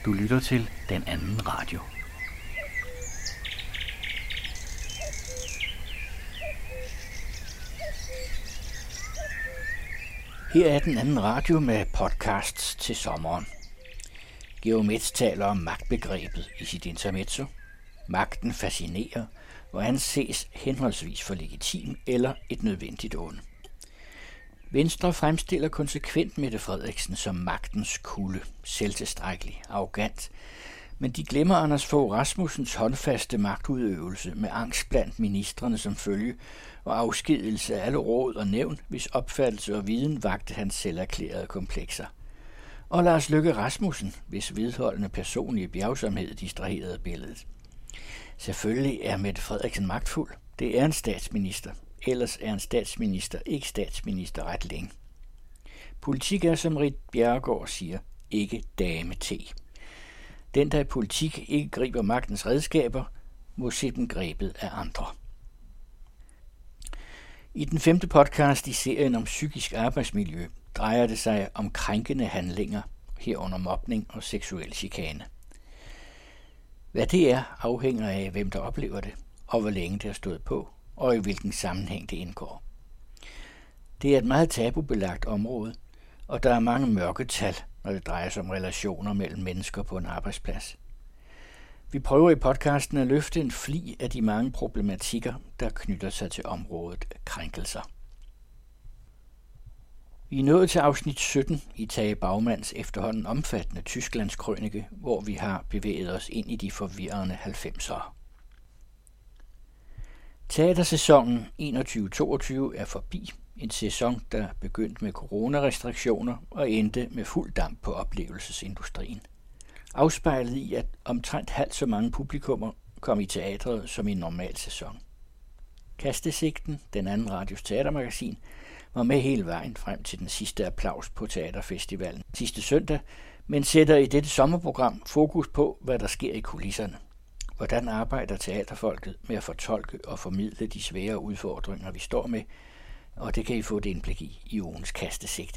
Du lytter til Den Anden Radio. Her er Den Anden Radio med podcasts til sommeren. Georg Metz taler om magtbegrebet i sit intermezzo. Magten fascinerer, hvor han ses henholdsvis for legitim eller et nødvendigt onde. Venstre fremstiller konsekvent Mette Frederiksen som magtens kulde, selvtilstrækkelig, arrogant, men de glemmer Anders Fogh Rasmussens håndfaste magtudøvelse med angst blandt ministrene som følge og afskedelse af alle råd og nævn, hvis opfattelse og viden vagte hans selverklærede komplekser. Og Lars Løkke Rasmussen, hvis vedholdende personlige bjergsomhed distraherede billedet. Selvfølgelig er Mette Frederiksen magtfuld. Det er en statsminister. Ellers er en statsminister ikke statsminister ret længe. Politik er, som Ritt Bjerregaard siger, ikke dame-te. Den, der i politik ikke griber magtens redskaber, må se dem grebet af andre. I den 5. podcast i serien om psykisk arbejdsmiljø drejer det sig om krænkende handlinger, herunder mobning og seksuel chikane. Hvad det er, afhænger af, hvem der oplever det, og hvor længe det har stået på, og i hvilken sammenhæng det indgår. Det er et meget tabubelagt område, og der er mange mørketal, når det drejer sig om relationer mellem mennesker på en arbejdsplads. Vi prøver i podcasten at løfte en fli af de mange problematikker, der knytter sig til området krænkelser. Vi er nået til afsnit 17 i Tage Bagmans efterhånden omfattende Tysklands krønike, hvor vi har bevæget os ind i de forvirrende 90'ere. Teatersæsonen 21-22 er forbi. En sæson, der begyndte med coronarestriktioner og endte med fuld damp på oplevelsesindustrien. Afspejlet i, at omtrent halvt så mange publikummer kom i teatret som i en normal sæson. Kastesigten, Den Anden Radios teatermagasin, var med hele vejen frem til den sidste applaus på teaterfestivalen sidste søndag, men sætter i dette sommerprogram fokus på, hvad der sker i kulisserne. Hvordan arbejder teaterfolket med at fortolke og formidle de svære udfordringer, vi står med, og det kan I få et indblik i ugens kastesigte.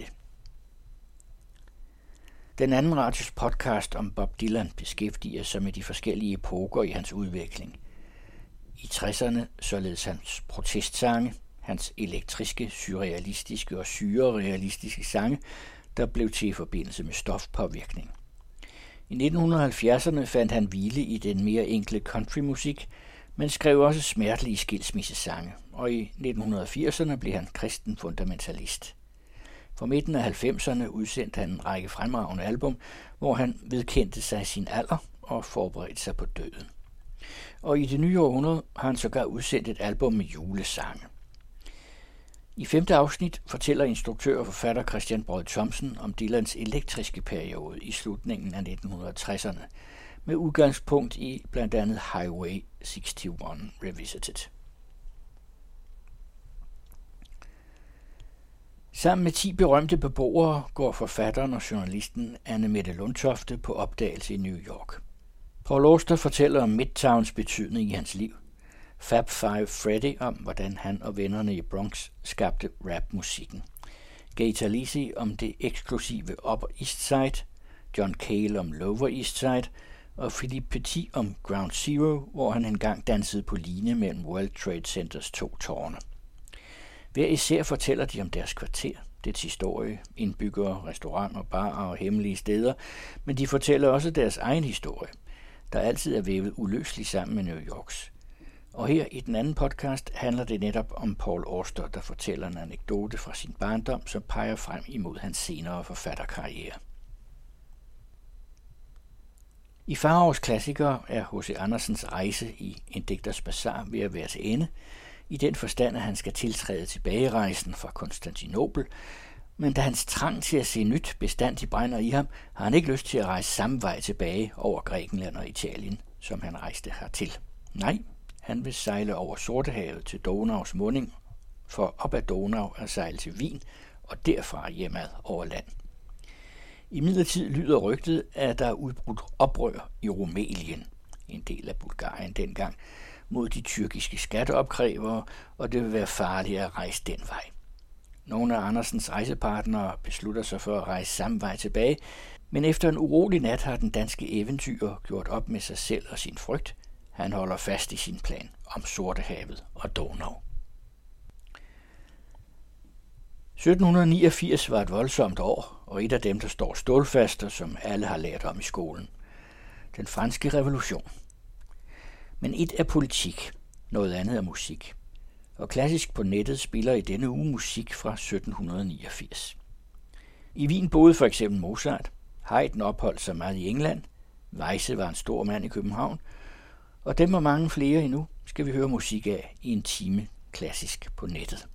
Den Anden Radios podcast om Bob Dylan beskæftiger sig med de forskellige epoker i hans udvikling. I 60'erne således hans protestsange, hans elektriske, surrealistiske og syrerealistiske sange, der blev til i forbindelse med stofpåvirkning. I 1970'erne fandt han hvile i den mere enkle countrymusik, men skrev også smertelige skilsmissesange, og i 1980'erne blev han kristen fundamentalist. Fra midten af 90'erne udsendte han en række fremragende album, hvor han vedkendte sig sin alder og forberedte sig på døden. Og i det nye århundrede har han sågar udsendt et album med julesange. I 5. afsnit fortæller instruktør og forfatter Christian Braad Thomsen om Dylans elektriske periode i slutningen af 1960'erne, med udgangspunkt i blandt andet Highway 61 Revisited. Sammen med 10 berømte beboere går forfatteren og journalisten Anne Mette Lundtofte på opdagelse i New York. Paul Auster fortæller om Midtowns betydning i hans liv. Fab Five Freddy om, hvordan han og vennerne i Bronx skabte rapmusikken. Gay Talese om det eksklusive Upper East Side, John Cale om Lower East Side og Philippe Petit om Ground Zero, hvor han engang dansede på line mellem World Trade Centers 2 tårne. Hver især fortæller de om deres kvarter, dets historie, indbyggere, restauranter, barer og hemmelige steder, men de fortæller også deres egen historie, der altid er vævet uløseligt sammen med New Yorks. Og her i den anden podcast handler det netop om Paul Auster, der fortæller en anekdote fra sin barndom, som peger frem imod hans senere forfatterkarriere. I Faraos klassikere er H.C. Andersens rejse i En digters bazar ved at være til ende, i den forstand, at han skal tiltræde tilbagerejsen fra Konstantinopel, men da hans trang til at se nyt bestandigt brænder i ham, har han ikke lyst til at rejse samme vej tilbage over Grækenland og Italien, som han rejste hertil. Nej, han vil sejle over Sortehavet til Donaus munding, for op ad Donau at sejle til Wien og derfra hjemad over land. Imidlertid lyder rygtet, at der er udbrudt oprør i Rumælien, en del af Bulgarien dengang, mod de tyrkiske skatteopkrævere, og det vil være farligt at rejse den vej. Nogle af Andersens rejsepartnere beslutter sig for at rejse samme vej tilbage, men efter en urolig nat har den danske eventyrer gjort op med sig selv og sin frygt. Han holder fast i sin plan om Sortehavet og Donau. 1789 var et voldsomt år, og et af dem, der står stålfast, og som alle har lært om i skolen. Den franske revolution. Men et er politik, noget andet er musik. Og klassisk på nettet spiller i denne uge musik fra 1789. I Wien boede for eksempel Mozart, Haydn opholdt sig meget i England, Weisse var en stor mand i København, og dem og mange flere endnu skal vi høre musik af i en time klassisk på nettet.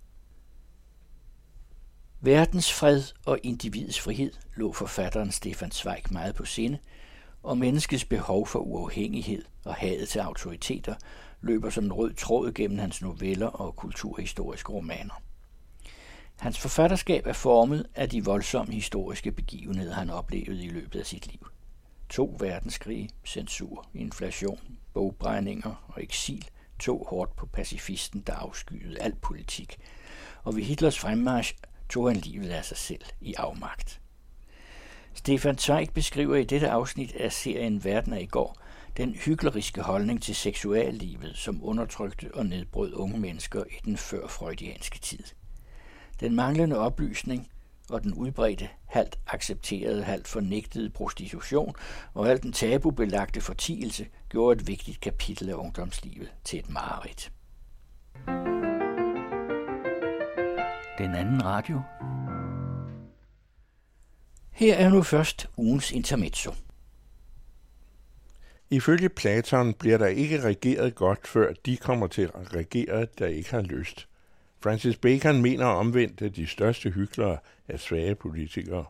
Verdensfred og individets frihed lå forfatteren Stefan Zweig meget på sinde, og menneskets behov for uafhængighed og hadet til autoriteter løber som en rød tråd gennem hans noveller og kulturhistoriske romaner. Hans forfatterskab er formet af de voldsomme historiske begivenheder, han oplevede i løbet af sit liv. 2 verdenskrige, censur, inflation, bogbrændinger og eksil tog hårdt på pacifisten, der afskyede al politik, og ved Hitlers fremmarch tog han livet af sig selv i afmagt. Stefan Zweig beskriver i dette afsnit af serien Verden af i går den hykleriske holdning til seksuallivet, som undertrykte og nedbrød unge mennesker i den førfreudianske tid. Den manglende oplysning og den udbredte, halvt accepterede, halvt fornægtede prostitution og al den tabubelagte fortielse gjorde et vigtigt kapitel af ungdomslivet til et mareridt. Den anden radio. Her er nu først ugens intermezzo. Ifølge Platon bliver der ikke regeret godt, før de kommer til at regere, der ikke har lyst. Francis Bacon mener omvendt, at de største hyklere er svage politikere.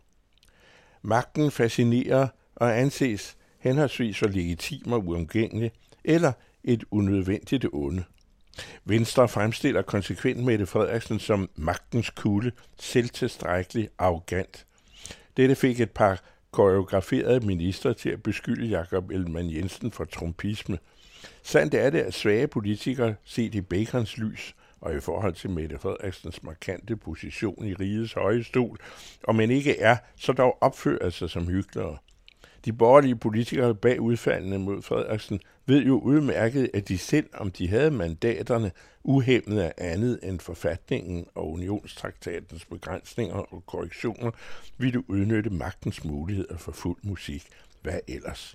Magten fascinerer og anses henholdsvis for legitim og uomgængelig, eller et unødvendigt onde. Venstre fremstiller konsekvent Mette Frederiksen som magtens kulde, selvtilstrækkelig, arrogant. Dette fik et par koreograferede minister til at beskylde Jakob Ellemann-Jensen for trumpisme. Sandt er det, at svage politikere set i Bacons lys og i forhold til Mette Frederiksens markante position i rigets høje stol, og man ikke er, så dog opfører sig som hyklere. De borgerlige politikere bag udfaldene mod Frederiksen ved jo udmærket, at de selv, om de havde mandaterne, uhæmmet af andet end forfatningen og unionstraktatens begrænsninger og korrektioner, ville udnytte magtens muligheder for fuld musik. Hvad ellers?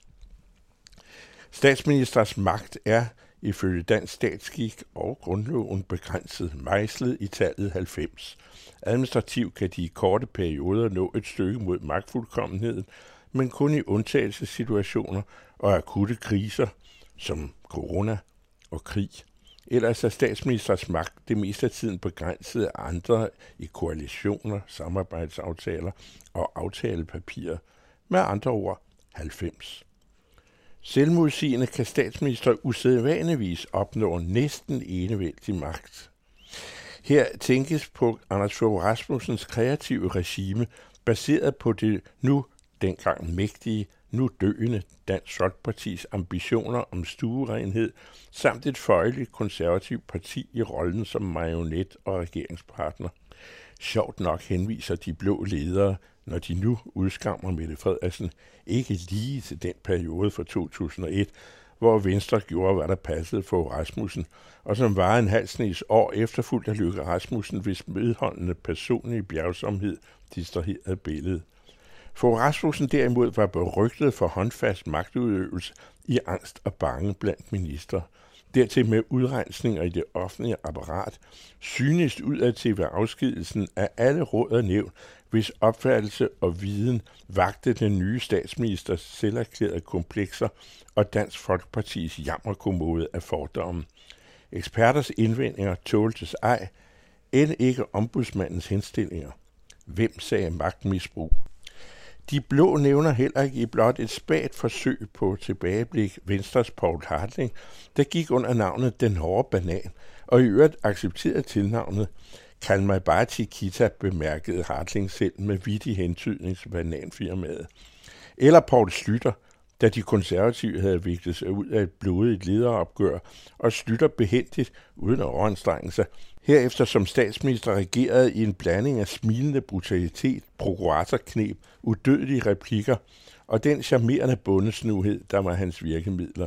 Statsministers magt er, ifølge dansk statsskik og grundloven, begrænset mejslet i tallet 90. Administrativt kan de i korte perioder nå et stykke mod magtfuldkommenheden, men kun i undtagelsessituationer og akutte kriser, som corona og krig. Ellers er statsministers magt det meste af tiden begrænset af andre i koalitioner, samarbejdsaftaler og aftalepapirer. Med andre ord 90. Selvmodsigende kan statsminister usædvanligvis opnå næsten enevældig magt. Her tænkes på Anders Fogh Rasmussens kreative regime, baseret på det nu dengang mægtige, nu døende Dansk Folkepartis ambitioner om stuerenhed, samt et føjeligt konservativt parti i rollen som marionet og regeringspartner. Sjovt nok henviser de blå ledere, når de nu udskammer Mette Frederiksen, ikke lige til den periode fra 2001, hvor Venstre gjorde, hvad der passede for Rasmussen, og som var en halv snes år efterfulgt af Løkke Rasmussen, hvis medholdende personlige bjergsomhed distraherede billedet. Fogh Rasmussen derimod var berygtet for håndfast magtudøvelse i angst og bange blandt ministre. Dertil med udrensninger i det offentlige apparat, synligst udadtil ved afskedelsen af alle råd og nævn, hvis opfattelse og viden vagte den nye statsministers selverklærede komplekser og Dansk Folkepartis jammerkommode af fordomme. Eksperters indvendinger tåltes ej, end ikke ombudsmandens henstillinger. Hvem sagde magtmisbrug? De blå nævner heller ikke i blot et spagt forsøg på tilbageblik Venstres Poul Hartling, der gik under navnet Den Hårde Banan, og i øvrigt accepterede tilnavnet Kald mig bare Chiquita, bemærkede Hartling selv med vittig hentydning til bananfirmaet. Eller Poul Schlüter, da de konservative havde viklet sig ud af et blodigt lederopgør, og Schlüter behændigt, uden at overanstrenge sig, herefter som statsminister regerede i en blanding af smilende brutalitet, prokuratorkneb, udødelige replikker og den charmerende bondesnuhed, der var hans virkemidler.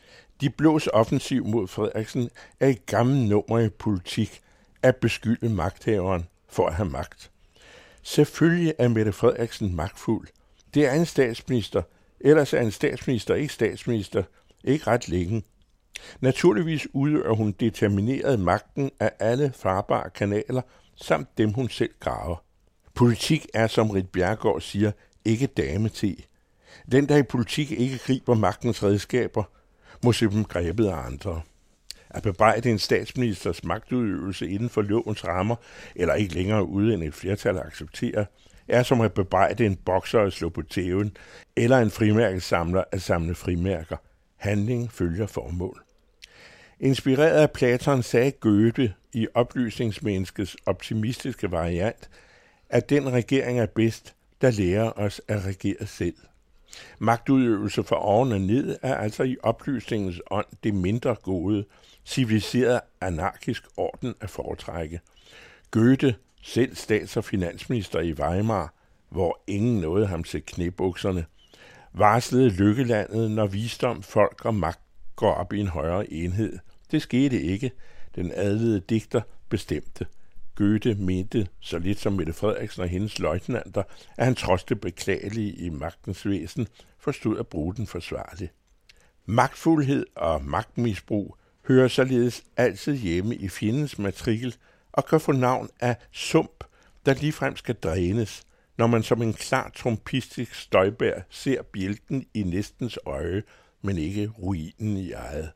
De blås offensiv mod Frederiksen er et gammelt nummer i politik at beskylde magthaveren for at have magt. Selvfølgelig er Mette Frederiksen magtfuld. Det er en statsminister, ellers er en statsminister ikke statsminister, ikke ret længe. Naturligvis udøver hun determineret magten af alle farbare kanaler, samt dem hun selv graver. Politik er, som Ritt Bjerregaard siger, ikke damete. Den, der i politik ikke griber magtens redskaber, må se dem grebet af andre. At bebrejde en statsministers magtudøvelse inden for lovens rammer, eller ikke længere ude end et flertal accepterer, er som at bebrejde en bokser at slå på tæven, eller en frimærkesamler at samle frimærker. Handling følger formål. Inspireret af Platon sagde Goethe i oplysningsmenneskets optimistiske variant, at den regering er bedst, der lærer os at regere selv. Magtudøvelse fra oven og ned er altså i oplysningens ånd det mindre gode, civiliseret anarkisk orden at foretrække. Goethe, selv stats- og finansminister i Weimar, hvor ingen nåede ham til knæbukserne, varslede lykkelandet, når visdom, folk og magt går op i en højere enhed. Det skete ikke. Den adlede digter bestemte. Goethe mente, så lidt som Mette Frederiksen og hendes løjtnanter, at han trods det beklagelige i magtens væsen forstod at bruge den forsvarligt. Magtfuldhed og magtmisbrug hører således altid hjemme i fjendens matrikel og kan få navn af sump, der ligefrem skal drænes, når man som en klar trompistisk Støjberg ser bjælken i næstens øje, men ikke ruinen i eget.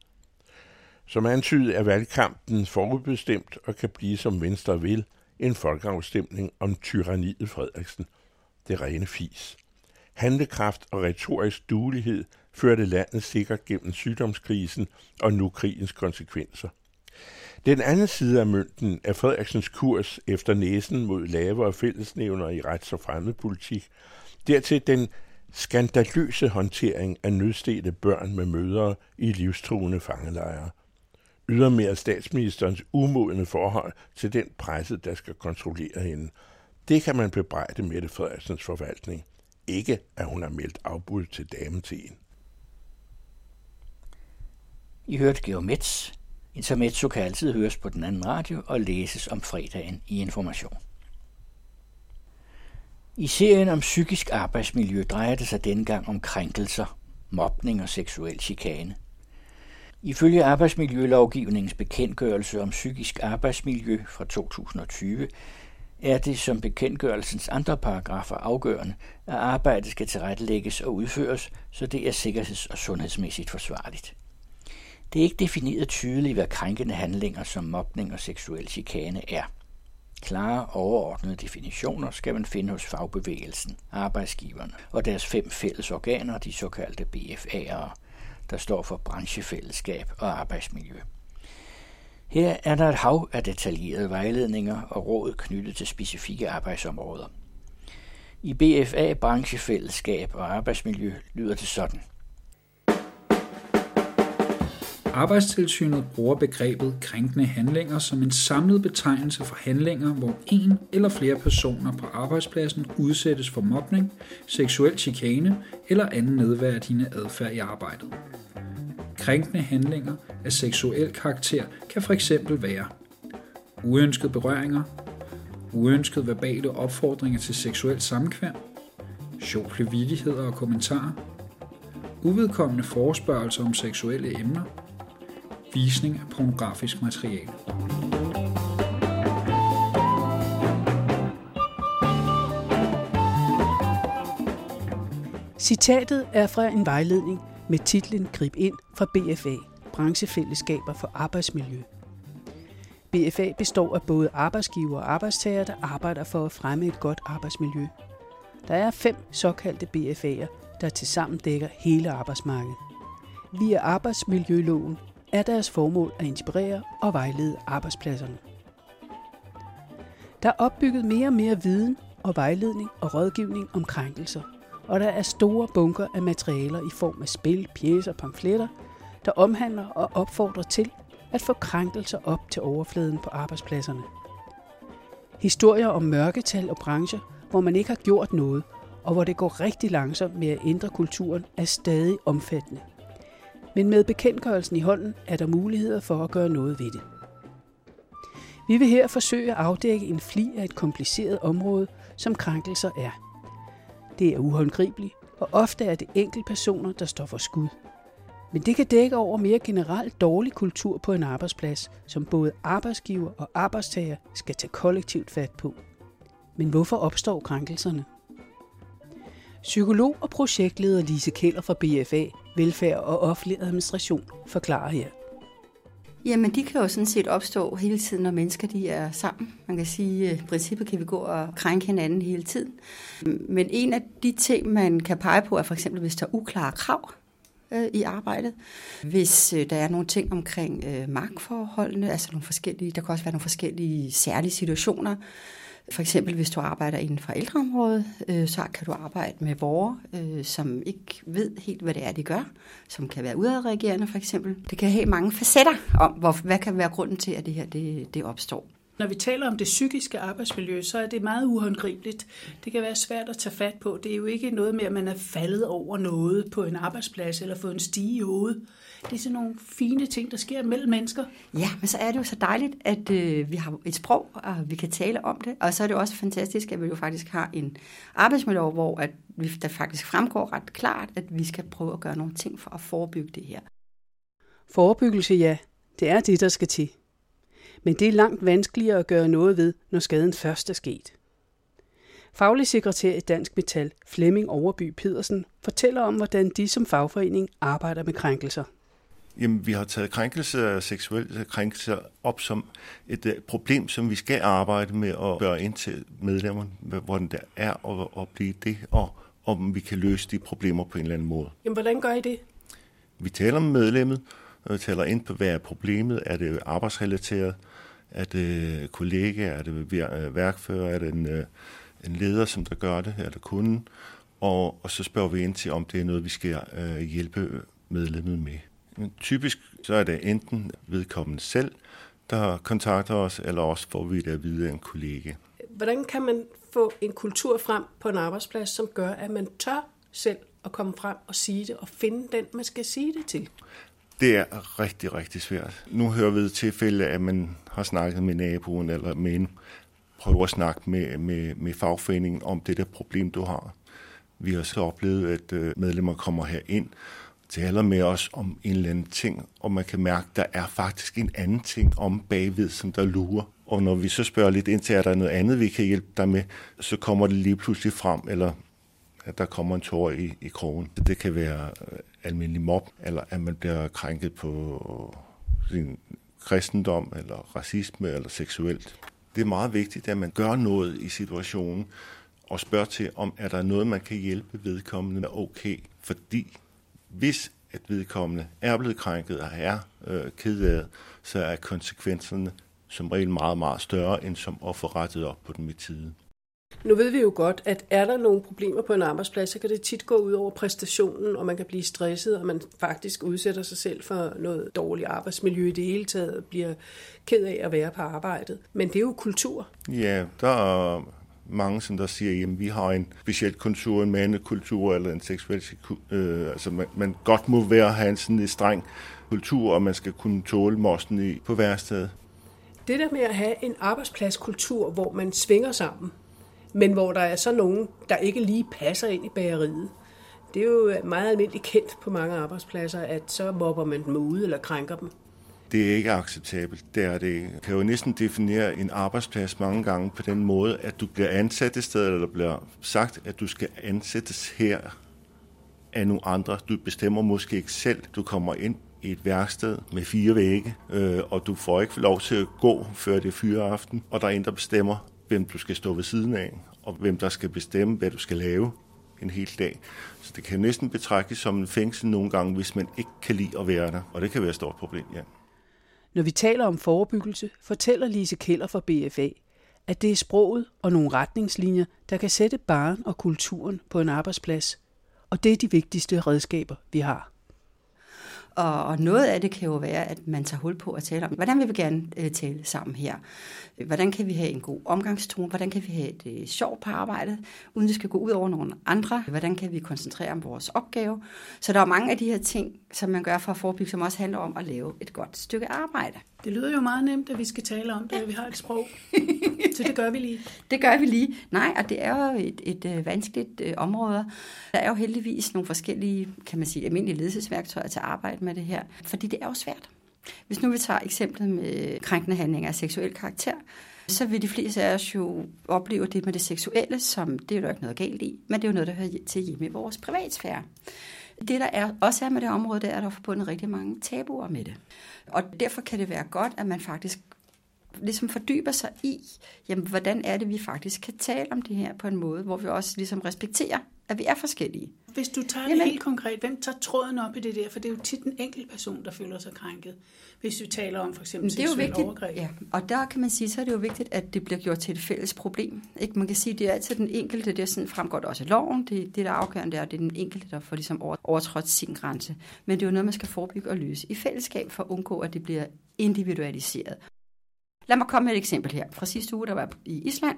Som antydet er valgkampen forudbestemt og kan blive, som Venstre vil, en folkeafstemning om tyranniet Frederiksen. Det rene fis. Handlekraft og retorisk duelighed førte landet sikkert gennem sygdomskrisen og nu krigens konsekvenser. Den anden side af mønten er Frederiksens kurs efter næsen mod lavere fællesnævner i rets- og fremmedpolitik, dertil den skandaløse håndtering af nødstedte børn med mødre i livstruende fangelejre. Ydermere statsministerens umodne forhold til den presse, der skal kontrollere hende. Det kan man bebrejde Mette Frederiksens forvaltning. Ikke, at hun har meldt afbud til dameteen. I hørte Georg Metz. Intermezzo kan altid høres på den anden radio og læses om fredagen i Information. I serien om psykisk arbejdsmiljø drejer det sig denne gang om krænkelser, mobning og seksuel chikane. Ifølge arbejdsmiljølovgivningens bekendtgørelse om psykisk arbejdsmiljø fra 2020 er det som bekendtgørelsens andre paragrafer afgørende, at arbejdet skal tilrettelægges og udføres, så det er sikkerheds- og sundhedsmæssigt forsvarligt. Det er ikke defineret tydeligt, hvad krænkende handlinger som mobning og seksuel chikane er. Klare overordnede definitioner skal man finde hos fagbevægelsen, arbejdsgiverne og deres 5 fælles organer, de såkaldte BFA'ere, der står for branchefællesskab og arbejdsmiljø. Her er der et hav af detaljerede vejledninger og råd knyttet til specifikke arbejdsområder. I BFA, branchefællesskab og arbejdsmiljø, lyder det sådan. Arbejdstilsynet bruger begrebet krænkende handlinger som en samlet betegnelse for handlinger, hvor en eller flere personer på arbejdspladsen udsættes for mobning, seksuel chikane eller anden nedværdigende adfærd i arbejdet. Krænkende handlinger af seksuel karakter kan fx være uønskede berøringer, uønskede verbale opfordringer til seksuel samkvem, sjofle vittigheder og kommentarer, uvedkommende forespørgelser om seksuelle emner, visning af pornografisk materiale. Citatet er fra en vejledning med titlen Grib ind fra BFA, branchefællesskaber for arbejdsmiljø. BFA består af både arbejdsgiver og arbejdstager, der arbejder for at fremme et godt arbejdsmiljø. Der er 5 såkaldte BFA'er, der tilsammen dækker hele arbejdsmarkedet. Via arbejdsmiljøloven er deres formål at inspirere og vejlede arbejdspladserne. Der er opbygget mere og mere viden og vejledning og rådgivning om krænkelser, og der er store bunker af materialer i form af spil, pjecer og pamfletter, der omhandler og opfordrer til at få krænkelser op til overfladen på arbejdspladserne. Historier om mørketal og brancher, hvor man ikke har gjort noget, og hvor det går rigtig langsomt med at ændre kulturen, er stadig omfattende. Men med bekendtgørelsen i hånden er der muligheder for at gøre noget ved det. Vi vil her forsøge at afdække en flig af et kompliceret område, som krænkelser er. Det er uhåndgribeligt, og ofte er det enkeltpersoner, der står for skud. Men det kan dække over mere generelt dårlig kultur på en arbejdsplads, som både arbejdsgiver og arbejdstager skal tage kollektivt fat på. Men hvorfor opstår krænkelserne? Psykolog og projektleder Lise Keller fra BFA, Velfærd og Offentlig Administration, forklarer her. Jamen, de kan jo sådan set opstå hele tiden, når mennesker de er sammen. Man kan sige, at i princippet kan vi gå og krænke hinanden hele tiden. Men en af de ting, man kan pege på, er for eksempel, hvis der er uklare krav i arbejdet. Hvis der er nogle ting omkring magtforholdene, altså nogle forskellige, der kan også være nogle forskellige særlige situationer. For eksempel, hvis du arbejder inden for ældreområdet, så kan du arbejde med borgere, som ikke ved helt, hvad det er, de gør, som kan være udadreagerende for eksempel. Det kan have mange facetter om, hvad kan være grunden til, at det her det opstår. Når vi taler om det psykiske arbejdsmiljø, så er det meget uhåndgribeligt. Det kan være svært at tage fat på. Det er jo ikke noget med, at man er faldet over noget på en arbejdsplads eller fået en stige i hovedet. Det er sådan nogle fine ting, der sker mellem mennesker. Ja, men så er det jo så dejligt, at vi har et sprog, og vi kan tale om det. Og så er det også fantastisk, at vi jo faktisk har en arbejdsmiljø, hvor der faktisk fremgår ret klart, at vi skal prøve at gøre nogle ting for at forebygge det her. Forebyggelse, ja, det er det, der skal til. Men det er langt vanskeligere at gøre noget ved, når skaden først er sket. Faglig sekretær i Dansk Metal, Flemming Overby Pedersen, fortæller om, hvordan de som fagforening arbejder med krænkelser. Jamen, vi har taget krænkelser, seksuelle krænkelser op som et problem, som vi skal arbejde med at gøre ind til medlemmerne, hvordan det er at blive det, og om vi kan løse de problemer på en eller anden måde. Jamen, hvordan gør I det? Vi taler med medlemmet, og vi taler ind på, hvad er problemet. Er det arbejdsrelateret? Er det kollega? Er det værkfører? Er det en leder, som der gør det? Er det kunden? Og så spørger vi ind til, om det er noget, vi skal hjælpe medlemmet med. Men typisk så er det enten vedkommende selv, der kontakter os, eller også får vi det at vide af en kollega. Hvordan kan man få en kultur frem på en arbejdsplads, som gør, at man tør selv at komme frem og sige det, og finde den, man skal sige det til? Det er rigtig, rigtig svært. Nu hører vi et tilfælde, at man har snakket med naboen, eller med en, prøver at snakke med fagforeningen om det der problem, du har. Vi har så oplevet, at medlemmer kommer herind, taler med os om en eller anden ting, og man kan mærke, at der er faktisk en anden ting om bagved, som der lurer. Og når vi så spørger lidt ind til, at der er noget andet, vi kan hjælpe dig med, så kommer det lige pludselig frem, eller at der kommer en tår i krogen. Det kan være almindelig mob, eller at man bliver krænket på sin kristendom, eller racisme, eller seksuelt. Det er meget vigtigt, at man gør noget i situationen, og spørger til, om er der noget, man kan hjælpe vedkommende med okay. Fordi hvis at vedkommende er blevet krænket og er ked af, så er konsekvenserne som regel meget, meget større, end som at få rettet op på dem i tide. Nu ved vi jo godt, at er der nogle problemer på en arbejdsplads, så kan det tit gå ud over præstationen, og man kan blive stresset, og man faktisk udsætter sig selv for noget dårligt arbejdsmiljø i det hele taget, bliver ked af at være på arbejdet. Men det er jo kultur. Ja, der er mange, som der siger, at vi har en speciel kultur, en mandekultur eller en seksuel altså man godt må have en sådan en streng kultur, og man skal kunne tåle mosten på værkstedet. Det der med at have en arbejdspladskultur, hvor man svinger sammen, men hvor der er så nogen, der ikke lige passer ind i bageriet. Det er jo meget almindeligt kendt på mange arbejdspladser, at så mobber man dem ude eller krænker dem. Det er ikke acceptabelt. Det er det. Man kan jo næsten definere en arbejdsplads mange gange på den måde, at du bliver ansat et sted, eller der bliver sagt, at du skal ansættes her af nogle andre. Du bestemmer måske ikke selv. Du kommer ind i et værksted med 4 vægge, og du får ikke lov til at gå, før det er fyreaften, og der er en, der bestemmer, hvem du skal stå ved siden af, og hvem der skal bestemme, hvad du skal lave en hel dag. Så det kan næsten betragtes som en fængsel nogle gange, hvis man ikke kan lide at være der, og det kan være et stort problem, ja. Når vi taler om forebyggelse, fortæller Lise Keller fra BFA, at det er sproget og nogle retningslinjer, der kan sætte barren og kulturen på en arbejdsplads. Og det er de vigtigste redskaber, vi har. Og noget af det kan jo være, at man tager hul på at tale om, hvordan vil vi gerne tale sammen her? Hvordan kan vi have en god omgangstone? Hvordan kan vi have det sjovt på arbejdet, uden det skal gå ud over nogle andre? Hvordan kan vi koncentrere om vores opgave? Så der er mange af de her ting, som man gør for at forebygge, som også handler om at lave et godt stykke arbejde. Det lyder jo meget nemt, at vi skal tale om det, at vi har et sprog. Så det gør vi lige. Det gør vi lige. Nej, og det er jo et vanskeligt område. Der er jo heldigvis nogle forskellige, kan man sige, almindelige ledelsesværktøjer til at arbejde med det her, fordi det er jo svært. Hvis nu vi tager eksemplet med krænkende handlinger af seksuel karakter, så vil de fleste af os jo opleve det med det seksuelle, som det er jo ikke noget galt i, men det er jo noget, der hører til hjemme i vores privatsfære. Det, der også er med det område, det er, at der er forbundet rigtig mange tabuer med det. Og derfor kan det være godt, at man faktisk ligesom fordyber sig i, jamen, hvordan er det, vi faktisk kan tale om det her på en måde, hvor vi også ligesom respekterer, at vi er forskellige. Hvis du tager det helt konkret, hvem tager tråden op i det der? For det er jo tit en enkelt person, der føler sig krænket. Hvis vi taler om for eksempel seksuel overgreb. Ja, og der kan man sige, så er det jo vigtigt, at det bliver gjort til et fælles problem. Ikke? Man kan sige, at det er altid den enkelte, det sådan fremgår det også i loven. Det der er afgørende, det er den enkelte, der får ligesom overtrådt sin grænse. Men det er jo noget, man skal forebygge og løse i fællesskab, for at undgå, at det bliver individualiseret. Lad mig komme med et eksempel her. Fra sidste uge, der var i Island,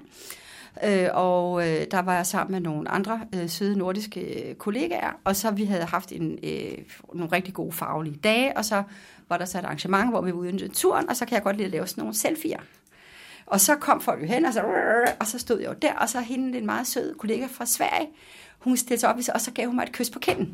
og der var jeg sammen med nogle andre søde nordiske kollegaer, og så vi havde haft nogle rigtig gode faglige dage, og så var der så et arrangement, hvor vi var ude i turen, og så kan jeg godt lide at lave sådan nogle selfier. Og så kom folk jo hen, og så stod jeg jo der, og så hende en meget sød kollega fra Sverige, hun stillede sig op, og så gav hun mig et kys på kinden.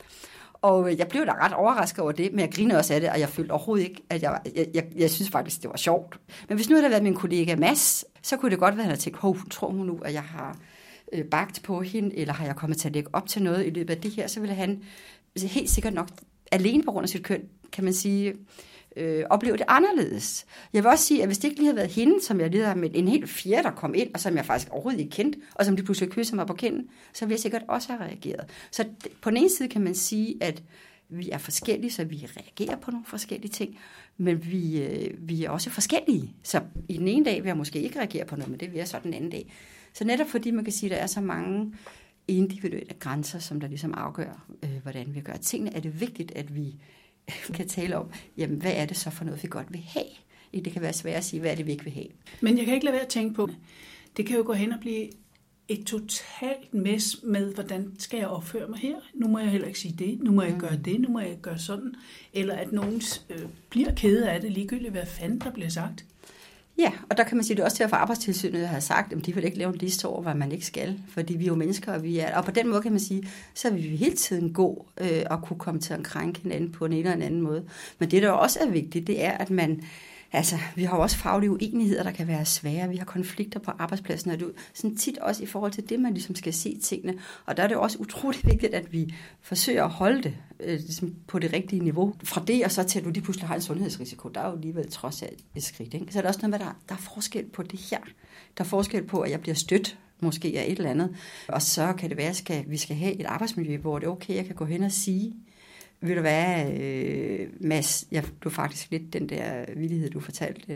Og jeg blev da ret overrasket over det, men jeg grinede også af det, og jeg følte overhovedet ikke, at jeg synes faktisk, det var sjovt. Men hvis nu havde det været min kollega Mads, så kunne det godt være, at han havde tænkt, tror hun nu, at jeg har bagt på hende, eller har jeg kommet til at lægge op til noget i løbet af det her, så ville han helt sikkert nok, alene på grund af sit køn, kan man sige, opleve det anderledes. Jeg vil også sige, at hvis det ikke lige havde været hende, som jeg lige havde med en helt fjerde, der kom ind, og som jeg faktisk overhovedet ikke kendte, og som de pludselig kyssede mig på kinden, så ville jeg sikkert også have reageret. Så på den ene side kan man sige, at vi er forskellige, så vi reagerer på nogle forskellige ting, men vi er også forskellige. Så i den ene dag vil jeg måske ikke reagere på noget, men det vil jeg så den anden dag. Så netop fordi man kan sige, at der er så mange individuelle grænser, som der ligesom afgør, hvordan vi gør tingene, er det vigtigt, at vi kan tale om, jamen, hvad er det så for noget, vi godt vil have? Det kan være svært at sige, hvad er det, vi ikke vil have. Men jeg kan ikke lade være at tænke på, det kan jo gå hen og blive et totalt mess med, hvordan skal jeg opføre mig her? Nu må jeg heller ikke sige det, nu må jeg gøre det, nu må jeg gøre sådan. Eller at nogen bliver kede af det, ligegyldigt hvad fanden der bliver sagt. Ja, og der kan man sige, det også til at få Arbejdstilsynet har sagt, at de vil ikke lave en liste over, hvad man ikke skal, fordi vi er jo mennesker, og på den måde kan man sige, så vil vi hele tiden gå og kunne komme til at krænke hinanden på en eller anden måde. Men det, der også er vigtigt, det er, at vi har jo også faglige uenigheder, der kan være svære. Vi har konflikter på arbejdspladsen, og det er sådan tit også i forhold til det, man ligesom skal se tingene. Og der er det også utroligt vigtigt, at vi forsøger at holde det ligesom på det rigtige niveau. Fra det og så til, at du lige pludselig har en sundhedsrisiko, der er jo alligevel trods alt et skridt. Ikke? Så er der også noget med, der er forskel på det her. Der er forskel på, at jeg bliver stødt måske af et eller andet. Og så kan det være, at vi skal have et arbejdsmiljø, hvor det er okay, jeg kan gå hen og sige, vil du være, Mads, jeg blev faktisk lidt den der villighed, du fortalte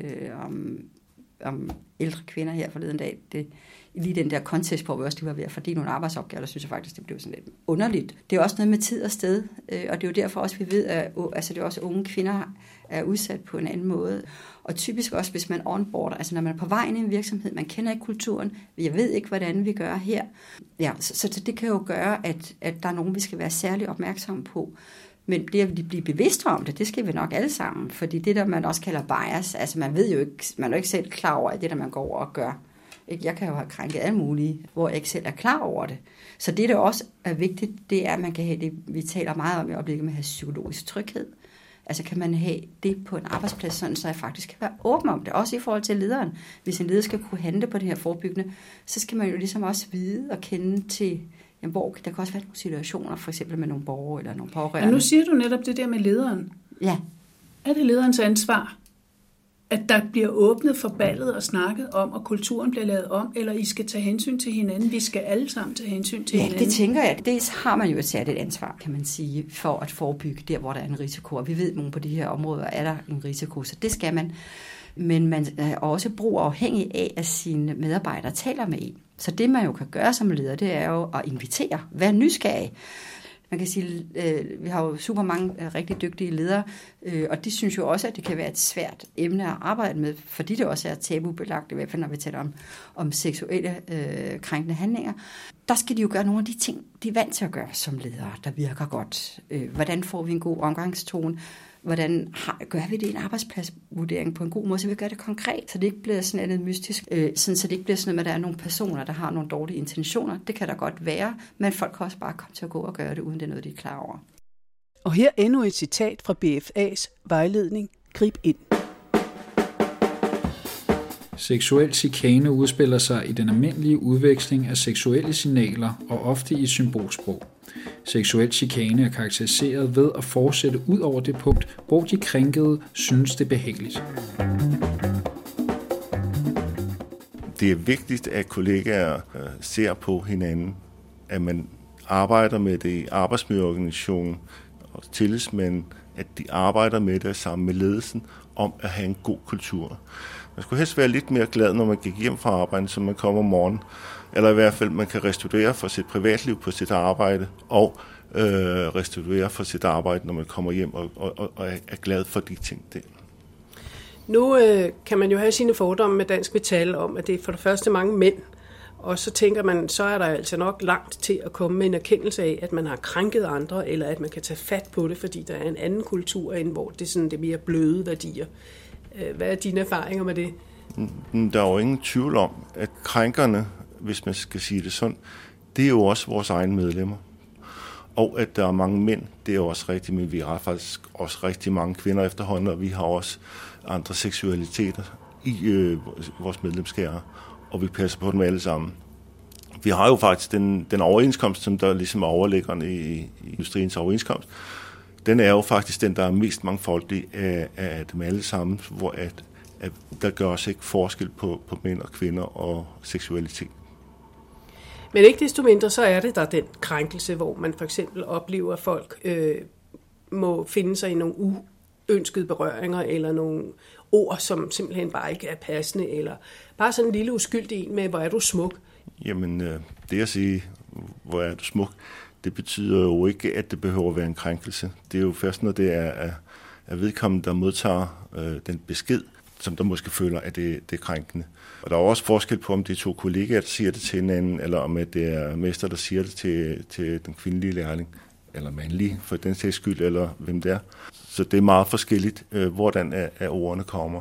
om ældre kvinder her forleden dag. Lige den der kontekst, hvor vi også lige var ved at fordele nogle arbejdsopgaver, der synes jeg faktisk, det blev sådan lidt underligt. Det er også noget med tid og sted, og det er jo derfor også, vi ved, at det er også unge kvinder er udsat på en anden måde. Og typisk også, hvis man onboarder, altså når man er på vej ind i en virksomhed, man kender ikke kulturen, jeg ved ikke, hvordan vi gør her. Ja, så det kan jo gøre, at der er nogen, vi skal være særlig opmærksomme på. Men bliver vi blive bevidste om det skal vi nok alle sammen, fordi det der, man også kalder bias, altså man ved jo ikke, man er jo ikke selv klar over, at det der, man går over og gør. Jeg kan jo have krænket alle mulige, hvor jeg ikke selv er klar over det. Så det, der også er vigtigt, det er, at man kan have det, vi taler meget om i øjeblikket, med at have psykologisk tryghed. Altså kan man have det på en arbejdsplads, sådan, så jeg faktisk kan være åben om det, også i forhold til lederen. Hvis en leder skal kunne handle på det her forebyggende, så skal man jo ligesom også vide og kende til, jamen, hvor der kan også være nogle situationer, for eksempel med nogle borgere eller nogle pårørende. Og nu siger du netop det der med lederen. Ja. Er det lederens ansvar at der bliver åbnet for ballet og snakket om, og kulturen bliver lavet om, eller I skal tage hensyn til hinanden? Vi skal alle sammen tage hensyn til hinanden. Ja, det tænker jeg. Dels har man jo et særligt ansvar, kan man sige, for at forebygge der, hvor der er en risiko. Og vi ved, at nogle på de her områder er der en risiko, så det skal man. Men man er også brug afhængig af, at sine medarbejdere taler med en. Så det, man jo kan gøre som leder, det er jo at invitere. Vær nysgerrig. Man kan sige, vi har jo super mange rigtig dygtige ledere, og de synes jo også, at det kan være et svært emne at arbejde med, fordi det også er tabubelagt, i hvert fald når vi taler om seksuelle krænkende handlinger. Der skal de jo gøre nogle af de ting, de er vant til at gøre som ledere, der virker godt. Hvordan får vi en god omgangstone? Hvordan gør vi det i en arbejdspladsvurdering på en god måde, så vi gør det konkret, så det ikke bliver sådan noget mystisk, sådan, så det ikke bliver sådan noget med, at der er nogle personer, der har nogle dårlige intentioner. Det kan der godt være, men folk kan også bare komme til at gå og gøre det, uden det er noget, de er klar over. Og her endnu et citat fra BFA's vejledning. Grib ind. Seksuel chikane udspiller sig i den almindelige udveksling af seksuelle signaler og ofte i symbolsprog. Seksuel chikane er karakteriseret ved at fortsætte ud over det punkt, hvor de krænkede synes det behageligt. Det er vigtigt, at kollegaer ser på hinanden, at man arbejder med det i arbejdsmiljøorganisationen og tillidsmænd, at de arbejder med det sammen med ledelsen om at have en god kultur. Man skulle helst være lidt mere glad, når man gik hjem fra arbejde, så man kommer om morgenen. Eller i hvert fald, man kan restituere for sit privatliv på sit arbejde, og restituere for sit arbejde, når man kommer hjem og er glad for de ting der. Nu kan man jo have sine fordomme med Dansk Metal om, at det er for det første mange mænd, og så tænker man, så er der altså nok langt til at komme med en erkendelse af, at man har krænket andre, eller at man kan tage fat på det, fordi der er en anden kultur, end hvor det er sådan det mere bløde værdier. Hvad er dine erfaringer med det? Der er jo ingen tvivl om, at krænkerne, hvis man skal sige det sådan, det er jo også vores egne medlemmer. Og at der er mange mænd, det er jo også rigtigt, men vi har faktisk også rigtig mange kvinder efterhånden, og vi har også andre seksualiteter i vores medlemskager, og vi passer på dem alle sammen. Vi har jo faktisk den overenskomst, som der ligesom er overliggende i industriens overenskomst. Den er jo faktisk den, der er mest mangfoldig af dem alle sammen, hvor at der gør også ikke forskel på mænd og kvinder og seksualitet. Men ikke desto mindre, så er det der den krænkelse, hvor man for eksempel oplever, at folk må finde sig i nogle uønskede berøringer, eller nogle ord, som simpelthen bare ikke er passende, eller bare sådan en lille uskyldig en med, hvor er du smuk. Jamen, det at sige, hvor er du smuk, det betyder jo ikke, at det behøver at være en krænkelse. Det er jo først, når det er vedkommende, der modtager den besked, som der måske føler, at det er krænkende. Og der er også forskel på, om det er to kollegaer, der siger det til hinanden, eller om det er mester, der siger det til den kvindelige lærling, eller mandlige, for den sags skyld, eller hvem det er. Så det er meget forskelligt, hvordan ordene kommer.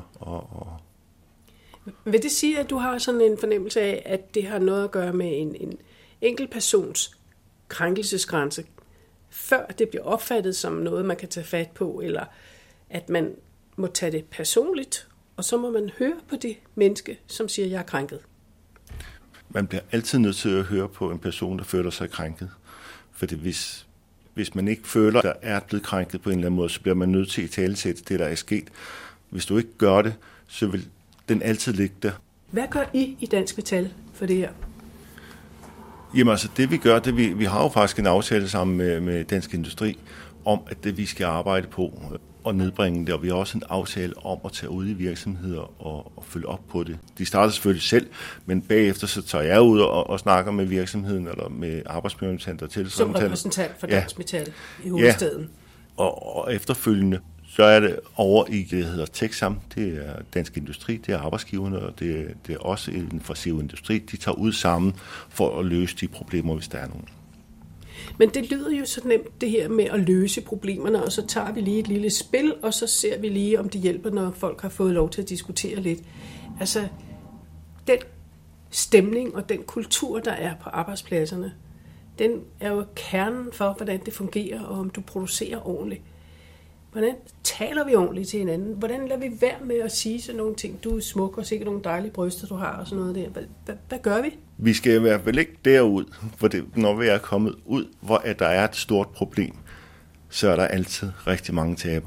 Vil det sige, at du har sådan en fornemmelse af, at det har noget at gøre med en enkelt persons krænkelsesgrænse, før det bliver opfattet som noget, man kan tage fat på, eller at man må tage det personligt, og så må man høre på det menneske, som siger, jeg er krænket? Man bliver altid nødt til at høre på en person, der føler sig krænket. Fordi hvis man ikke føler, at der er blevet krænket på en eller anden måde, så bliver man nødt til at italesætte det, der er sket. Hvis du ikke gør det, så vil den altid ligge der. Hvad gør I Dansk Metal for det her? Jamen altså, det vi gør, vi har jo faktisk en aftale sammen med Dansk Industri, om at det vi skal arbejde på og nedbringe det, og vi har også en aftale om at tage ud i virksomheder og følge op på det. De starter selvfølgelig selv, men bagefter så tager jeg ud og snakker med virksomheden eller med arbejdsmiljøcenter til. Som repræsentant for Dansk Metal i hovedstaden. Ja. Og efterfølgende, så er det over i det, der hedder TechSam, det er Dansk Industri, det er arbejdsgiverne, og det er også inden for SEO Industri, de tager ud sammen for at løse de problemer, hvis der er nogen. Men det lyder jo så nemt, det her med at løse problemerne, og så tager vi lige et lille spil, og så ser vi lige, om det hjælper, når folk har fået lov til at diskutere lidt. Altså, den stemning og den kultur, der er på arbejdspladserne, den er jo kernen for, hvordan det fungerer, og om du producerer ordentligt. Hvordan taler vi ordentligt til hinanden? Hvordan lader vi være med at sige sådan nogle ting? Du er smuk, og sikkert nogle dejlige bryster, du har, og sådan noget der. Hvad gør vi? Vi skal i hvert fald ikke derud, for når vi er kommet ud, hvor der er et stort problem, så er der altid rigtig mange tabere.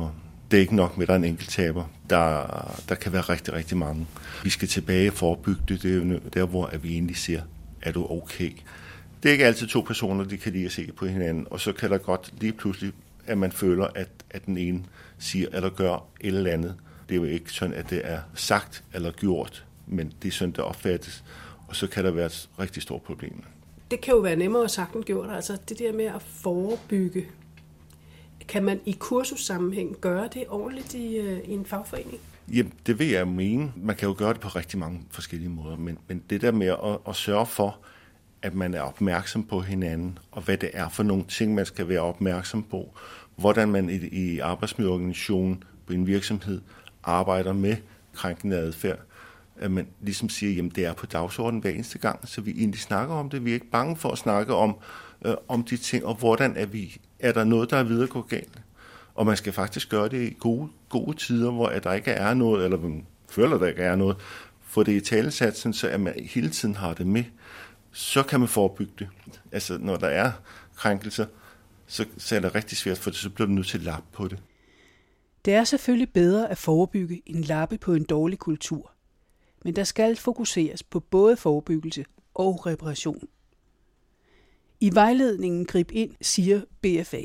Det er ikke nok med, at der er en enkelt taber. Der kan være rigtig, rigtig mange. Vi skal tilbage og forebygge det. Det er jo der, hvor vi egentlig siger, er du okay? Det er ikke altid to personer, de kan lide at se på hinanden, og så kan der godt lige pludselig, at man føler, at den ene siger eller gør et eller andet. Det er jo ikke sådan, at det er sagt eller gjort, men det er sådan, det opfattes, og så kan der være et rigtig stort problem. Det kan jo være nemmere sagt end gjort, altså det der med at forebygge. Kan man i kursussammenhæng gøre det ordentligt i en fagforening? Jamen, det vil jeg mene. Man kan jo gøre det på rigtig mange forskellige måder, men det der med at sørge for, at man er opmærksom på hinanden, og hvad det er for nogle ting, man skal være opmærksom på, hvordan man i arbejdsmiljøorganisationen på en virksomhed arbejder med krænkende adfærd, at man ligesom siger, jamen det er på dagsordenen hver eneste gang, så vi egentlig snakker om det. Vi er ikke bange for at snakke om de ting, og hvordan er der noget, der er ved at gå galt. Og man skal faktisk gøre det i gode tider, hvor der ikke er noget, eller man føler, der ikke er noget. For det i talesatsen, så at man hele tiden har det med, så kan man forebygge det. Altså, når der er krænkelser, så er det rigtig svært, for så bliver man nødt til at lappe på det. Det er selvfølgelig bedre at forebygge end lappe på en dårlig kultur. Men der skal fokuseres på både forebyggelse og reparation. I vejledningen Grib ind, siger BFA.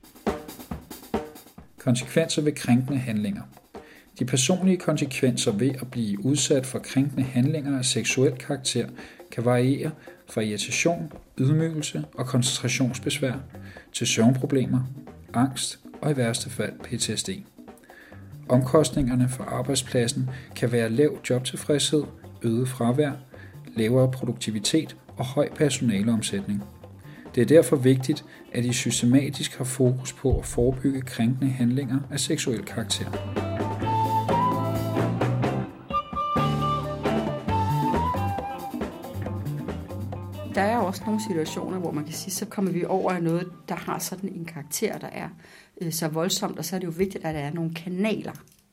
Konsekvenser ved krænkende handlinger. De personlige konsekvenser ved at blive udsat for krænkende handlinger af seksuel karakter kan variere fra irritation, ydmygelse og koncentrationsbesvær til søvnproblemer, angst og i værste fald PTSD. Omkostningerne for arbejdspladsen kan være lav jobtilfredshed, øget fravær, lavere produktivitet og høj personaleomsætning. Det er derfor vigtigt, at I systematisk har fokus på at forebygge krænkende handlinger af seksuel karakter. Der er også nogle situationer, hvor man kan sige, så kommer vi over af noget, der har sådan en karakter, der er så voldsomt, og så er det jo vigtigt, at der er nogle kanaler,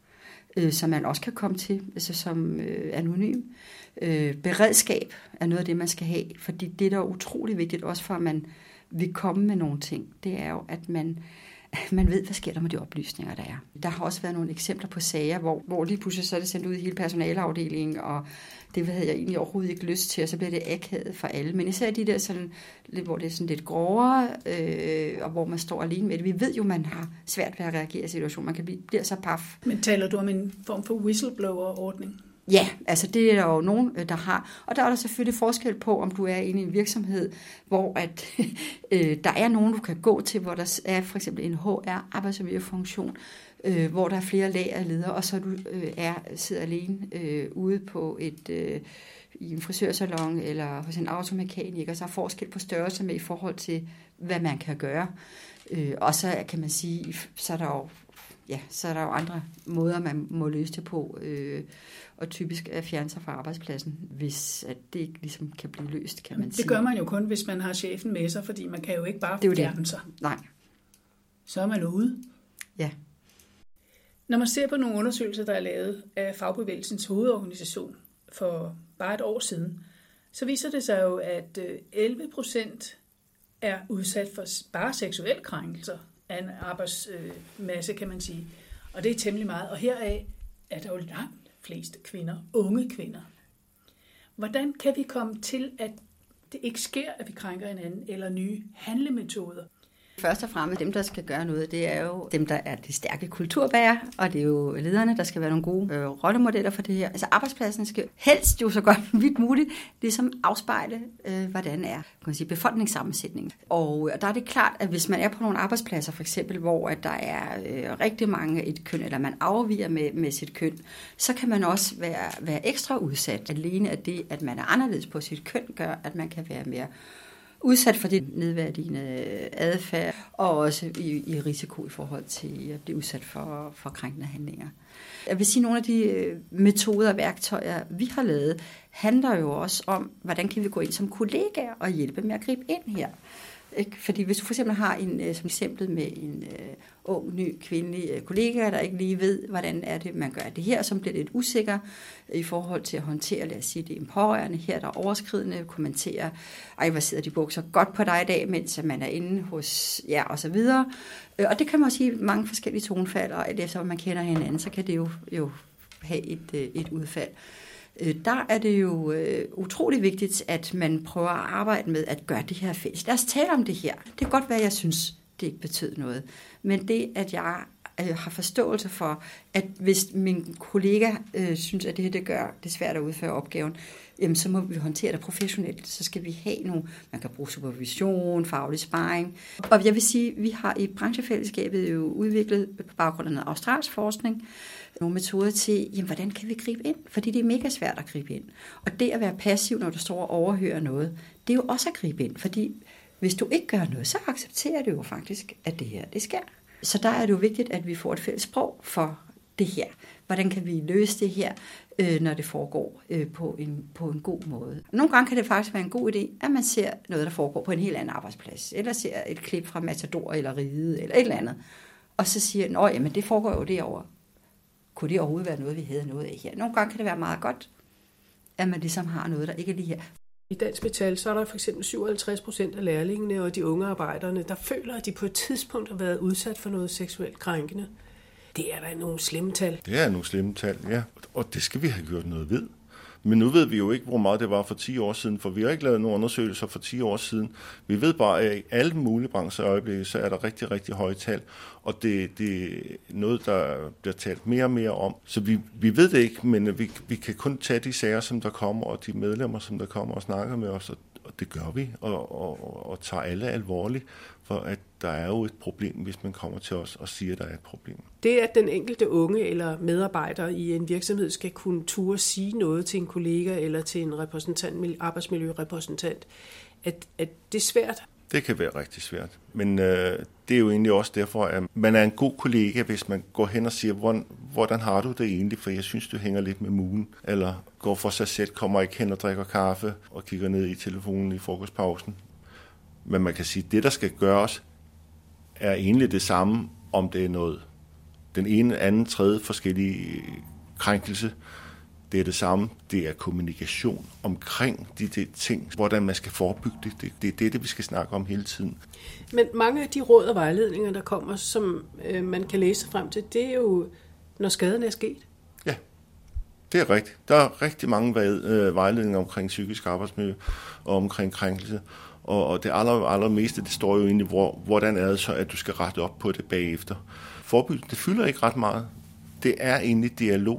som man også kan komme til, altså som anonym. Beredskab er noget af det, man skal have, fordi det, der er utrolig vigtigt, også for at man vil komme med nogle ting, det er jo, at man ved, hvad sker der med de oplysninger, der er. Der har også været nogle eksempler på sager, hvor lige pludselig så er det sendt ud i hele personaleafdelingen, og det havde jeg egentlig overhovedet ikke lyst til, og så bliver det akavet for alle. Men især de der, sådan, hvor det er sådan lidt grovere, og hvor man står alene med det. Vi ved jo, man har svært ved at reagere i situationen. Man kan blive så paf. Men taler du om en form for whistleblower-ordning? Ja, altså det er der jo nogen, der har. Og der er der selvfølgelig forskel på, om du er inde i en virksomhed, hvor at, der er nogen, du kan gå til, hvor der er for eksempel en HR-arbejdsmiljøfunktion, hvor der er flere lag af ledere, og så du sidder alene ude på i en frisørsalon eller hos en automekaniker, så er forskel på størrelse med i forhold til, hvad man kan gøre. Og så kan man sige, så er der jo andre måder, man må løse det på, og typisk at fjerne sig fra arbejdspladsen, hvis at det ikke ligesom kan blive løst, kan man sige. Det gør man jo kun, hvis man har chefen med sig, fordi man kan jo ikke bare fjerne sig. Nej. Så er man ude. Ja. Når man ser på nogle undersøgelser, der er lavet af Fagbevægelsens hovedorganisation for bare et år siden, så viser det sig jo, at 11% er udsat for bare seksuelle krænkelser af en arbejdsmasse, kan man sige. Og det er temmelig meget. Og heraf er der jo langt flest kvinder, unge kvinder. Hvordan kan vi komme til, at det ikke sker, at vi krænker hinanden, eller nye handlemetoder? Først og fremmest, dem, der skal gøre noget, det er jo dem, der er de stærke kulturbærere, og det er jo lederne, der skal være nogle gode rollemodeller for det her. Altså arbejdspladsen skal helst jo så godt vidt muligt ligesom afspejle, hvordan er kan man sige, befolkningssammensætningen. Og der er det klart, at hvis man er på nogle arbejdspladser, for eksempel, hvor at der er rigtig mange af et køn, eller man afviger med sit køn, så kan man også være ekstra udsat. Alene af det, at man er anderledes på sit køn, gør, at man kan være mere udsat for det nedværdigende adfærd, og også i risiko i forhold til at blive udsat for krænkende handlinger. Jeg vil sige, at nogle af de metoder og værktøjer, vi har lavet, handler jo også om, hvordan kan vi gå ind som kollegaer og hjælpe med at gribe ind her. Ikke? Fordi hvis du for eksempel har som eksempel med en ung, ny, kvindelig kollega, der ikke lige ved, hvordan er det, man gør det her, som bliver lidt usikker i forhold til at håndtere, lad os sige, det en pårørende her, der er overskridende, kommenterer, ej, hvor sidder de bukser godt på dig i dag, mens man er inde hos jer, og så videre. Og det kan man også sige mange forskellige tonefald, og alt efter, man kender hinanden, så kan det jo have et udfald. Der er det jo utrolig vigtigt, at man prøver at arbejde med at gøre det her fælles. Lad os tale om det her. Det kan godt være, jeg synes, det ikke betød noget. Men det, at jeg har forståelse for, at hvis min kollega synes, at det her det gør det svært at udføre opgaven, jamen så må vi håndtere det professionelt. Så skal vi have man kan bruge supervision, faglig sparring. Og jeg vil sige, at vi har i branchefællesskabet jo udviklet på baggrund af noget australsk forskning, nogle metoder til, jamen, hvordan kan vi gribe ind? Fordi det er mega svært at gribe ind. Og det at være passiv, når du står og overhører noget, det er jo også at gribe ind. Fordi hvis du ikke gør noget, så accepterer du jo faktisk, at det her, det sker. Så der er det jo vigtigt, at vi får et fælles sprog for det her. Hvordan kan vi løse det her, når det foregår på en god måde? Nogle gange kan det faktisk være en god idé, at man ser noget, der foregår på en helt anden arbejdsplads, eller ser et klip fra Matador eller Ride, eller et eller andet, og så siger jamen det foregår jo derovre. Kunne det overhovedet være noget, vi havde noget af her? Nogle gange kan det være meget godt, at man ligesom har noget, der ikke er lige her. I Dansk Metal, så er der for eksempel 57% af lærlingene og de unge arbejderne, der føler, at de på et tidspunkt har været udsat for noget seksuelt krænkende. Det er da nogle slemme tal. Det er nogle slemme tal, ja. Og det skal vi have gjort noget ved. Men nu ved vi jo ikke, hvor meget det var for 10 år siden, for vi har ikke lavet nogen undersøgelser for 10 år siden. Vi ved bare, at i alle mulige brancher i øjeblikket, så er der rigtig, rigtig høje tal, og det er noget, der bliver talt mere og mere om. Så vi ved det ikke, men vi kan kun tage de sager, som der kommer, og de medlemmer, som der kommer og snakker med os, og det gør vi, og tager alle alvorligt, for at der er jo et problem, hvis man kommer til os og siger, at der er et problem. Det, at den enkelte unge eller medarbejder i en virksomhed skal kunne turde sige noget til en kollega eller til en arbejdsmiljørepræsentant, at det er svært. Det kan være rigtig svært, men det er jo egentlig også derfor, at man er en god kollega, hvis man går hen og siger, hvordan har du det egentlig, for jeg synes, du hænger lidt med mugen, eller går for sig selv, kommer ikke hen og drikker kaffe og kigger ned i telefonen i frokostpausen. Men man kan sige, at det, der skal gøres, er egentlig det samme, om det er noget. Den ene, anden, tredje forskellige krænkelse, det er det samme. Det er kommunikation omkring de ting, hvordan man skal forebygge det. Det er det, vi skal snakke om hele tiden. Men mange af de råd og vejledninger, der kommer, som man kan læse frem til, det er jo, når skaden er sket. Ja, det er rigtigt. Der er rigtig mange vejledninger omkring psykisk arbejdsmiljø og omkring krænkelse. Og det allermeste, det står jo egentlig, hvordan er det så, at du skal rette op på det bagefter. Forebyggelse, det fylder ikke ret meget. Det er egentlig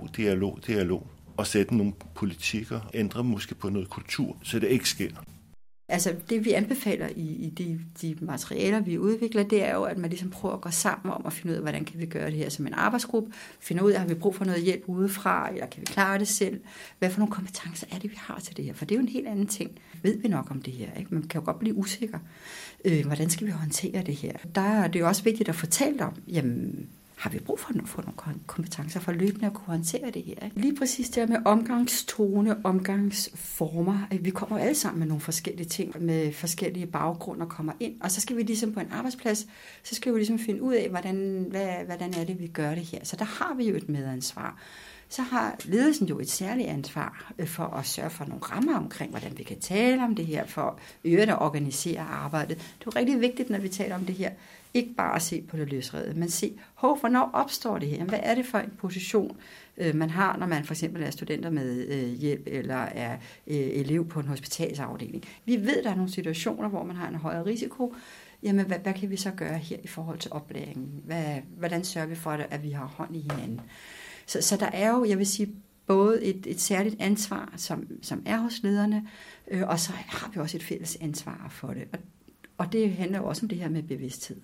dialog. Og sætte nogle politikker, ændre måske på noget kultur, så det ikke sker. Altså det, vi anbefaler i de materialer, vi udvikler, det er jo, at man ligesom prøver at gå sammen om at finde ud af, hvordan kan vi gøre det her som en arbejdsgruppe. Finde ud af, har vi brug for noget hjælp udefra, eller kan vi klare det selv? Hvad for nogle kompetencer er det, vi har til det her? For det er jo en helt anden ting. Ved vi nok om det her? Ikke? Man kan jo godt blive usikker. Hvordan skal vi håndtere det her? Der er det jo også vigtigt at fortælle om, jamen, har vi brug for nogle kompetencer for løbende at kunne håndtere det her. Ikke? Lige præcis det med omgangstone, omgangsformer. Vi kommer alle sammen med nogle forskellige ting, med forskellige baggrunde kommer ind, og så skal vi ligesom på en arbejdsplads, så skal vi ligesom finde ud af, hvordan er det, vi gør det her. Så der har vi jo et medansvar. Så har ledelsen jo et særligt ansvar for at sørge for nogle rammer omkring, hvordan vi kan tale om det her, for øvrigt at organisere arbejdet. Det er jo rigtig vigtigt, når vi taler om det her, ikke bare at se på det løsrede, men se, hvornår opstår det her? Hvad er det for en position, man har, når man for eksempel er studenter med hjælp, eller er elev på en hospitalsafdeling? Vi ved, at der er nogle situationer, hvor man har en højere risiko. Jamen, hvad kan vi så gøre her i forhold til oplæringen? Hvordan sørger vi for, at vi har hånd i hinanden? Så der er jo, jeg vil sige, både et særligt ansvar, som er hos lederne, og så har vi også et fælles ansvar for det. Og det handler jo også om det her med bevidsthed.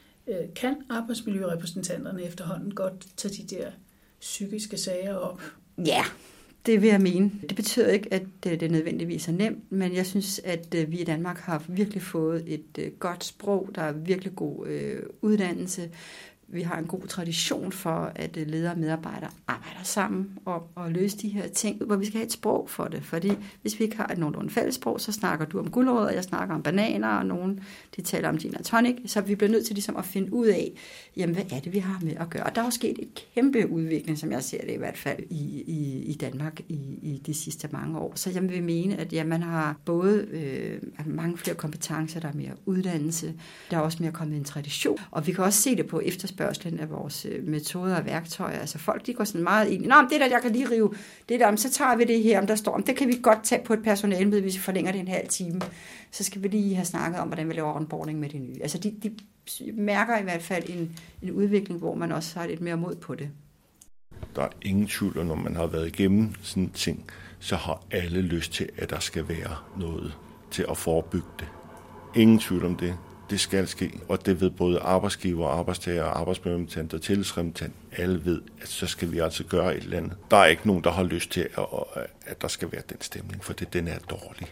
Kan arbejdsmiljørepræsentanterne efterhånden godt tage de der psykiske sager op? Ja, det vil jeg mene. Det betyder ikke, at det nødvendigvis er nemt, men jeg synes, at vi i Danmark har virkelig fået et godt sprog, der er virkelig god uddannelse. vi har en god tradition for, at ledere og medarbejdere arbejder sammen og løser de her ting, hvor vi skal have et sprog for det. Fordi hvis vi ikke har et nogenlunde fælles sprog, så snakker du om gulerødder, jeg snakker om bananer, og nogen de taler om gin og tonic, så vi bliver nødt til ligesom at finde ud af, jamen hvad er det, vi har med at gøre. Og der er jo sket et kæmpe udvikling, som jeg ser det i hvert fald i Danmark i de sidste mange år. Så jeg vil mene, at man har både mange flere kompetencer, der er mere uddannelse, der er også mere kommet en tradition, og vi kan også se det på efterspørgselen af vores metoder og værktøjer. Altså folk, de går sådan meget ind i, nå, det der, jeg kan lige rive, det der, så tager vi det her, om der står, det kan vi godt tage på et personalemøde, hvis vi forlænger det en halv time. Så skal vi lige have snakket om, hvordan vi laver onboarding med det nye. Altså de mærker i hvert fald en udvikling, hvor man også har lidt mere mod på det. Der er ingen tvivl, når man har været igennem sådan en ting, så har alle lyst til, at der skal være noget til at forebygge det. Ingen tvivl om det. Det skal ske, og det ved både arbejdsgiver, arbejdstager, arbejdsmiljørepræsentant og tillidsrepræsentant. Alle ved, at så skal vi altså gøre et eller andet. Der er ikke nogen, der har lyst til, at der skal være den stemning, for den er dårlig.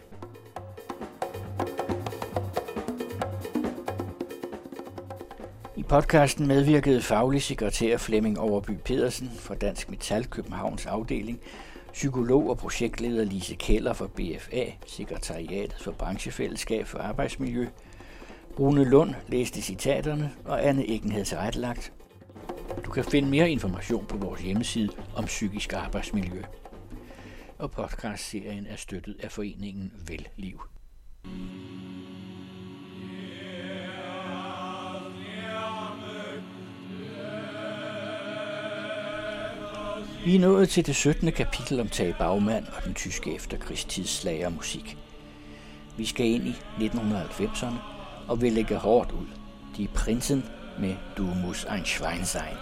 I podcasten medvirkede faglig sekretær Flemming Overby Pedersen fra Dansk Metal Københavns afdeling, psykolog og projektleder Lise Keller fra BFA, sekretariatet for Branchefællesskab for Arbejdsmiljø. Rune Lund læste citaterne, og Anne Eggen havde tilrettelagt. Du kan finde mere information på vores hjemmeside om psykisk arbejdsmiljø. Og podcastserien er støttet af foreningen Velliv. Vi er nået til det 17. kapitel om Tage Bagmand og den tyske efterkrigstids slagermusik. Vi skal ind i 1990'erne, og vi lægger hårdt ud. Die Prinzen med Du musst ein Schwein sein.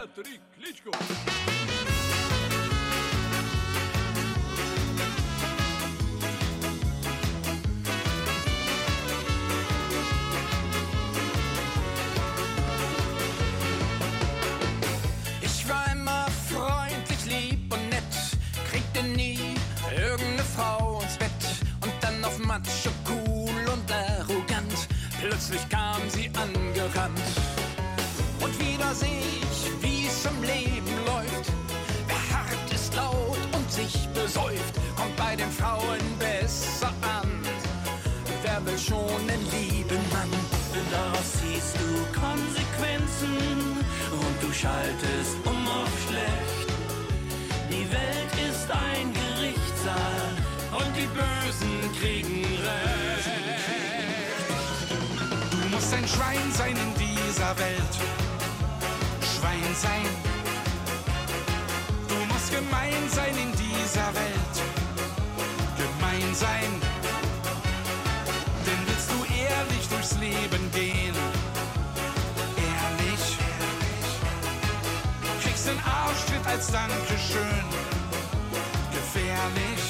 Ich war immer freundlich, lieb und nett, kriegte nie irgendeine Frau ins Bett und dann auf Macho cool und arrogant. Plötzlich kam sie angerannt. Und wieder seh ich, wie es im Leben läuft. Wer hart ist, laut und sich besäuft, kommt bei den Frauen besser an. Wer will schon einen lieben Mann? Denn daraus ziehst du Konsequenzen und du schaltest auf schlecht. Die Welt ist ein Gerichtssaal und die Bösen kriegen Recht. Du musst ein Schwein sein in dieser Welt. Schwein sein. Du musst gemein sein in dieser Welt. Gemein sein. Denn willst du ehrlich durchs Leben gehen? Ehrlich. Kriegst den Arschtritt als Dankeschön. Gefährlich.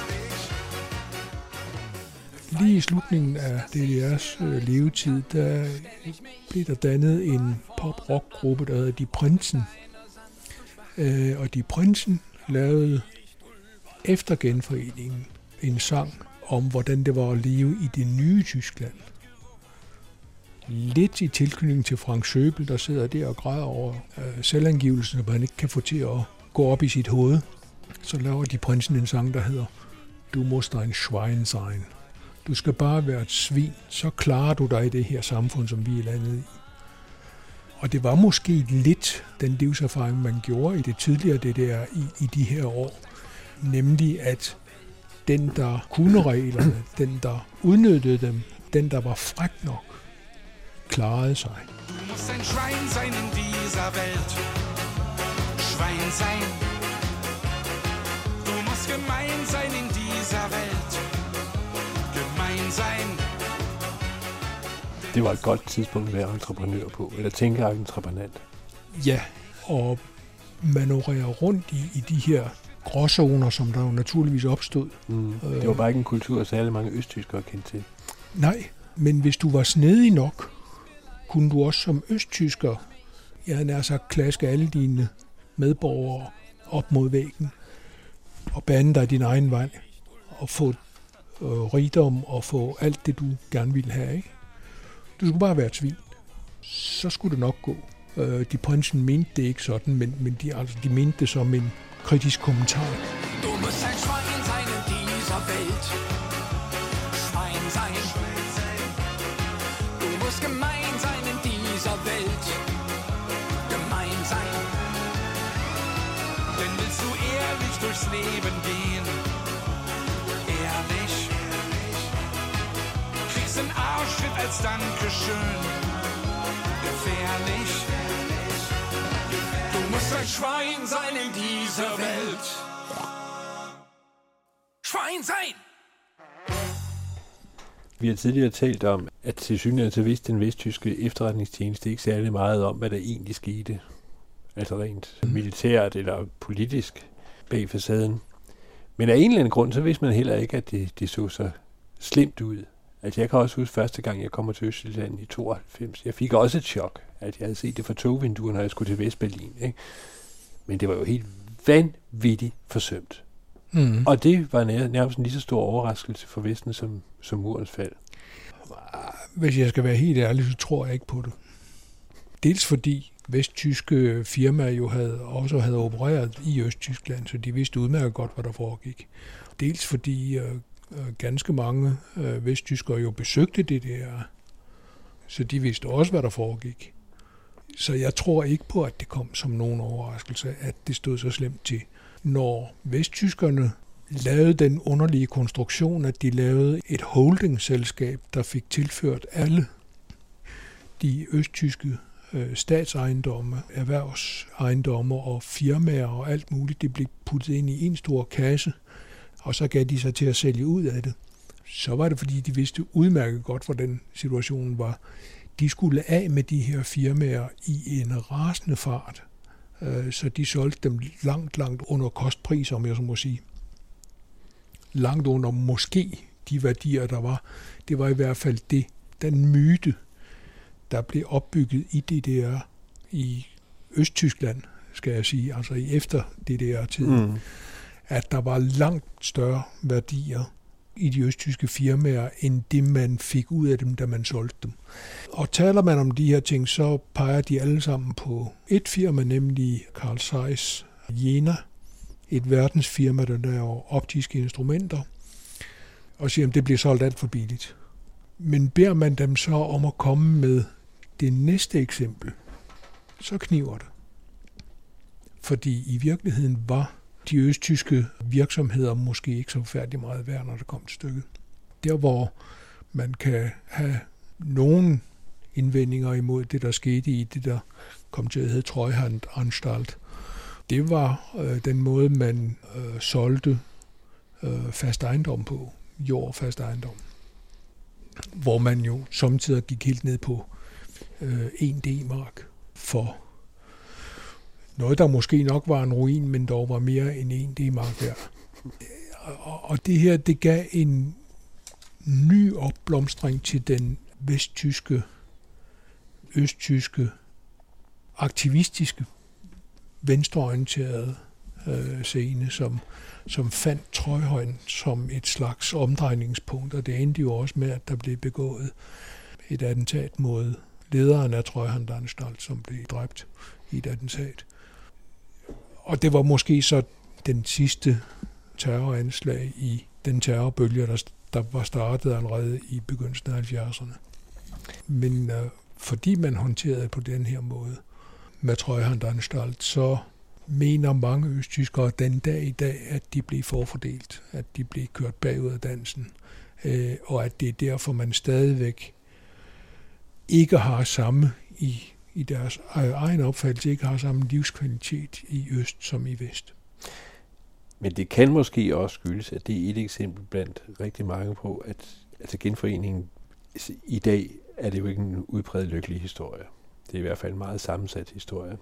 Lige i slutningen af DDR's levetid, der blev der dannet en pop-rock-gruppe, der hedder Die Prinzen. Og Die Prinzen lavede efter genforeningen en sang om, hvordan det var at leve i det nye Tyskland. Lidt i tilknytning til Frank Schöbel, der sidder der og græder over selvangivelsen, og han ikke kan få til at gå op i sit hoved. Så laver Die Prinzen en sang, der hedder Du musst ein Schwein sein. Du skal bare være et svin, så klarer du dig i det her samfund, som vi er landet i. Og det var måske lidt den livserfaring, man gjorde i det tidligere DDR i de her år. Nemlig at den, der kunne reglerne, den, der udnyttede dem, den, der var fræk nok, klarede sig. Du musst ein Schwein sein in dieser Welt. Schwein sein. Du musst gemein sein in dieser Welt. Gemein sein. Det var et godt tidspunkt at være entreprenør på, eller tænke entreprenant. Ja, og manøvrere rundt i de her gråzoner, som der jo naturligvis opstod. Det var bare ikke en kultur, særlig mange østtyskere kendte til. Nej, men hvis du var snedig nok, kunne du også som østtysker, jeg havde nær sagt klaske alle dine medborgere op mod væggen, og bande dig din egen vej, og få rigdom, og få alt det, du gerne ville have, ikke? Du skulle bare være et svin. Så skulle det nok gå. De prinsen mente det ikke sådan, men de mente det som en kritisk kommentar. Du musst ein Schwein sein in dieser Welt. Schwein sein. Du musst gemein sein in dieser Welt. Gemein sein. Denn willst du ehrlich durchs Leben gehen? Ehrlich. Kriegst einen Arschtritt als Dankeschön. Gefährlich. Du musst ein Schwein sein in dieser Welt. Schwein sein! Vi har tidligere talt om, at tilsyneladende vidste den vesttyske efterretningstjeneste ikke særlig meget om, hvad der egentlig skete. Altså rent militært eller politisk bag facaden. Men af en eller anden grund, så vidste man heller ikke, at det så så slemt ud. Altså jeg kan også huske første gang, jeg kom til Østjylland i 92. Jeg fik også et chok, at jeg havde set det fra togvinduet, når jeg skulle til Vestberlin. Ikke? Men det var jo helt vanvittigt forsømt. Mm. Og det var nærmest en lige så stor overraskelse for Vesten som murens fald. Hvis jeg skal være helt ærlig, så tror jeg ikke på det. Dels fordi vesttyske firmaer jo også havde opereret i Østtyskland, så de vidste udmærket godt, hvad der foregik. Dels fordi ganske mange vesttyskere jo besøgte DDR, så de vidste også, hvad der foregik. Så jeg tror ikke på, at det kom som nogen overraskelse, at det stod så slemt til. Når vesttyskerne lavede den underlige konstruktion, at de lavede et holdingselskab, der fik tilført alle de østtyske statsejendomme, erhvervsejendomme og firmaer og alt muligt, det blev puttet ind i en stor kasse, og så gav de sig til at sælge ud af det. Så var det, fordi de vidste udmærket godt, hvordan situationen var. De skulle af med de her firmaer i en rasende fart, så de solgte dem langt under kostpris, om jeg så må sige. Langt under måske de værdier, der var. Det var i hvert fald den myte, der blev opbygget i DDR, i Østtyskland, skal jeg sige, altså i efter DDR-tiden, at der var langt større værdier i de østtyske firmaer, end det man fik ud af dem, da man solgte dem. Og taler man om de her ting, så peger de alle sammen på et firma, nemlig Carl Zeiss Jena, et verdensfirma, der laver optiske instrumenter, og siger, at det bliver solgt alt for billigt. Men beder man dem så om at komme med det næste eksempel, så kniver det. Fordi i virkeligheden var de østtyske virksomheder måske ikke så færdig meget værd, når det kom til stykket. Der, hvor man kan have nogen indvendinger imod det, der skete i det, der kom til at hedde Treuhandanstalt, det var den måde, man solgte fast ejendom på, jord fast ejendom. Hvor man jo samtidig gik helt ned på 1 D-mark for noget, der måske nok var en ruin, men dog var mere end 1 D-mark værd. Og det her, det gav en ny opblomstring til den vesttyske, østtyske, aktivistiske, venstreorienterede scene, som fandt Treuhand som et slags omdrejningspunkt, og det endte jo også med, at der blev begået et attentat mod lederen af Treuhandanstalt, som blev dræbt i et attentat. Og det var måske så den sidste terroranslag i den terrorbølge, der var startet allerede i begyndelsen af 70'erne. Men fordi man håndterede på den her måde med Treuhandanstalt, så mener mange østtyskere den dag i dag, at de blev forfordelt, at de blev kørt bagud af dansen, og at det er derfor, man stadigvæk ikke har samme i deres egen opfattelse, ikke har samme livskvalitet i øst som i vest. Men det kan måske også skyldes, at det er et eksempel blandt rigtig mange på, at altså genforeningen i dag er det jo ikke en udpræget lykkelig historie. Det er i hvert fald en meget sammensat historie.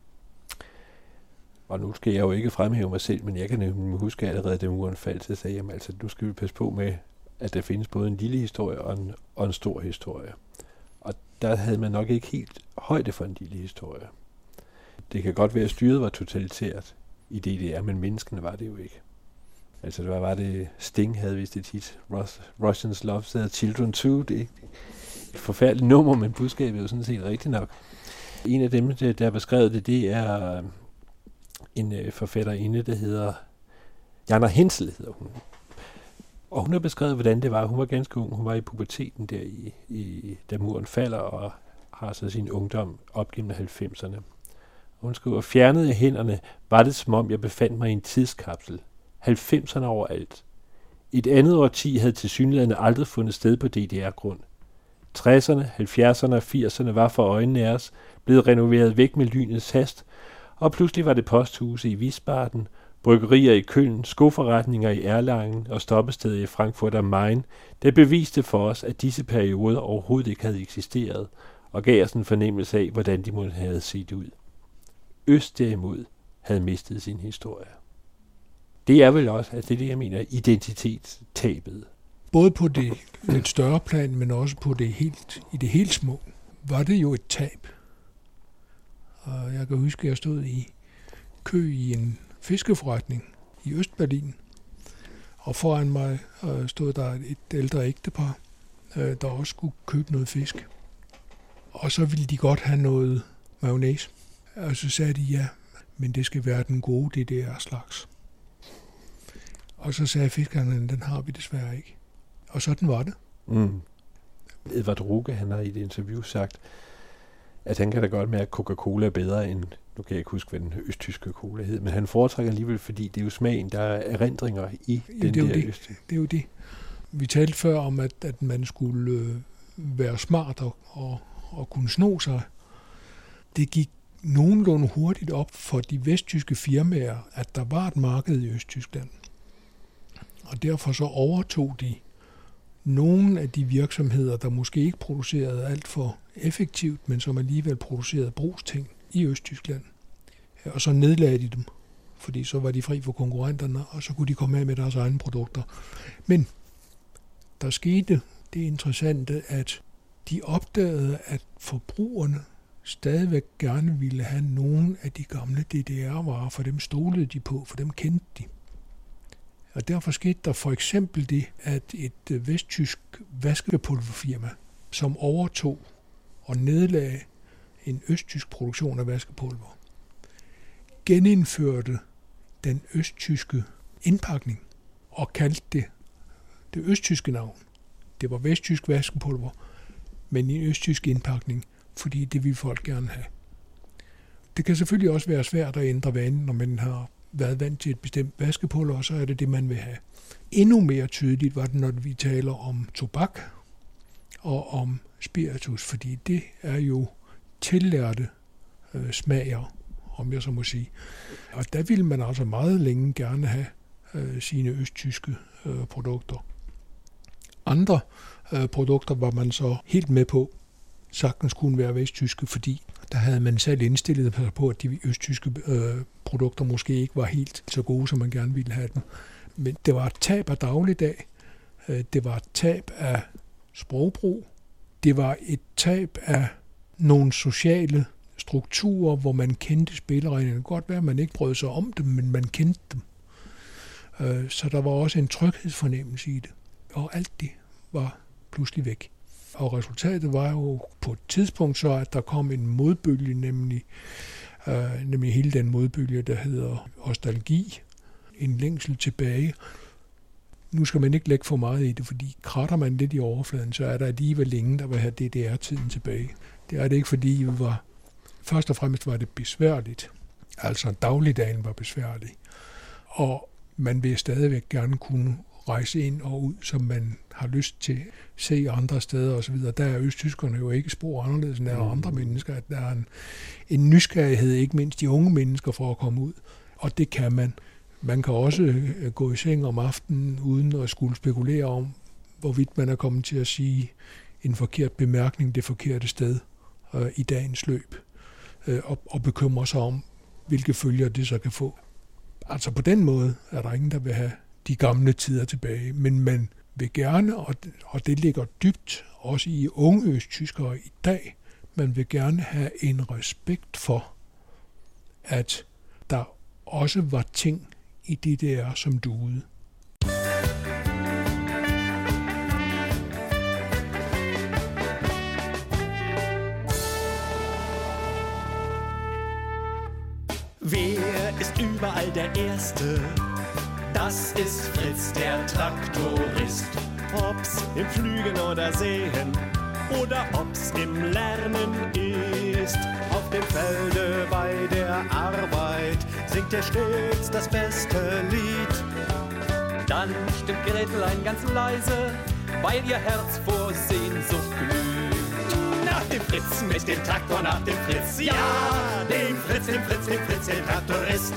Og nu skal jeg jo ikke fremhæve mig selv, men jeg kan nemlig huske allerede, da muren faldt, så sagde jeg, altså nu skal vi passe på med, at der findes både en lille historie og en stor historie. Og der havde man nok ikke helt højde for en lille historie. Det kan godt være, at styret var totalitært i DDR, men menneskene var det jo ikke. Altså det var det Sting havde vist det tit. Russians love their children too. Det er et forfærdeligt nummer, men budskabet er jo sådan set rigtigt nok. En af dem, der har beskrevet det er en forfatterinde, der hedder Jana Hensel, hedder hun. Og hun har beskrevet, hvordan det var. Hun var ganske ung. Hun var i puberteten der, da muren falder, og har så sin ungdom op gennem 90'erne. Hun skriver, fjernede hænderne, var det som om jeg befandt mig i en tidskapsel. 90'erne overalt. Et andet årti havde tilsyneladende aldrig fundet sted på DDR-grund. 60'erne, 70'erne og 80'erne var for øjnene af os blevet renoveret væk med lynets hast, og pludselig var det posthuse i Wiesbaden, bryggerier i Køln, skoforretninger i Erlangen og stoppesteder i Frankfurt am Main, der beviste for os, at disse perioder overhovedet ikke havde eksisteret, og gav os en fornemmelse af, hvordan de måtte have set ud. Øst derimod havde mistet sin historie. Det er vel også, at det er det, jeg mener, identitetstabet. Både på det lidt større plan, men også på i det helt små, var det jo et tab. Og jeg kan huske, at jeg stod i kø i en fiskeforretning i Østberlin, og foran mig stod der et ældre ægtepar, der også skulle købe noget fisk. Og så ville de godt have noget mayonnaise. Og så sagde de ja, men det skal være den gode DDR-slags. Og så sagde fiskerne, den har vi desværre ikke. Og sådan var det. Mm. Edvard Runge, han har i et interview sagt, at han kan da godt mærke, at Coca-Cola er bedre end, nu kan jeg ikke huske, hvad den østtyske cola hed, men han foretrækker alligevel, fordi det er jo smagen, der er erindringer i den der øst. Det er jo det. Vi talte før om, at man skulle være smart og kunne sno sig. Det gik nogenlunde hurtigt op for de vesttyske firmaer, at der var et marked i Østtyskland. Og derfor så overtog de nogle af de virksomheder, der måske ikke producerede alt for effektivt, men som alligevel producerede brugsting i Østtyskland. Og så nedlagde de dem, fordi så var de fri for konkurrenterne, og så kunne de komme af med deres egne produkter. Men der skete det interessante, at de opdagede, at forbrugerne stadigvæk gerne ville have nogle af de gamle DDR-varer, for dem stolede de på, for dem kendte de. Og derfor skete der for eksempel det, at et vesttysk vaskepulverfirma, som overtog og nedlagde en østtysk produktion af vaskepulver, genindførte den østtyske indpakning og kaldte det østtyske navn. Det var vesttysk vaskepulver, men i en østtysk indpakning, fordi det ville folk gerne have. Det kan selvfølgelig også være svært at ændre vanen, når man har været vant til et bestemt vaskepulver, og så er det det, man vil have. Endnu mere tydeligt var det, når vi taler om tobak og om spiritus, fordi det er jo tillærte smager, om jeg så må sige. Og der ville man altså meget længe gerne have sine østtyske produkter. Andre produkter var man så helt med på, sagtens kunne være vesttyske, fordi der havde man selv indstillet sig på, at de østtyske produkter måske ikke var helt så gode, som man gerne ville have dem. Men det var et tab af dagligdag. Det var et tab af sprogbrug. Det var et tab af nogle sociale strukturer, hvor man kendte spillereglerne. Det kan godt være, at man ikke brød sig om dem, men man kendte dem. Så der var også en tryghedsfornemmelse i det. Og alt det var pludselig væk. Og resultatet var jo på et tidspunkt så, at der kom en modbølge, nemlig hele den modbølge, der hedder nostalgi, en længsel tilbage. Nu skal man ikke lægge for meget i det, fordi kratter man lidt i overfladen, så er der alligevel ingen, der vil have DDR-tiden tilbage. Det er det ikke, fordi først og fremmest var det besværligt. Altså dagligdagen var besværlig. Og man vil stadigvæk gerne kunne rejse ind og ud, som man har lyst til, se andre steder osv. Der er østtyskerne jo ikke spor anderledes end andre mennesker. At der er en nysgerrighed, ikke mindst de unge mennesker, for at komme ud. Og det kan man. Man kan også gå i seng om aftenen, uden at skulle spekulere om, hvorvidt man er kommet til at sige en forkert bemærkning det forkerte sted i dagens løb. Og bekymre sig om, hvilke følger det så kan få. Altså på den måde er der ingen, der vil have de gamle tider tilbage, men man vil gerne, og det ligger dybt også i unge østtyskere i dag, man vil gerne have en respekt for, at der også var ting i det der, som duede. Wer ist überall der Erste? Das ist Fritz, der Traktorist. Ob's im Pflügen oder Säen oder ob's im Lernen ist. Auf dem Felde bei der Arbeit singt er stets das beste Lied. Dann stimmt Gretlein ganz leise, weil ihr Herz vor Sehnsucht glüht. Nach dem Fritz mit dem Traktor, nach dem Fritz, ja, dem Fritz, dem Fritz, dem Fritz, dem Traktorist.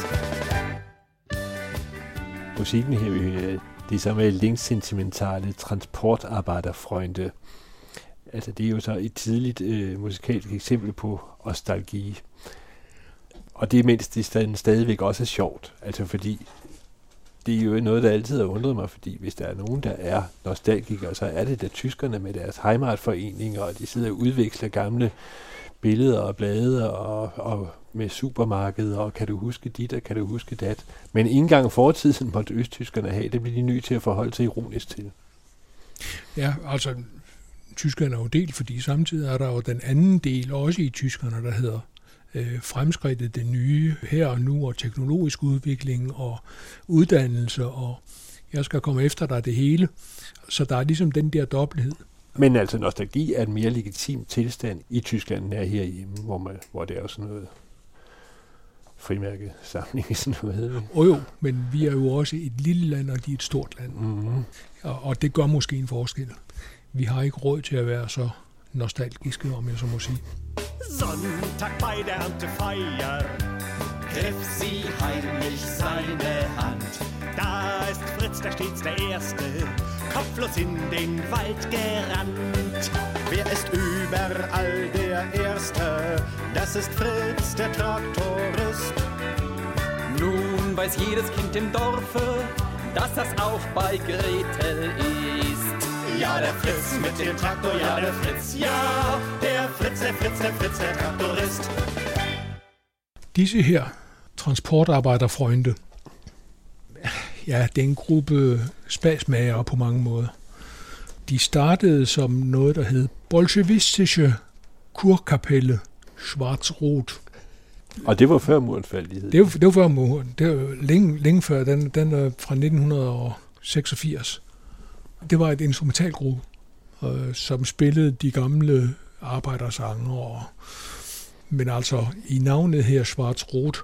Musikken her, vi hører, det er så med Lings sentimentale transportarbejderfreunde. Altså, det er jo så et tidligt musikalsk eksempel på nostalgi. Og det er mindst det stadigvæk også er sjovt. Altså, fordi det er jo noget, der altid har undret mig, fordi hvis der er nogen, der er nostalgikere, så er det da tyskerne med deres Heimatforeninger, og de sidder og udveksler gamle billeder og blade og med supermarkeder, og kan du huske dit, og kan du huske dat. Men ikke engang fortiden måtte østtyskerne have, det bliver de nødt til at forholde sig ironisk til. Ja, altså, tyskerne er jo delt, fordi samtidig er der jo den anden del, også i tyskerne, der hedder fremskridtet, det nye her og nu, og teknologisk udvikling og uddannelse, og jeg skal komme efter dig det hele. Så der er ligesom den der dobbelthed. Men altså, nostalgi er en mere legitim tilstand i Tyskland end er herhjemme, hvor det er sådan noget frimærkesamling i sådan noget. Jo, men vi er jo også et lille land, og de er et stort land. Mm-hmm. Og det gør måske en forskel. Vi har ikke råd til at være så nostalgiske, om jeg så må sige. Sonntag bei der Erntefeier griff sie heimlich seine Hand. Da ist Fritz, der stets der Erste, kopflos in den Wald gerannt. Wer ist überall der Erste? Das ist Fritz, der Traktorist. Nun weiß jedes Kind im Dorfe, dass das auch bei Gretel ist. Ja, der Fritz mit dem Traktor, ja, der Fritz, ja, der Fritz, der Fritz, der Fritz, der Traktorist. Disse her transportarbejderfreunde, ja, det er en gruppe spasmagere på mange måder. De startede som noget, der hed Bolschewistische Kurkapelle Schwarz-Rot. Og det var før muren faldt? Det var før muren. Det var længe før. Den er fra 1986. Det var et instrumentalgruppe, som spillede de gamle arbejdersange. Men altså i navnet her Schwarz-Rot,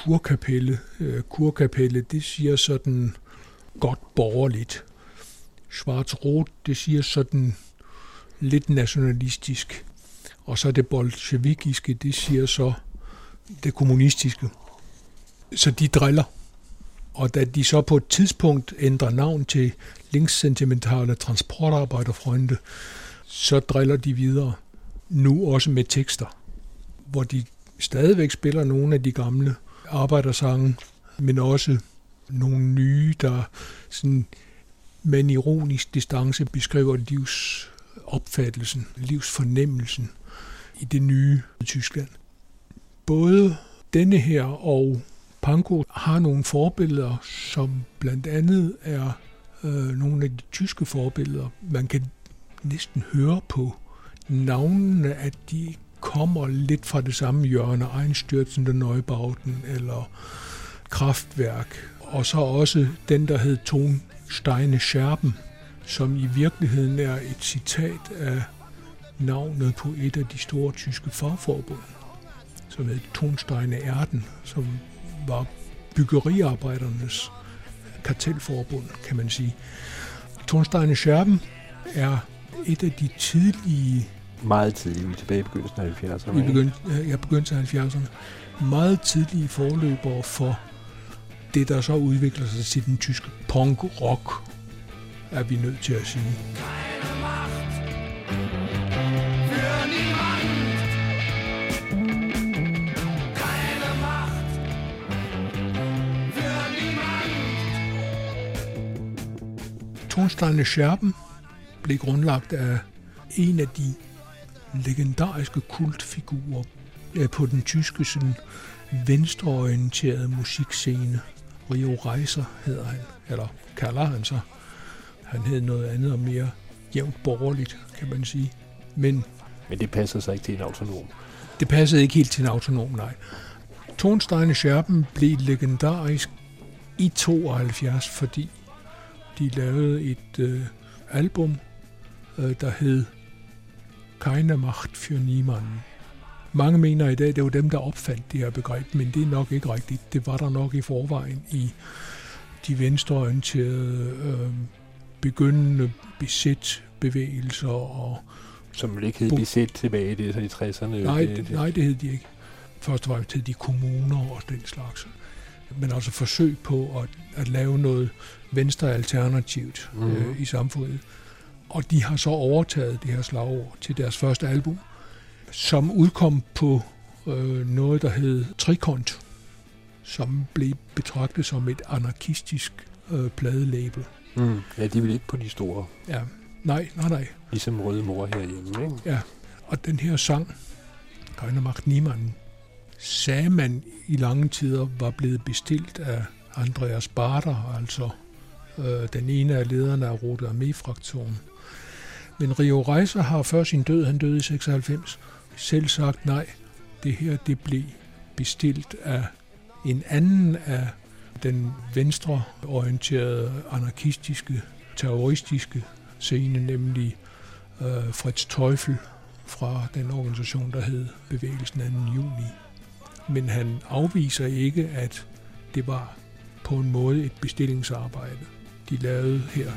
Kurkapelle, det siger sådan godt borgerligt. Schwarz-Rot, det siger sådan lidt nationalistisk. Og så det bolsjevikiske, det siger så det kommunistiske. Så de driller. Og da de så på et tidspunkt ændrer navn til Lings sentimentale transportarbejderfreunde, så driller de videre. Nu også med tekster, hvor de stadigvæk spiller nogle af de gamle arbejdersange, men også nogle nye, der sådan med en ironisk distance beskriver livsopfattelsen, livsfornemmelsen i det nye Tyskland. Både denne her og Pankow har nogle forbilleder, som blandt andet er nogle af de tyske forbilleder. Man kan næsten høre på navnene, at de kommer lidt fra det samme hjørne, Einstürzende Neubauten eller Kraftwerk. Og så også den, der hed Tonsteine Scherben, som i virkeligheden er et citat af navnet på et af de store tyske fagforbund, som hed Tonsteine Erden, som var byggeriarbejdernes kartelforbund, kan man sige. Tonsteine Scherben er et af de tidlige... Meget tidlige, tilbage i begyndelsen af 70'erne. Begyndelsen af 70'erne. Meget tidlige forløbere for det, der så udvikler sig til den tyske punk-rock, er vi nødt til at sige. Keine Macht für niemand. Keine Macht für niemand. Tonsteine Scherben blev grundlagt af en af de legendariske kultfigurer på den tyske sådan, venstreorienterede musikscene. Rio Reiser hedder han, eller kalder han sig. Han hed noget andet og mere jævnt borgerligt, kan man sige. Men det passer sig ikke til en autonom. Det passede ikke helt til en autonom, nej. Tonsteine Scherben blev legendarisk i 72, fordi de lavede et album, der hed Keine Macht für niemanden. Mange mener i dag, det var dem, der opfandt det her begreb, men det er nok ikke rigtigt. Det var der nok i forvejen i de venstreorienterede begyndende besæt-bevægelser. Og som vel ikke hed besæt tilbage i 60'erne? Nej, det hed de ikke. Først og fremmest hed de kommuner og den slags. Men altså forsøg på at lave noget venstre-alternativt i samfundet. Og de har så overtaget det her slagord til deres første album, som udkom på noget, der hed Trikont, som blev betragtet som et anarkistisk pladelabel. Ja, de vil ikke på de store. Ja, nej. Ligesom Røde Mor herhjemme, ikke? Ja, og den her sang, Keine Macht niemanden, sagde man i lange tider var blevet bestilt af Andreas Baader, altså den ene af lederne af Rote Armee-fraktionen. Men Rio Reiser har før sin død, han døde i 96, selv sagt nej. Det her, det blev bestilt af en anden af den venstreorienterede, anarkistiske, terroristiske scene, nemlig Fritz Teufel fra den organisation, der hed Bevægelsen 2. juni. Men han afviser ikke, at det var på en måde et bestillingsarbejde, de lavede her.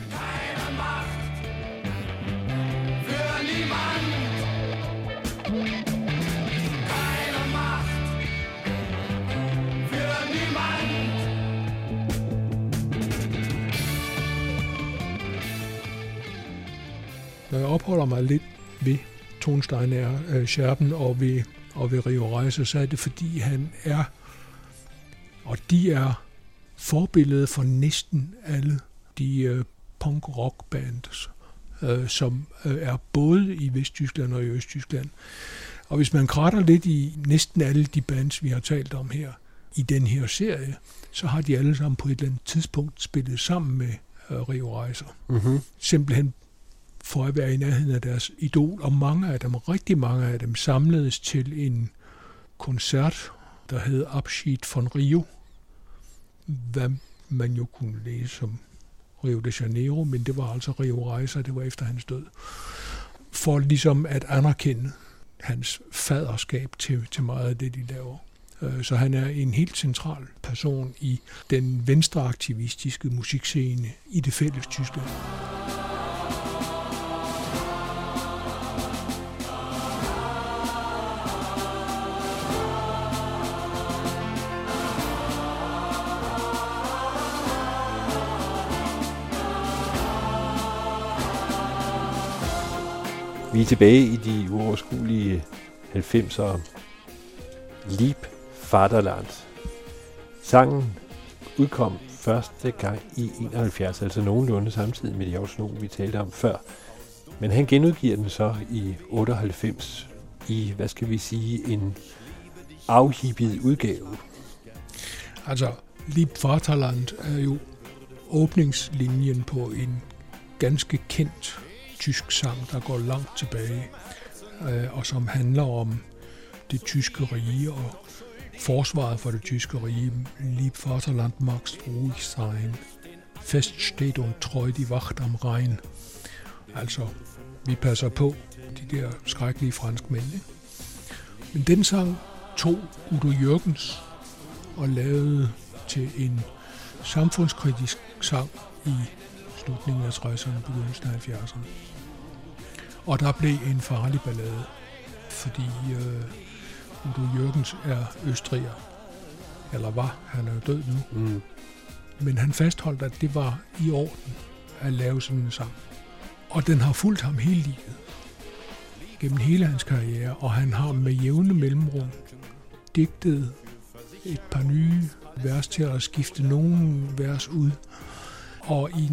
Når jeg opholder mig lidt ved Tonsteine Scherben og ved Rio Reiser, så er det fordi han er, og de er forbillede for næsten alle de punk-rock-bands, som er både i Vesttyskland og i Østtyskland. Og hvis man kratter lidt i næsten alle de bands, vi har talt om her, i den her serie, så har de alle sammen på et eller andet tidspunkt spillet sammen med Rio Reiser. Mm-hmm. Simpelthen for at være i nærheden af deres idol, og rigtig mange af dem samledes til en koncert, der hed Abschied von Rio, hvad man jo kunne læse som Rio de Janeiro, men det var altså Rio Reiser, det var efter hans død, for ligesom at anerkende hans faderskab til meget af det, de laver. Så han er en helt central person i den venstreaktivistiske musikscene i det fælles Tyskland. Vi er tilbage i de uoverskuelige 90'ere. Lieb Vaterland. Sangen udkom første gang i 71, altså nogenlunde samtidig med de afsnue, vi talte om før. Men han genudgiver den så i 98 i, hvad skal vi sige, en afhippet udgave. Altså, Lieb Vaterland er jo åbningslinjen på en ganske kendt tysk sang, der går langt tilbage, og som handler om det tyske rige og forsvaret for det tyske rige. Lieb Vaterland magst ruhig sein. Fest steht und treu die Wacht am Rhein. Altså, vi passer på de der skrækkelige franskmænd. Men den sang tog Udo Jürgens og lavede til en samfundskritisk sang i slutningen af 60'erne, begyndelsen af 70'erne. Og der blev en farlig ballade, fordi Udo Jürgens er østriger, eller var, han er jo død nu. Mm. Men han fastholdt, at det var i orden at lave sådan en sang. Og den har fulgt ham hele livet, gennem hele hans karriere, og han har med jævne mellemrum digtet et par nye vers til at skifte nogle vers ud. Og i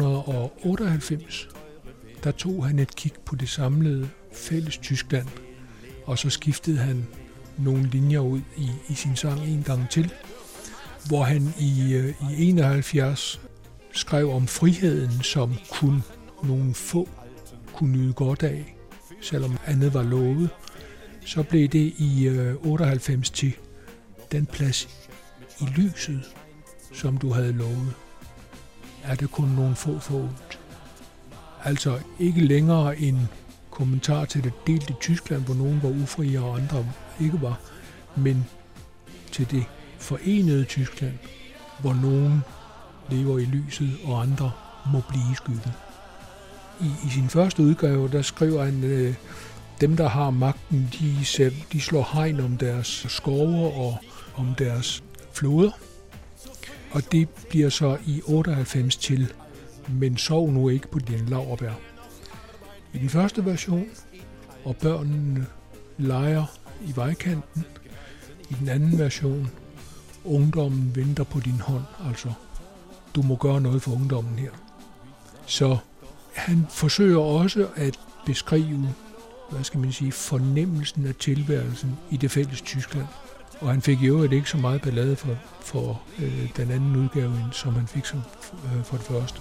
1998, der tog han et kig på det samlede fælles Tyskland, og så skiftede han nogle linjer ud i sin sang en gang til, hvor han i 71 skrev om friheden, som kun nogle få kunne nyde godt af, selvom andet var lovet. Så blev det i 98 til den plads i lyset, som du havde lovet, er det kun nogle få forundt. Altså ikke længere en kommentar til det delte Tyskland, hvor nogen var ufrie og andre ikke var, men til det forenede Tyskland, hvor nogen lever i lyset og andre må blive i skyggen. I sin første udgave, der skriver han, dem der har magten, de slår hegn om deres skove og om deres floder. Og det bliver så i 98 til, men sov nu ikke på din laurbær. I den første version, og børnene leger i vejkanten. I den anden version, ungdommen venter på din hånd, altså du må gøre noget for ungdommen her. Så han forsøger også at beskrive, fornemmelsen af tilværelsen i det fælles Tyskland. Og han fik i øvrigt ikke så meget ballade for den anden udgave, som han fik for det første.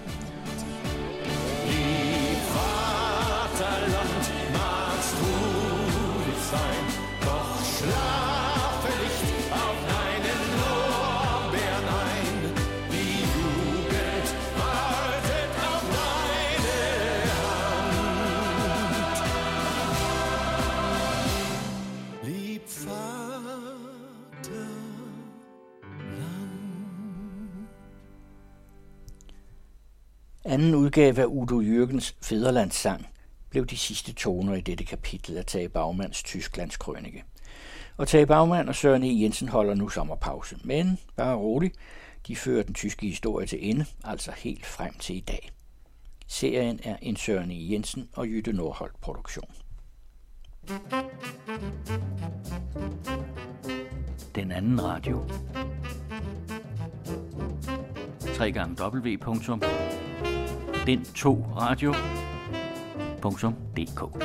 Anden udgave af Udo Jürgens Fædrelandssang blev de sidste toner i dette kapitel af Tage Baumanns Tysklands krønike. Og Tage Baumann og Søren E. Jensen holder nu sommerpause, men bare rolig, de fører den tyske historie til ende, altså helt frem til i dag. Serien er en Søren E. Jensen og Jytte Nordholt produktion. Den anden radio. www.den2radio.dk.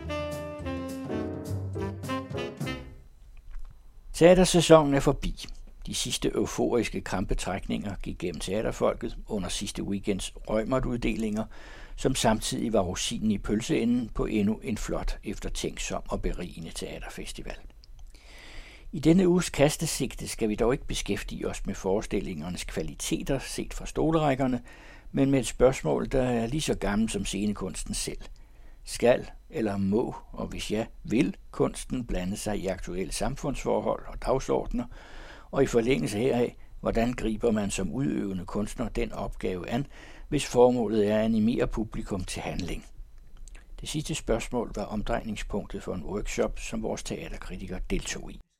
Teatersæsonen er forbi. De sidste euforiske krampetrækninger gik gennem teaterfolket under sidste weekends Rømert-uddelinger, som samtidig var rosinen i pølseenden på endnu en flot, eftertænksom og berigende teaterfestival. I denne uges kastesigte skal vi dog ikke beskæftige os med forestillingernes kvaliteter set fra stolerækkerne, men med et spørgsmål, der er lige så gammelt som scenekunsten selv. Skal eller må, og hvis ja, vil kunsten blande sig i aktuelle samfundsforhold og dagsordner, og i forlængelse heraf, hvordan griber man som udøvende kunstner den opgave an, hvis formålet er at animere publikum til handling. Det sidste spørgsmål var omdrejningspunktet for en workshop, som vores teaterkritiker deltog i.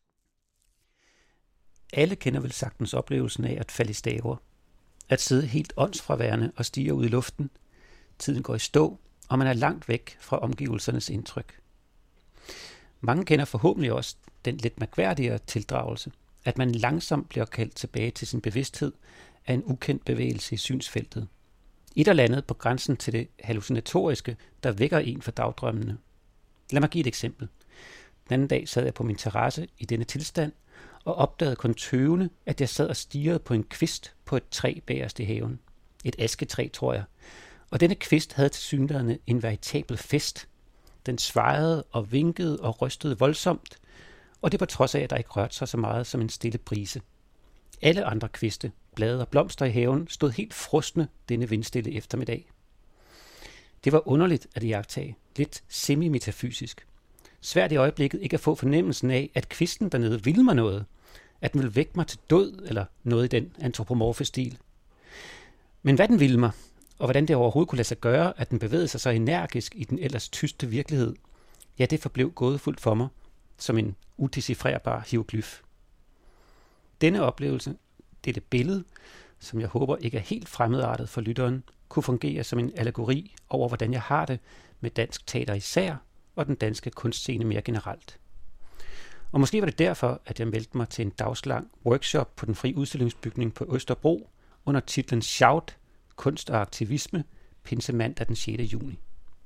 Alle kender vel sagtens oplevelsen af at falde i staver. At sidde helt åndsfraværende og stirre ud i luften. Tiden går i stå, og man er langt væk fra omgivelsernes indtryk. Mange kender forhåbentlig også den lidt mærkværdigere tildragelse, at man langsomt bliver kaldt tilbage til sin bevidsthed af en ukendt bevægelse i synsfeltet. Et eller andet på grænsen til det hallucinatoriske, der vækker en fra dagdrømmene. Lad mig give et eksempel. Den anden dag sad jeg på min terrasse i denne tilstand, og opdagede kun tøvende, at jeg sad og stirrede på en kvist på et træ bagerst i haven. Et asketræ, tror jeg. Og denne kvist havde tilsyneladende en veritabel fest. Den svajede og vinkede og rystede voldsomt, og det på trods af, at der ikke rørte sig så meget som en stille brise. Alle andre kviste, blade og blomster i haven stod helt frosne denne vindstille eftermiddag. Det var underligt at iagttage, lidt semi-metafysisk. Svært i øjeblikket ikke at få fornemmelsen af, at kvisten dernede ville mig noget, at den ville vække mig til død eller noget i den antropomorfe stil. Men hvad den ville mig, og hvordan det overhovedet kunne lade sig gøre, at den bevægede sig så energisk i den ellers tyste virkelighed, ja, det forblev gådefuldt for mig, som en udecifrerbar hieroglyf. Denne oplevelse, dette billede, som jeg håber ikke er helt fremmedartet for lytteren, kunne fungere som en allegori over, hvordan jeg har det med dansk teater især, og den danske kunstscene mere generelt. Og måske var det derfor, at jeg meldte mig til en dagslang workshop på den frie udstillingsbygning på Østerbro under titlen Shout, kunst og aktivisme, pinsemandag den 6. juni.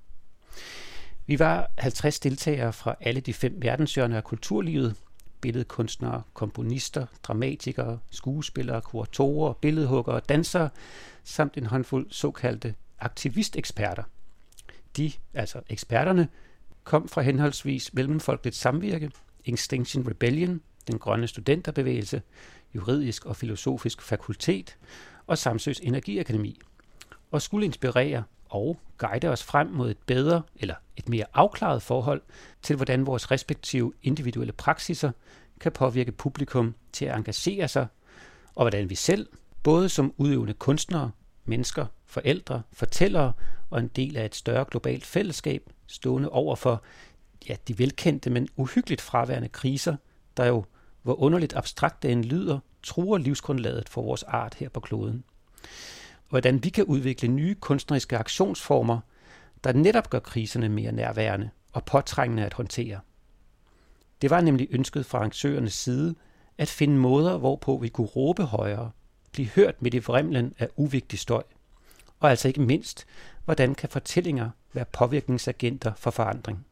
Vi var 50 deltagere fra alle de 5 verdenshjørner af kulturlivet, billedkunstnere, komponister, dramatikere, skuespillere, kuratorer, billedhuggere, dansere, samt en håndfuld såkaldte aktivisteksperter. De, altså eksperterne, kom fra henholdsvis Mellemfolkeligt Samvirke, Extinction Rebellion den grønne studenterbevægelse, juridisk og filosofisk fakultet og Samsøs Energiakademi, og skulle inspirere og guide os frem mod et bedre eller et mere afklaret forhold til, hvordan vores respektive individuelle praksiser kan påvirke publikum til at engagere sig, og hvordan vi selv, både som udøvende kunstnere, mennesker, forældre, fortællere og en del af et større globalt fællesskab, stående over for de velkendte, men uhyggeligt fraværende kriser, der jo, hvor underligt abstrakt det end lyder, truer livsgrundlaget for vores art her på kloden. Hvordan vi kan udvikle nye kunstneriske aktionsformer, der netop gør kriserne mere nærværende og påtrængende at håndtere. Det var nemlig ønsket fra arrangørernes side at finde måder, hvorpå vi kunne råbe højere, blive hørt midt i vrimlen af uvigtig støj, og altså ikke mindst, hvordan kan fortællinger være påvirkningsagenter for forandring.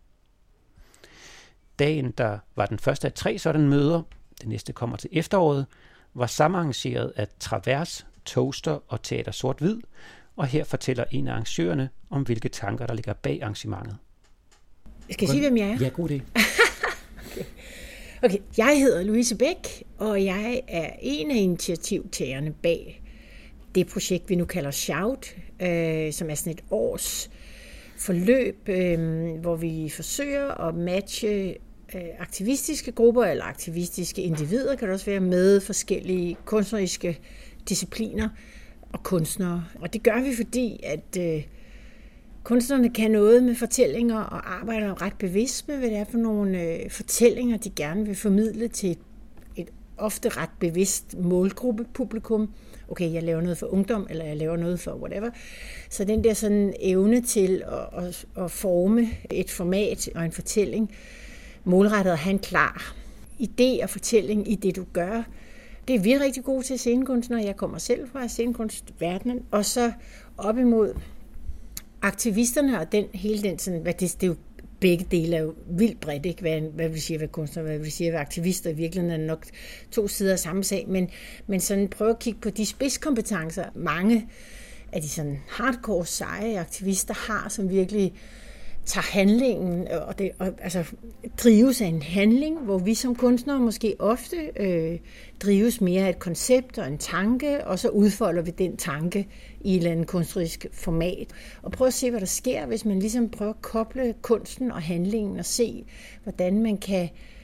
Dagen, der var den første af 3 sådanne møder, det næste kommer til efteråret, var samarrangeret af Travers, Toaster og Teater Sort-Hvid, og her fortæller en af arrangørerne om, hvilke tanker, der ligger bag arrangementet. Skal jeg sige, hvem jeg er? Ja, god idé. Okay, jeg hedder Louise Bæk, og jeg er en af initiativtagerne bag det projekt, vi nu kalder Shout, som er sådan et års forløb, hvor vi forsøger at matche aktivistiske grupper eller aktivistiske individer, kan det også være, med forskellige kunstneriske discipliner og kunstnere. Og det gør vi, fordi at kunstnerne kan noget med fortællinger og arbejder ret bevidst med, hvad det er for nogle fortællinger, de gerne vil formidle til et ofte ret bevidst målgruppe publikum. Okay, jeg laver noget for ungdom, eller jeg laver noget for whatever. Så den der sådan evne til at forme et format og en fortælling, målrettet at have en klar idé og fortælling i det, du gør. Det er vi rigtig gode til scenekunstnere. Jeg kommer selv fra scenekunstverdenen. Og så op imod aktivisterne og hele den sådan, det er jo begge dele er jo vildt bredt, ikke? Hvad vil sige at være kunstner, hvad vil sige at være aktivister. I virkeligheden er nok 2 sider af samme sag, men sådan prøve at kigge på de spidskompetencer, mange af de sådan hardcore seje aktivister har, som virkelig tager handlingen og altså drives af en handling, hvor vi som kunstnere måske ofte drives mere af et koncept og en tanke, og så udfolder vi den tanke i et eller andet kunstnerisk format. Og prøve at se, hvad der sker, hvis man ligesom prøver at koble kunsten og handlingen og se, hvordan man kan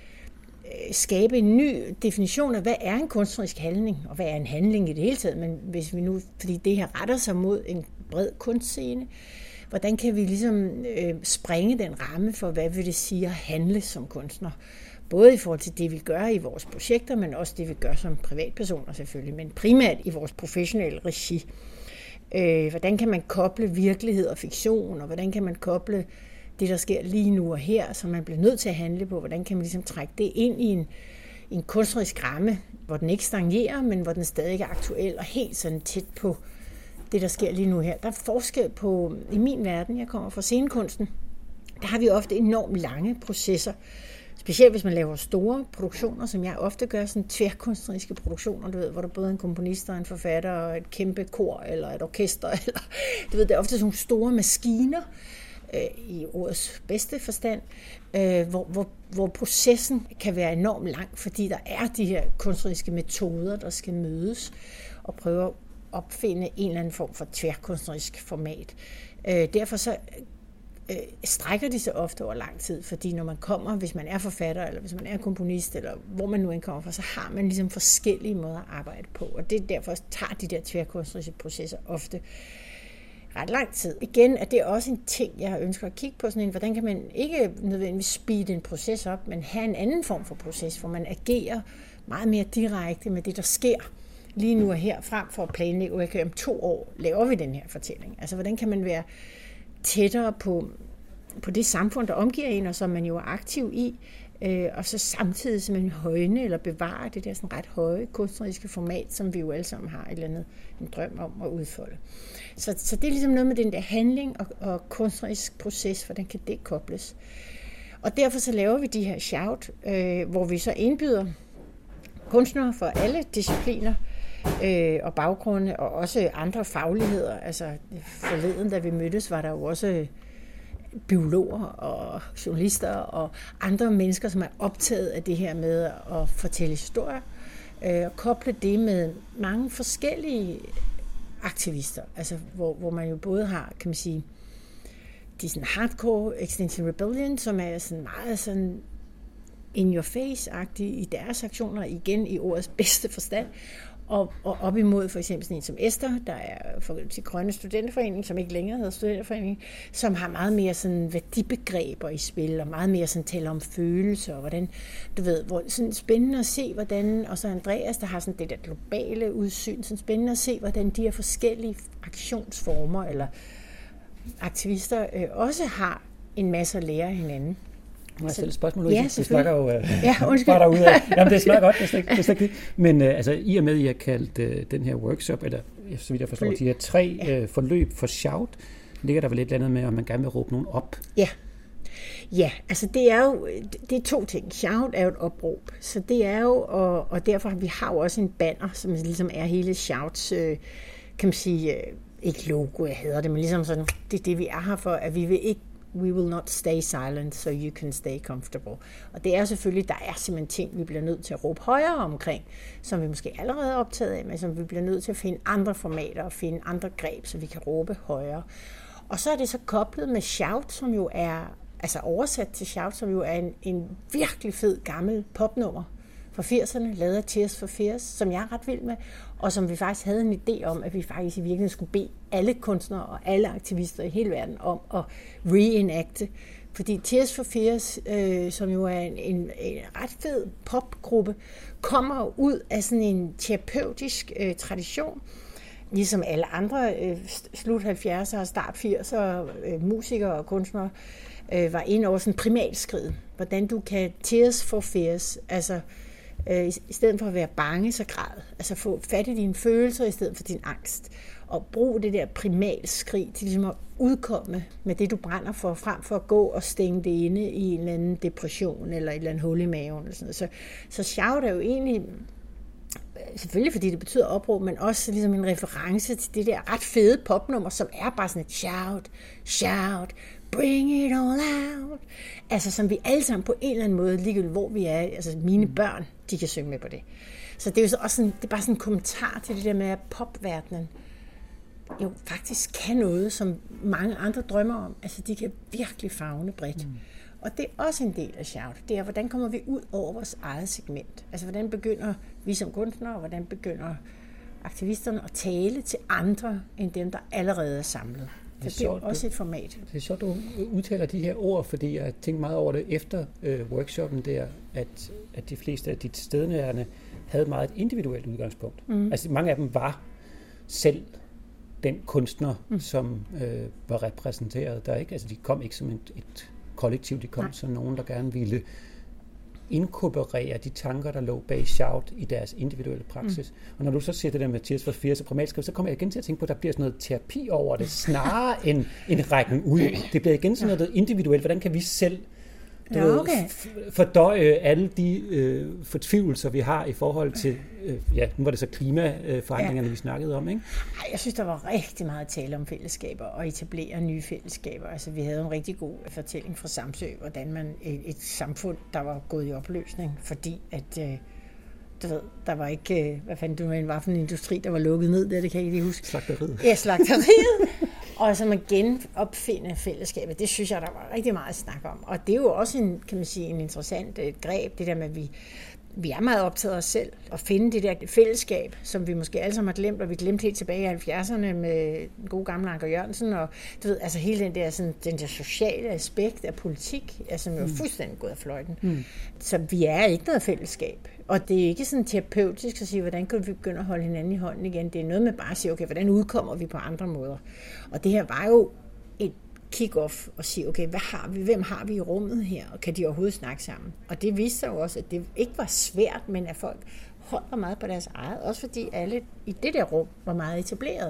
skabe en ny definition af, hvad er en kunstnerisk handling, og hvad er en handling i det hele taget. Men hvis vi nu, fordi det her retter sig mod en bred kunstscene, hvordan kan vi ligesom sprænge den ramme for, hvad vil det sige at handle som kunstner? Både i forhold til det, vi gør i vores projekter, men også det, vi gør som privatpersoner selvfølgelig, men primært i vores professionelle regi. Hvordan kan man koble virkelighed og fiktion, og hvordan kan man koble det, der sker lige nu og her, som man bliver nødt til at handle på? Hvordan kan man ligesom trække det ind i en kunstnerisk ramme, hvor den ikke stagnerer, men hvor den stadig er aktuel og helt sådan tæt på det, der sker lige nu her. Der er forskel på, i min verden, jeg kommer fra scenekunsten, der har vi ofte enormt lange processer. Specielt hvis man laver store produktioner, som jeg ofte gør, sådan tværkunstneriske produktioner, du ved, hvor der både er en komponist og en forfatter og et kæmpe kor eller et orkester. Eller, du ved, det er ofte sådan nogle store maskiner, i ordets bedste forstand, hvor processen kan være enormt lang, fordi der er de her kunstneriske metoder, der skal mødes og prøve at opfinde en eller anden form for tværkunstnerisk format. Derfor så strækker de sig ofte over lang tid, fordi når man kommer, hvis man er forfatter, eller hvis man er komponist, eller hvor man nu end kommer fra, så har man ligesom forskellige måder at arbejde på, og det derfor tager de der tværkunstneriske processer ofte ret lang tid. Igen er det også en ting, jeg ønsker at kigge på, sådan en, hvordan kan man ikke nødvendigvis speede en proces op, men have en anden form for proces, hvor man agerer meget mere direkte med det, der sker lige nu og her, frem for at planlægge, okay, om 2 år laver vi den her fortælling. Altså, hvordan kan man være tættere på det samfund, der omgiver en, og som man jo er aktiv i, og så samtidig simpelthen højne eller bevare det der sådan ret høje kunstneriske format, som vi jo alle sammen har et eller andet, en drøm om at udfolde. Så det er ligesom noget med den der handling og kunstnerisk proces, hvordan kan det kobles. Og derfor så laver vi de her shout, hvor vi så indbyder kunstnere fra alle discipliner og baggrunde, og også andre fagligheder. Altså forleden, da vi mødtes, var der jo også biologer og journalister og andre mennesker, som er optaget af det her med at fortælle historier, og koble det med mange forskellige aktivister, altså hvor man jo både har, kan man sige, de sådan hardcore Extinction Rebellion, som er sådan meget sådan in your face-agtige i deres aktioner, igen i ordets bedste forstand, og op imod for eksempel sådan en som Esther, der er til Grønne Studenterforening, som ikke længere hedder Studenterforening, som har meget mere sådan værdibegreber i spil, og meget mere sådan taler om følelser, og hvordan, du ved, hvor sådan spændende at se, hvordan, og så Andreas, der har sådan det der globale udsyn, sådan spændende at se, hvordan de her forskellige aktionsformer, eller aktivister, også har en masse at lære af hinanden. Må jeg stille et spørgsmål, Louise? Ja, det snakker jo undskyld. bare derude af. Jamen, det smager godt, det er slet ikke. Men altså, i og med, at I har kaldt den her workshop, eller så vidt jeg forstår, de her 3 forløb for Shout, ligger der vel et eller andet med, om man gerne vil råbe nogen op? Ja, altså det er jo det er 2 ting. Shout er jo et opråb, så det er jo, og derfor vi har jo også en banner, som ligesom er hele Shouts, kan man sige, ikke logo, jeg hedder det, men ligesom sådan, det er det, vi er her for, at we will not stay silent, so you can stay comfortable. Og det er selvfølgelig, der er simpelthen ting, vi bliver nødt til at råbe højere omkring, som vi måske allerede er optaget af, men som vi bliver nødt til at finde andre formater og finde andre greb, så vi kan råbe højere. Og så er det så koblet med Shout, som jo er, altså oversat til Shout, som jo er en virkelig fed gammel popnummer fra 80'erne, lavet af Tears for Fears, som jeg er ret vild med, og som vi faktisk havde en idé om, at vi faktisk i virkeligheden skulle bede alle kunstnere og alle aktivister i hele verden om at reenacte. Fordi Tears for Fears, som jo er en ret fed popgruppe, kommer ud af sådan en terapeutisk tradition, ligesom alle andre slut 70'ere og start 80'ere musikere og kunstnere var inde over sådan primalskridt. Hvordan du kan Tears for Fears, altså i stedet for at være bange, så græd. Altså få fat i dine følelser i stedet for din angst. Og brug det der primalskrig til ligesom at udkomme med det, du brænder for, frem for at gå og stænge det inde i en eller anden depression eller et eller andet hul i maven. Eller sådan noget. Så Shout er jo egentlig, selvfølgelig fordi det betyder opråb, men også ligesom en reference til det der ret fede popnummer, som er bare sådan et shout, shout, bring it all out. Altså som vi alle sammen på en eller anden måde, ligegyldigt hvor vi er, altså mine børn, de kan synge med på det. Så det er jo så også sådan, det er bare sådan en kommentar til det der med, at popverdenen jo faktisk kan noget, som mange andre drømmer om. Altså de kan virkelig favne bredt. Og det er også en del af Shout. Det er, hvordan kommer vi ud over vores eget segment? Altså hvordan begynder vi som kunstnere, og hvordan begynder aktivisterne at tale til andre, end dem, der allerede er samlet. Det er også et format. Det er sjovt, du udtaler de her ord, fordi jeg tænkte meget over det efter workshoppen der, at de fleste af de tilstedeværende havde meget et individuelt udgangspunkt. Altså mange af dem var selv den kunstner, som var repræsenteret der, ikke? Altså de kom ikke som et kollektiv, de kom som nogen, der gerne ville inkorporere de tanker, der lå bag Shout i deres individuelle praksis. Og når du så siger det der med Tears for Fears og primalskrift, så kommer jeg igen til at tænke på, at der bliver sådan noget terapi over det, snarere end en rækken ud. Det bliver igen sådan noget individuelt. Hvordan kan vi selv fordøje alle de fortvivlelser, vi har i forhold til, nu var det så klimaforandringerne, vi snakkede om, ikke? Jeg synes, der var rigtig meget at tale om fællesskaber og etablere nye fællesskaber. Altså, vi havde en rigtig god fortælling fra Samsø, hvordan man et samfund, der var gået i opløsning, fordi at du ved, der var ikke, hvad fanden du var for en industri, der var lukket ned der, det kan jeg ikke huske. Slagteriet. Ja, slagteriet. Og så man genopfinde fællesskabet, det synes jeg, der var rigtig meget at snakke om. Og det er jo også en, kan man sige, en interessant greb, det der med, at vi er meget optaget af os selv, og finde det der fællesskab, som vi måske alle sammen har glemt, og vi glemte helt tilbage i 70'erne med den gode gamle Anker Jørgensen, og du ved, altså hele den der sociale aspekt af politik, altså, som jo er fuldstændig gået af fløjten. Så vi er ikke noget fællesskab. Og det er ikke sådan terapeutisk at sige, hvordan kan vi begynde at holde hinanden i hånden igen. Det er noget med bare at sige, okay, hvordan udkommer vi på andre måder? Og det her var jo et kick-off og sige, okay, hvad har vi? Hvem har vi i rummet her? Og kan de overhovedet snakke sammen? Og det viste sig jo også, at det ikke var svært, men at folk holder meget på deres eget. Også fordi alle i det der rum var meget etableret.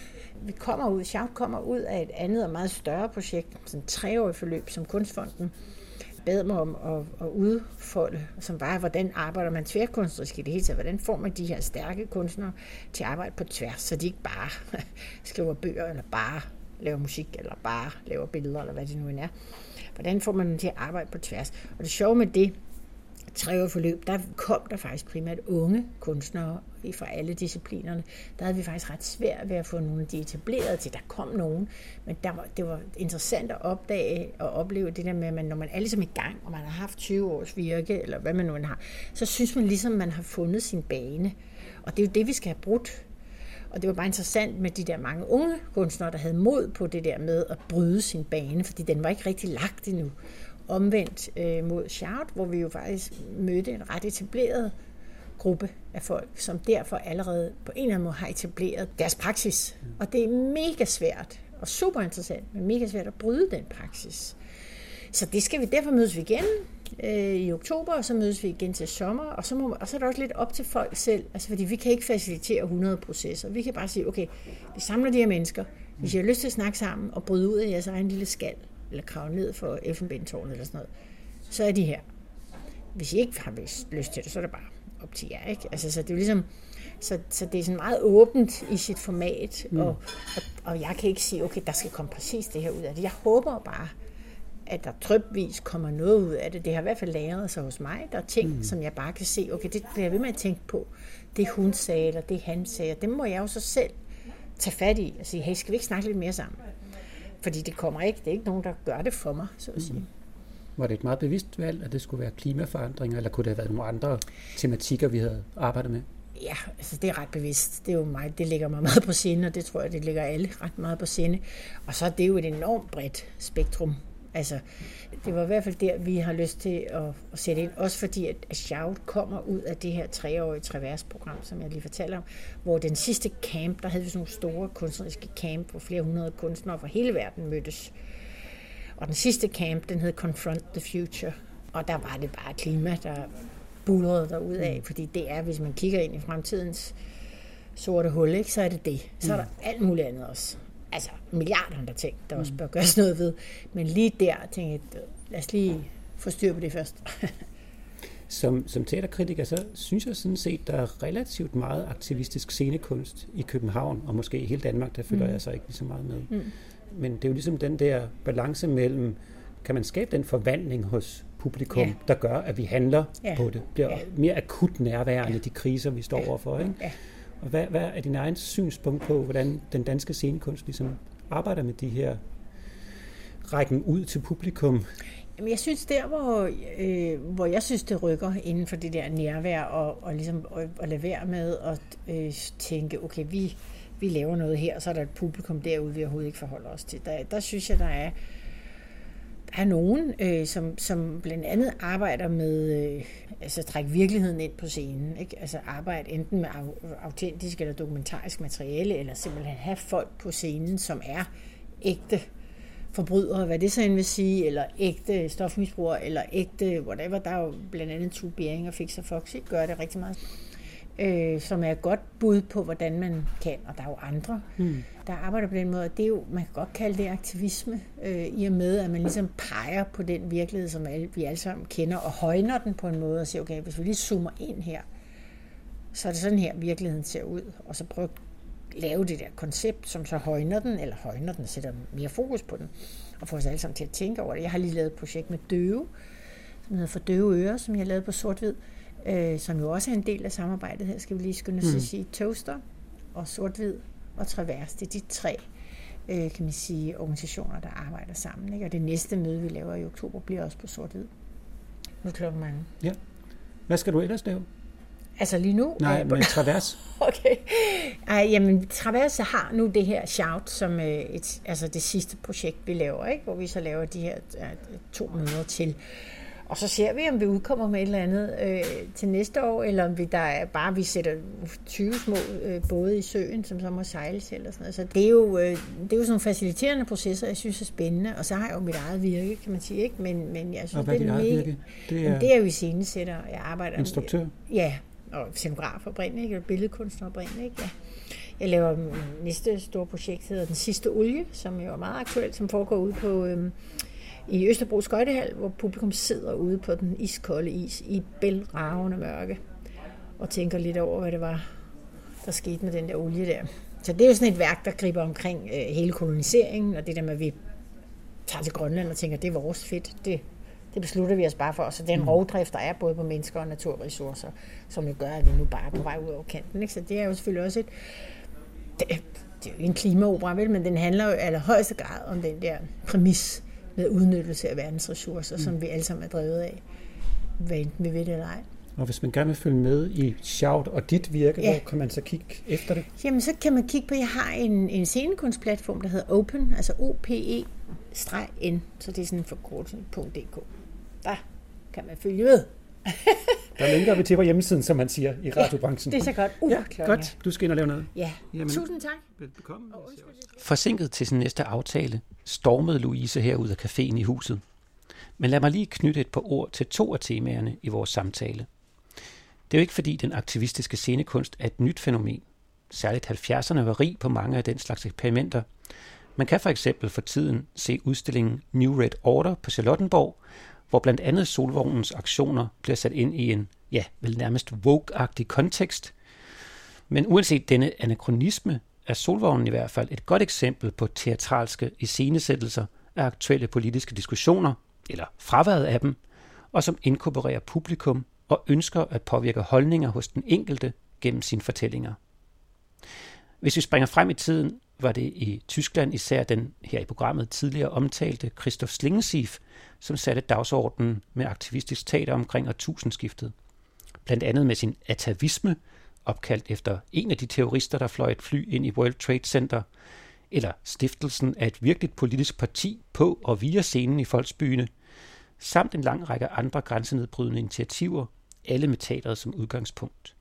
Shout kommer ud af et andet og meget større projekt, sådan et 3-årigt forløb, som Kunstfonden bad mig om at udfolde, som var, hvordan arbejder man tværkunstnerisk i det hele taget? Hvordan får man de her stærke kunstnere til at arbejde på tværs, så de ikke bare skriver bøger, eller bare laver musik, eller bare laver billeder, eller hvad det nu end er. Hvordan får man dem til at arbejde på tværs? Og det sjove med det 3-årige forløb, der kom der faktisk primært unge kunstnere fra alle disciplinerne. Der havde vi faktisk ret svært ved at få nogle af de etablerede til. Der kom nogen, men det var interessant at opdage og opleve det der med, at når man er ligesom i gang, og man har haft 20 års virke, eller hvad man nu end har, så synes man ligesom, man har fundet sin bane. Og det er jo det, vi skal have brudt. Og det var bare interessant med de der mange unge kunstnere, der havde mod på det der med at bryde sin bane, fordi den var ikke rigtig lagt endnu. Omvendt mod Shout, hvor vi jo faktisk mødte en ret etableret gruppe af folk, som derfor allerede på en eller anden måde har etableret deres praksis. Og det er mega svært, og super interessant, men mega svært at bryde den praksis. Så det skal vi, derfor mødes vi igen i oktober, og så mødes vi igen til sommer, og så er det også lidt op til folk selv, altså fordi vi kan ikke facilitere 100 processer. Vi kan bare sige, okay, vi samler de her mennesker, hvis I har lyst til at snakke sammen og bryde ud af jeres egen lille skal, eller krave ned for Elfenbentårnet eller sådan noget, så er de her. Hvis I ikke har lyst til det, så er det bare op til jer, ikke? Altså, så det er jo ligesom, så det er sådan meget åbent i sit format, og jeg kan ikke sige, okay, der skal komme præcis det her ud af det. Jeg håber bare, at der drypvis kommer noget ud af det. Det har i hvert fald læret sig hos mig. Der er ting, som jeg bare kan se, okay, det bliver jeg ved med at tænke på. Det hun sagde, eller det han sagde, det må jeg jo så selv tage fat i og sige, hey, skal vi ikke snakke lidt mere sammen? Fordi det kommer ikke, det er ikke nogen, der gør det for mig, så at sige. Var det et meget bevidst valg, at det skulle være klimaforandringer, eller kunne det have været nogle andre tematikker, vi havde arbejdet med? Ja, altså det er ret bevidst. Det er jo mig, det ligger mig meget på sinde, og det tror jeg, det ligger alle ret meget på sinde. Og så er det jo et enormt bredt spektrum. Altså, det var i hvert fald der, vi har lyst til at sætte ind. Også fordi, at Shout kommer ud af det her 3-årige Travers-program, som jeg lige fortalte om, hvor den sidste camp, der havde vi sådan nogle store kunstneriske camp, hvor flere hundrede kunstnere fra hele verden mødtes. Og den sidste camp, den hed Confront the Future. Og der var det bare klima, der bulrede derudad, fordi det er, hvis man kigger ind i fremtidens sorte hul, ikke, så er det det. Så er der alt muligt andet også. Altså milliarder andre ting, der også bør gøres noget ved. Men lige der tænkte jeg, lad os lige få styr på det først. Som teaterkritiker, så synes jeg sådan set, der er relativt meget aktivistisk scenekunst i København, og måske i hele Danmark, der følger jeg så ikke lige så meget med. Men det er jo ligesom den der balance mellem, kan man skabe den forvandling hos publikum, der gør, at vi handler på det, bliver mere akut nærværende, de kriser, vi står overfor, ikke? Ja. Og hvad er din egen synspunkt på, hvordan den danske scenekunst ligesom arbejder med de her rækken ud til publikum? Jamen, jeg synes der, hvor jeg synes, det rykker inden for det der nærvær, og ligesom at lade være med at tænke, okay, vi laver noget her, og så er der et publikum derude, vi overhovedet ikke forholder os til. Der synes jeg, der er nogen, som blandt andet arbejder med altså trække virkeligheden ind på scenen. Ikke? Altså arbejde enten med autentisk eller dokumentarisk materiale, eller simpelthen have folk på scenen, som er ægte forbrydere, hvad det så end vil sige, eller ægte stofmisbrugere, eller ægte whatever. Der er jo blandt andet Tue Bjerring og Fixer Foxy, gør det rigtig meget. Som er et godt bud på, hvordan man kan, og der er jo andre, der arbejder på den måde. Det er jo, man kan godt kalde det aktivisme, i og med, at man ligesom peger på den virkelighed, som vi alle sammen kender, og højner den på en måde, og siger, okay, hvis vi lige zoomer ind her, så er det sådan her, virkeligheden ser ud, og så prøv at lave det der koncept, som så højner den og sætter mere fokus på den, og får os alle sammen til at tænke over det. Jeg har lige lavet et projekt med døve, som hedder For Døve Ører, som jeg lavede på sort-hvid, som jo også er en del af samarbejdet her, skal vi lige skynde os at sige, Toaster og Sort-Hvid og Travers. Det er de 3, kan man sige, organisationer, der arbejder sammen. Ikke? Og det næste møde, vi laver i oktober, bliver også på Sort-Hvid. Nu klokken mange. Ja. Hvad skal du ellers lave? Altså lige nu? Nej, men Travers. Okay. Jamen, Travers har nu det her Shout, som altså det sidste projekt, vi laver, ikke? Hvor vi så laver de her 2 møder til. Og så ser vi, om vi udkommer med et eller andet til næste år, eller om vi sætter 20 små både i søen, som så må sejles eller sådan noget. Så det er jo sådan nogle faciliterende processer, jeg synes er spændende. Og så har jeg jo mit eget virke, kan man sige, ikke? Men jeg synes, og hvad er dit eget virke? Det er jo iscenesætter. Jeg arbejder instruktør? Ja, og scenograf oprindeligt, og billedkunstner oprindeligt, ikke? Ja. Jeg laver næste store projekt, hedder Den Sidste Olie, som jo er meget aktuelt, som foregår ude på i Østerbro Skøjtehal, hvor publikum sidder ude på den iskolde is i bælragende mørke og tænker lidt over, hvad det var, der skete med den der olie der. Så det er jo sådan et værk, der griber omkring hele koloniseringen, og det der med, at vi tager til Grønland og tænker, det er vores fedt, det beslutter vi os bare for. Så den rovdrift, der er både på mennesker og naturressourcer, som jo gør, at vi nu bare er på vej ud over kanten. Ikke? Så det er jo selvfølgelig også det er jo en klimaopera, vel, men den handler jo i allerhøjeste grad om den der præmis med udnyttelse af verdens ressourcer, som vi alle sammen er drevet af, hvad enten vi ved det eller ej. Og hvis man gerne vil følge med i Shout og dit virke, hvor kan man så kigge efter det? Jamen, så kan man kigge på, jeg har en scenekunstplatform, der hedder Open, altså OPE-N, så det er sådan en forkortelse.dk. Der kan man følge med. Der linker vi til på hjemmesiden, som man siger i radiobranchen. Det er så godt. Godt. Du skal ind og lave noget. Ja, jamen, tusind tak. Velbekomme. Forsinket til sin næste aftale, stormede Louise herud af caféen i huset. Men lad mig lige knytte et par ord til 2 af temaerne i vores samtale. Det er jo ikke fordi den aktivistiske scenekunst er et nyt fænomen. Særligt 70'erne var rig på mange af den slags eksperimenter. Man kan for eksempel for tiden se udstillingen New Red Order på Charlottenborg, hvor blandt andet Solvognens aktioner bliver sat ind i en, vel nærmest woke-agtig kontekst. Men uanset denne anakronisme, er Solvognen i hvert fald et godt eksempel på teatralske iscenesættelser af aktuelle politiske diskussioner, eller fraværet af dem, og som inkorporerer publikum og ønsker at påvirke holdninger hos den enkelte gennem sine fortællinger. Hvis vi springer frem i tiden, var det i Tyskland især den her i programmet tidligere omtalte Christoph Schlingensief, som satte dagsordenen med aktivistisk teater omkring årtusindskiftet. Blandt andet med sin atavisme, opkaldt efter en af de terrorister, der fløj et fly ind i World Trade Center, eller stiftelsen af et virkeligt politisk parti på og via scenen i Folksbyene, samt en lang række andre grænsenedbrydende initiativer, alle med teateret som udgangspunkt.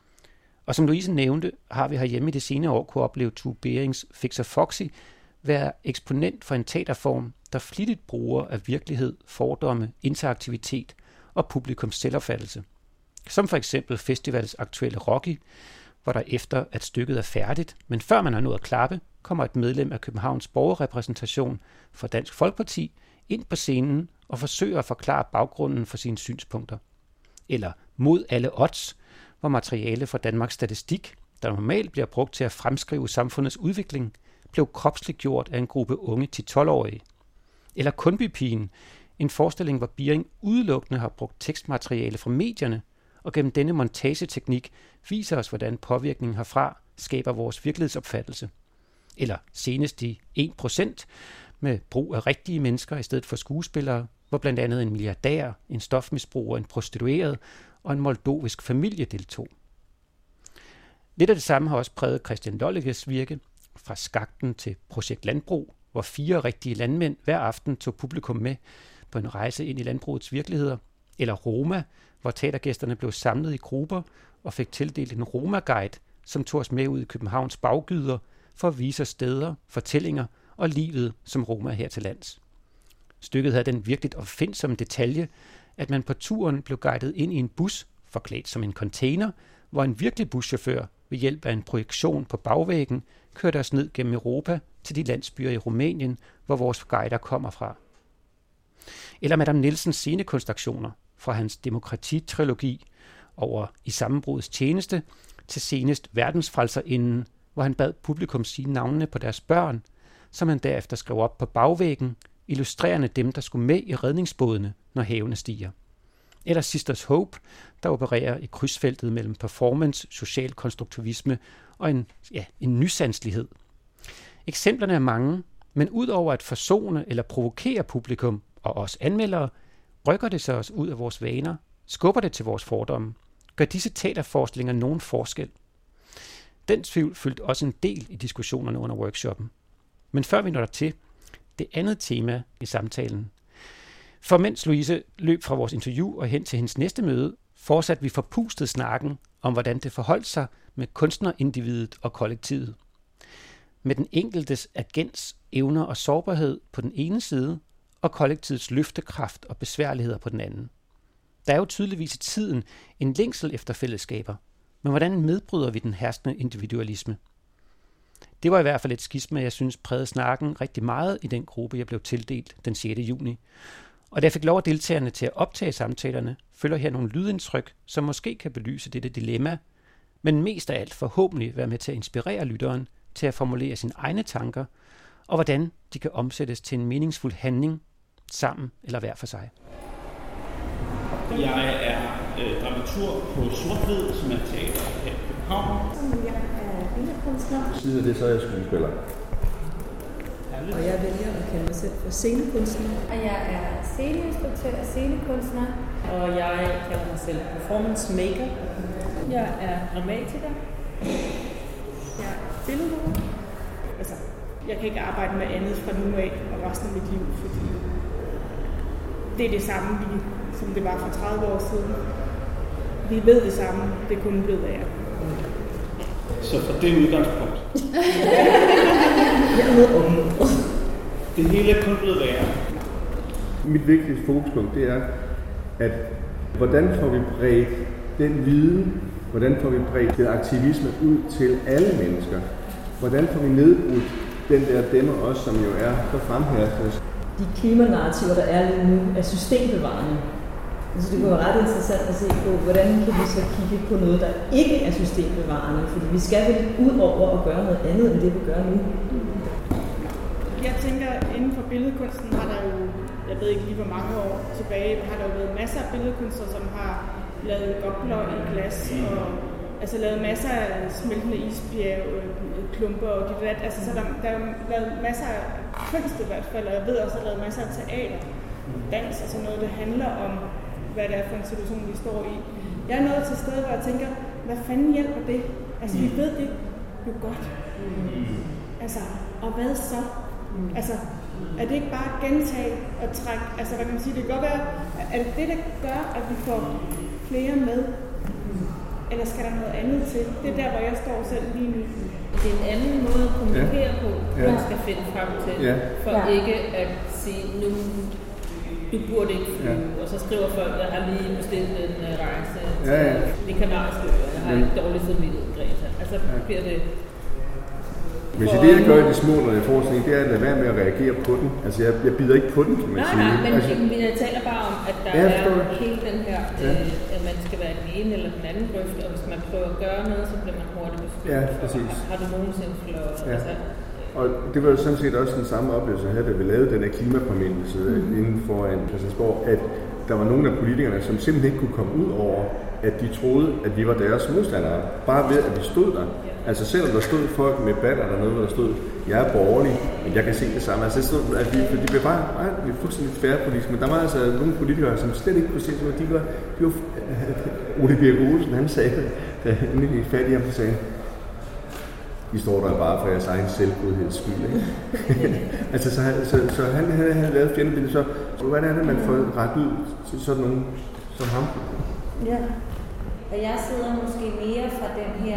Og som Louise nævnte, har vi herhjemme i det senere år kunne opleve Tue Berings Fixer Foxy være eksponent for en teaterform, der flittigt bruger af virkelighed, fordomme, interaktivitet og publikums selvopfattelse. Som for eksempel festivals aktuelle Rocky, hvor der efter at stykket er færdigt, men før man har nået at klappe, kommer et medlem af Københavns borgerrepræsentation for Dansk Folkeparti ind på scenen og forsøger at forklare baggrunden for sine synspunkter. Eller Mod alle odds, hvor materiale fra Danmarks Statistik, der normalt bliver brugt til at fremskrive samfundets udvikling, blev kropsligt gjort af en gruppe unge 10-12-årige. Eller Kundbypigen, en forestilling, hvor Biering udelukkende har brugt tekstmateriale fra medierne, og gennem denne montageteknik viser os, hvordan påvirkningen herfra skaber vores virkelighedsopfattelse. Eller senest i 1% med brug af rigtige mennesker i stedet for skuespillere, hvor blandt andet en milliardær, en stofmisbruger, en prostitueret og en moldovisk familie deltog. Lidt af det samme har også præget Christian Lolleges virke, fra Skakten til Projekt Landbrug, hvor 4 rigtige landmænd hver aften tog publikum med på en rejse ind i landbrugets virkeligheder, eller Roma, hvor teatergæsterne blev samlet i grupper og fik tildelt en Roma-guide, som tog os med ud i Københavns baggyder for at vise os steder, fortællinger og livet som Roma her til lands. Stykket havde den virkelig opfindsomme detalje, at man på turen blev guidet ind i en bus, forklædt som en container, hvor en virkelig buschauffør ved hjælp af en projektion på bagvæggen kørte os ned gennem Europa til de landsbyer i Rumænien, hvor vores guider kommer fra. Eller Madame Nielsens scenekunstaktioner, fra hans demokratitrilogi over I sammenbrudets tjeneste til senest Verdensfrelserinden, hvor han bad publikum sige navnene på deres børn, som han derefter skrev op på bagvæggen, illustrerende dem, der skulle med i redningsbådene, når havene stiger. Eller Sisters Hope, der opererer i krydsfeltet mellem performance, social konstruktivisme og en nysandslighed. Eksemplerne er mange, men ud over at forsone eller provokere publikum og os anmeldere, rykker det sig os ud af vores vaner, skubber det til vores fordomme, gør disse teaterforestillinger nogen forskel. Den tvivl fyldte også en del i diskussionerne under workshoppen. Men før vi når dertil, det andet tema i samtalen. For mens Louise løb fra vores interview og hen til hendes næste møde, fortsatte vi forpustet snakken om, hvordan det forholdt sig med kunstnerindividet og kollektivet. Med den enkeltes agens, evner og sårbarhed på den ene side, og kollektivets løftekraft og besværligheder på den anden. Der er jo tydeligvis i tiden en længsel efter fællesskaber, men hvordan medbryder vi den herskende individualisme? Det var i hvert fald et skisma, jeg synes prægede snakken rigtig meget i den gruppe, jeg blev tildelt den 6. juni. Og da jeg fik lov af deltagerne til at optage samtalerne, følger her nogle lydindtryk, som måske kan belyse dette dilemma, men mest af alt forhåbentlig være med til at inspirere lytteren til at formulere sine egne tanker, og hvordan de kan omsættes til en meningsfuld handling, sammen eller hver for sig. Jeg er dramaturg på Sort-Hvid, som er teater her i København. Jeg er billedkunstner. Siden af det, så er jeg skuespiller. Og jeg vælger at kalde mig selv for scenekunstner. Og jeg er sceneinstruktør og scenekunstner. Og jeg kalder mig selv performance maker. Jeg er dramatiker. Jeg er billedhugger. Altså, jeg kan ikke arbejde med andet fra nu af og resten af mit liv, fordi det er det samme, som det var for 30 år siden. Vi ved det samme, det er kun blevet værre. Så fra det udgangspunkt. Det hele er kun blevet værre. Mit vigtigste fokuspunkt, det er, at hvordan får vi bredt den viden, hvordan får vi bredt den aktivisme ud til alle mennesker? Hvordan får vi nedbrudt den der dem og os, som jo er så fremherskende? De klimanarrativer, der er lige nu, er systembevarende. Så det kunne være ret interessant at se på, hvordan kan vi så kigge på noget, der ikke er systembevarende. Fordi vi skal vel ud over at gøre noget andet, end det vi gør nu. Jeg tænker, inden for billedkunsten har der jo, jeg ved ikke lige hvor mange år tilbage, har der jo været masser af billedkunstnere, som har lavet gobler i glas, og altså lavet masser af smeltende isbjerg, klumper og dit vat. Altså, så der er lavet masser af kunst i hvert fald, og jeg ved også, at der er lavet masser af teater, dans, altså noget, der handler om, hvad det er for en situation, vi står i. Jeg er nået til et sted, hvor jeg tænker, hvad fanden hjælper det? Altså, vi ved det jo godt. Altså, og hvad så? Altså, er det ikke bare at gentage og trække, altså hvad kan man sige, det kan godt være, er det det, der gør, at vi får flere med? Eller skal der noget andet til? Det er der, hvor jeg står selv lige nu. Det er en anden måde at kommunikere på, man skal finde frem til, for ikke at sige, nu du burde ikke flyve, og så skriver folk, jeg har lige bestilt en rejse til de kanariske øer, jeg har ikke dårligt samvittighed, Greta. Altså bliver det... Hvis det jeg gør i de små, når jeg får sådan en, det er at lade være med at reagere på den. Altså jeg bider ikke på den, kan man sige. Nej, men altså, vi taler bare om, at der er hele den her, at man skal være den ene eller den anden grøft, og hvis man prøver at gøre noget, så bliver man hurtigt beskyldt. Ja, præcis. Har du nogensinde flået? Ja. Altså, og det var jo sådan set også den samme oplevelse her, da vi lavede den her klimapåmindelse inden foran Christiansborg, at der var nogle af politikerne, som simpelthen ikke kunne komme ud over, at de troede, at vi var deres modstandere, bare ved at vi stod der. Altså selvom der stod folk med batter eller noget, hvor der stod, jeg er borgerlig, men jeg kan se det samme. Altså det stod, at de blev bare fuldstændig færrepolitisk, men der var altså nogle politikere, som slet ikke kunne se, at de var Ole Birk Olsen, han sagde, da han gik fat i ham, så sagde de står der bare for jeres egen selvgodheds skyld, ikke? Altså så han havde lavet fjendebillede, så hvordan er det, man får ret ud til sådan nogen som ham? Ja, og jeg sidder måske mere fra den her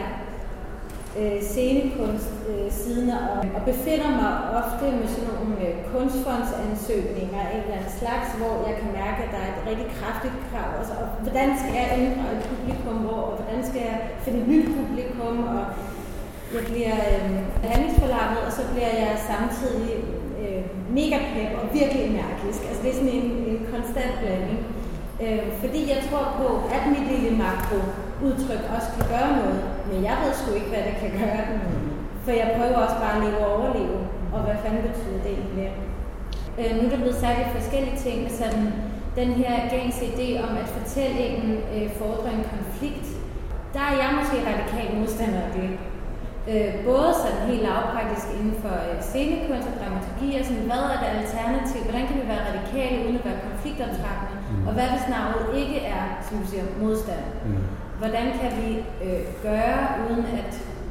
scenekunst siden og befinder mig ofte med sådan nogle kunstfondsansøgninger af en eller anden slags, hvor jeg kan mærke, at der er et rigtig kraftigt krav. Altså, og hvordan skal jeg inddrage et publikum, og hvordan skal jeg finde et nyt publikum, og jeg bliver handlingsforlammet, og så bliver jeg samtidig mega pep og virkelig energisk. Altså det er sådan en konstant blanding. Fordi jeg tror på, at mit lille makroudtryk også kan gøre noget, men jeg ved sgu ikke, hvad det kan gøre. For jeg prøver også bare at leve og overleve, og hvad fanden betyder det egentlig? Nu er der blevet sagt lidt forskellige ting, sådan den her gængse idé om, at fortællingen fordrer en konflikt. Der er jeg måske radikal modstander af det. Både sådan helt lavpraktisk inden for scenekunst og dramaturgi, og sådan, hvad er det alternativ? Hvordan kan vi være radikale uden at være konfliktoptrappende? Og hvad hvis navnet ikke er, som du siger, modstand? Hvordan kan vi gøre uden at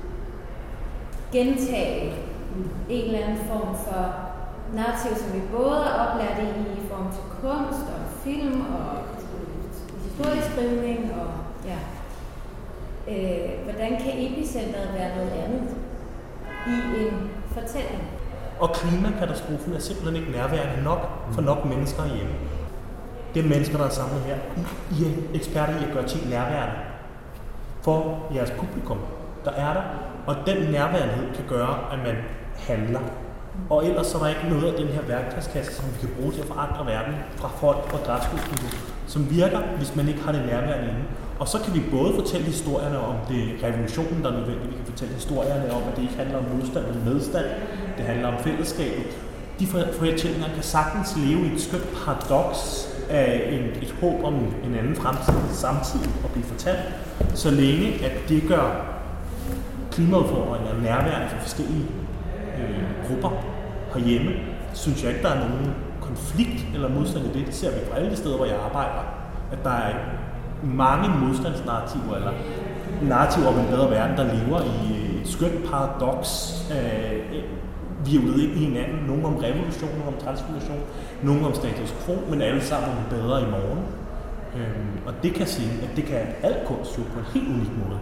gentage en eller anden form for narrativ, som vi både er oplært i form til kunst og film og historieskrivning og ja. Hvordan kan epicentret være noget andet i en fortælling? Og klimakatastrofen er simpelthen ikke nærværende nok for nok mennesker hjemme. Det er mennesker, der er samlet her. I er eksperter i at gøre ting nærværende for jeres publikum, der er der. Og den nærværenhed kan gøre, at man handler. Og ellers er der ikke noget af den her værktøjskasse, som vi kan bruge til at forandre verden fra folk og græsrodsniveau, som virker, hvis man ikke har det nærværende inde. Og så kan vi både fortælle historierne om det revolutionen, der er nødvendig. Vi kan fortælle historierne om, at det ikke handler om modstand, men medstand. Det handler om fællesskabet. De fortællinger kan sagtens leve i et skønt paradoks af et håb om en anden fremtid samtidig at blive fortalt, så længe at det gør klimaudfordringer nærværende for forskellige grupper herhjemme, synes jeg ikke, der er nogen konflikt eller modstand i det. Det ser vi på alle de steder, hvor jeg arbejder, at der er mange modstandsnarrativer eller narrativer om en bedre verden, der lever i et skønt paradoks. Vi er ude i hinanden. Nogle om revolution, nogle om transformation, nogle om status quo, men alle sammen om bedre i morgen. Og det kan sige, at det kan alt kunst jo på en helt unik måde.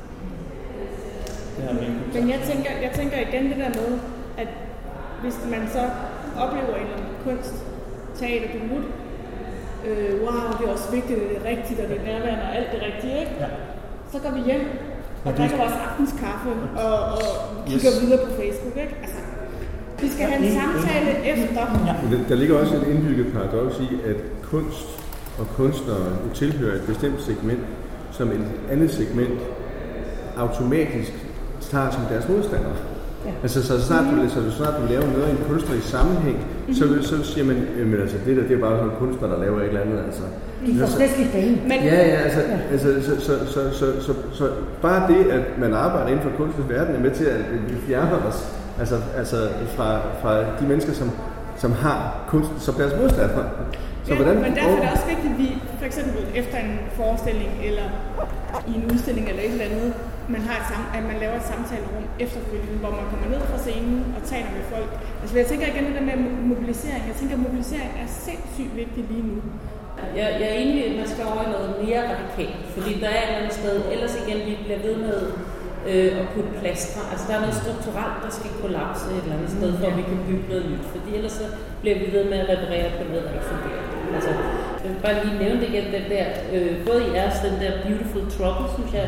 Men jeg tænker igen det der med, at hvis man så oplever en kunst, teater, debut, wow, det er også vigtigt, det er rigtigt, og det er nærværende, og alt det rigtige, ikke? Ja. Så går vi hjem og drikker vores aftenskaffe og kigger videre på Facebook, ikke? Altså, vi skal have en samtale efter. Der ligger også et indbygget paradoks i, at kunst og kunstnere tilhører et bestemt segment, som et andet segment automatisk tager som deres modstandere. Ja. Altså, så snart du laver noget i en kunstnerisk sammenhæng, så siger man, men altså, det er bare sådan en kunstner, der laver et eller andet. Altså. Vi får slet ikke penge. Så bare det, at man arbejder inden for kunstens verden, er med til at fjerne os fra de mennesker, som har kunsten som deres modstandere. Men derfor er det også vigtigt, at vi for eksempel efter en forestilling eller i en udstilling eller et eller andet, at man laver et samtalerum efterfølgende, hvor man kommer ned fra scenen og taler med folk. Altså jeg tænker igen det der med mobilisering. Jeg tænker, at mobilisering er sindssygt vigtig lige nu. Jeg er enig i, at man skal over i noget mere radikalt, fordi der er et eller andet sted, ellers igen, vi bliver ved med at putte plastre. Altså der er noget strukturelt, der skal kollapse et eller andet sted, for at vi kan bygge noget nyt, fordi ellers så bliver vi ved med at reparere på noget, der ikke fungerer. Altså, jeg vil bare lige nævne det igen, den der, både i jeres, den der Beautiful Trouble, synes jeg,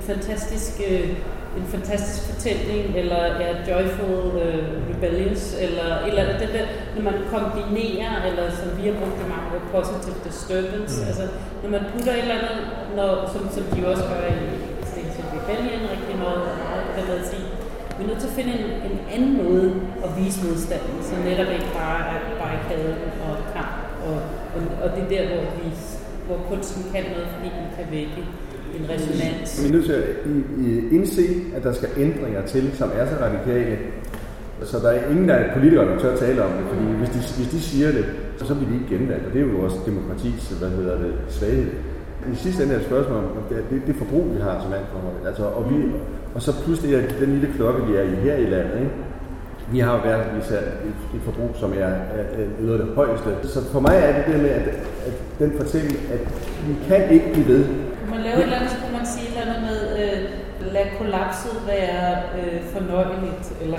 en fantastisk fortælling, eller Joyful Rebellious, eller den der, når man kombinerer, eller som vi har brugt i mange år, Positive Disturbance, altså når man putter et eller andet, som de også gør i Extinction Rebellion rigtig meget, kan jeg sige. Vi er nødt til at finde en anden måde at vise modstanden, som netop ikke bare er barrikaden og kamp. Og det er der, hvor kunsten kan noget, fordi den kan vække en resonans. Vi er nødt til at indse, at der skal ændringer til, som er så radikale. Så der er ingen af politikerne, der tør at tale om det, fordi hvis de siger det, så bliver de ikke genvalgt. Og det er jo også demokratis svaghed. I sidste ende er det spørgsmål om det forbrug, vi har som landforhold. Altså, og så pludselig er den lille klokke, vi er i her i landet, ikke? Vi har jo verdensvis et forbrug, som er yder det højeste. Så for mig er det det med, at den fortælling, at vi kan ikke blive ved. Kunne man lave et eller andet, så kunne man sige et eller andet med, lad kollapset være fornøjeligt, eller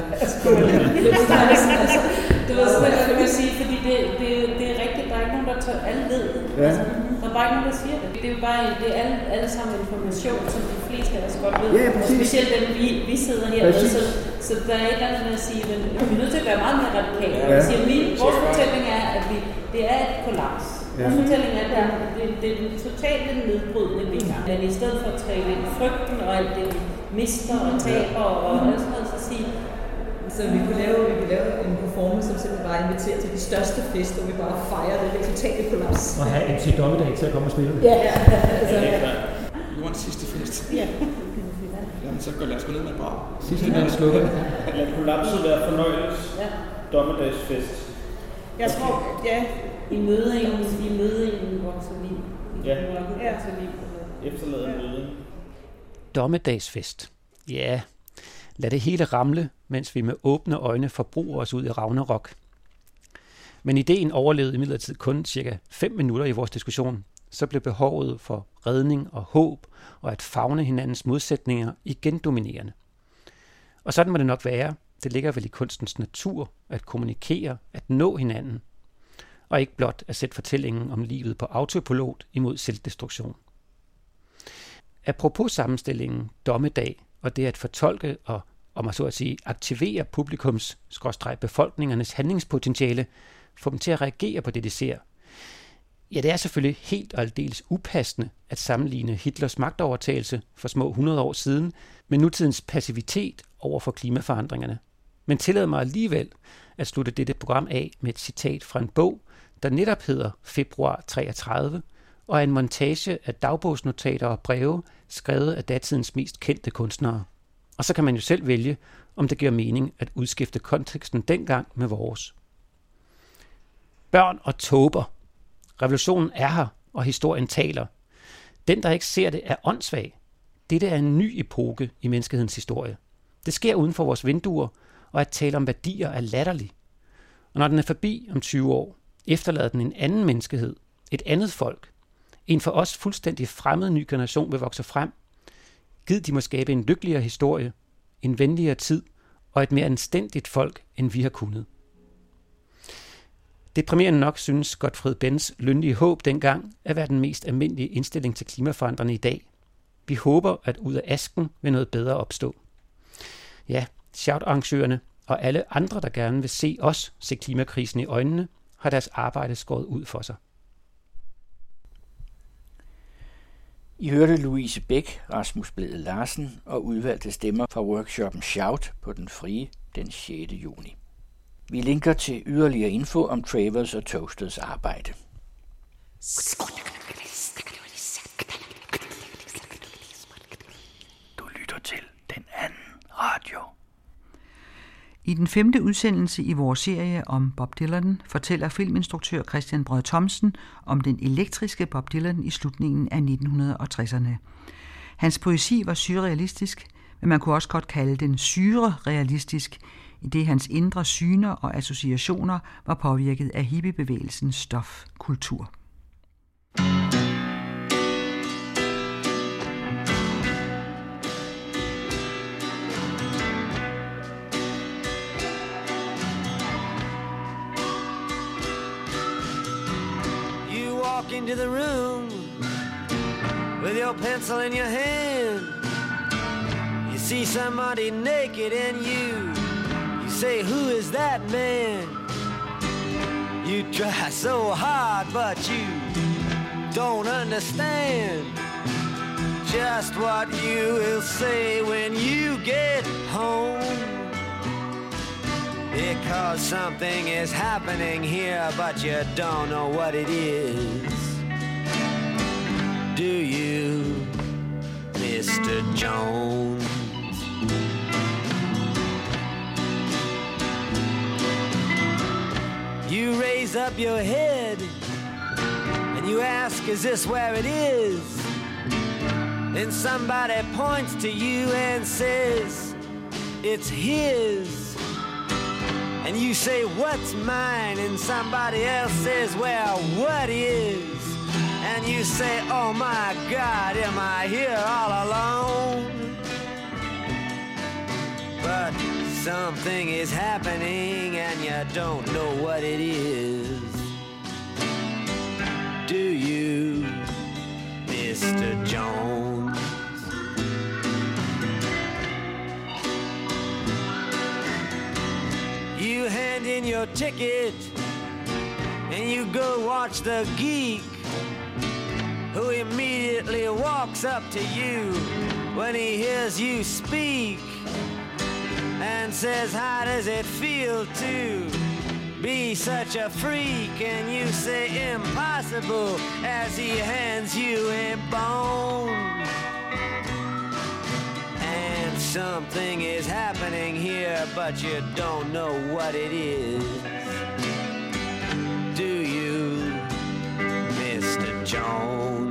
det var sådan, at man sige, fordi det er rigtigt, der er ikke nogen, der tør, alle ved. Ja. Altså, der er bare ikke nogen, der siger det. Det er jo bare, det er alle sammen information, som de fleste af os godt ved. Ja, specielt dem, vi sidder her med. Så der er et eller andet med at sige, at vi er nødt til at være meget mere radikale. Ja. Vores fortælling er, at det er et kollaps. Ja. Vores fortælling er, at det er den totale nedbrydende, vi har. Men i stedet for at træne ind frygten og alt det, vi mister og taber og alt sådan noget, så sige, så vi kunne lave en performance, som simpelthen bare inviterer til de største fester, hvor vi bare fejrer det totale kollaps. Og have MC Dommedag til at komme og spille. Ja. Nu var den sidste fest. Ja. Jamen, så lad os gå ned med et brag. Sidste den slukker. Lad kollapset være fornøjeligt. Ja. Dommedagsfest. Jeg tror, ja. I mødeingen vokser vi. Ja. Efterlader møde. Dommedagsfest. Ja. Lad det hele ramle, mens vi med åbne øjne forbruger os ud i Ragnarok. Men ideen overlevede imidlertid kun cirka 5 minutter i vores diskussion. Så blev behovet for redning og håb og at favne hinandens modsætninger igen dominerende. Og sådan må det nok være. Det ligger vel i kunstens natur at kommunikere, at nå hinanden, og ikke blot at sætte fortællingen om livet på autopilot imod selvdestruktion. Apropos sammenstillingen Dommedag og det at fortolke og, om man så at sige, aktivere publikums-befolkningernes handlingspotentiale, få dem til at reagere på det, de ser. Ja, det er selvfølgelig helt og aldeles upassende at sammenligne Hitlers magtovertagelse for små 100 år siden med nutidens passivitet over for klimaforandringerne. Men tillad mig alligevel at slutte dette program af med et citat fra en bog, der netop hedder Februar 33, og er en montage af dagbogsnotater og breve, skrevet af datidens mest kendte kunstnere. Og så kan man jo selv vælge, om det giver mening at udskifte konteksten dengang med vores. Børn og tåber. Revolutionen er her, og historien taler. Den, der ikke ser det, er åndssvag. Dette er en ny epoke i menneskehedens historie. Det sker uden for vores vinduer, og at tale om værdier er latterligt. Og når den er forbi om 20 år, efterlader den en anden menneskehed, et andet folk. En for os fuldstændig fremmed ny generation vil vokse frem. Gid de må skabe en lykkeligere historie, en venligere tid og et mere anstændigt folk, end vi har kunnet. Deprimerende nok synes Gottfried Benns lønlige håb dengang at være den mest almindelige indstilling til klimaforandrerne i dag. Vi håber, at ud af asken vil noget bedre opstå. Ja, Shout-arrangørerne og alle andre, der gerne vil se os se klimakrisen i øjnene, har deres arbejde skåret ud for sig. I hørte Louise Bech, Rasmus Blædel Larsen og udvalgte stemmer fra workshoppen Shout på Den Frie den 6. juni. Vi linker til yderligere info om Travers og Toasteds arbejde. Du lytter til Den Anden Radio. I den 5. udsendelse i vores serie om Bob Dylan fortæller filminstruktør Christian Brød Thomsen om den elektriske Bob Dylan i slutningen af 1960'erne. Hans poesi var surrealistisk, men man kunne også godt kalde den syrerealistisk, i det hans indre syner og associationer var påvirket af hippiebevægelsens stofkultur. Into the room with your pencil in your hand. You see somebody naked and you say, who is that man? You try so hard, but you don't understand just what you will say when you get home. Because something is happening here, but you don't know what it is. Do you, Mr. Jones? You raise up your head and you ask, is this where it is? Then somebody points to you and says, it's his. And you say, what's mine? And somebody else says, well, what is? And you say, oh my God, am I here all alone? But something is happening and you don't know what it is. Do you, Mr. Jones? You hand in your ticket and you go watch the geek, who immediately walks up to you when he hears you speak and says, how does it feel to be such a freak? And you say, impossible, as he hands you a bone. And something is happening here, but you don't know what it is. Do you, Mr. Jones?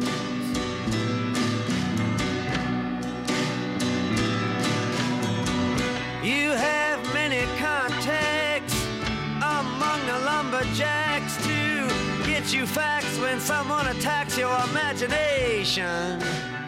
You have many contacts among the lumberjacks to get you facts when someone attacks your imagination.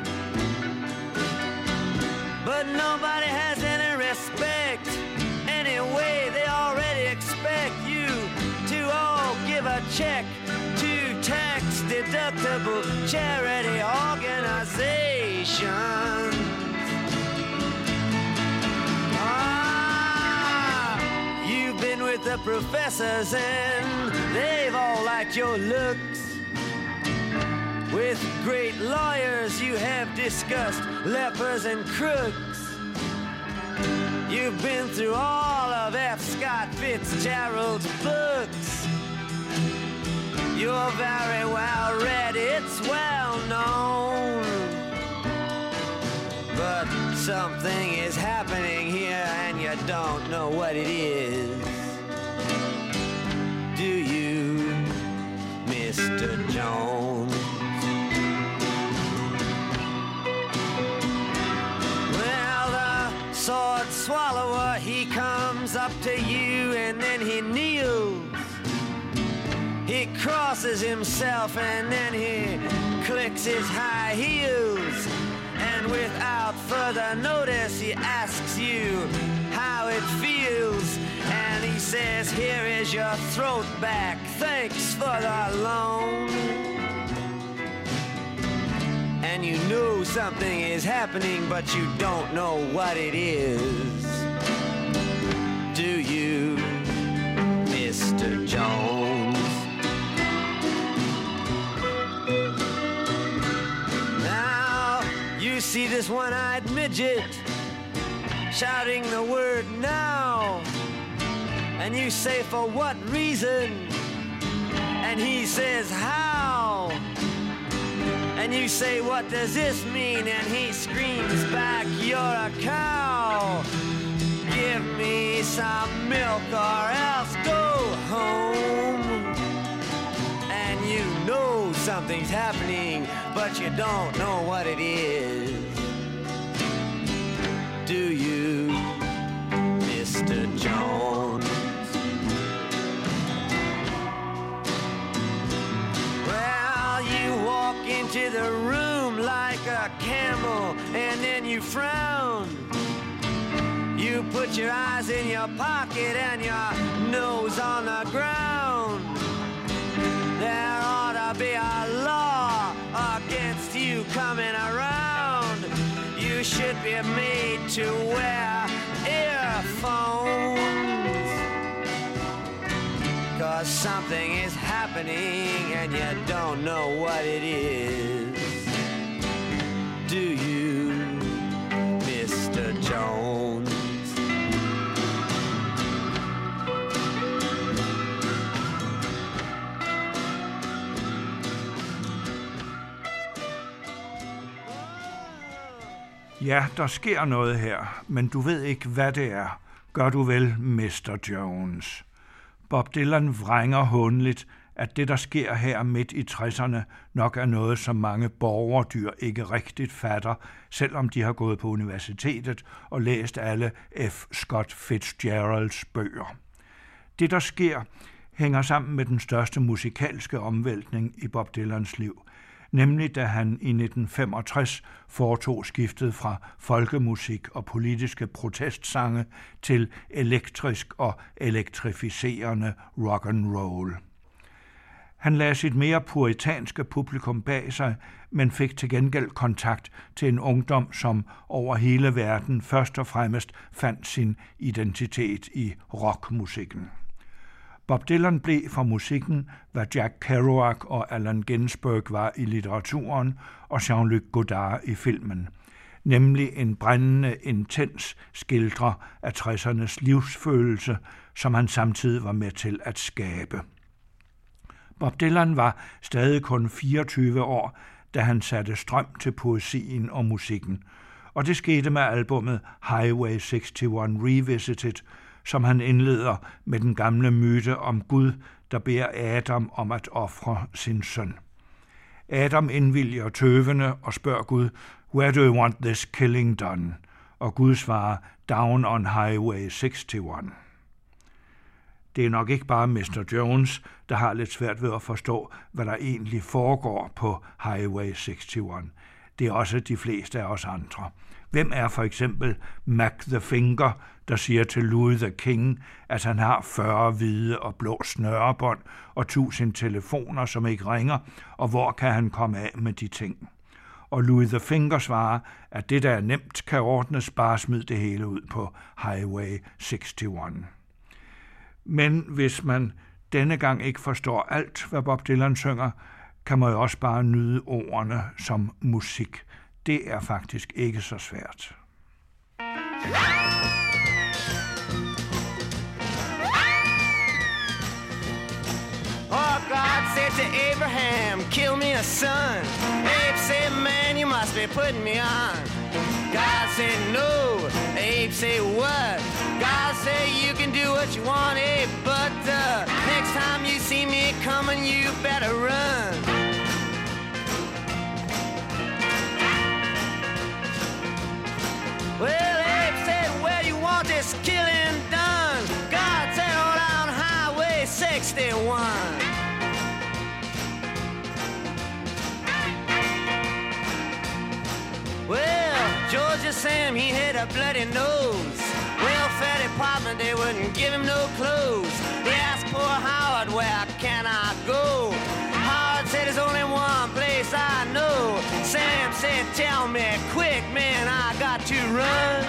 But nobody has any respect. Anyway, they already expect you to all give a check to tax-deductible charity organizations. You've been with the professors and they've all liked your looks. With great lawyers you have discussed lepers and crooks. You've been through all of F. Scott Fitzgerald's books. You're very well read, it's well known. But something is happening here and you don't know what it is. Do you, Mr. Jones? Well, the sword swallower, he comes up to you and then he kneels. He crosses himself and then he clicks his high heels. And without further notice, he asks you how it feels. And he says, here is your throat back, thanks for the loan. And you know something is happening, but you don't know what it is. Do you, Mr. Jones? Now, you see this one-eyed midget shouting the word now. And you say, for what reason? And he says, how? And you say, what does this mean? And he screams back, you're a cow. Give me some milk or else go home. And you know something's happening, but you don't know what it is. Do you, Mr. Jones? Well, you walk into the room like a camel and then you frown. You put your eyes in your pocket and your nose on the ground. There ought to be a law against you coming around. You should be made to wear earphones. 'Cause something is happening and you don't know what it is. Do you, Mr. Jones? Ja, der sker noget her, men du ved ikke, hvad det er. Gør du vel, Mr. Jones? Bob Dylan vrænger hånligt, at det, der sker her midt i 60'erne, nok er noget, som mange borgerdyr ikke rigtigt fatter, selvom de har gået på universitetet og læst alle F. Scott Fitzgeralds bøger. Det, der sker, hænger sammen med den største musikalske omvæltning i Bob Dylans liv, nemlig da han i 1965 foretog skiftet fra folkemusik og politiske protestsange til elektrisk og elektrificerende rock and roll. Han lagde sit mere puritanske publikum bag sig, men fik til gengæld kontakt til en ungdom, som over hele verden først og fremmest fandt sin identitet i rockmusikken. Bob Dylan blev for musikken, hvad Jack Kerouac og Allen Ginsberg var i litteraturen og Jean-Luc Godard i filmen, nemlig en brændende, intens skildrer af 60'ernes livsfølelse, som han samtidig var med til at skabe. Bob Dylan var stadig kun 24 år, da han satte strøm til poesien og musikken, og det skete med albummet Highway 61 Revisited, som han indleder med den gamle myte om Gud, der beder Adam om at ofre sin søn. Adam indvilger tøvende og spørger Gud, "Where do you want this killing done?" Og Gud svarer, "Down on Highway 61." Det er nok ikke bare Mr. Jones, der har lidt svært ved at forstå, hvad der egentlig foregår på Highway 61. Det er også de fleste af os andre. Hvem er for eksempel Mac the Finger, der siger til Louis the King, at han har 40 hvide og blå snørebånd og 1000 telefoner, som ikke ringer, og hvor kan han komme af med de ting? Og Louis the Finger svarer, at det, der er nemt, kan ordnes, bare smid det hele ud på Highway 61. Men hvis man denne gang ikke forstår alt, hvad Bob Dylan synger, kan man jo også bare nyde ordene som musik. Det er faktisk ikke så svært. Oh, God said to Abraham, kill me a son. Abe said, man, you must be putting me on. God said, no. Abe said, what? God said, you can do what you want, Abe, but next time you see me coming, you better run. Well, Abe said, where you want this killing done? God said, on down Highway 61. Well, Georgia Sam, he had a bloody nose. Welfare department, they wouldn't give him no clothes. He asked poor Howard, where can I go? Howard said, there's only one place I know. Sam said, tell me quick, man, I got to run.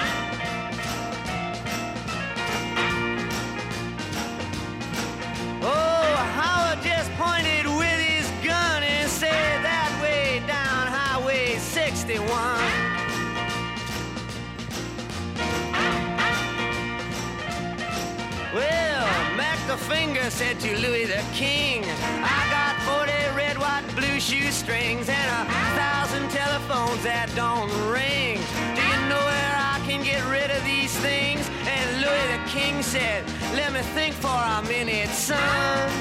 Oh, Howard just pointed with his gun and said, that way down Highway 61. Well, Mac the Finger said to Louis the King, I got 40 red, white, blue shoestrings and 1,000 telephones that don't ring. Do you know where I can get rid of these things? And Louis the King said, let me think for a minute, son.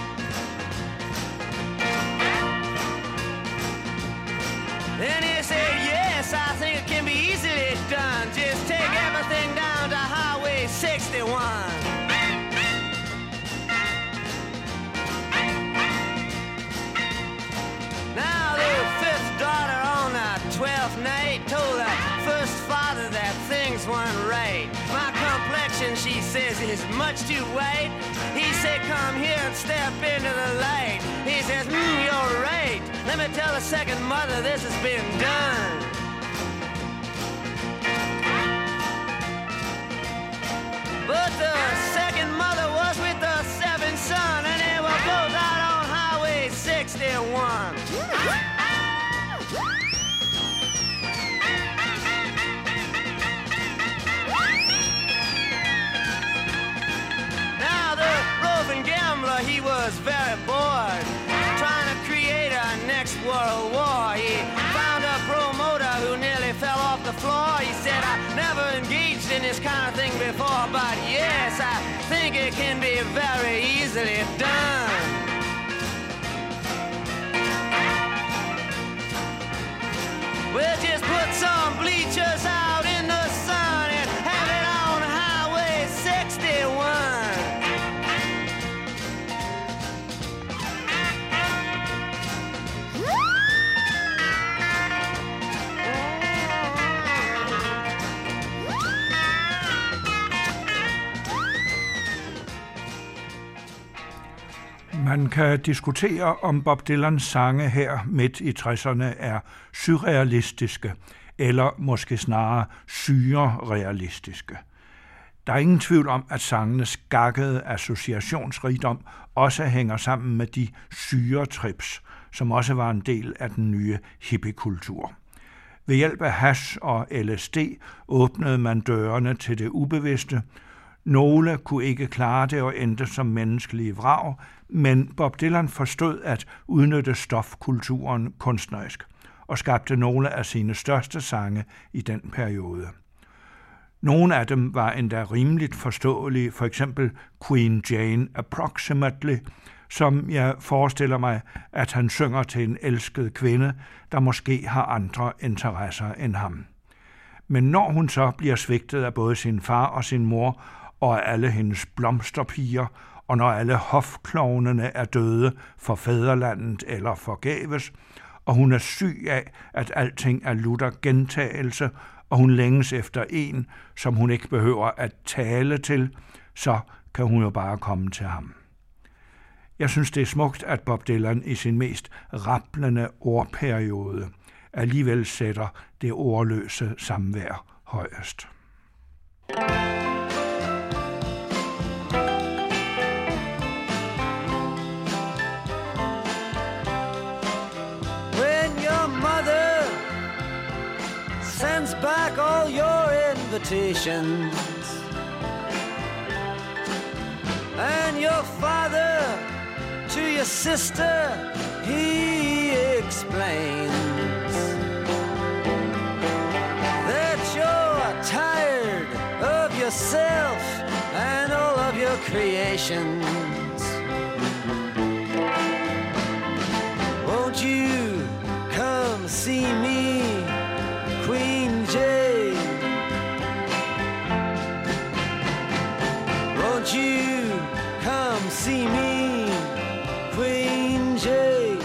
Then he said, yes, I think it can be easily done. Just take everything down to Highway 61. Now the fifth daughter on the 12th night told the first father that things weren't right. My complexion, she says, is much too white. He said, come here and step into the light. He says, you're right. Let me tell the second mother this has been done. But the second mother was with the seventh son, and they were both out on Highway 61. Now the roving gambler, he was very bored, trying to create a next world war. He found a promoter who nearly fell off the floor. He said, I never engaged in this kind of thing before, but yes, I think it can be very easily done. We'll just put some bleachers out in the sun and have it on Highway 61. Man kan diskutere, om Bob Dylans sange her midt i 60'erne er surrealistiske, eller måske snarere syrerealistiske. Der er ingen tvivl om, at sangenes skakkede associationsrigdom også hænger sammen med de syretrips, som også var en del af den nye hippiekultur. Ved hjælp af hash og LSD åbnede man dørene til det ubevidste. Nogle kunne ikke klare det og endte som menneskelige vrag, men Bob Dylan forstod at udnytte stofkulturen kunstnerisk og skabte nogle af sine største sange i den periode. Nogle af dem var endda rimeligt forståelige, for eksempel Queen Jane Approximately, som jeg forestiller mig, at han synger til en elsket kvinde, der måske har andre interesser end ham. Men når hun så bliver svigtet af både sin far og sin mor, og af alle hendes blomsterpiger, og når alle hofklovnene er døde for fædrelandet eller forgæves, og hun er syg af, at alting er lutter gentagelse, og hun længes efter en, som hun ikke behøver at tale til, så kan hun jo bare komme til ham. Jeg synes, det er smukt, at Bob Dylan i sin mest rablende ordperiode alligevel sætter det ordløse samvær højest. sends back all your invitations. And your father to your sister, he explains that you're tired of yourself and all of your creations. Won't you come see me, Queen Jane? Won't you come see me, Queen Jane?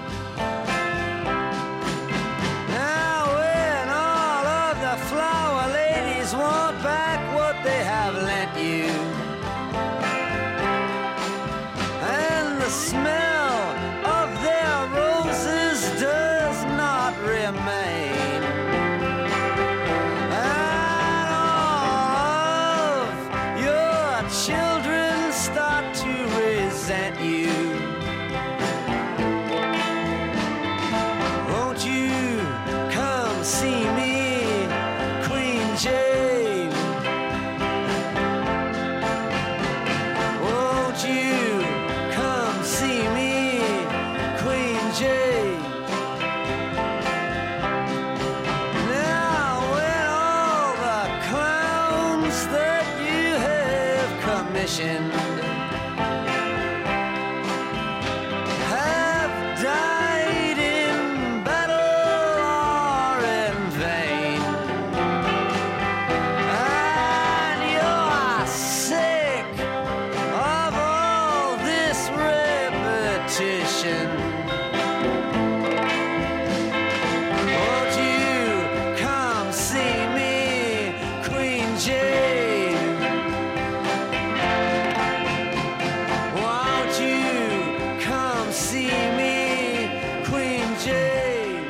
Now when all of the flower ladies want back what they have lent you, and the smell of their roses does not remain, and all of your children start to resent you, won't you come see me, Queen Jane? Won't you come see me, Queen Jane? Now when all the clowns that you have commissioned have died in battle or in vain, and you're sick of all this repetition, won't you come see me, Queen Jane? Won't you come see me, Queen Jane?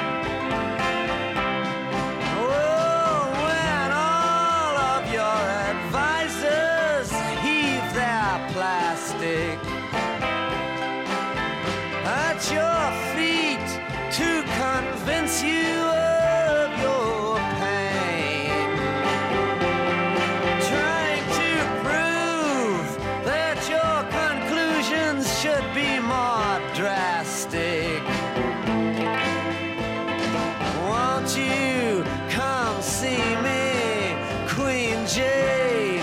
Oh, when all of your advisors heave their plastic at your feet to convince you of your pain, trying to prove that your conclusions should be more drastic, won't you come see me, Queen Jane?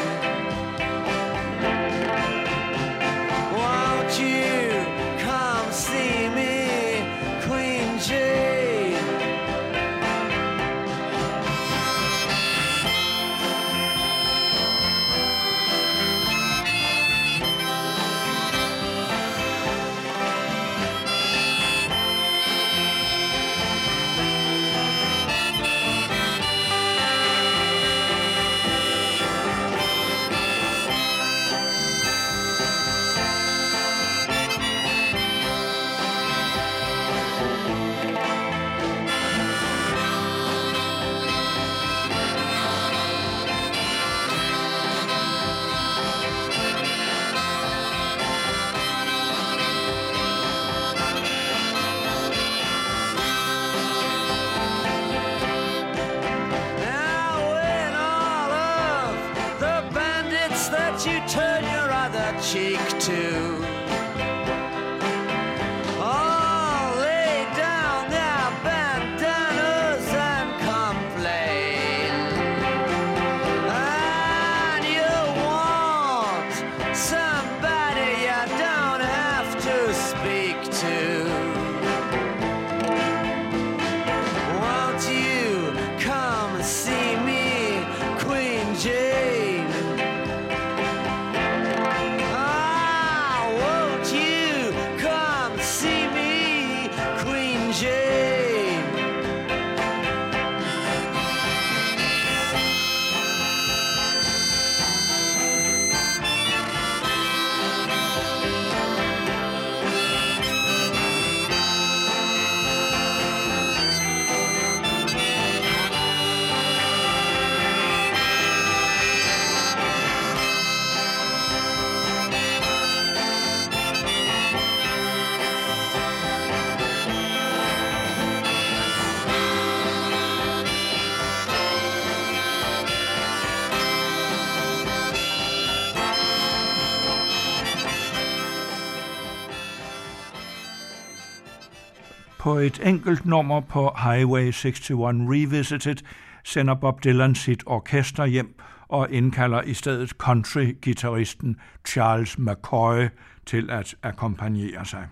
Won't you come see me, Queen Jane? Now when all of the bandits that you turn your other cheek to all lay down their bandanas and complain, and you want somebody you don't have to speak to, won't you come see me, Queen Jane? Ah, På et enkelt nummer på Highway 61 Revisited sender Bob Dylan sit orkester hjem og indkalder i stedet country-gitarristen Charles McCoy til at akkompagnere sig.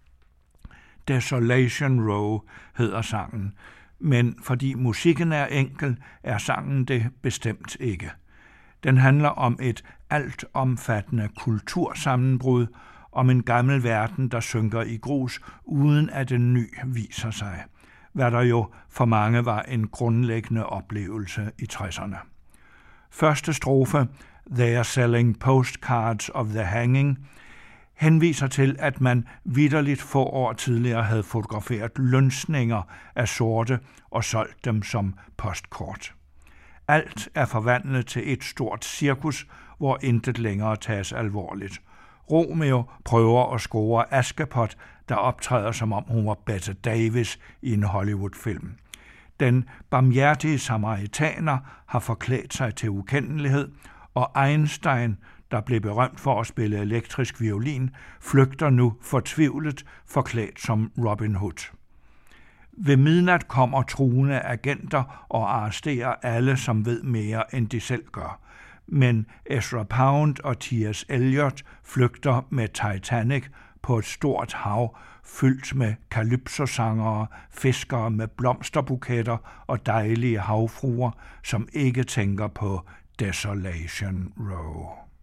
Desolation Row hedder sangen, men fordi musikken er enkel, er sangen det bestemt ikke. Den handler om et altomfattende kultursammenbrud, om en gammel verden, der synker i grus, uden at en ny viser sig, hvad der jo for mange var en grundlæggende oplevelse i 60'erne. Første strofe, They are selling postcards of the hanging, henviser til, at man vitterligt få år tidligere havde fotograferet lønsninger af sorte og solgt dem som postkort. Alt er forvandlet til et stort cirkus, hvor intet længere tages alvorligt. Romeo prøver at score Askepot, der optræder som om hun var Bette Davis i en Hollywood-film. Den barmhjertige samaritaner har forklædt sig til ukendelighed, og Einstein, der blev berømt for at spille elektrisk violin, flygter nu fortvivlet forklædt som Robin Hood. Ved midnat kommer truende agenter og arresterer alle, som ved mere, end de selv gør. Men Ezra Pound og T.S. Eliot flygter med Titanic på et stort hav, fyldt med calypso-sangere, fiskere med blomsterbuketter og dejlige havfruer, som ikke tænker på Desolation Row.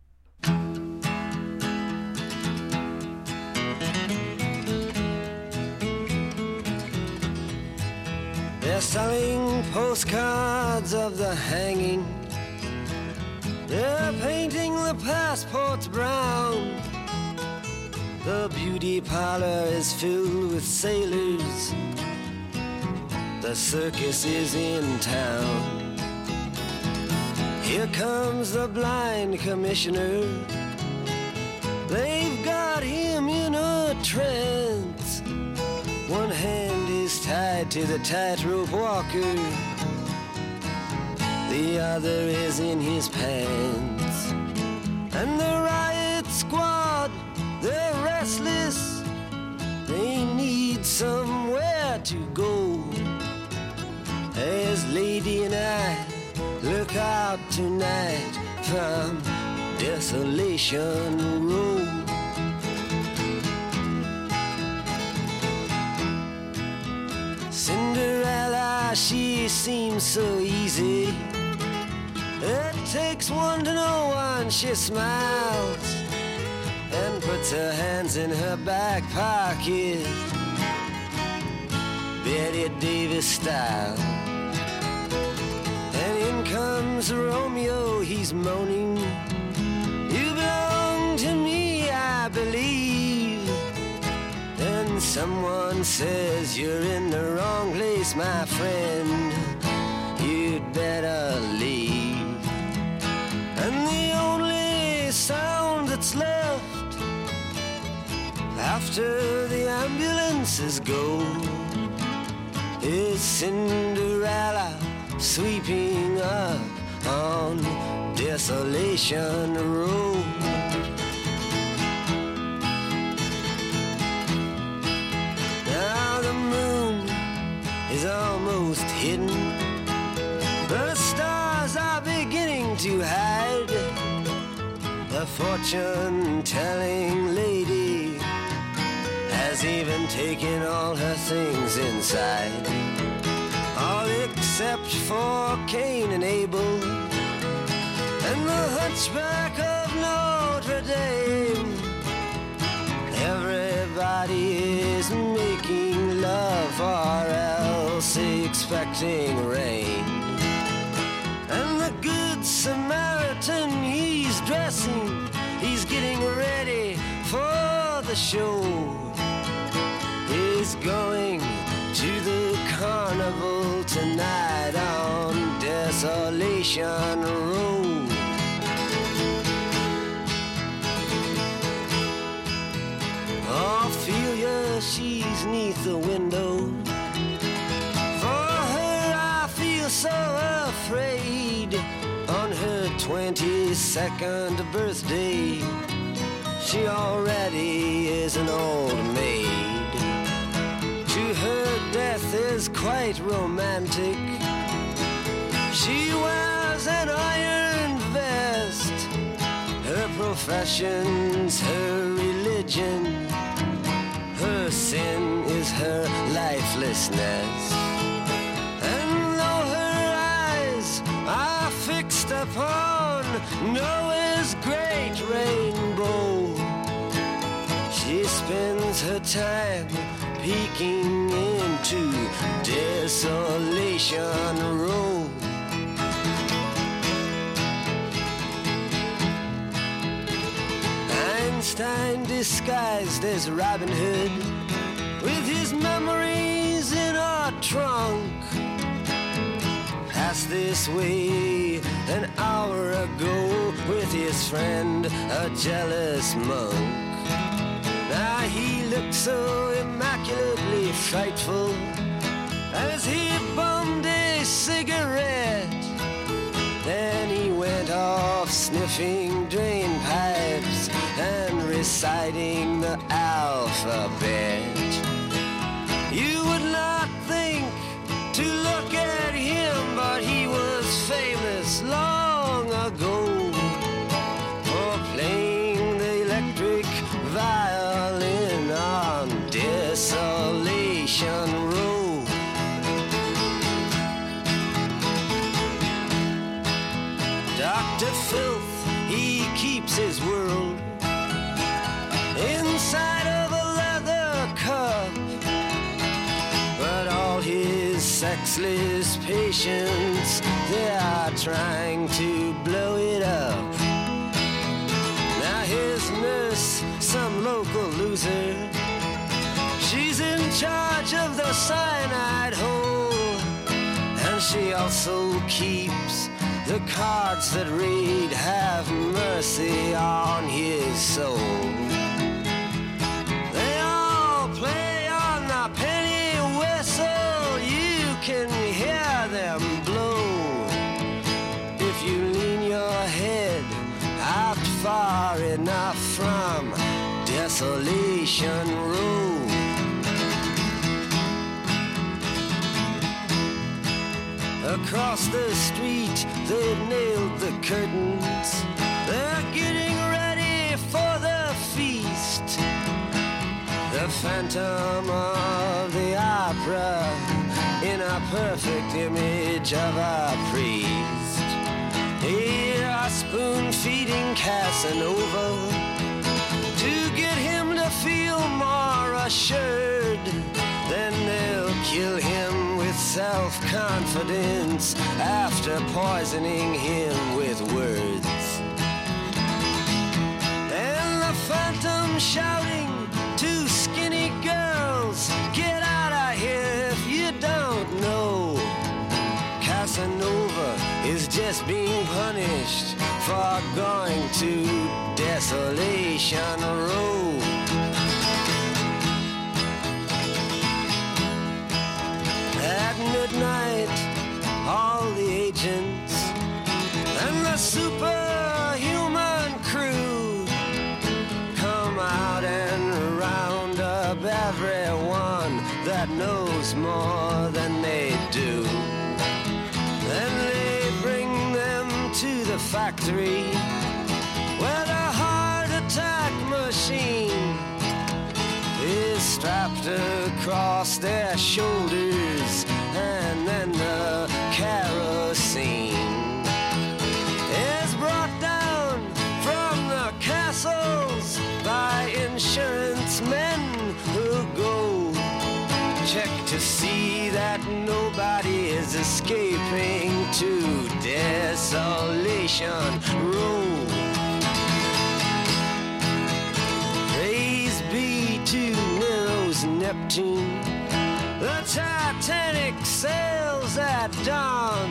They're selling postcards of the hanging. They're painting the passports brown. The beauty parlor is filled with sailors. The circus is in town. Here comes the blind commissioner. They've got him in a trance. One hand is tied to the tightrope walker. The other is in his pants. And the riot squad, they're restless. They need somewhere to go. As Lady and I look out tonight from Desolation Row. Cinderella, she seems so easy. It takes one to know one. She smiles and puts her hands in her back pocket, Betty Davis style. And in comes Romeo, he's moaning, you belong to me, I believe. Then someone says, you're in the wrong place, my friend, you'd better leave. And the only sound that's left after the ambulances go is Cinderella sweeping up on Desolation Row. Now the moon is almost hidden. The stars are beginning to hide. The fortune-telling lady has even taken all her things inside, all except for Cain and Abel and the hunchback of Notre Dame. Everybody is making love or else expecting rain. And the good Samaritan, he's dressing, he's getting ready for the show. He's going to the carnival tonight on Desolation Row. Ophelia, she's neath the window. For her I feel so afraid. On her 22nd birthday, she already is an old maid. To her is quite romantic. She wears an iron vest. Her profession's her religion. Her sin is her lifelessness. And though her eyes are fixed upon Noah's great rainbow, she spends her time peeking into Desolation Row. Einstein disguised as Robin Hood, with his memories in our trunk, passed this way an hour ago with his friend, a jealous monk. Now he looked so immaculately frightful as he bummed a cigarette. Then he went off sniffing drain pipes and reciting the alphabet. You would not think to look at him, but he was famous long ago for playing the electric violin on Desolation Row. Dr. Filth, he keeps his world inside of a leather cup, but all his sexless patients, they are trying to blow it up. Now his nurse, some local loser, she's in charge of the cyanide hole, and she also keeps the cards that read, have mercy on his soul. They all play on the penny whistle, you can hear them blow. If you lean your head out far enough from Desolation Row. Across the street, they've nailed the curtains. They're getting ready for the feast. The Phantom of the Opera in a perfect image of a priest. Here are spoon-feeding Casanova to get him to feel more assured. Then they'll kill him with self-confidence after poisoning him with words. And the Phantom shouting to skinny girls, get out of here if you don't know. Casanova is just being punished for going to Desolation Row. At midnight, all the agents and the superhuman crew come out and round up everyone that knows more than they do. Then they bring them to the factory where the heart attack machine is strapped across their shoulders, and then the kerosene is brought down from the castles by insurance men who go check to see that nobody is escaping to Desolation Row. Praise be to Nero's Neptune, the Titanic sails at dawn.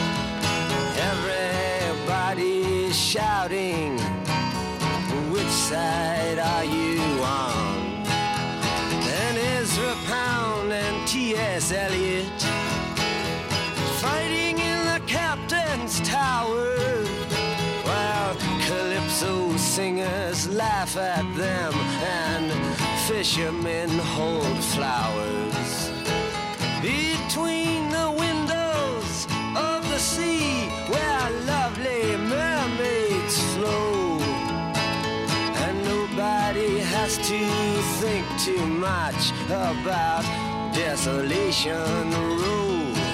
Everybody's shouting, which side are you on? And Ezra Pound and T.S. Eliot fighting in the captain's tower, while calypso singers laugh at them and fishermen hold flowers. between the windows of the sea where lovely mermaids flow. And nobody has to think too much about Desolation Road.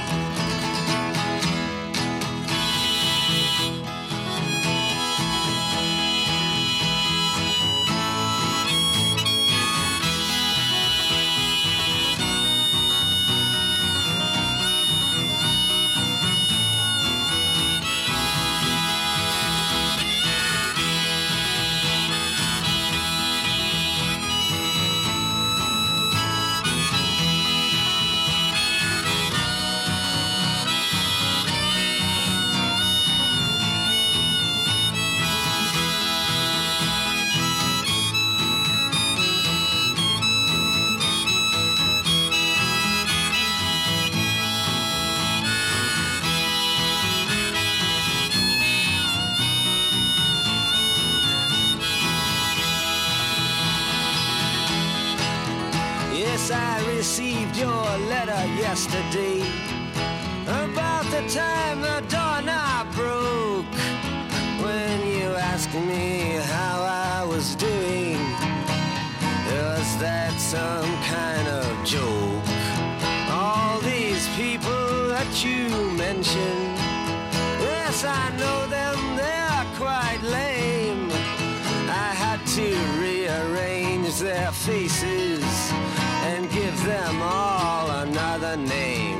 Yes, I received your letter yesterday about the time the doorknob broke. When you asked me how I was doing, was that some kind of joke? All these people that you mentioned, yes, I know them, they're quite lame. I had to rearrange their faces and give them all another name.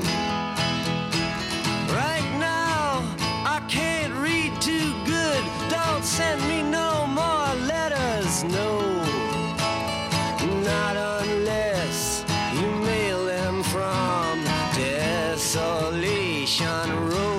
Right now, I can't read too good. Don't send me no more letters, no. Not unless you mail them from Desolation Road.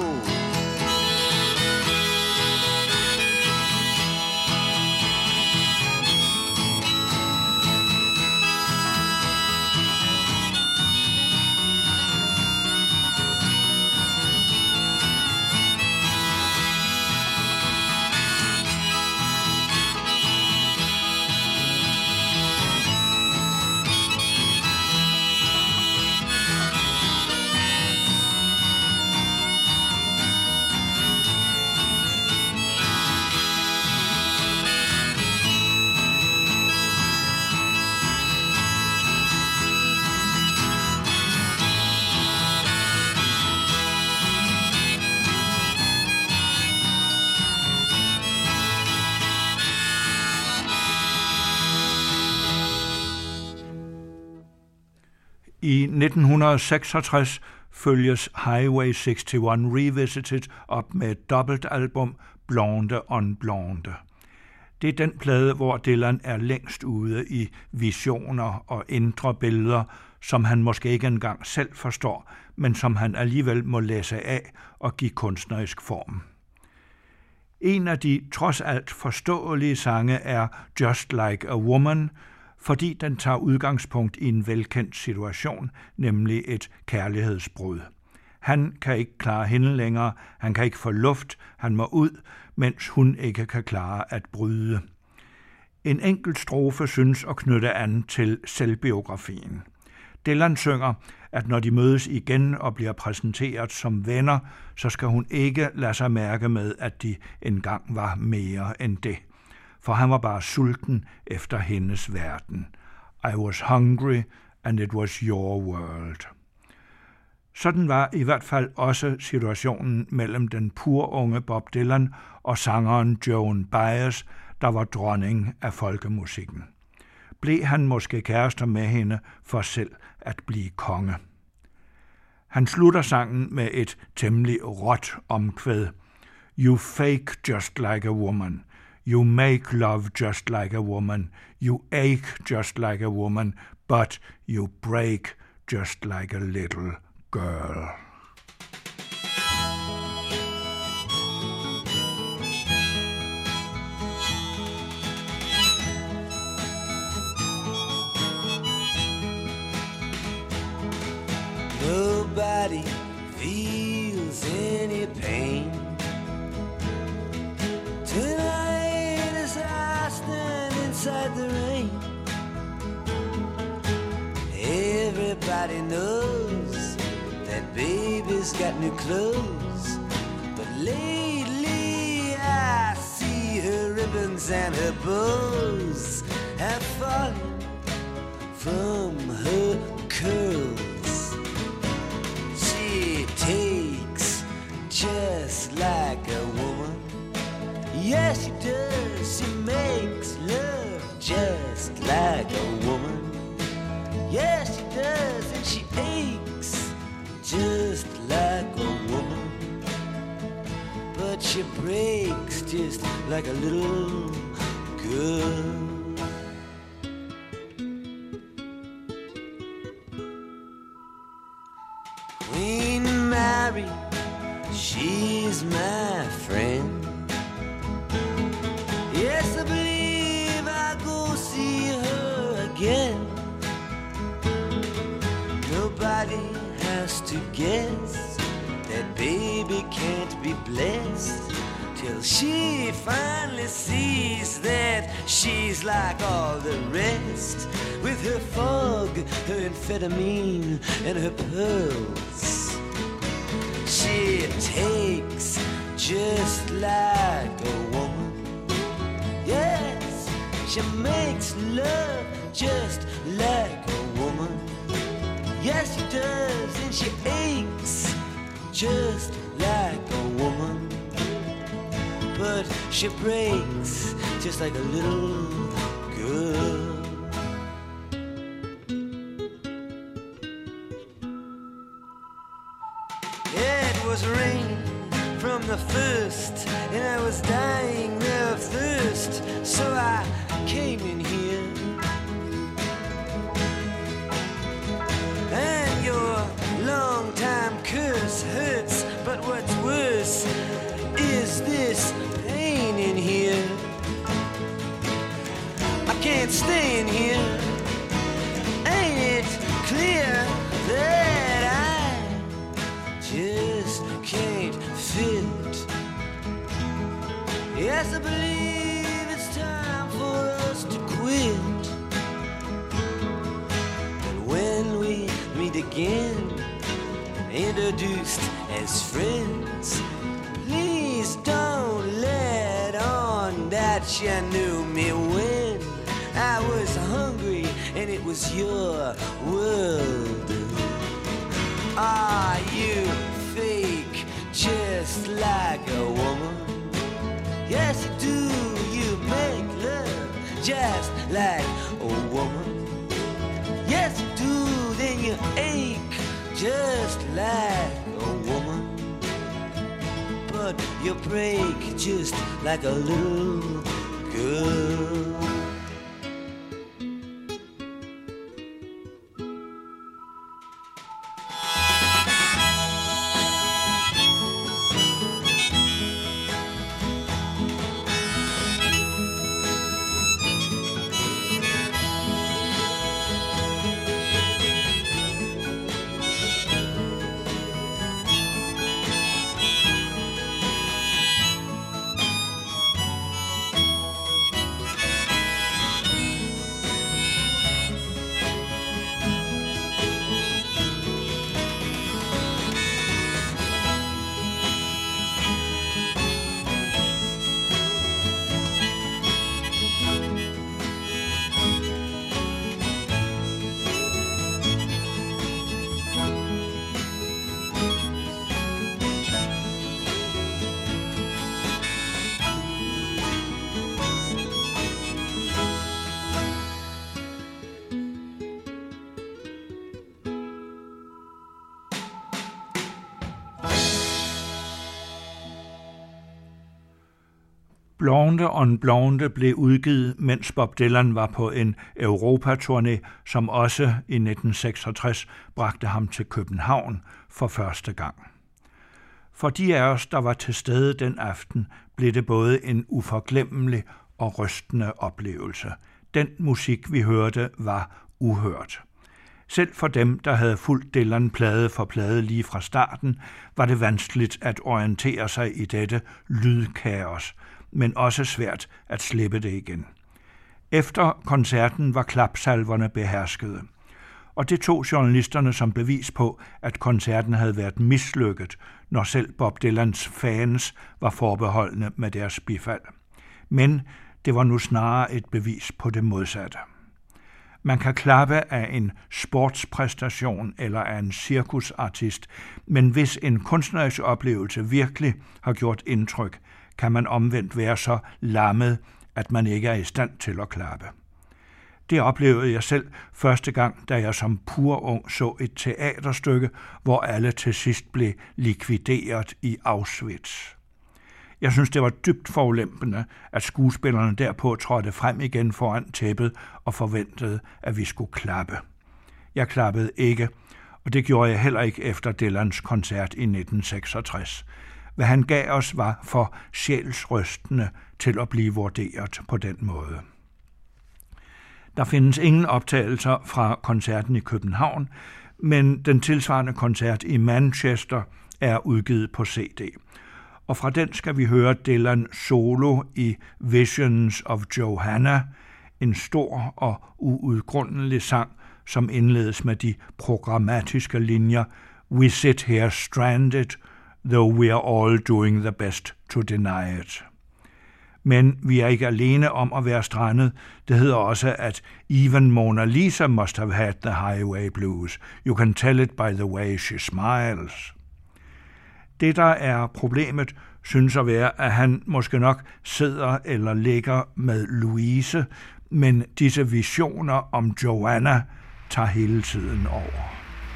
I 1966 følges Highway 61 Revisited op med et dobbeltalbum, Blonde on Blonde. Det er den plade, hvor Dylan er længst ude i visioner og indre billeder, som han måske ikke engang selv forstår, men som han alligevel må læse af og give kunstnerisk form. En af de trods alt forståelige sange er Just Like a Woman, fordi den tager udgangspunkt i en velkendt situation, nemlig et kærlighedsbrud. Han kan ikke klare hende længere, han kan ikke få luft, han må ud, mens hun ikke kan klare at bryde. En enkelt strofe synes at knytte an til selvbiografien. Dylan synger, at når de mødes igen og bliver præsenteret som venner, så skal hun ikke lade sig mærke med, at de engang var mere end det. For han var bare sulten efter hendes verden. I was hungry, and it was your world. Sådan var i hvert fald også situationen mellem den purunge Bob Dylan og sangeren Joan Baez, der var dronning af folkemusikken. Blev han måske kærester med hende for selv at blive konge. Han slutter sangen med et temmelig råt omkvæd. You fake just like a woman. You make love just like a woman. You ache just like a woman. But you break just like a little girl. Nobody feels any pain. Tonight as I stand inside the rain, everybody knows she's got new clothes, but lately I see her ribbons and her bows have fallen from her curls. She takes just like a woman. Yes, she does. She makes love just like a woman. Yes, she does, and she aches just like a woman. But she breaks just like a little girl. Queen Mary, she's my friend. Yes, I believe I'll go see her again. Nobody has to guess that baby can't be blessed till she finally sees that she's like all the rest, with her fog, her amphetamine, and her pearls. She takes just like a woman. Yes, she makes love just like a woman. Yes, she does, and she aches just like a woman. But she breaks just like a little girl. It was rain from the first, and I was dying of thirst, so I came in here. And your long-time curse hurts, but what's worse is this pain in here. I can't stay in here. Ain't it clear that I just can't fit? Yes, I believe it's time for us to quit. But when we meet again, introduced as friends, please don't let on that you knew me when I was hungry and it was your world. Are you fake just like a woman? Yes, you do. You make love just like a woman. Yes, you do. Then you ache just like a woman. But you break just like a little girl. Blonde on Blonde blev udgivet, mens Bob Dylan var på en Europaturné, som også i 1966 bragte ham til København for første gang. For de af os, der var til stede den aften, blev det både en uforglemmelig og rystende oplevelse. Den musik, vi hørte, var uhørt. Selv for dem, der havde fulgt Dylan plade for plade lige fra starten, var det vanskeligt at orientere sig i dette lydkaos, men også svært at slippe det igen. Efter koncerten var klapsalverne beherskede, og det tog journalisterne som bevis på, at koncerten havde været mislykket, når selv Bob Dylans fans var forbeholdne med deres bifald. Men det var nu snarere et bevis på det modsatte. Man kan klappe af en sportspræstation eller af en cirkusartist, men hvis en kunstnerisk oplevelse virkelig har gjort indtryk, kan man omvendt være så lammet, at man ikke er i stand til at klappe. Det oplevede jeg selv første gang, da jeg som pur ung så et teaterstykke, hvor alle til sidst blev likvideret i Auschwitz. Jeg synes, det var dybt forulempende, at skuespillerne derpå trådte frem igen foran tæppet og forventede, at vi skulle klappe. Jeg klappede ikke, og det gjorde jeg heller ikke efter Dylans koncert i 1966. Hvad han gav os var for sjælsrystende til at blive vurderet på den måde. Der findes ingen optagelser fra koncerten i København, men den tilsvarende koncert i Manchester er udgivet på CD. Og fra den skal vi høre Dylan solo i Visions of Johanna, en stor og uudgrundelig sang, som indledes med de programmatiske linjer We sit here stranded, though we are all doing the best to deny it. Men vi er ikke alene om at være strandet. Det hedder også, at even Mona Lisa must have had the highway blues. You can tell it by the way she smiles. Det, der er problemet, synes at være, at han måske nok sidder eller ligger med Louise, men disse visioner om Joanna tager hele tiden over.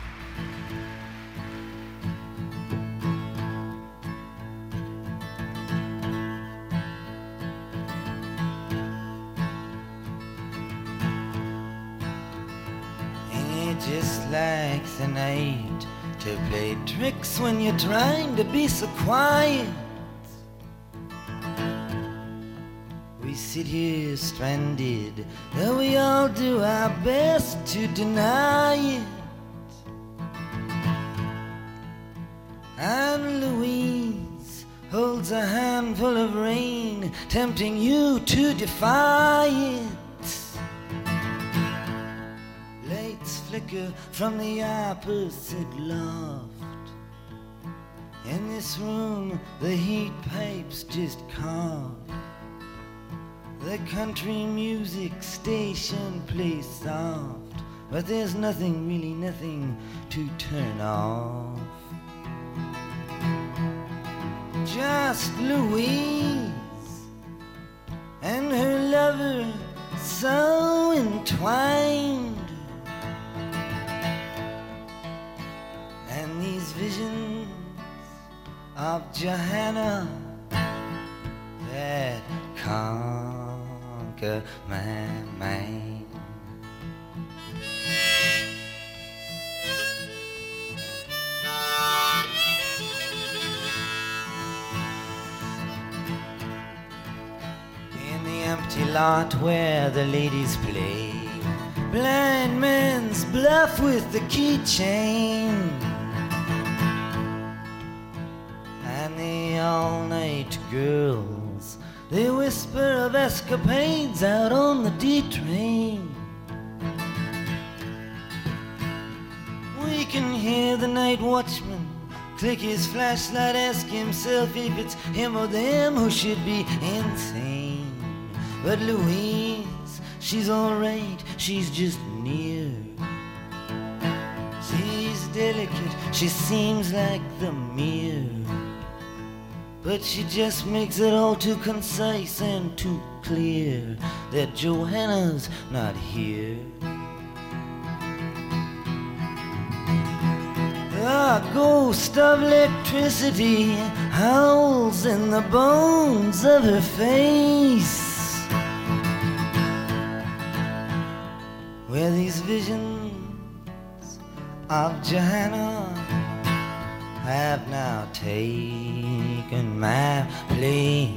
Just like the night to play tricks when you're trying to be so quiet. We sit here stranded, though we all do our best to deny it. And Louise holds a handful of rain, tempting you to defy it. Flicker from the opposite loft. In this room, the heat pipes just coughed. The country music station plays soft, but there's really nothing to turn off. Just Louise and her lover so entwined. Visions of Johanna that conquer my mind. In the empty lot where the ladies play blind man's bluff with the keychain. All-night girls, they whisper of escapades out on the D-train. We can hear the night watchman click his flashlight, ask himself if it's him or them who should be insane. But Louise, she's alright, she's just near. She's delicate, she seems like the mirror, but she just makes it all too concise and too clear that Johanna's not here. The ghost of electricity howls in the bones of her face, where these visions of Johanna have now taken my place.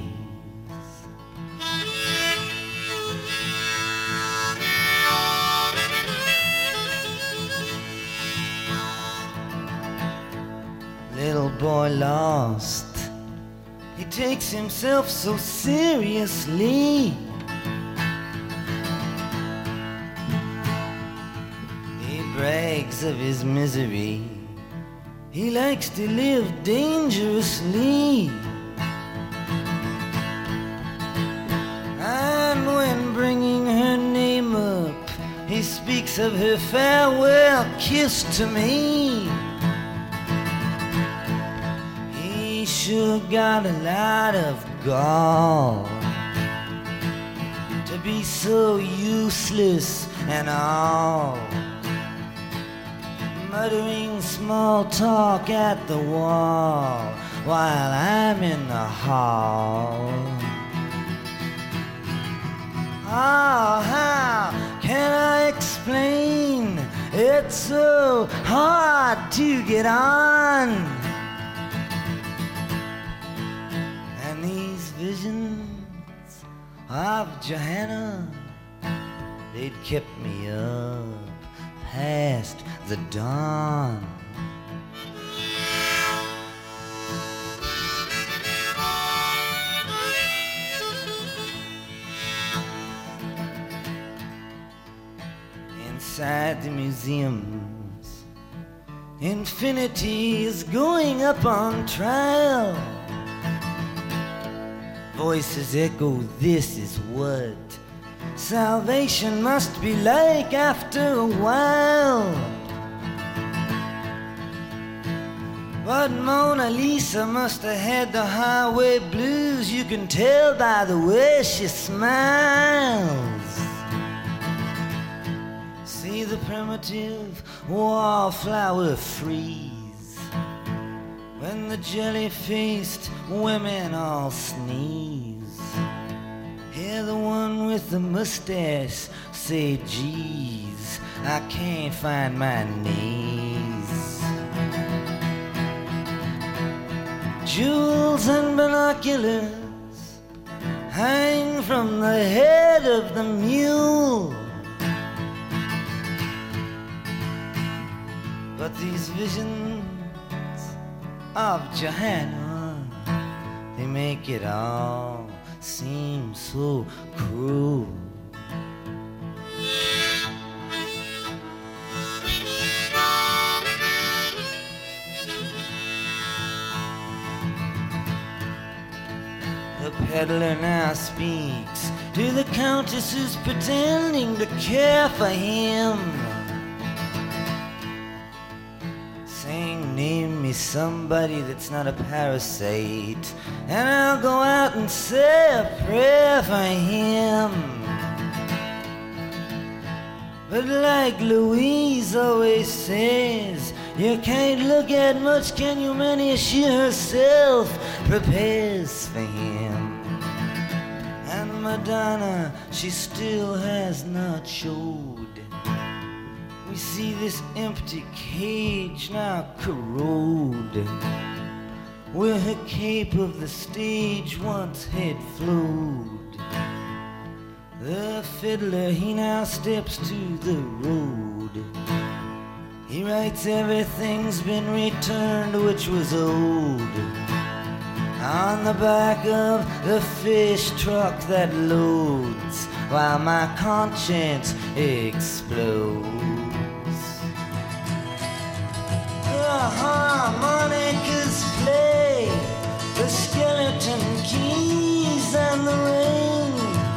Little boy lost, he takes himself so seriously. He brags dregs of his misery. He likes to live dangerously. And when bringing her name up, he speaks of her farewell kiss to me. He sure got a lot of gall to be so useless and all, muttering small talk at the wall while I'm in the hall. Oh, how can I explain? It's so hard to get on. And these visions of Johanna, they'd kept me up past the dawn. Inside the museums, infinity is going up on trial. Voices echo, this is what salvation must be like after a while. But Mona Lisa must have had the highway blues. You can tell by the way she smiles. See the primitive wallflower freeze when the jelly-faced women all sneeze. Hear the one with the mustache say, geez, I can't find my knees. Jewels and binoculars hang from the head of the mule. But these visions of Johanna, they make it all seem so cruel. The peddler now speaks to the countess who's pretending to care for him, saying, name me somebody that's not a parasite, and I'll go out and say a prayer for him. But like Louise always says, you can't look at much, can you, Manny? She herself prepares for him. And Madonna, she still has not showed. We see this empty cage now corrode, where her cape of the stage once had flowed. The fiddler, he now steps to the road. He writes everything's been returned which was owed on the back of the fish truck that loads, while my conscience explodes. The harmonicas play, the skeleton keys and the ring,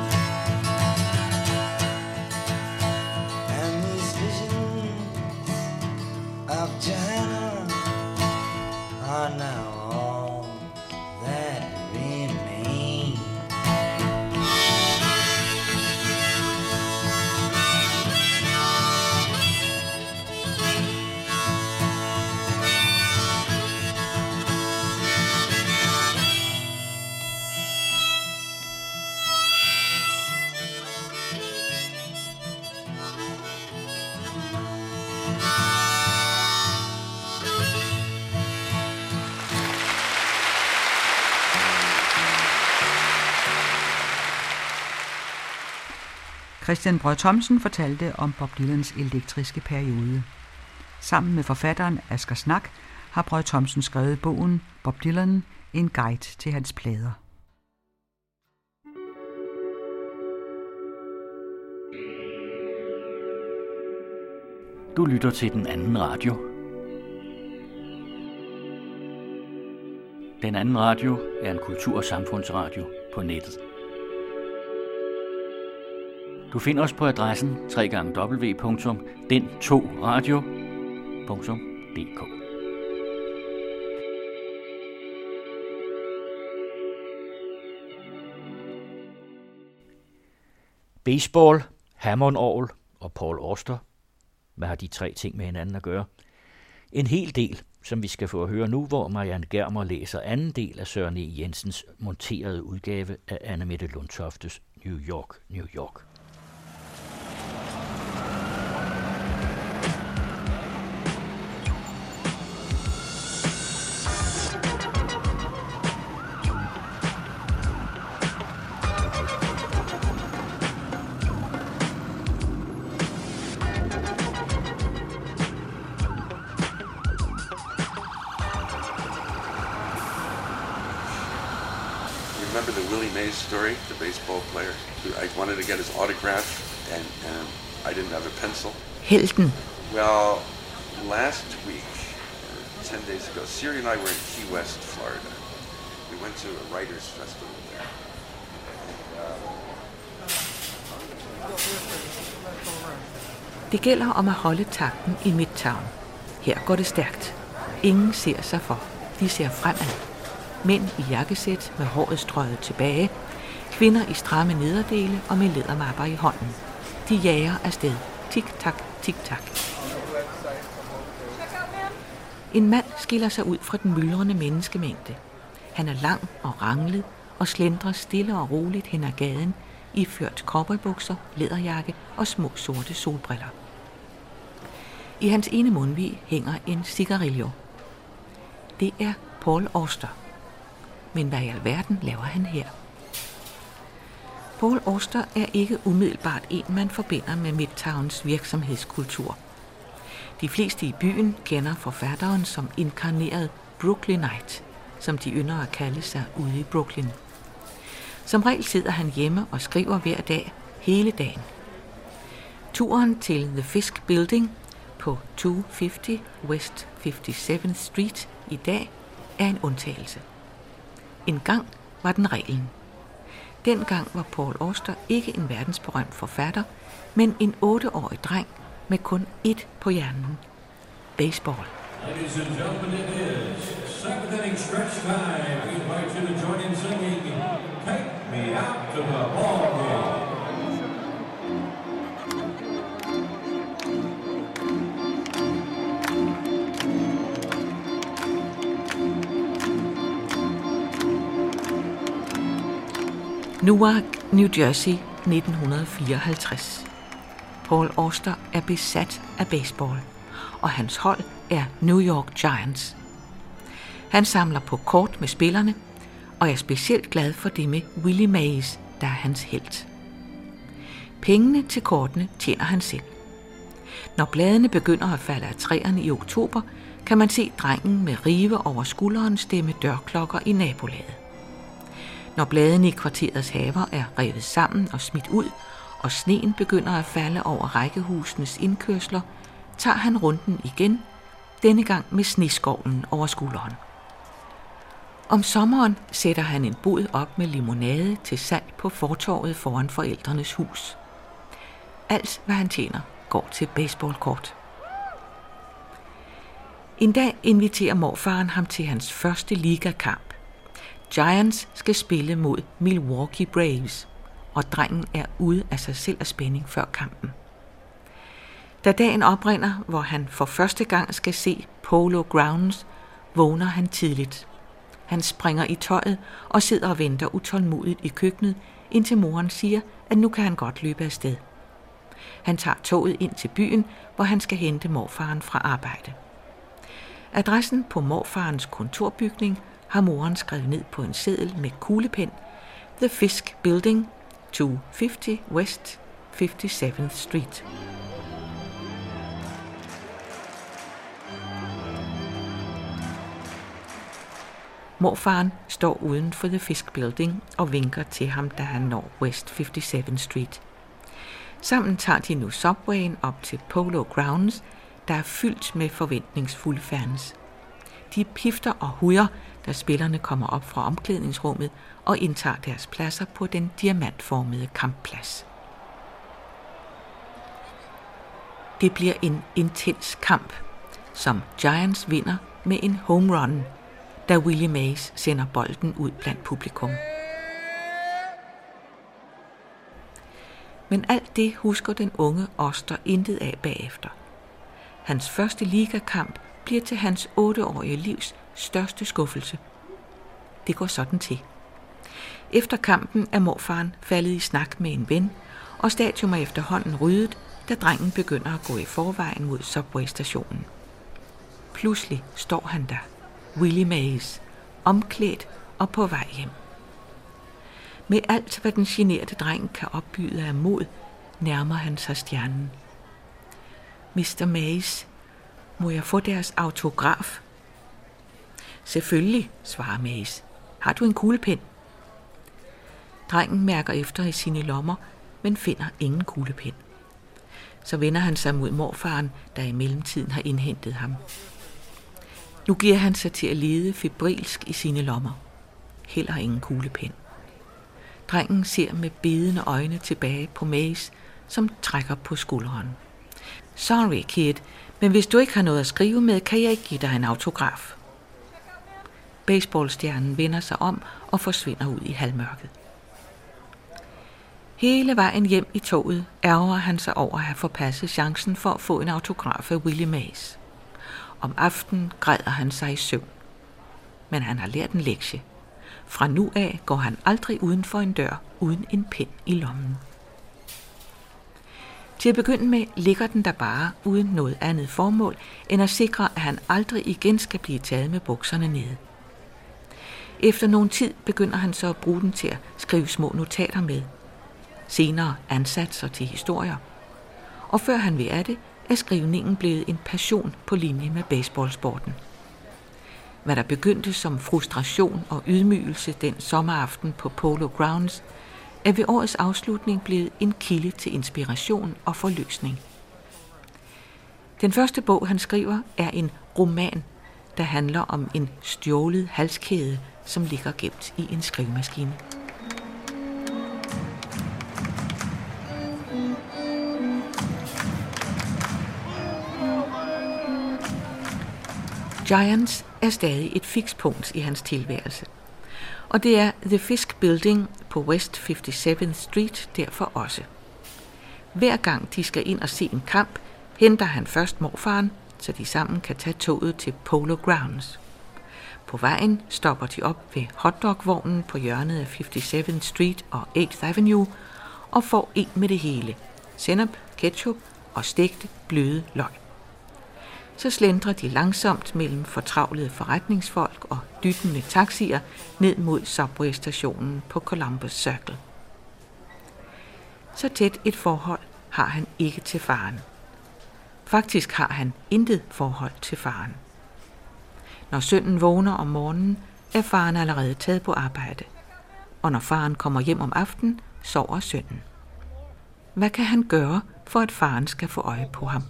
and these visions of Johanna are now all that remain. Christian Brød Thomsen fortalte om Bob Dylans elektriske periode. Sammen med forfatteren Asger Snak har Brød Thomsen skrevet bogen Bob Dylan, en guide til hans plader. Du lytter til Den Anden Radio. Den Anden Radio er en kultur- og samfundsradio på nettet. Du finder os på adressen www.den2radio.dk. Baseball, Hammond-orgel og Paul Auster. Hvad har de tre ting med hinanden at gøre? En hel del, som vi skal få at høre nu, hvor Marianne Germer læser anden del af Søren E. Jensens monterede udgave af Anne-Mette Lundtoftes New York, New York. Remember the Willie Mays story, the baseball player? I wanted to get his autograph, and I didn't have a pencil. Helten. Well, last week, 10 days ago, Siri and I were in Key West, Florida. We went to a writers' festival there. Det gælder om at holde takten i Midtown. Her går det stærkt. Ingen ser sig for. De ser fremad. Mænd i jakkesæt med håret strøget tilbage, kvinder i stramme nederdele og med lædermapper i hånden. De jager afsted. Tik-tak, tik-tak. En mand skiller sig ud fra den myldrende menneskemængde. Han er lang og ranglet og slendrer stille og roligt hen ad gaden, iført cowboybukser, læderjakke og små sorte solbriller. I hans ene mundvig hænger en cigarillo. Det er Paul Auster. Men hvad i alverden laver han her? Paul Auster er ikke umiddelbart en, man forbinder med Midtowns virksomhedskultur. De fleste i byen kender forfatteren som inkarneret Brooklynite, som de ynder at kalde sig ude i Brooklyn. Som regel sidder han hjemme og skriver hver dag, hele dagen. Turen til The Fisk Building på 250 West 57th Street i dag er en undtagelse. En gang var den reglen. Dengang var Paul Auster ikke en verdensberømt forfatter, men en 8-årig dreng med kun ét på hjernen. Baseball. Ladies and gentlemen, it is seventh inning stretch time. We invite you to join in singing Take Me Out to the Ball Game. Newark, New Jersey, 1954. Paul Auster er besat af baseball, og hans hold er New York Giants. Han samler på kort med spillerne, og er specielt glad for det med Willie Mays, der er hans helt. Pengene til kortene tjener han selv. Når bladene begynder at falde af træerne i oktober, kan man se drengen med rive over skulderen stemme dørklokker i nabolaget. Når bladene i kvarterets haver er revet sammen og smidt ud, og sneen begynder at falde over rækkehusenes indkørsler, tager han runden igen, denne gang med sneskovlen over skulderen. Om sommeren sætter han en bod op med limonade til salg på fortorvet foran forældrenes hus. Alt, hvad han tjener, går til baseballkort. En dag inviterer morfaren ham til hans første ligakamp. Giants skal spille mod Milwaukee Braves, og drengen er ude af sig selv af spænding før kampen. Da dagen oprinder, hvor han for første gang skal se Polo Grounds, vågner han tidligt. Han springer i tøjet og sidder og venter utålmodigt i køkkenet, indtil moren siger, at nu kan han godt løbe afsted. Han tager toget ind til byen, hvor han skal hente morfaren fra arbejde. Adressen på morfarens kontorbygning har moren skrevet ned på en seddel med kuglepen: The Fisk Building, 250 West 57th Street. Morfaren står uden for The Fisk Building og vinker til ham, da han når West 57th Street. Sammen tager de nu subwayen op til Polo Grounds, der er fyldt med forventningsfulde fans. De pifter og hujer, da spillerne kommer op fra omklædningsrummet og indtager deres pladser på den diamantformede kampplads. Det bliver en intens kamp, som Giants vinder med en home run, da Willie Mays sender bolden ud blandt publikum. Men alt det husker den unge Oster intet af bagefter. Hans første ligakamp bliver til hans 8-årige livs største skuffelse. Det går sådan til. Efter kampen er morfaren faldet i snak med en ven, og stadion er efterhånden ryddet, da drengen begynder at gå i forvejen mod Subway-stationen. Pludselig står han der, Willie Mays, omklædt og på vej hjem. Med alt, hvad den generte dreng kan opbyde af mod, nærmer han sig stjernen. Mr. Mays, må jeg få deres autograf? Selvfølgelig, svarer Mays. Har du en kuglepen? Drengen mærker efter i sine lommer, men finder ingen kuglepen. Så vender han sig mod morfaren, der i mellemtiden har indhentet ham. Nu giver han sig til at lede febrilsk i sine lommer. Heller ingen kuglepen. Drengen ser med bedende øjne tilbage på Mays, som trækker på skulderen. Sorry, kid, men hvis du ikke har noget at skrive med, kan jeg ikke give dig en autograf. Baseballstjernen vender sig om og forsvinder ud i halvmørket. Hele vejen hjem i toget ærger han sig over at have forpasset chancen for at få en autograf af Willie Mays. Om aftenen græder han sig i søvn. Men han har lært en lektie. Fra nu af går han aldrig uden for en dør uden en pen i lommen. Til at begynde med ligger den der bare uden noget andet formål, end at sikre, at han aldrig igen skal blive taget med bukserne nede. Efter nogen tid begynder han så at bruge den til at skrive små notater med. Senere ansatser til historier. Og før han ved af det, er skrivningen blevet en passion på linje med baseballsporten. Hvad der begyndte som frustration og ydmygelse den sommeraften på Polo Grounds, er ved årets afslutning blevet en kilde til inspiration og forløsning. Den første bog, han skriver, er en roman, der handler om en stjålet halskæde, som ligger gemt i en skrivemaskine. Giants er stadig et fikspunkt i hans tilværelse. Og det er The Fisk Building på West 57th Street derfor også. Hver gang de skal ind og se en kamp, henter han først morfaren, så de sammen kan tage toget til Polo Grounds. På vejen stopper de op ved hotdogvognen på hjørnet af 57th Street og 8th Avenue og får en med det hele. Sennep, ketchup og stegte bløde løg. Så slentrer de langsomt mellem fortravlede forretningsfolk og dyttende taxier ned mod Subway-stationen på Columbus Circle. Så tæt et forhold har han ikke til faren. Faktisk har han intet forhold til faren. Når sønnen vågner om morgenen, er faren allerede taget på arbejde. Og når faren kommer hjem om aftenen, sover sønnen. Hvad kan han gøre, for at faren skal få øje på ham?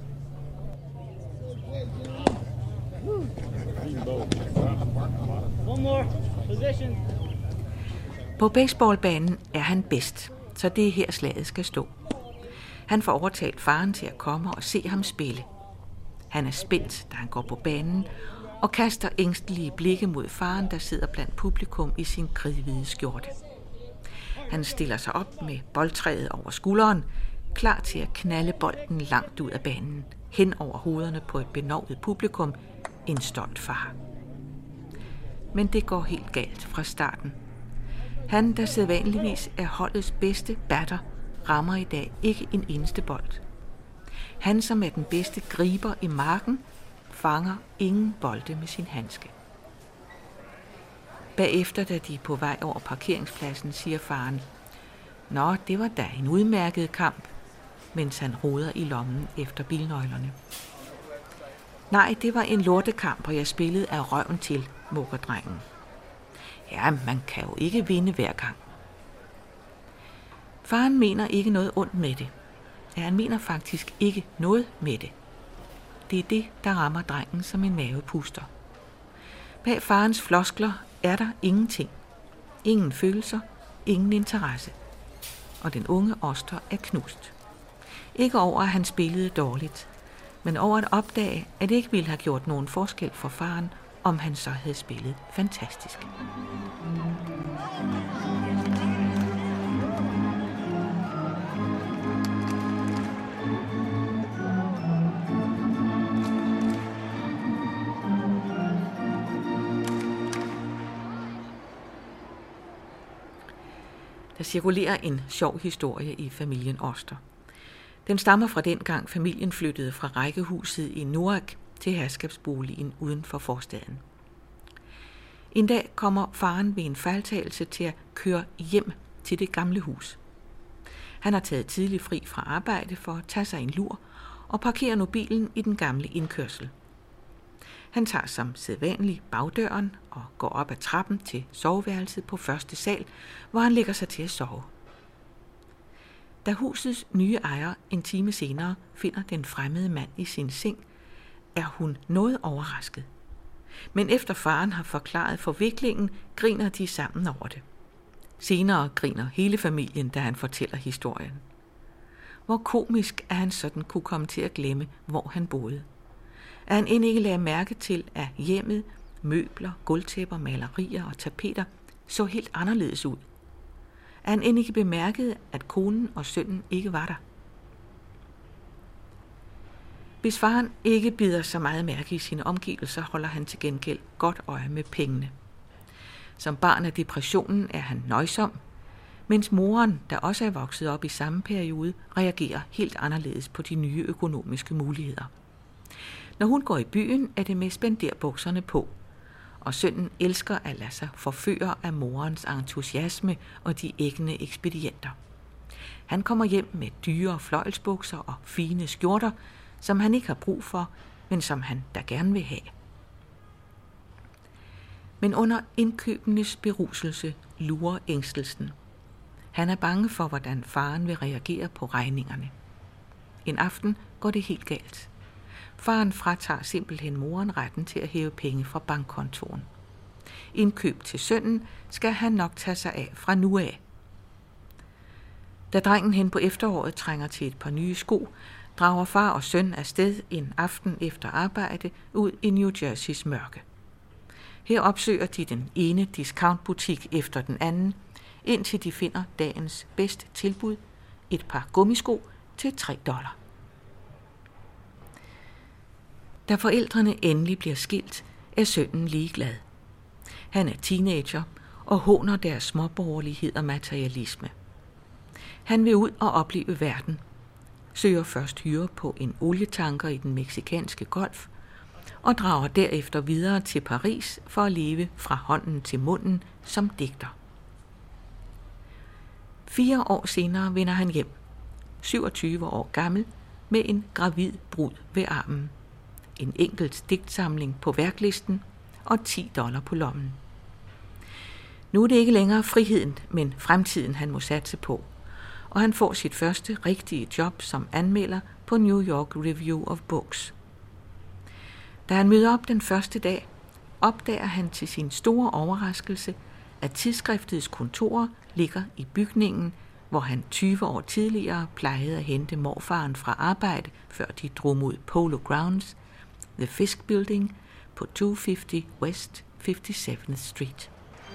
På baseballbanen er han bedst, så det er her slaget skal stå. Han får overtalt faren til at komme og se ham spille. Han er spændt, da han går på banen, og kaster ængstelige blikke mod faren, der sidder blandt publikum i sin kridhvide skjorte. Han stiller sig op med boldtræet over skulderen, klar til at knalde bolden langt ud af banen, hen over hovederne på et benovet publikum, en stolt far. Men det går helt galt fra starten. Han, der sædvanligvis er holdets bedste batter, rammer i dag ikke en eneste bold. Han, som er den bedste griber i marken, fanger ingen bolde med sin handske. Bagefter, da de er på vej over parkeringspladsen, siger faren, "Nå, det var da en udmærket kamp," mens han roder i lommen efter bilnøglerne. "Nej, det var en lortekamp, og jeg spillede af røven til," mukker drengen. "Ja, man kan jo ikke vinde hver gang." Faren mener ikke noget ondt med det. Ja, han mener faktisk ikke noget med det. det er det, der rammer drengen som en mavepuster. Bag farens floskler er der ingenting. Ingen følelser, ingen interesse. Og den unge Oster er knust. Ikke over, at han spillede dårligt, men over at opdage, at det ikke ville have gjort nogen forskel for faren, om han så havde spillet fantastisk. Der cirkulerer en sjov historie i familien Oster. Den stammer fra dengang familien flyttede fra rækkehuset i Newark til herskabsboligen uden for forstaden. En dag kommer faren ved en fejltagelse til at køre hjem til det gamle hus. Han har taget tidlig fri fra arbejde for at tage sig en lur og parkerer nu bilen i den gamle indkørsel. Han tager som sædvanlig bagdøren og går op ad trappen til soveværelset på første sal, hvor han lægger sig til at sove. Da husets nye ejer en time senere finder den fremmede mand i sin seng, er hun noget overrasket. Men efter faren har forklaret forviklingen, griner de sammen over det. Senere griner hele familien, da han fortæller historien. Hvor komisk, at han sådan kunne komme til at glemme, hvor han boede. At han end ikke lagde mærke til, at hjemmet, møbler, gulvtæpper, malerier og tapeter så helt anderledes ud. At han end ikke bemærkede, at konen og sønnen ikke var der. Hvis faren ikke bider så meget mærke i sine omgivelser, holder han til gengæld godt øje med pengene. Som barn af depressionen er han nøjsom, mens moren, der også er vokset op i samme periode, reagerer helt anderledes på de nye økonomiske muligheder. Når hun går i byen, er det med spenderbukserne på, og sønnen elsker at lade sig forføre af morens entusiasme og de æggende ekspedienter. Han kommer hjem med dyre fløjlsbukser og fine skjorter, som han ikke har brug for, men som han da gerne vil have. Men under indkøbenes beruselse lurer ængstelsen. Han er bange for, hvordan faren vil reagere på regningerne. En aften går det helt galt. Faren fratager simpelthen moren retten til at hæve penge fra bankkontoen. Indkøb til sønnen skal han nok tage sig af fra nu af. Da drengen hen på efteråret trænger til et par nye sko, drager far og søn afsted en aften efter arbejde ud i New Jerseys mørke. Her opsøger de den ene discountbutik efter den anden, indtil de finder dagens bedste tilbud, et par gummisko til $3. Da forældrene endelig bliver skilt, er sønnen ligeglad. Han er teenager og håner deres småborgerlighed og materialisme. Han vil ud og opleve verden, søger først hyre på en olietanker i den mexikanske golf og drager derefter videre til Paris for at leve fra hånden til munden som digter. 4 år senere vender han hjem, 27 år gammel, med en gravid brud ved armen, en enkelt digtsamling på værklisten og $10 på lommen. Nu er det ikke længere friheden, men fremtiden han må satse på, og han får sit første rigtige job som anmelder på New York Review of Books. Da han møder op den første dag, opdager han til sin store overraskelse, at tidsskriftets kontorer ligger i bygningen, hvor han 20 år tidligere plejede at hente morfaren fra arbejde, før de drog mod Polo Grounds, The Fisk Building på 250 West 57th Street.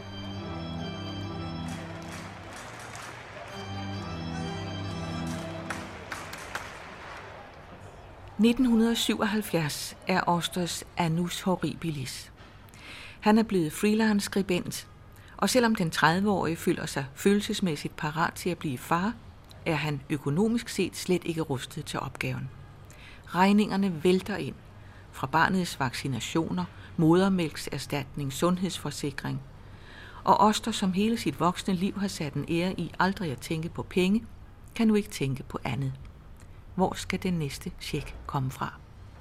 I 1977 er Osters annus horribilis. Han er blevet freelance-skribent, og selvom den 30-årige føler sig følelsesmæssigt parat til at blive far, er han økonomisk set slet ikke rustet til opgaven. Regningerne vælter ind, fra barnets vaccinationer, modermælkserstatning, sundhedsforsikring. Og Oster, som hele sit voksne liv har sat en ære i aldrig at tænke på penge, kan nu ikke tænke på andet. Hvor skal den næste check komme fra?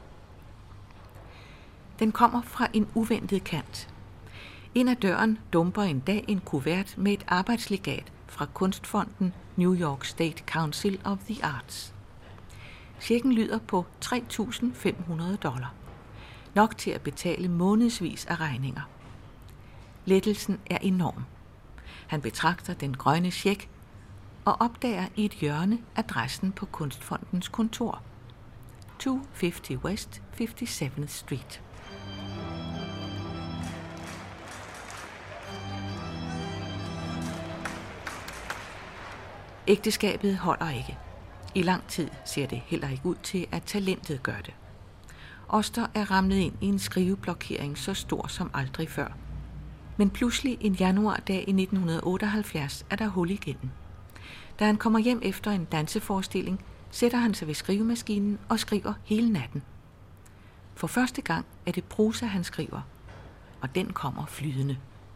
Den kommer fra en uventet kant. Ind ad døren dumper en dag en kuvert med et arbejdslegat fra kunstfonden New York State Council of the Arts. Checken lyder på $3.500. Nok til at betale månedsvis af regninger. Lettelsen er enorm. Han betragter den grønne check og opdager i et hjørne adressen på Kunstfondens kontor. 250 West 57th Street. Ægteskabet holder ikke. I lang tid ser det heller ikke ud til, at talentet gør det. Oster er ramlet ind i en skriveblokering så stor som aldrig før. Men pludselig en januardag i 1978 er der hul igennem. Da han kommer hjem efter en danseforestilling, sætter han sig ved skrivemaskinen og skriver hele natten. For første gang er det prosa, han skriver, og den kommer flydende.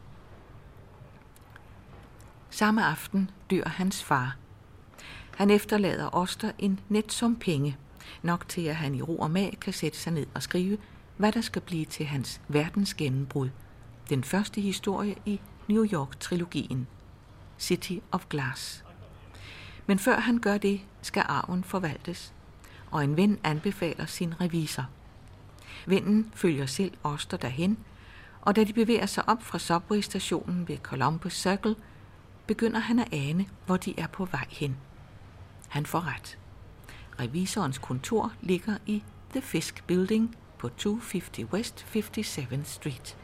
Samme aften dør hans far. Han efterlader Oster en net sum penge, nok til at han i ro og mag kan sætte sig ned og skrive, hvad der skal blive til hans verdensgennembrud. Den første historie i New York-trilogien, City of Glass. Men før han gør det, skal arven forvaltes, og en ven anbefaler sin revisor. Vennen følger selv Oster derhen, og da de bevæger sig op fra Subway-stationen ved Columbus Circle, begynder han at ane, hvor de er på vej hen. Han får ret. Revisorens kontor ligger i The Fisk Building på 250 West 57th Street.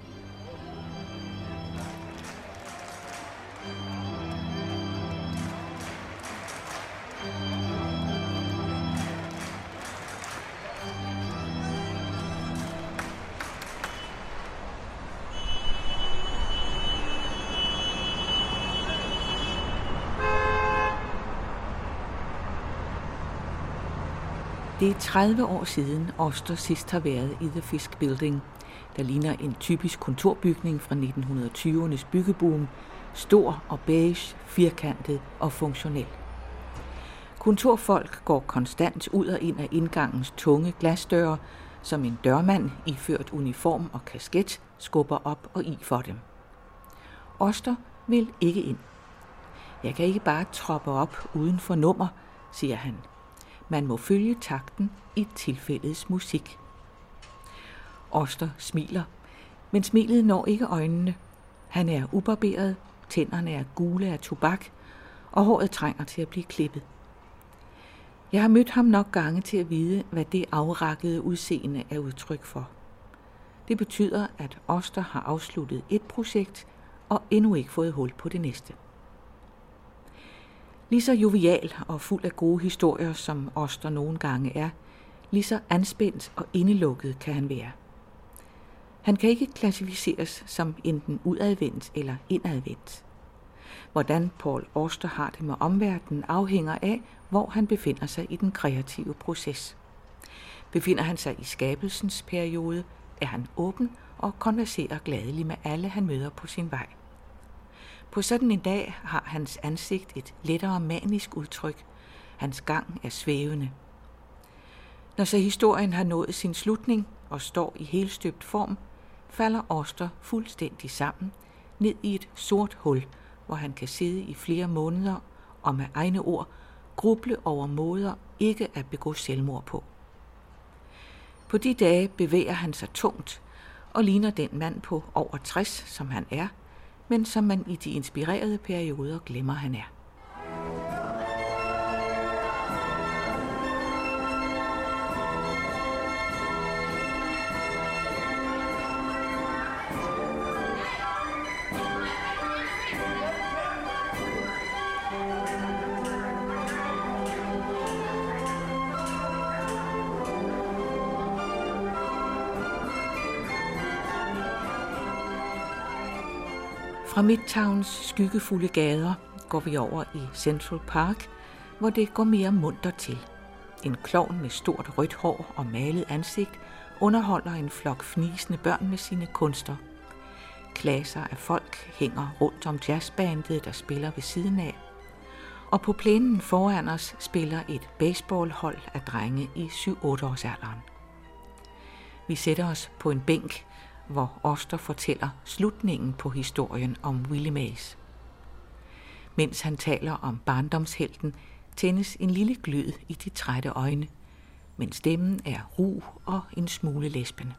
Det er 30 år siden Oster sidst har været i The Fisk Building, der ligner en typisk kontorbygning fra 1920'ernes byggeboom, stor og beige, firkantet og funktionel. Kontorfolk går konstant ud og ind af indgangens tunge glasdøre, som en dørmand iført uniform og kasket skubber op og i for dem. Oster vil ikke ind. Jeg kan ikke bare troppe op uden for nummer, siger han. Man må følge takten i tilfældets musik. Oster smiler, men smilet når ikke øjnene. Han er ubarberet, tænderne er gule af tobak, og håret trænger til at blive klippet. Jeg har mødt ham nok gange til at vide, hvad det afrakkede udseende er udtryk for. Det betyder, at Oster har afsluttet et projekt og endnu ikke fået hul på det næste. Lige så jovial og fuld af gode historier, som Oster nogle gange er, lige så anspændt og indelukket kan han være. Han kan ikke klassificeres som enten udadvendt eller indadvendt. Hvordan Paul Auster har det med omverdenen afhænger af, hvor han befinder sig i den kreative proces. Befinder han sig i skabelsens periode, er han åben og konverserer gladeligt med alle, han møder på sin vej. På sådan en dag har hans ansigt et lettere manisk udtryk. Hans gang er svævende. Når så historien har nået sin slutning og står i helstøbt form, falder Auster fuldstændig sammen ned i et sort hul, hvor han kan sidde i flere måneder og med egne ord gruble over måder ikke at begå selvmord på. På de dage bevæger han sig tungt og ligner den mand på over 60, som han er, men som man i de inspirerede perioder glemmer, han er. Fra Midtowns skyggefulde gader går vi over i Central Park, hvor det går mere muntert til. En klovn med stort rødt hår og malet ansigt underholder en flok fnisende børn med sine kunster. Klasser af folk hænger rundt om jazzbandet, der spiller ved siden af. Og på plænen foran os spiller et baseballhold af drenge i 7-8-årsalderen. Vi sætter os på en bænk, hvor Auster fortæller slutningen på historien om Willie Mays. Mens han taler om barndomshelten, tændes en lille glød i de trætte øjne. men stemmen er ru og en smule lesbende.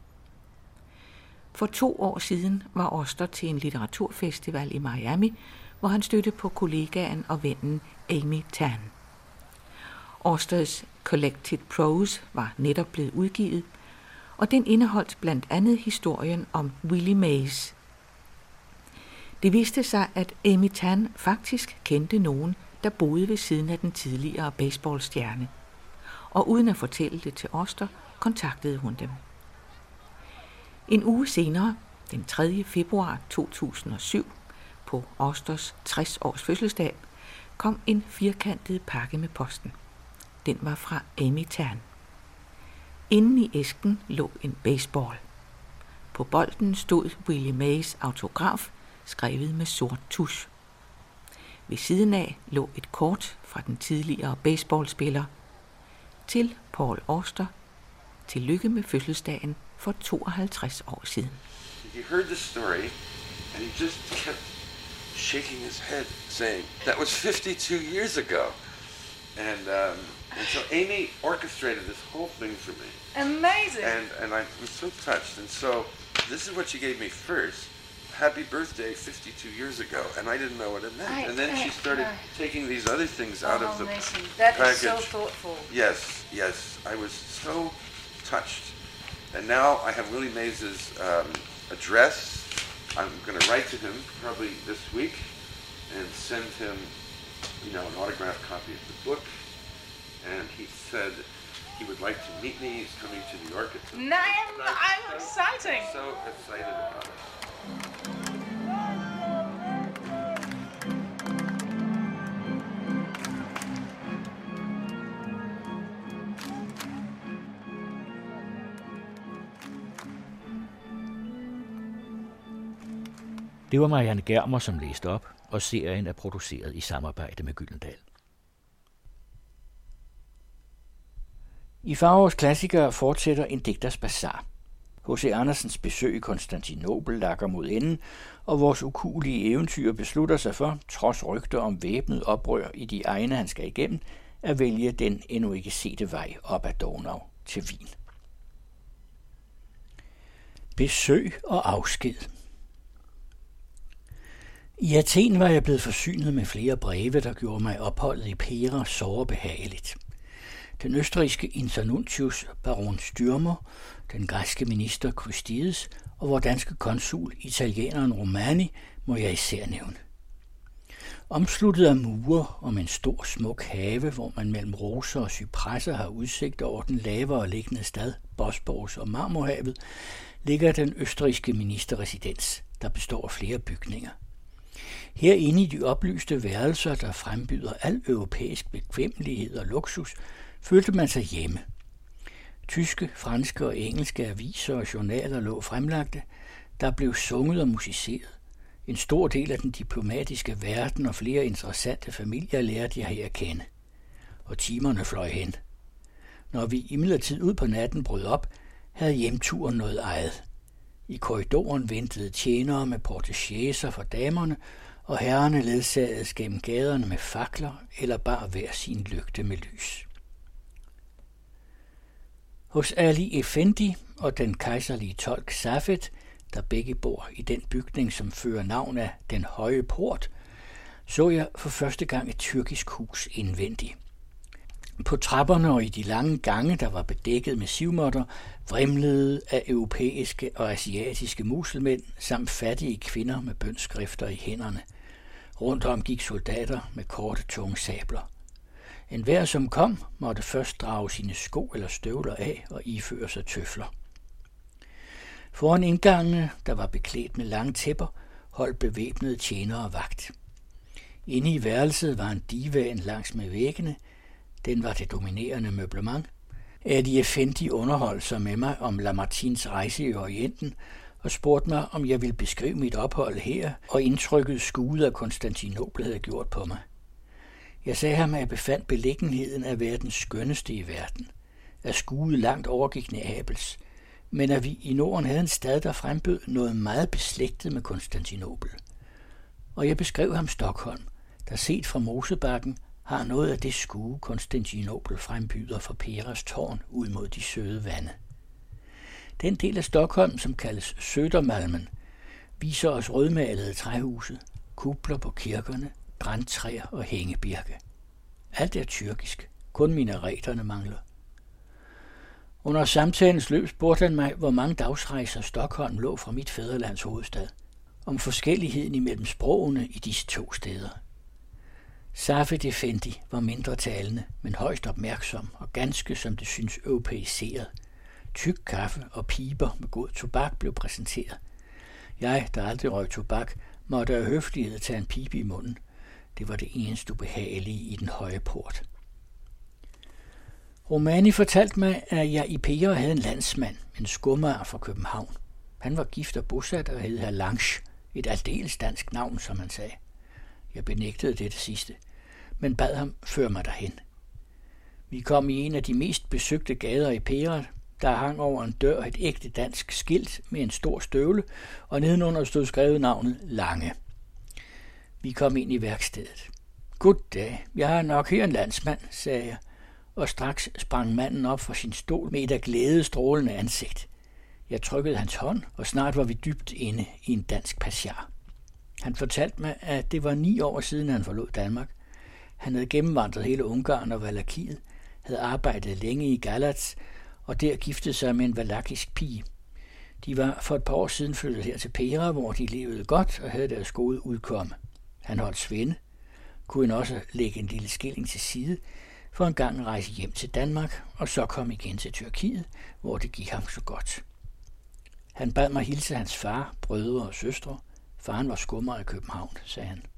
For 2 år siden var Oster til en litteraturfestival i Miami, hvor han stødte på kollegaen og vennen Amy Tan. Osters Collected Prose var netop blevet udgivet, og den indeholdt blandt andet historien om Willie Mays. Det viste sig, at Amy Tan faktisk kendte nogen, der boede ved siden af den tidligere baseballstjerne, og uden at fortælle det til Oster, kontaktede hun dem. En uge senere, den 3. februar 2007, på Osters 60-års fødselsdag, kom en firkantet pakke med posten. Den var fra Amy Tan. Inden i æsken lå en baseball. På bolden stod Willie Mays autograf, skrevet med sort tusch. Ved siden af lå et kort fra den tidligere baseballspiller. Til Paul Auster. Tillykke med fødselsdagen for 52 år siden. He heard the story, and he just kept shaking his head, saying, "That was 52 years ago." And so Amy orchestrated this whole thing for me. Amazing. And I was so touched. And so this is what she gave me first. Happy birthday 52 years ago. And I didn't know what it meant. And then she started taking these other things out of the That package. is so thoughtful. Yes. I was so touched. And now I have Willie Mays' address. I'm going to write to him probably this week and send him, an autographed copy of the book. And he said he would like to meet me. He's coming to New York. I'm exciting. So excited about it. Det var Marianne Germer, som læste op, og serien er produceret i samarbejde med Gyldendal. I Farovs klassikere fortsætter en digters bazar. H.C. Andersens besøg i Konstantinopel lakker mod enden, og vores ukuelige eventyr beslutter sig for, trods rygter om væbnet oprør i de egne, han skal igennem, at vælge den endnu ikke sete vej op ad Donau til Wien. Besøg og afsked. I Athen var jeg blevet forsynet med flere breve, der gjorde mig opholdet i Pera såre behageligt. Den østrigske internuntius baron Stürmer, den græske minister Christides og vor danske konsul, italieneren Romani, må jeg især nævne. Omsluttet af mure om en stor smuk have, hvor man mellem roser og cypresser har udsigt over den lavere liggende stad, Bosporus og Marmorhavet, ligger den østrigske ministerresidens, der består af flere bygninger. Herinde i de oplyste værelser, der frembyder al europæisk bekvemmelighed og luksus, følte man sig hjemme. Tyske, franske og engelske aviser og journaler lå fremlagte, der blev sunget og musiceret. En stor del af den diplomatiske verden og flere interessante familier lærte jeg her at kende. Og timerne fløj hen. Når vi imidlertid ud på natten brød op, havde hjemturen noget eget. I korridoren ventede tjenere med portechaser for damerne, og herrerne ledsagedes gennem gaderne med fakler eller bar hver sin lygte med lys. Hos Ali Effendi og den kejserlige tolk Safed, der begge bor i den bygning, som fører navn af Den Høje Port, så jeg for første gang et tyrkisk hus indvendigt. På trapperne og i de lange gange, der var bedækket med sivmåtter, vrimlede af europæiske og asiatiske muselmænd samt fattige kvinder med bønskrifter i hænderne. Rundt om gik soldater med korte, tunge sabler. Enhver, som kom, måtte først drage sine sko eller støvler af og iføre sig tøfler. Foran indgangene, der var beklædt med lange tæpper, holdt bevæbnede tjenere vagt. Inde i værelset var en divan langs med væggene. Den var det dominerende møblement. Ali Effendi underholdt sig med mig om Lamartines rejse i Orienten og spurgte mig, om jeg ville beskrive mit ophold her, og indtrykket skuet af Konstantinopel havde gjort på mig. Jeg sagde ham, at jeg befandt beliggenheden af være den skønneste i verden, at skuet langt overgik Neapels, men at vi i Norden havde en stad, der frembød noget meget beslægtet med Konstantinopel. Og jeg beskrev ham Stockholm, der set fra Mosebakken har noget af det skue, Konstantinopel frembyder for Peras tårn ud mod de søde vande. Den del af Stockholm, som kaldes Södermalmen, viser os rødmalede træhuse, kupler på kirkerne, brandtræer og hængebirke. Alt er tyrkisk, kun minareterne mangler. Under samtalens løb spurgte han mig, hvor mange dagsrejser Stockholm lå fra mit fædrelands hovedstad, om forskelligheden imellem sprogene i disse to steder. Safed Effendi var mindre talende, men højst opmærksom og ganske, som det synes, europæiseret. Tyk kaffe og piber med god tobak blev præsenteret. Jeg, der aldrig røg tobak, måtte af høflighed tage en pibe i munden. Det var det eneste ubehagelige i den høje port. Romani fortalte mig, at jeg i Pera havde en landsmand, en skummager fra København. Han var gift og bosat og hed herr Lange, et aldeles dansk navn, som han sagde. Jeg benægtede det sidste, men bad ham føre mig derhen. Vi kom i en af de mest besøgte gader i Pera. Der hang over en dør et ægte dansk skilt med en stor støvle, og nedenunder stod skrevet navnet Lange. Vi kom ind i værkstedet. Goddag, jeg har nok her en landsmand, sagde jeg, og straks sprang manden op fra sin stol med et af glæde strålende ansigt. Jeg trykkede hans hånd, og snart var vi dybt inde i en dansk passiar. Han fortalte mig, at det var 9 år siden, han forlod Danmark. Han havde gennemvandret hele Ungarn og Valakiet, havde arbejdet længe i Galatz, og der giftede sig med en valakisk pige. De var for et par år siden flyttet her til Pera, hvor de levede godt og havde deres gode udkomme. Han holdt svende, kunne også lægge en lille skilling til side, for en gang rejse hjem til Danmark, og så kom igen til Tyrkiet, hvor det gik ham så godt. Han bad mig hilse hans far, brødre og søstre. Faren var skummer i København, sagde han.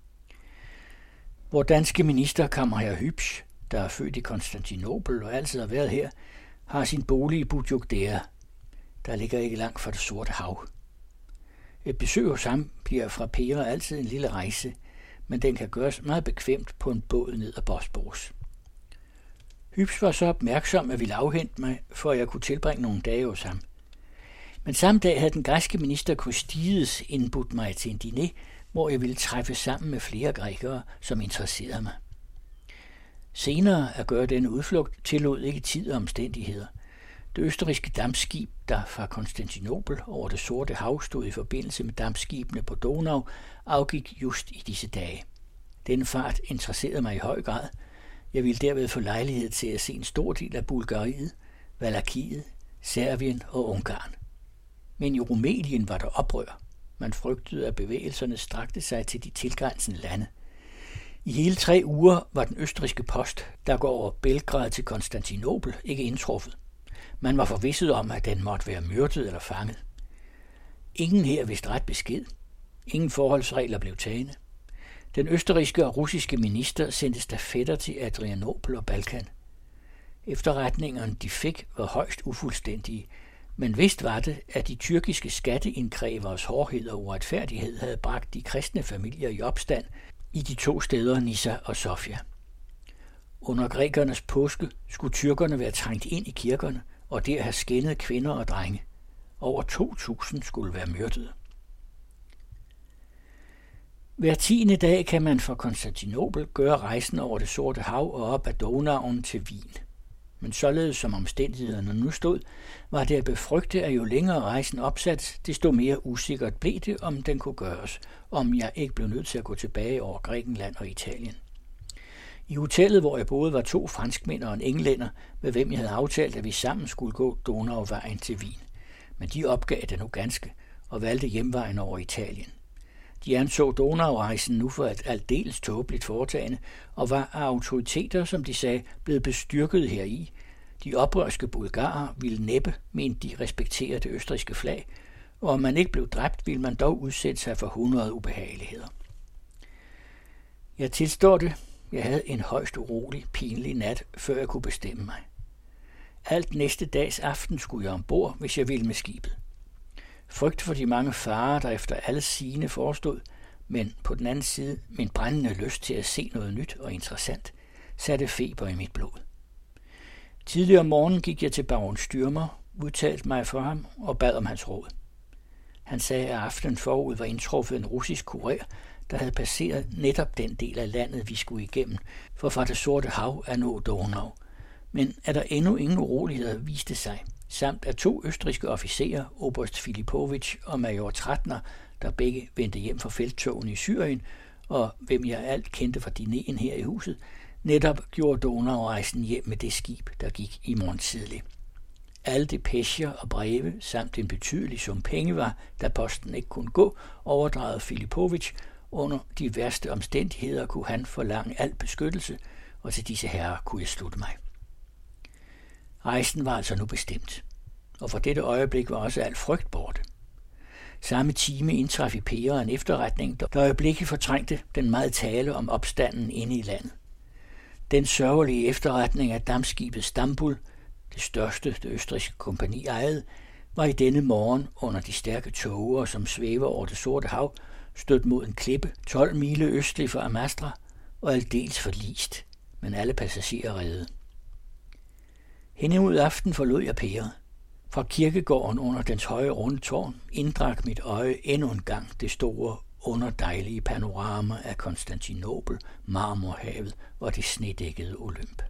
Vor danske minister, kammerherre Hübsch, der er født i Konstantinopel og altid har været her, har sin bolig i Budjugdera, der ligger ikke langt fra det Sorte Hav. Et besøg hos ham bliver fra Pera altid en lille rejse, men den kan gøres meget bekvemt på en båd ned ad Bosporus. Hübsch var så opmærksom at ville afhente mig, for at jeg kunne tilbringe nogle dage hos ham. Men samme dag havde den græske minister Kostides indbudt mig til en diner, hvor jeg ville træffe sammen med flere grækere, som interesserede mig. Senere at gøre denne udflugt tillod ikke tid og omstændigheder. Det østrigske dampskib, der fra Konstantinopel over det Sorte Hav stod i forbindelse med dampskibene på Donau, afgik just i disse dage. Denne fart interesserede mig i høj grad. Jeg ville derved få lejlighed til at se en stor del af Bulgariet, Valakiet, Serbien og Ungarn. Men i Rumænien var der oprør. Man frygtede, at bevægelserne strakte sig til de tilgrænsende lande. I hele 3 uger var den østrigske post, der går over Belgrad til Konstantinopel, ikke indtruffet. Man var forvisset om, at den måtte være myrdet eller fanget. Ingen her vidste ret besked. Ingen forholdsregler blev tagne. Den østrigske og russiske minister sendte stafetter til Adrianopel og Balkan. Efterretningerne, de fik, var højst ufuldstændige, men vist var det, at de tyrkiske skatteindkræveres hårdhed og uretfærdighed havde bragt de kristne familier i opstand i de 2 steder, Nisa og Sofia. Under grækernes påske skulle tyrkerne være trængt ind i kirkerne og der have skændet kvinder og drenge. Over 2.000 skulle være myrdet. Hver 10. dag kan man fra Konstantinopel gøre rejsen over det Sorte Hav og op ad Donauen til Wien. Men således som omstændighederne nu stod, var det at befrygte, at jo længere rejsen opsat, desto mere usikkert blev det, om den kunne gøres, om jeg ikke blev nødt til at gå tilbage over Grækenland og Italien. I hotellet, hvor jeg boede, var 2 franskmænd og en englænder, med hvem jeg havde aftalt, at vi sammen skulle gå Donauvejen til Wien. Men de opgav det nu ganske og valgte hjemvejen over Italien. De anså Donaurejsen nu for et aldeles tåbeligt foretagende, og var af autoriteter, som de sagde, blevet bestyrket heri. De oprørske bulgarer ville næppe, mente de, respektere det østrigske flag, og om man ikke blev dræbt, ville man dog udsætte sig for 100 ubehageligheder. Jeg tilstår det. Jeg havde en højst urolig, pinlig nat, før jeg kunne bestemme mig. Alt næste dags aften skulle jeg ombord, hvis jeg ville med skibet. Frygt for de mange farer, der efter alle sigende forestod, men på den anden side min brændende lyst til at se noget nyt og interessant, satte feber i mit blod. Tidligere om morgenen gik jeg til baron Stürmer, udtalte mig for ham og bad om hans råd. Han sagde, at aftenen forud var indtruffet en russisk kurér, der havde passeret netop den del af landet, vi skulle igennem, for fra det Sorte Hav at nå Donau. Men at der endnu ingen uroligheder viste sig, samt at 2 østrigske officerer, oberst Filipovich og major Tratner, der begge vendte hjem fra felttogen i Syrien, og hvem jeg alt kendte fra dinéen her i huset, netop gjorde Donau-rejsen hjem med det skib, der gik i morgen tidlig. Alle depecher og breve, samt en betydelig sum penge var, da posten ikke kunne gå, overdraget Filipovich. Under de værste omstændigheder kunne han forlange al beskyttelse, og til disse herrer kunne jeg slutte mig. Rejsen var altså nu bestemt, og fra dette øjeblik var også al frygt borte. Samme time indtraf i Pera en efterretning, der øjeblikket fortrængte den meget tale om opstanden inde i landet. Den sørgelige efterretning af dampskibet Stambul, det største det østrigske kompagni ejede, var i denne morgen under de stærke tåger, som svæver over det Sorte Hav, stødt mod en klippe 12 mile østlig for Amastra og aldeles forlist, men alle passagerer redde. Hen ud aften forlod jeg Pera. Fra kirkegården under dens høje runde tårn inddrak mit øje endnu en gang det store, underdejlige panorama af Konstantinopel, Marmorhavet og det snedækkede Olymp.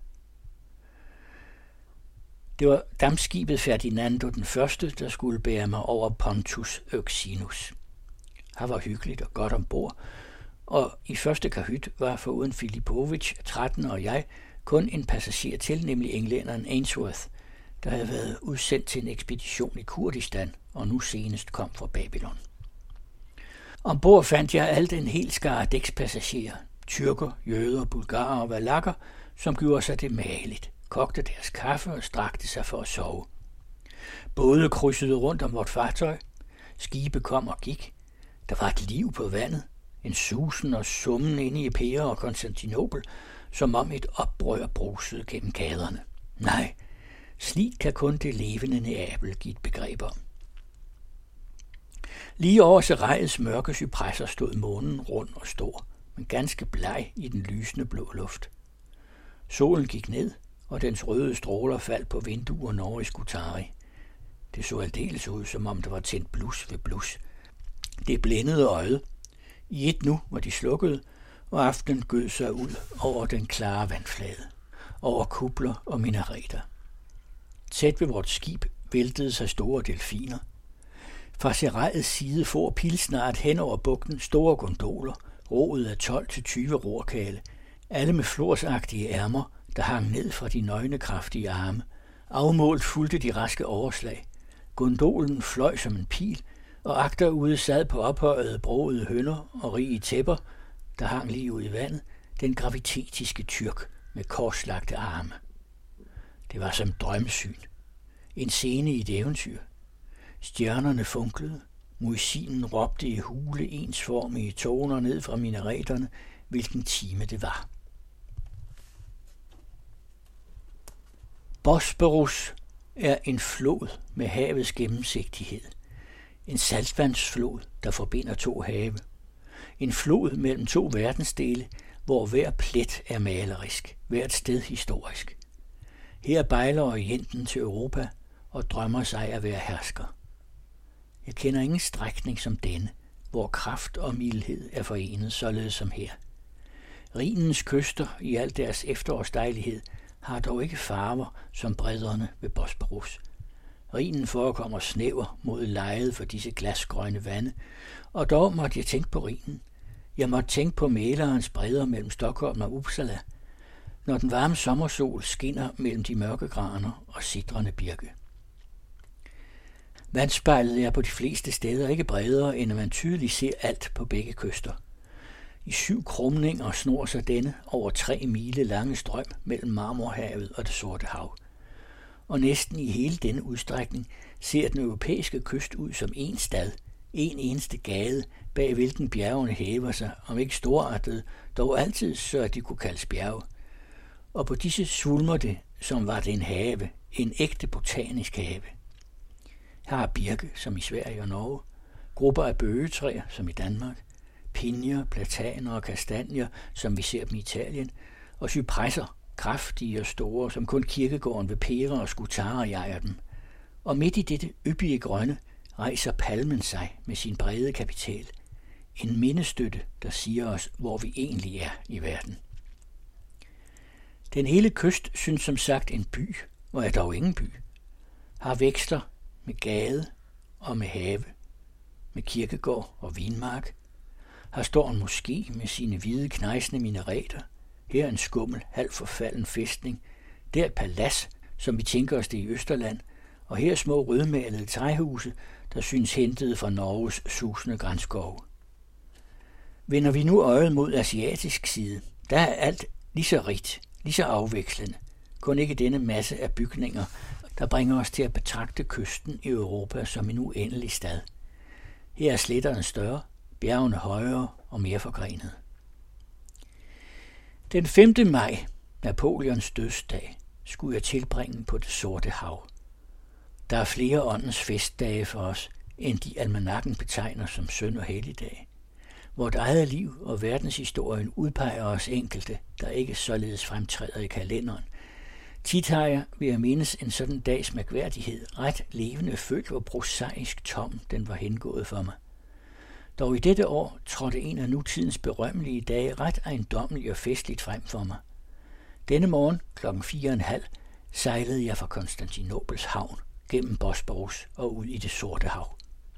Det var dampskibet Ferdinando den første, der skulle bære mig over Pontus Euxinus. Han var hyggeligt og godt ombord, og i første kahyt var foruden Filipovich, 13 og jeg kun en passager til, nemlig englænderen Ainsworth, der havde været udsendt til en ekspedition i Kurdistan og nu senest kom fra Babylon. Ombord fandt jeg alt en hel skare dækspassagerer, tyrker, jøder, bulgarer og valakker, som gjorde sig det mageligt, kogte deres kaffe og strakte sig for at sove. Både krydsede rundt om vort fartøj, skibe kom og gik, der var et liv på vandet, en susen og summen inde i Pera og Konstantinopel, som om et oprør brusede gennem gaderne. Nej, slidt kan kun det levende Neapel give et begreb om. Lige over Serejets mørke cypresser stod månen rund og stor, men ganske bleg i den lysende blå luft. Solen gik ned, og dens røde stråler faldt på vinduerne over i Skutari. Det så aldeles ud, som om der var tændt blus ved blus. Det blændede øjet. I et nu var de slukket, og aftenen gød sig ud over den klare vandflade, over kupler og minareter. Tæt ved vort skib væltede sig store delfiner. Fra Serejets side for pilsnart hen over bugten store gondoler, roet af 12-20 rorkale, alle med florsagtige ærmer, der hang ned fra de nøgne kraftige arme. Afmålt fulgte de raske overslag. Gondolen fløj som en pil, og agterude sad på ophøjede broede hønder og rige tæpper, der hang lige ud i vandet, den gravitetiske tyrk med korslagte arme. Det var som drømmesyn. En scene i et eventyr. Stjernerne funklede, muezzinen råbte i hule ensformige toner ned fra minareterne, hvilken time det var. Bosporus er en flod med havets gennemsigtighed. En saltvandsflod, der forbinder 2 have. En flod mellem 2 verdensdele, hvor hver plet er malerisk, hvert sted historisk. Her bejler Orienten til Europa og drømmer sig at være hersker. Jeg kender ingen strækning som denne, hvor kraft og mildhed er forenet således som her. Rhinens kyster i al deres efterårsdejlighed har dog ikke farver som bredderne ved Bosporus. Rhinen forekommer snæver mod lejet for disse glasgrønne vande, og dog måtte jeg tænke på Rhinen. Jeg måtte tænke på Mälarens bredder mellem Stockholm og Uppsala, når den varme sommersol skinner mellem de mørke graner og sidrende birke. Vandspejlet er på de fleste steder ikke bredere, end at man tydeligt ser alt på begge kyster. I 7 krumninger snor sig denne over 3 mile lange strøm mellem Marmorhavet og det Sorte Hav. Og næsten i hele denne udstrækning ser den europæiske kyst ud som en stad, en eneste gade, bag hvilken bjergene hæver sig, om ikke storartet, dog altid så at de kunne kaldes bjerge. Og på disse svulmer det, som var det en have, en ægte botanisk have. Her er birke, som i Sverige og Norge, grupper af bøgetræer, som i Danmark, pinjer, plataner og kastanjer, som vi ser dem i Italien, og cypresser, kraftige og store, som kun kirkegården ved Pera og Skutari ejer dem. Og midt i dette yppige grønne rejser palmen sig med sin brede kapital. En mindestøtte, der siger os, hvor vi egentlig er i verden. Den hele kyst synes som sagt en by, og er dog ingen by. Har veksler med gade og med have, med kirkegård og vinmark. Her står en moské med sine hvide knejsende minareter. Her en skummel, halv forfalden fæstning. Der et palads, som vi tænker os det i Østerland. Og her små rødmalede træhuse, der synes hentede fra Norges susende grænskove. Vender vi nu øjet mod asiatisk side, der er alt lige så rigt, lige så afvekslende. Kun ikke denne masse af bygninger, der bringer os til at betragte kysten i Europa som en uendelig stad. Her er sletterne større, bjergene højere og mere forgrenede. Den 5. maj, Napoleons dødsdag, skulle jeg tilbringe på det Sorte Hav. Der er flere åndens festdage for os, end de almanakken betegner som søn- og helligdag. Vort eget liv og verdenshistorien udpeger os enkelte, der ikke således fremtræder i kalenderen. Tit har jeg, ved at mindes en sådan dags mærkværdighed, ret levende følt, hvor prosaisk tom den var hengået for mig. Dog i dette år trådte en af nutidens berømmelige dage ret ejendommeligt og festligt frem for mig. Denne morgen kl. 4:30 sejlede jeg fra Konstantinopels havn, gennem Bosporus og ud i det Sorte Hav.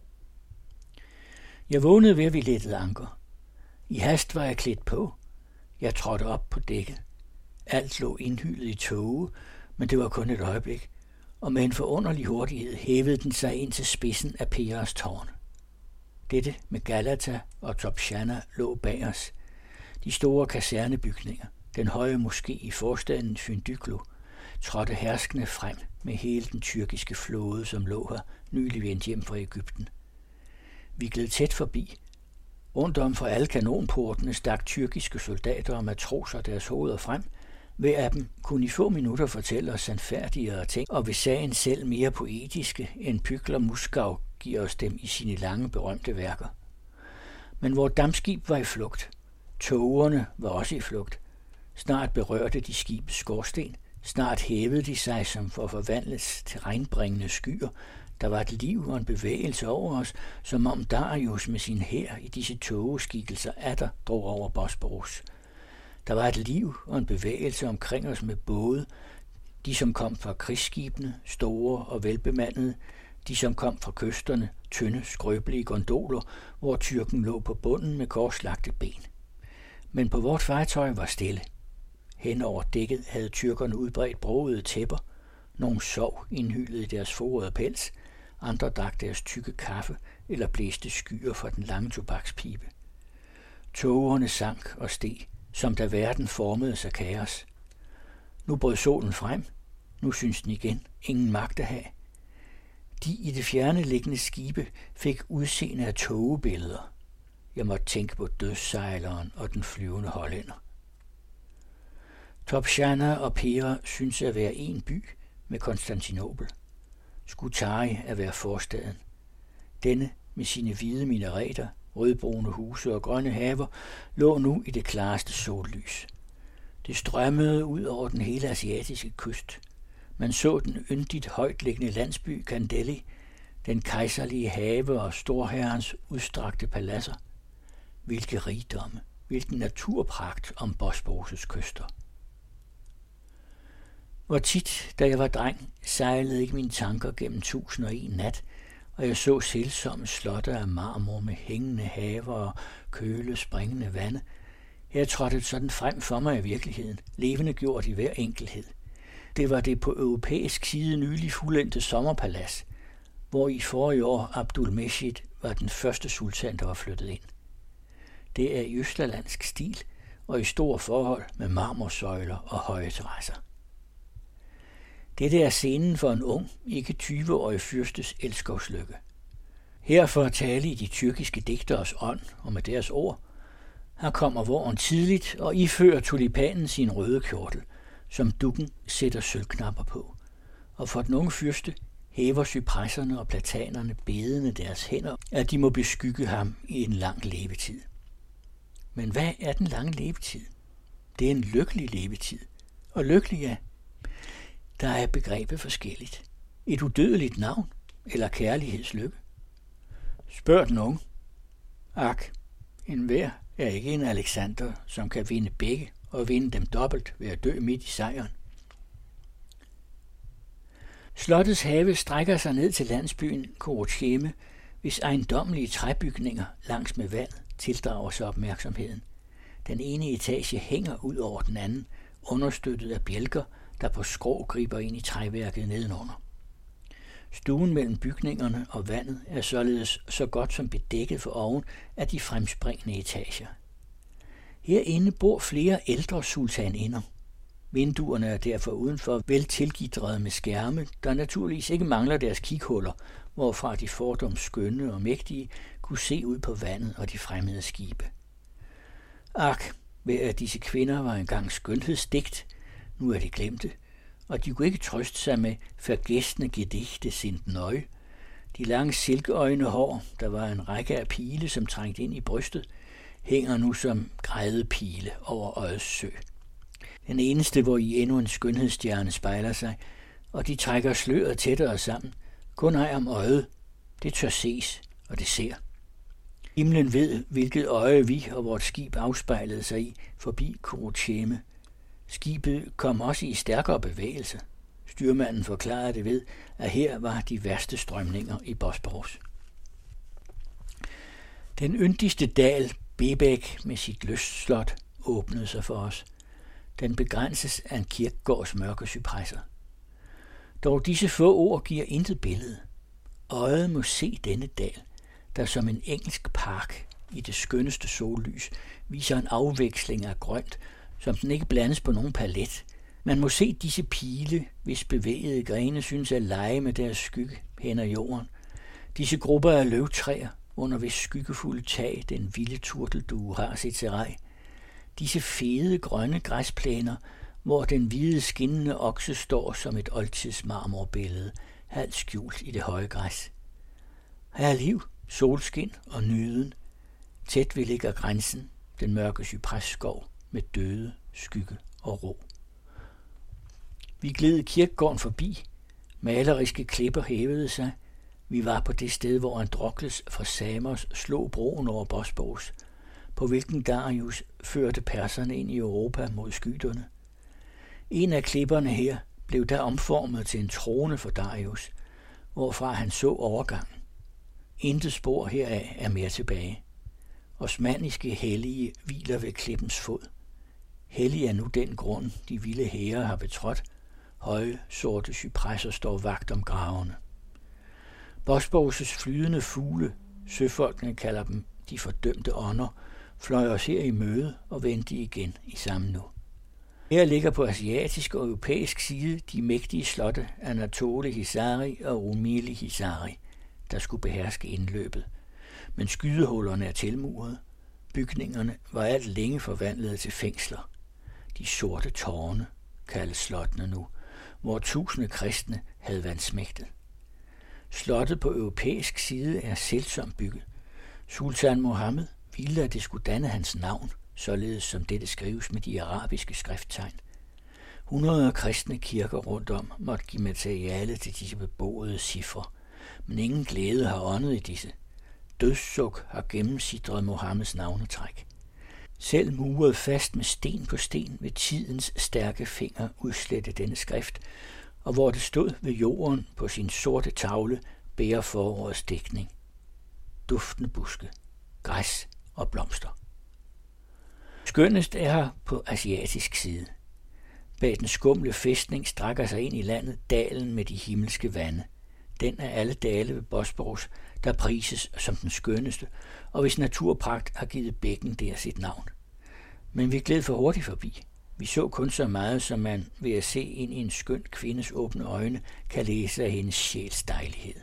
Jeg vågnede ved, at vi lettede anker. I hast var jeg klædt på. Jeg trådte op på dækket. Alt lå indhyllet i tåge, men det var kun et øjeblik, og med en forunderlig hurtighed hævede den sig ind til spidsen af Peras tårn. Dette med Galata og Topshana lå bag os. De store kasernebygninger, den høje moské i forstaden Fyndyklo, trådte herskende frem med hele den tyrkiske flåde, som lå her, nylig vendt hjem fra Egypten. Vi gled tæt forbi. Rundt om for alle kanonportene stak tyrkiske soldater og matroser deres hoveder frem. Hver af dem kunne i få minutter fortælle os sandfærdigere ting, og ved sagen selv mere poetiske, end Pykler Muskau giver os dem i sine lange berømte værker. Men vores dampskib var i flugt. Tågerne var også i flugt. Snart berørte de skibets skorsten. Snart hævede de sig som for forvandles til regnbringende skyer. Der var et liv og en bevægelse over os, som om Darius med sin hær i disse tågeskikkelser atter drog over Bosporus. Der var et liv og en bevægelse omkring os med både, de som kom fra krigsskibene, store og velbemandede, de som kom fra kysterne, tynde, skrøbelige gondoler, hvor tyrken lå på bunden med korslagte ben. Men på vort fartøj var stille. Hen over dækket havde tyrkerne udbredt broede tæpper. Nogle sov indhyllet i deres forrøde pels, andre drak deres tykke kaffe eller blæste skyer fra den lange tobakspibe. Tågerne sank og steg, som da verden formede sig kaos. Nu brød solen frem, nu synes den igen ingen magt at have. De i det fjerne liggende skibe fik udseende af tågebilleder. Jeg måtte tænke på dødssejleren og den flyvende hollænder. Topshana og Pera synes at være en by med Konstantinopel. Skutari at være forstaden. Denne med sine hvide minareter, rødbrune huse og grønne haver lå nu i det klareste sollys. Det strømmede ud over den hele asiatiske kyst. Man så den yndigt højtliggende landsby Kandeli, den kejserlige have og storherrens udstrakte paladser. Hvilke rigdomme, hvilken naturpragt om Bosporus' kyster. Hvor tit, da jeg var dreng, sejlede ikke mine tanker gennem 1001 nat, og jeg så selvsomme slotte af marmor med hængende haver og køle springende vande. Her trådte det sådan frem for mig i virkeligheden, levende gjort i hver enkelhed. Det var det på europæisk side nylig fuldendte sommerpalads, hvor i forrige år Abdulmejid var den første sultan, der var flyttet ind. Det er i østerlandsk stil og i stor forhold med marmorsøjler og høje terrasser. Dette er scenen for en ung, ikke 20-årig fyrstes elskovslykke. Her for at tale i de tyrkiske digteres ånd og med deres ord, her kommer våren tidligt og ifører tulipanen sin røde kjortel, som dukken sætter sølvknapper på. Og for den unge fyrste hæver cypresserne og platanerne bedende deres hænder, at de må beskygge ham i en lang levetid. Men hvad er den lange levetid? Det er en lykkelig levetid. Og lykkelig, ja. Der er begrebet forskelligt. Et udødeligt navn eller kærlighedslykke. Spørg den unge. Ak, Enhver er ikke en Alexander, som kan vinde begge og vinde dem dobbelt ved at dø midt i sejren. Slottets have strækker sig ned til landsbyen Korocheme, hvis ejendommelige træbygninger langs med vand tildrager sig opmærksomheden. Den ene etage hænger ud over den anden, understøttet af bjælker, der på skrå griber ind i træværket nedenunder. Stuen mellem bygningerne og vandet er således så godt som bedækket for oven af de fremspringende etager. Herinde bor flere ældre sultaninder. Vinduerne er derfor udenfor vel tilgitrede med skærme, der naturligvis ikke mangler deres kighuller, hvorfra de fordoms skønne og mægtige kunne se ud på vandet og de fremmede skibe. Ak, hver af disse kvinder var engang skønhedsdigt, nu er de glemte, og de kunne ikke trøste sig med vergæstende gedichte sind nøje. De lange silkeøjne hår, der var en række af pile, som trængte ind i brystet, hænger nu som græde pile over øjets sø. Den eneste, hvor i endnu en skønhedsstjerne spejler sig, og de trækker sløret tættere sammen. Kun ej om øjet. Det tør ses, og det ser. Himlen ved, hvilket øje vi og vort skib afspejlede sig i forbi Korocheme. Skibet kom også i stærkere bevægelse. Styrmanden forklarede det ved, at her var de værste strømninger i Bosporus. Den yndigste dal, Bebek med sit lystslot, åbnede sig for os. Den begrænses af en kirkegårds mørke cypresser. Dog disse få ord giver intet billede. Øjet må se denne dal, der som en engelsk park i det skønneste sollys viser en afveksling af grønt, som den ikke blandes på nogen palet. Man må se disse pile, hvis bevægede grene synes at lege med deres skygge hen ad jorden. Disse grupper af løvtræer, under hvis skyggefulde tag den vilde turteldue har sit terræn. Disse fede grønne græsplæner, hvor den hvide skinnende okse står som et oldtidsmarmorbillede, halvt skjult i det høje græs. Her er liv, solskin og nyden. Tæt ved ligger grænsen, den mørke cypresskov med døde, skygge og ro. Vi gled kirkegården forbi. Maleriske klipper hævede sig. Vi var på det sted, hvor Androkles fra Samos slog broen over Bosporus, på hvilken Darius førte perserne ind i Europa mod skyterne. En af klipperne her blev da omformet til en trone for Darius, hvorfra han så overgangen. Intet spor heraf er mere tilbage. Osmanniske hellige hviler ved klippens fod. Hellig er nu den grund, de vilde hære har betrådt. Høje, sorte cypresser står vagt om gravene. Bosporus' flydende fugle, søfolkene kalder dem de fordømte ånder, fløj os her i møde og vendte igen i samme nu. Her ligger på asiatisk og europæisk side de mægtige slotte Anatole Hisari og Rumili Hisari, der skulle beherske indløbet. Men skydehullerne er tilmurede. Bygningerne var alt længe forvandlet til fængsler. De sorte tårne kaldes slottene nu, hvor 1000 kristne havde vandsmægtet. Slottet på europæisk side er selvsomt bygget. Sultan Mohammed ville, at det skulle danne hans navn, således som dette skrives med de arabiske skrifttegn. 100 kristne kirker rundt om måtte give materiale til disse beboede cifre, men ingen glæde har åndet i disse. Dødssuk har gennemsidret Mohammeds navnetræk. Selv muret fast med sten på sten ved tidens stærke finger udslette denne skrift, og hvor det stod ved jorden på sin sorte tavle, bærer forårets dækning. Duftende buske, græs og blomster. Skønnest er her på asiatisk side. Bag den skumle fæstning strækker sig ind i landet dalen med de himmelske vande. Den er alle dale ved Bosporus, der prises som den skønneste, og hvis naturpragt har givet bækken der sit navn. Men vi gled for hurtigt forbi. Vi så kun så meget, som man ved at se ind i en skøn kvindes åbne øjne kan læse af hendes sjæls dejlighed.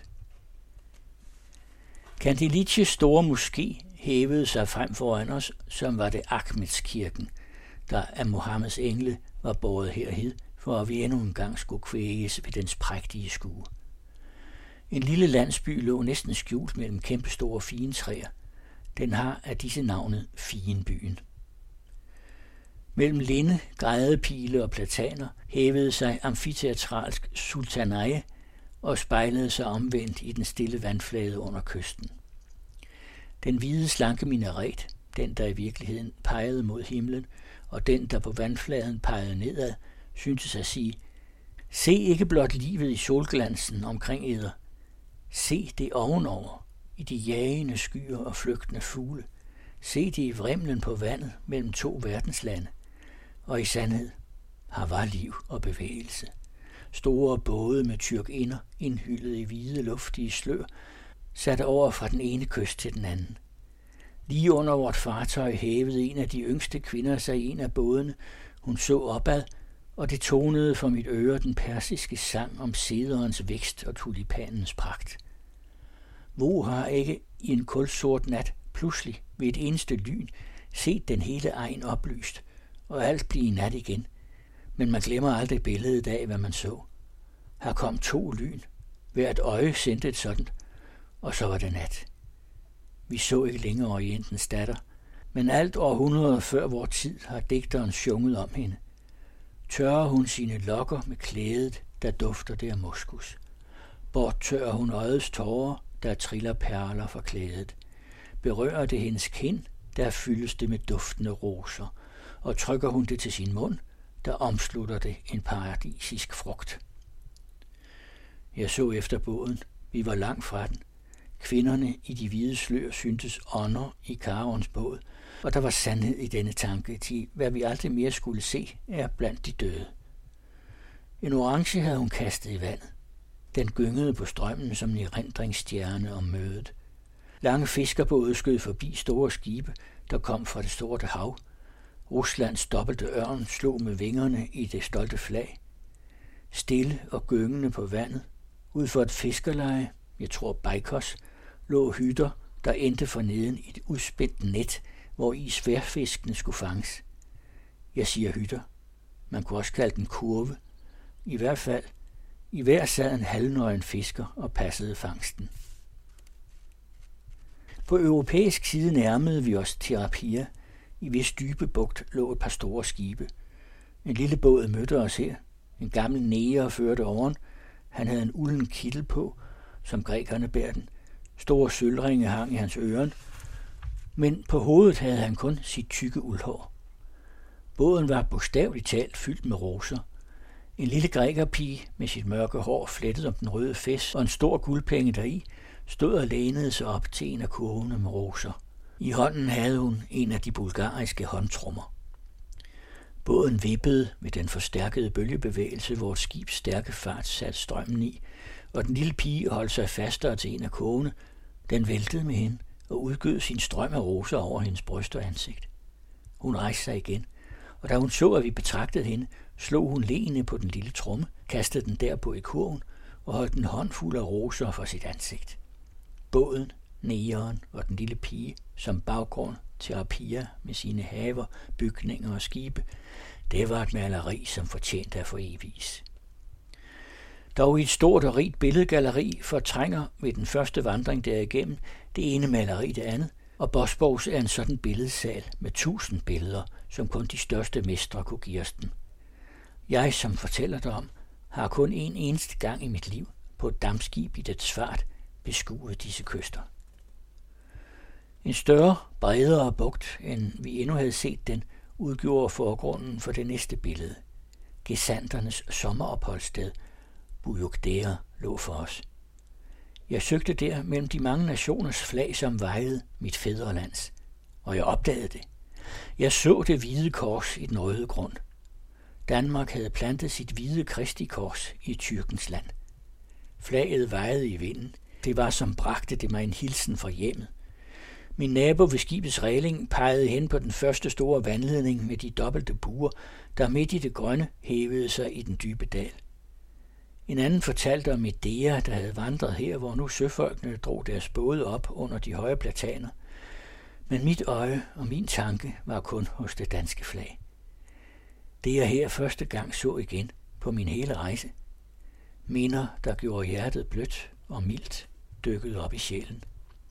Kandilitsjes store moské hævede sig frem foran os, som var det Ahmedskirken, der af Mohammeds engle var båret herhed, for at vi endnu en gang skulle kvæges ved dens prægtige skue. En lille landsby lå næsten skjult mellem kæmpestore fientræer. Den har af disse navnet Fienbyen. Mellem linde, grædepile og plataner hævede sig amfiteatralsk sultanaje og spejlede sig omvendt i den stille vandflade under kysten. Den hvide slanke minaret, den der i virkeligheden pegede mod himlen, og den der på vandfladen pegede nedad, syntes at sige: se ikke blot livet i solglansen omkring eder. Se det ovenover, i de jagende skyer og flygtende fugle. Se det i vrimlen på vandet mellem to verdenslande. Og i sandhed, her var liv og bevægelse. Store både med tyrkinder, indhyllet i hvide luftige slør, satte over fra den ene kyst til den anden. Lige under vort fartøj hævede en af de yngste kvinder sig i en af bådene. Hun så opad, og det tonede for mit øre den persiske sang om cederens vækst og tulipanens pragt. Hvor har ikke i en kulsort nat pludselig ved et eneste lyn set den hele egen oplyst, og alt blive nat igen. Men man glemmer aldrig billedet af, hvad man så. Her kom 2 lyn. Hvert øje sendte et sådan, og så var det nat. Vi så ikke længere Orientens datter, men alt århundreder før vor tid har digteren sunget om hende. Tørrer hun sine lokker med klædet, der dufter det af moskus. Borttørrer hun øjets tårer, der triller perler fra klædet. Berører det hendes kind, der fyldes det med duftende roser, og trykker hun det til sin mund, der omslutter det en paradisisk frugt. Jeg så efter båden. Vi var langt fra den. Kvinderne i de hvide slør syntes ånder i Karons båd, og der var sandhed i denne tanke til, hvad vi aldrig mere skulle se, er blandt de døde. En orange havde hun kastet i vandet. Den gyngede på strømmen som en erindringsstjerne om mødet. Lange fiskerbåde skød forbi store skibe, der kom fra det sorte hav. Ruslands dobbelte ørn slog med vingerne i det stolte flag. Stille og gyngende på vandet, ud for et fiskerleje, jeg tror Bajkos, lå hytter, der endte forneden i et udspændt net, hvor i sværfiskene skulle fanges. Jeg siger hytter. Man kunne også kalde den kurve. I hvert fald, i hver sad en halvnøgen fisker og passede fangsten. På europæisk side nærmede vi os til Apia. I hvis dybe bugt lå et par store skibe. En lille båd mødte os her. En gammel neger førte oven. Han havde en ulden kittel på, som grækerne bærer den. Store sølvringe hang i hans øren, men på hovedet havde han kun sit tykke uldhår. Båden var bogstaveligt talt fyldt med roser. En lille grækerpige med sit mørke hår flettet om den røde fes og en stor guldpenge deri, stod og lænede sig op til en af kurvene med roser. I hånden havde hun en af de bulgariske håndtrummer. Båden vippede med den forstærkede bølgebevægelse, hvor et skibs stærke fart satte strømmen i, og den lille pige holdt sig fastere til en af kurvene. Den væltede med hende og udgød sin strøm af roser over hendes bryst og ansigt. Hun rejste sig igen, og da hun så, at vi betragtede hende, slog hun leende på den lille tromme, kastede den derpå i kurven og holdt en håndfuld af roser for sit ansigt. Båden, negeren og den lille pige som baggrund til Apia med sine haver, bygninger og skibe, det var et maleri, som fortjente at foreviges. Dog i et stort og rigt billedgalleri fortrænger ved den første vandring derigennem det ene maleri det andet, og Bosporus er en sådan billedsal med 1000 billeder, som kun de største mestre kunne give os dem. Jeg, som fortæller dig om, har kun en eneste gang i mit liv på et dampskib i dets fart beskuet disse kyster. En større, bredere bugt, end vi endnu havde set den, udgjorde forgrunden for det næste billede. Gesanternes sommeropholdssted, Buyukdere, lå for os. Jeg søgte der mellem de mange nationers flag, som vejede mit fædrelands, og jeg opdagede det. Jeg så det hvide kors i den røde grund. Danmark havde plantet sit hvide Kristi kors i Tyrkens land. Flaget vejede i vinden. Det var som bragte det mig en hilsen fra hjemmet. Min nabo ved skibets ræling pegede hen på den første store vandledning med de dobbelte buer, der midt i det grønne hævede sig i den dybe dal. En anden fortalte om Medea, der havde vandret her, hvor nu søfolkene drog deres både op under de høje plataner. Men mit øje og min tanke var kun hos det danske flag. Det jeg her første gang så igen på min hele rejse. Minder, der gjorde hjertet blødt og mildt, dykkede op i sjælen.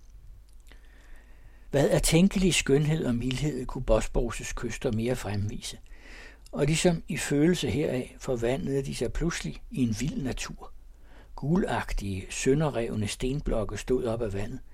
Hvad af tænkelig skønhed og mildhed kunne Bosporus' kyster mere fremvise? Og ligesom i følelse heraf forvandlede de sig pludselig i en vild natur. Gulagtige, sønderrevne stenblokke stod op af vandet.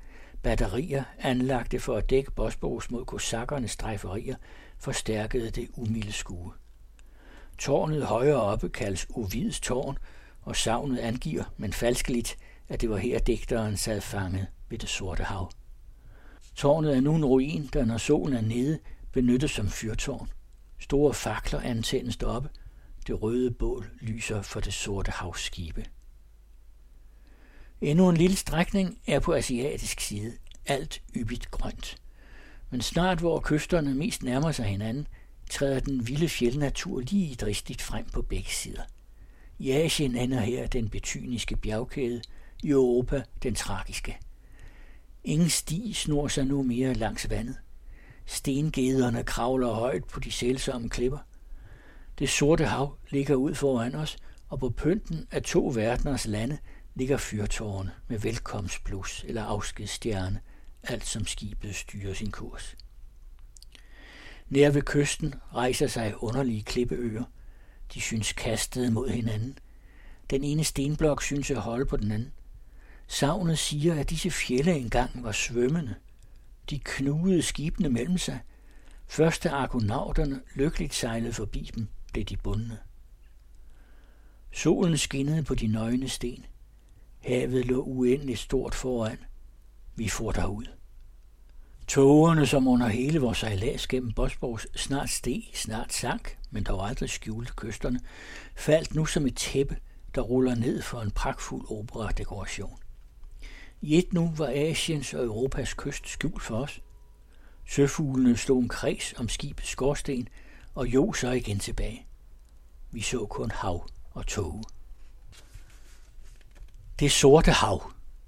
Batterier, anlagte for at dække Bosporus mod kosakkernes strejferier, forstærkede det umilde skue. Tårnet højere oppe kaldes Ovids tårn, og sagnet angiver, men falskeligt, at det var her digteren sad fanget ved det sorte hav. Tårnet er nu en ruin, der når solen er nede, benyttes som fyrtårn. Store fakler antændes deroppe. Det røde bål lyser for det sorte havs skibe. Endnu en lille strækning er på asiatisk side, alt yppigt grønt. Men snart hvor kysterne mest nærmer sig hinanden, træder den vilde fjeldnatur lige dristigt frem på begge sider. I Asien ender her den betyniske bjergkæde, i Europa den tragiske. Ingen sti snor sig nu mere langs vandet. Stengederne kravler højt på de sælsomme klipper. Det sorte hav ligger ud foran os, og på pynten af 2 verdeners lande ligger fyrtårne med velkomstblus eller afskedsstjerne, alt som skibet styrer sin kurs. Nær ved kysten rejser sig underlige klippeøer. De synes kastede mod hinanden. Den ene stenblok synes at holde på den anden. Sagnet siger, at disse fjelde engang var svømmende. De knugede skibene mellem sig. Først da argonauterne lykkeligt sejlede forbi dem, blev de bundne. Solen skinnede på de nøgne sten. Havet lå uendeligt stort foran. Vi for derud. Tågerne, som under hele vores sejlads gennem Bosporus snart steg, snart sank, men dog aldrig skjulte kysterne, faldt nu som et tæppe, der ruller ned for en pragtfuld opera-dekoration. I et nu var Asiens og Europas kyst skjult for os. Søfuglene stod en kreds om skibets skorsten og jog så igen tilbage. Vi så kun hav og tåge. Det sorte hav.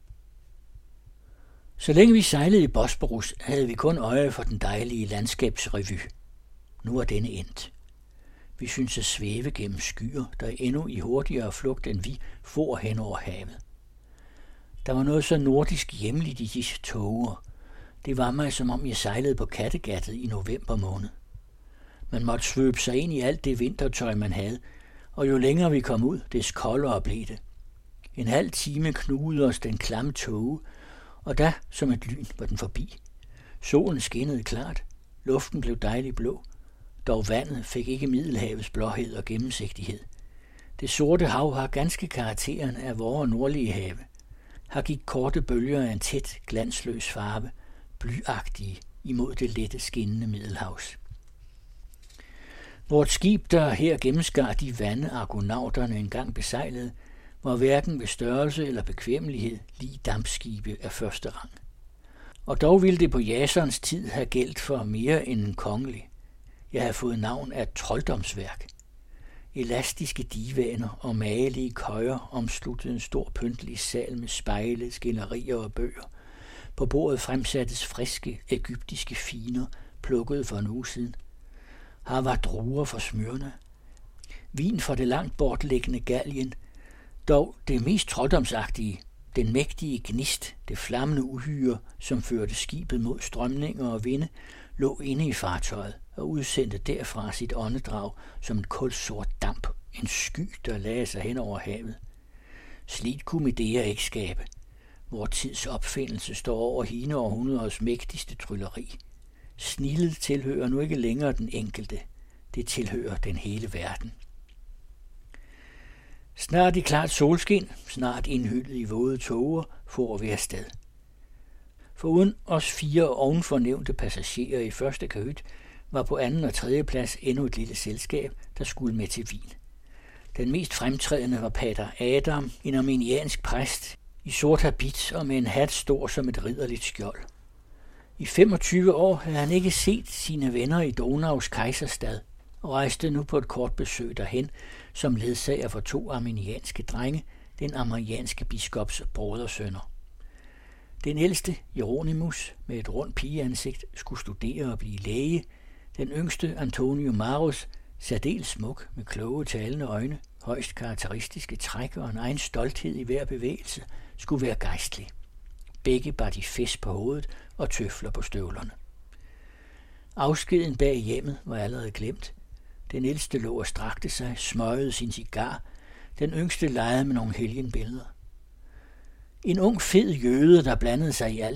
Så længe vi sejlede i Bosporus, havde vi kun øje for den dejlige landskabsrevy. Nu er denne endt. Vi synes at svæve gennem skyer, der endnu i hurtigere flugt end vi for hen over havet. Der var noget så nordisk hjemligt i disse tåger. Det var mig, som om jeg sejlede på Kattegattet i november måned. Man måtte svøbe sig ind i alt det vintertøj, man havde, og jo længere vi kom ud, des koldere blev det. En halv time knugede os den klamme tåge, og da som et lyn var den forbi. Solen skinnede klart, luften blev dejlig blå, dog vandet fik ikke Middelhavets blåhed og gennemsigtighed. Det sorte hav har ganske karakteren af vore nordlige have. Her gik korte bølger af en tæt, glansløs farve, blyagtige imod det lette, skinnende Middelhavs. Vort skib, der her gennemskar de vande argonauterne engang besejlede, var hverken ved størrelse eller bekvemmelighed lige dampskibe af første rang. Og dog ville det på Jasons tid have gældt for mere end en kongelig. Jeg havde fået navn af trolddomsværk. Elastiske divaner og magelige køjer omsluttede en stor pyntelig sal med spejle, skillerier og bøger. På bordet fremsattes friske egyptiske finer, plukket for en uge siden. Her var druer fra Smyrna. Vin fra det langt bortliggende Gallien, dog det mest trolddomsagtige, den mægtige gnist, det flammende uhyre, som førte skibet mod strømninger og vinde, lå inde i fartøjet og udsendte derfra sit åndedrag som en kulsort damp, en sky, der lagde sig hen over havet. Slikt kunne Medea ikke skabe. Vor tids opfindelse står over hende århundreders mægtigste trylleri. Snillet tilhører nu ikke længere den enkelte. Det tilhører den hele verden. Snart i klart solskin, snart indhyllet i våde tåger, for vi afsted. Foruden os 4 ovenfornævnte passagerer i første kahyt, var på anden og tredje plads endnu et lille selskab, der skulle med til Wien. Den mest fremtrædende var pater Adam, en armeniansk præst, i sort habit og med en hat stor som et ridderligt skjold. I 25 år havde han ikke set sine venner i Donaus kejserstad, og rejste nu på et kort besøg derhen, som ledsager for 2 armenianske drenge, den armenianske biskops brodersønner. Den ældste, Hieronymus, med et rundt pigeansigt, skulle studere og blive læge. Den yngste, Antonio Marus, særdeles smuk med kloge talende øjne, højst karakteristiske træk og en egen stolthed i hver bevægelse, skulle være gejstlig. Begge bar de fes på hovedet og tøfler på støvlerne. Afskeden bag hjemmet var allerede glemt. Den ældste lå og strakte sig, smøgede sin cigar. Den yngste legede med nogle helgenbilleder. En ung fed jøde, der blandede sig i alt,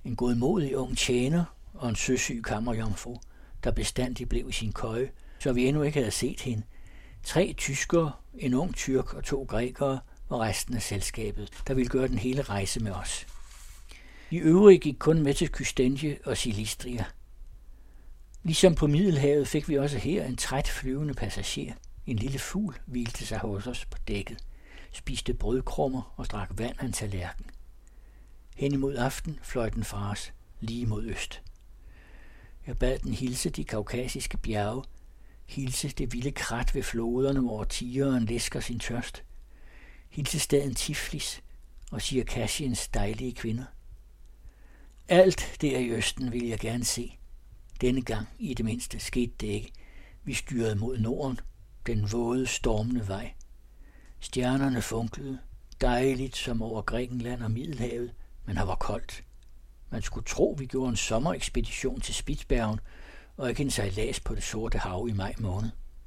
En godmodig ung tjener og en søsyg kammerjomfru, der bestandig blev i sin køje, så vi endnu ikke havde set hende. 3 tyskere, en ung tyrk og 2 grækere og resten af selskabet, der ville gøre den hele rejse med os. De øvrige gik kun med til Kystendje og Silistria. Ligesom på Middelhavet fik vi også her en træt flyvende passager. En lille fugl hvilte sig hos os på dækket, spiste brødkrummer og drak vand af en tallerken. Hen imod aften fløj den fra os, lige mod øst. Jeg bad den hilse de kaukasiske bjerge, hilse det vilde krat ved floderne, hvor tigeren læsker sin tørst, hilse staden Tiflis og Circassiens dejlige kvinder. Alt der i østen ville jeg gerne se. Denne gang i det mindste skete det ikke. Vi styrede mod Norden, den våde, stormende vej. Stjernerne funklede, dejligt som over Grækenland og Middelhavet, men her var koldt. Man skulle tro, vi gjorde en sommerekspedition til Spitsbergen, og ikke en sejlads på det sorte hav i maj måned.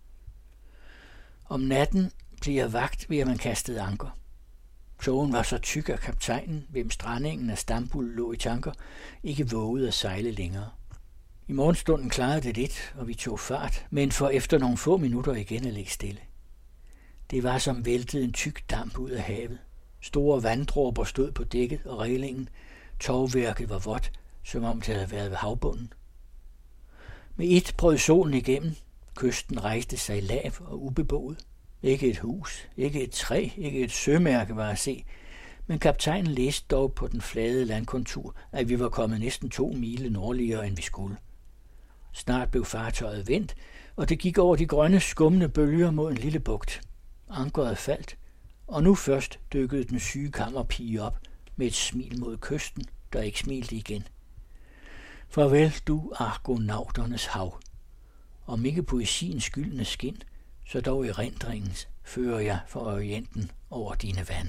Om natten blev jeg vagt ved, at man kastede anker. Tågen var så tyk, at kaptajnen, hvem strandingen af Stambul lå i tanker, ikke vågede at sejle længere. I morgenstunden klarede det lidt, og vi tog fart, men for efter nogle få minutter igen at ligge stille. Det var som væltede en tyk damp ud af havet. Store vanddråber stod på dækket og reglingen. Tovværket var vådt, som om det havde været ved havbunden. Med et brød solen igennem. Kysten rejste sig lav og ubeboet. Ikke et hus, ikke et træ, ikke et sømærke var at se, men kaptajnen læste dog på den flade landkontur, at vi var kommet næsten 2 mile nordligere, end vi skulle. Snart blev fartøjet vendt, og det gik over de grønne, skummende bølger mod en lille bugt. Ankeret faldt, og nu først dykkede den syge kammerpige op med et smil mod kysten, der ikke smilte igen. Farvel, du argonauternes hav. Om ikke poesiens gyldne skin, så dog erindringens fører jeg for Orienten over dine vande.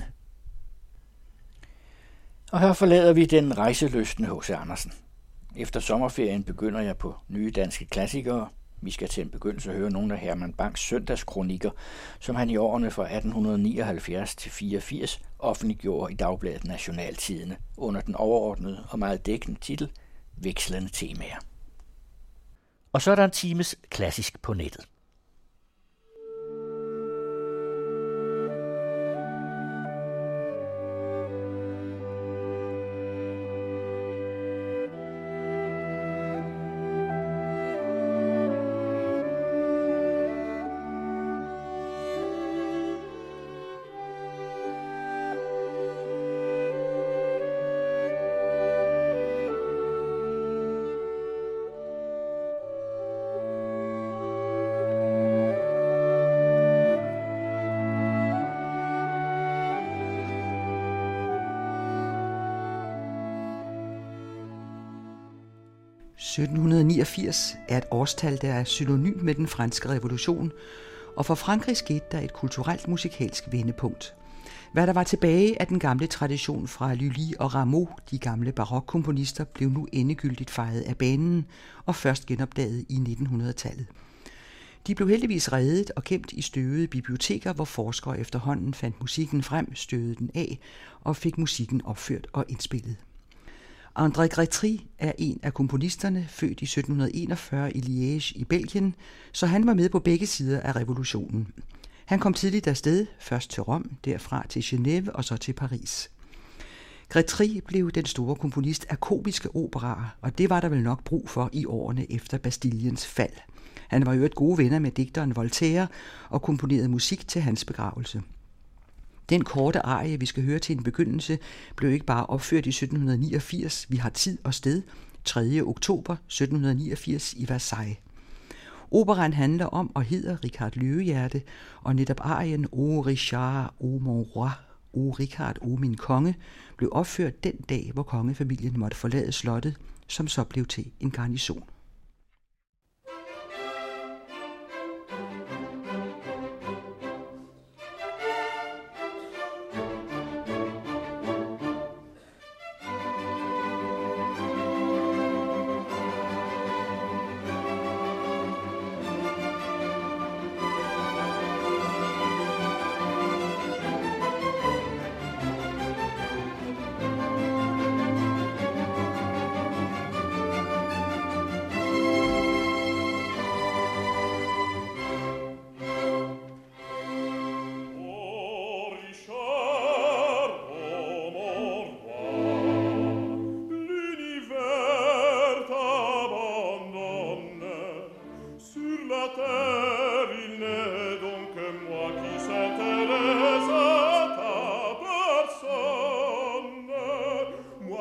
Og her forlader vi den rejselystne H.C. Andersen. Efter sommerferien begynder jeg på nye danske klassikere. Vi skal til en begyndelse høre nogle af Herman Bangs søndagskronikker, som han i årene fra 1879 til 84 offentliggjorde i dagbladet Nationaltidende under den overordnede og meget dækkende titel Vekslende temaer. Og så er der en times klassisk på nettet. – 1789 er et årstal, der er synonym med den franske revolution, og for Frankrig skete der et kulturelt musikalsk vendepunkt. Hvad der var tilbage af den gamle tradition fra Lully og Rameau, de gamle barokkomponister, blev nu endegyldigt fejet af banen og først genopdaget i 1900-tallet. De blev heldigvis reddet og gemt i støvede biblioteker, hvor forskere efterhånden fandt musikken frem, støvede den af og fik musikken opført og indspillet. André Grétry er en af komponisterne, født i 1741 i Liège i Belgien, så han var med på begge sider af revolutionen. Han kom tidligt afsted, først til Rom, derfra til Genève og så til Paris. Grétry blev den store komponist af komiske operaer, og det var der vel nok brug for i årene efter Bastillens fald. Han var jo et gode venner med digteren Voltaire og komponerede musik til hans begravelse. Den korte arie, vi skal høre til en begyndelse, blev ikke bare opført i 1789, vi har tid og sted, 3. oktober 1789 i Versailles. Operaen handler om og hedder Richard Løvehjerte, og netop arien O Richard, O mon roi, O Richard, O min konge, blev opført den dag, hvor kongefamilien måtte forlade slottet, som så blev til en garnison.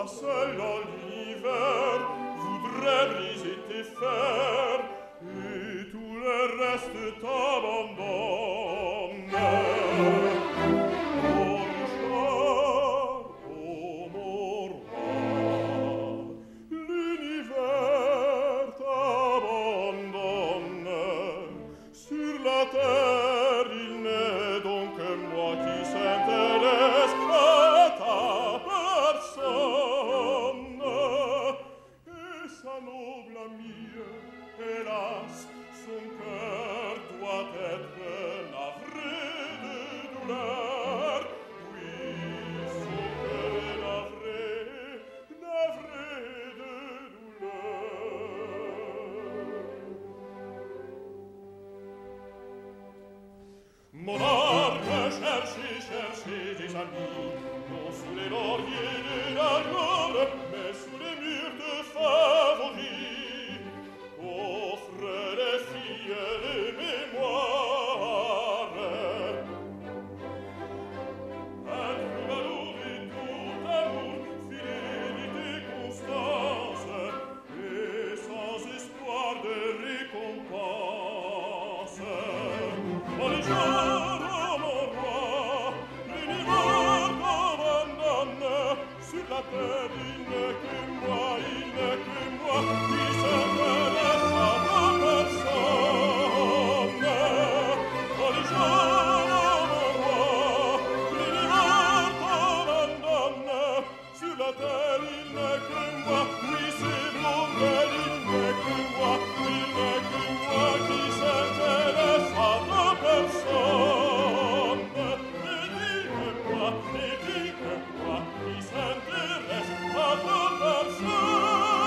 seul dans l'univers voudrait briser tes fers et tout le reste t'abandonne. Monarque, cherchez des amis, non sous les lauriers de la gloire, mais sous les murs de favoris, offre les filles les mémoires. Un troubadour et tout amour, fidélité, constance, et sans espoir de récompense. Oh, les gens la terre, il n'est que moi qui s'intéresse à ma personne. Oh, les gens, mon roi, l'univers t'abandonne. Sur la terre, il n'est que moi, oui, c'est bon, mais il n'est que moi qui s'intéresse à ma personne. Et dis-moi, qui s'intéresse à ta personne.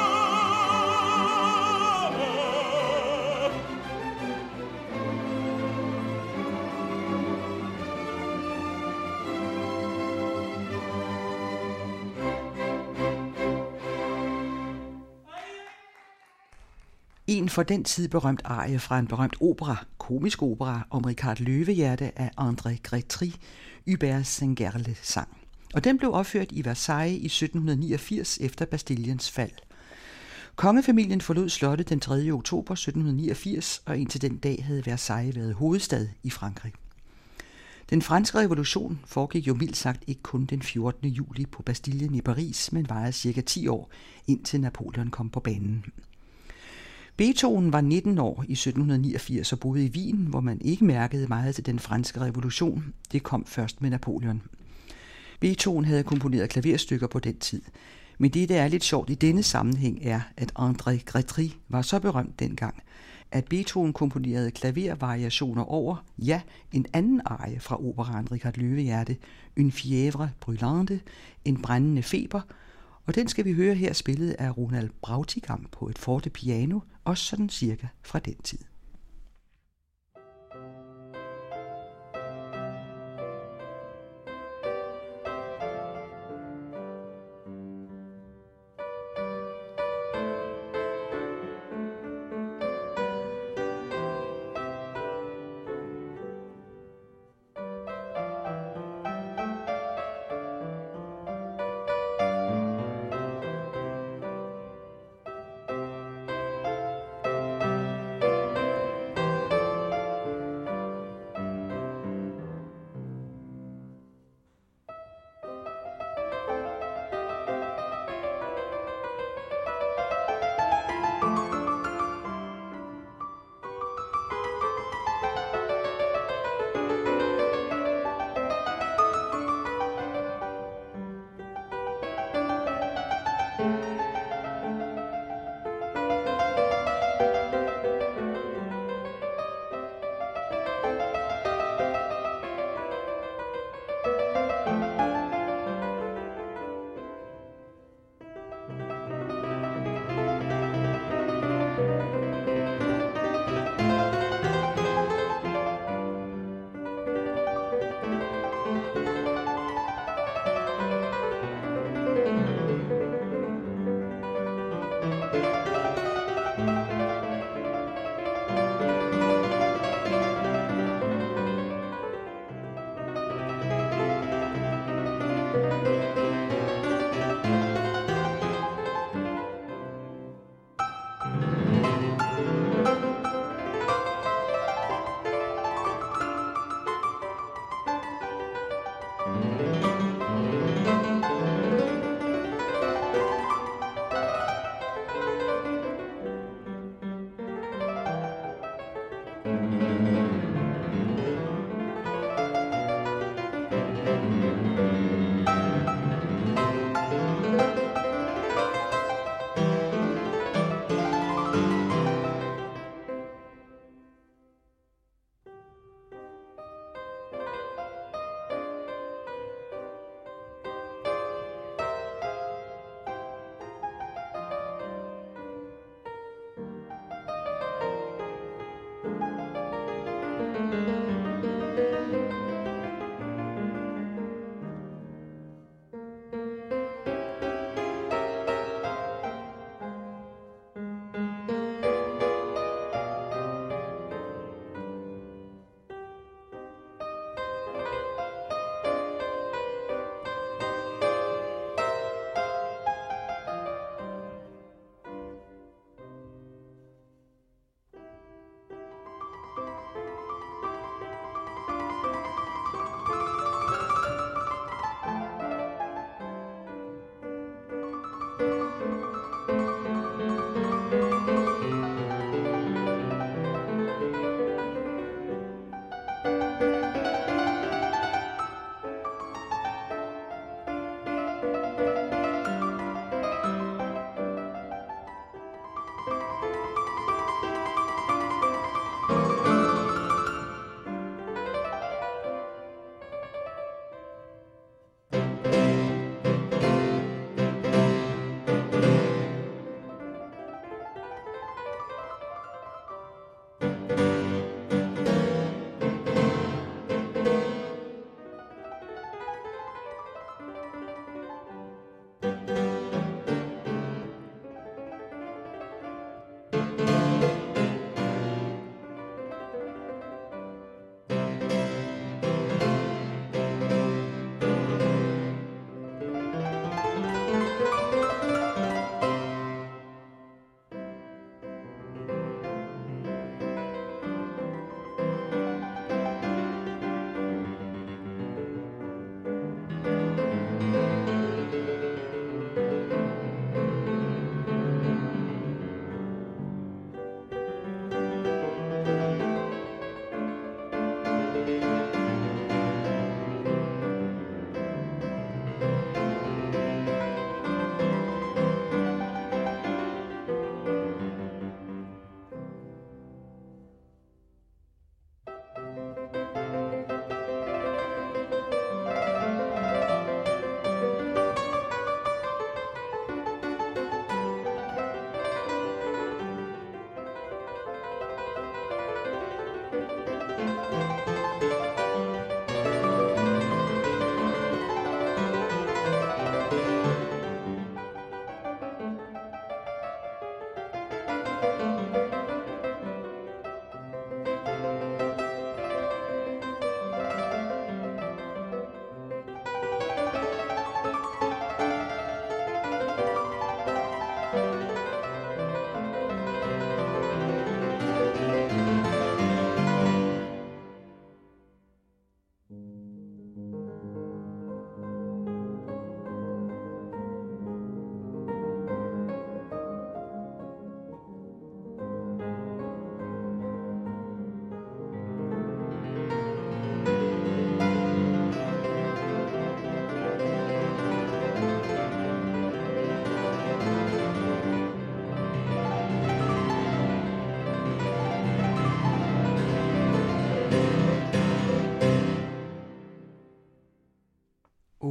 En for den tid berømt arie fra en berømt opera, komisk opera om Richard Løvehjerte af André Grétry, Hubert Sengerle sang. Og den blev opført i Versailles i 1789 efter Bastillens fald. Kongefamilien forlod slottet den 3. oktober 1789, og indtil den dag havde Versailles været hovedstad i Frankrig. Den franske revolution foregik jo mildt sagt ikke kun den 14. juli på Bastillen i Paris, men varede cirka 10 år, indtil Napoleon kom på banen. Beethoven var 19 år i 1789 og boede i Wien, hvor man ikke mærkede meget til den franske revolution. Det kom først med Napoleon. Beethoven havde komponeret klaverstykker på den tid. Men det, der er lidt sjovt i denne sammenhæng, er, at André Grétry var så berømt dengang, at Beethoven komponerede klavervariationer over, ja, en anden arie fra operaen Richard Løvehjerte, Une fièvre brûlante, en brændende feber, og den skal vi høre her spillet af Ronald Brautigam på et forte piano, også sådan cirka fra den tid.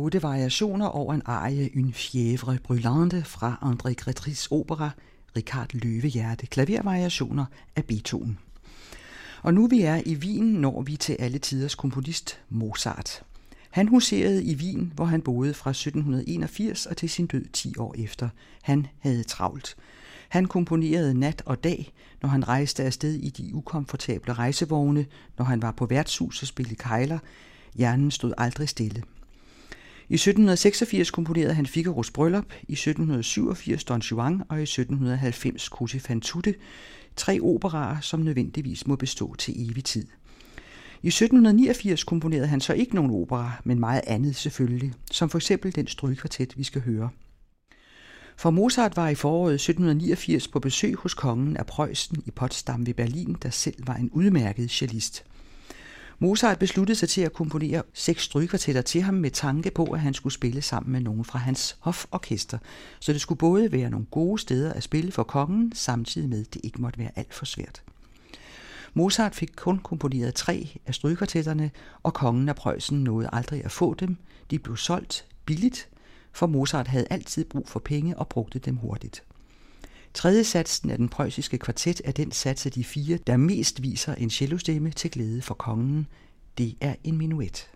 8 variationer over en arie Une fièvre brûlante fra André Grétrys opera Richard Løvehjerte, klavervariationer af Beethoven. Og nu vi er i Wien, når vi til alle tiders komponist Mozart. Han huserede i Wien, hvor han boede fra 1781 og til sin død 10 år efter. Han havde travlt. Han komponerede nat og dag, når han rejste afsted i de ukomfortable rejsevogne, når han var på værtshus og spillede kejler. Hjernen stod aldrig stille. I 1786 komponerede han Figaros Bryllup, i 1787 Don Juan og i 1790 Così fan tutte, 3 operaer, som nødvendigvis må bestå til evig tid. I 1789 komponerede han så ikke nogen opera, men meget andet selvfølgelig, som for eksempel den strygekvartet, vi skal høre. For Mozart var i foråret 1789 på besøg hos kongen af Preussen i Potsdam ved Berlin, der selv var en udmærket cellist. Mozart besluttede sig til at komponere 6 strygekvartetter til ham med tanke på, at han skulle spille sammen med nogen fra hans hoforkester, så det skulle både være nogle gode steder at spille for kongen, samtidig med, at det ikke måtte være alt for svært. Mozart fik kun komponeret 3 af strygekvartetterne, og kongen af Preussen nåede aldrig at få dem. De blev solgt billigt, for Mozart havde altid brug for penge og brugte dem hurtigt. 3. satsen af den preussiske kvartet er den sats af de 4, der mest viser en cellostemme til glæde for kongen. Det er en menuet.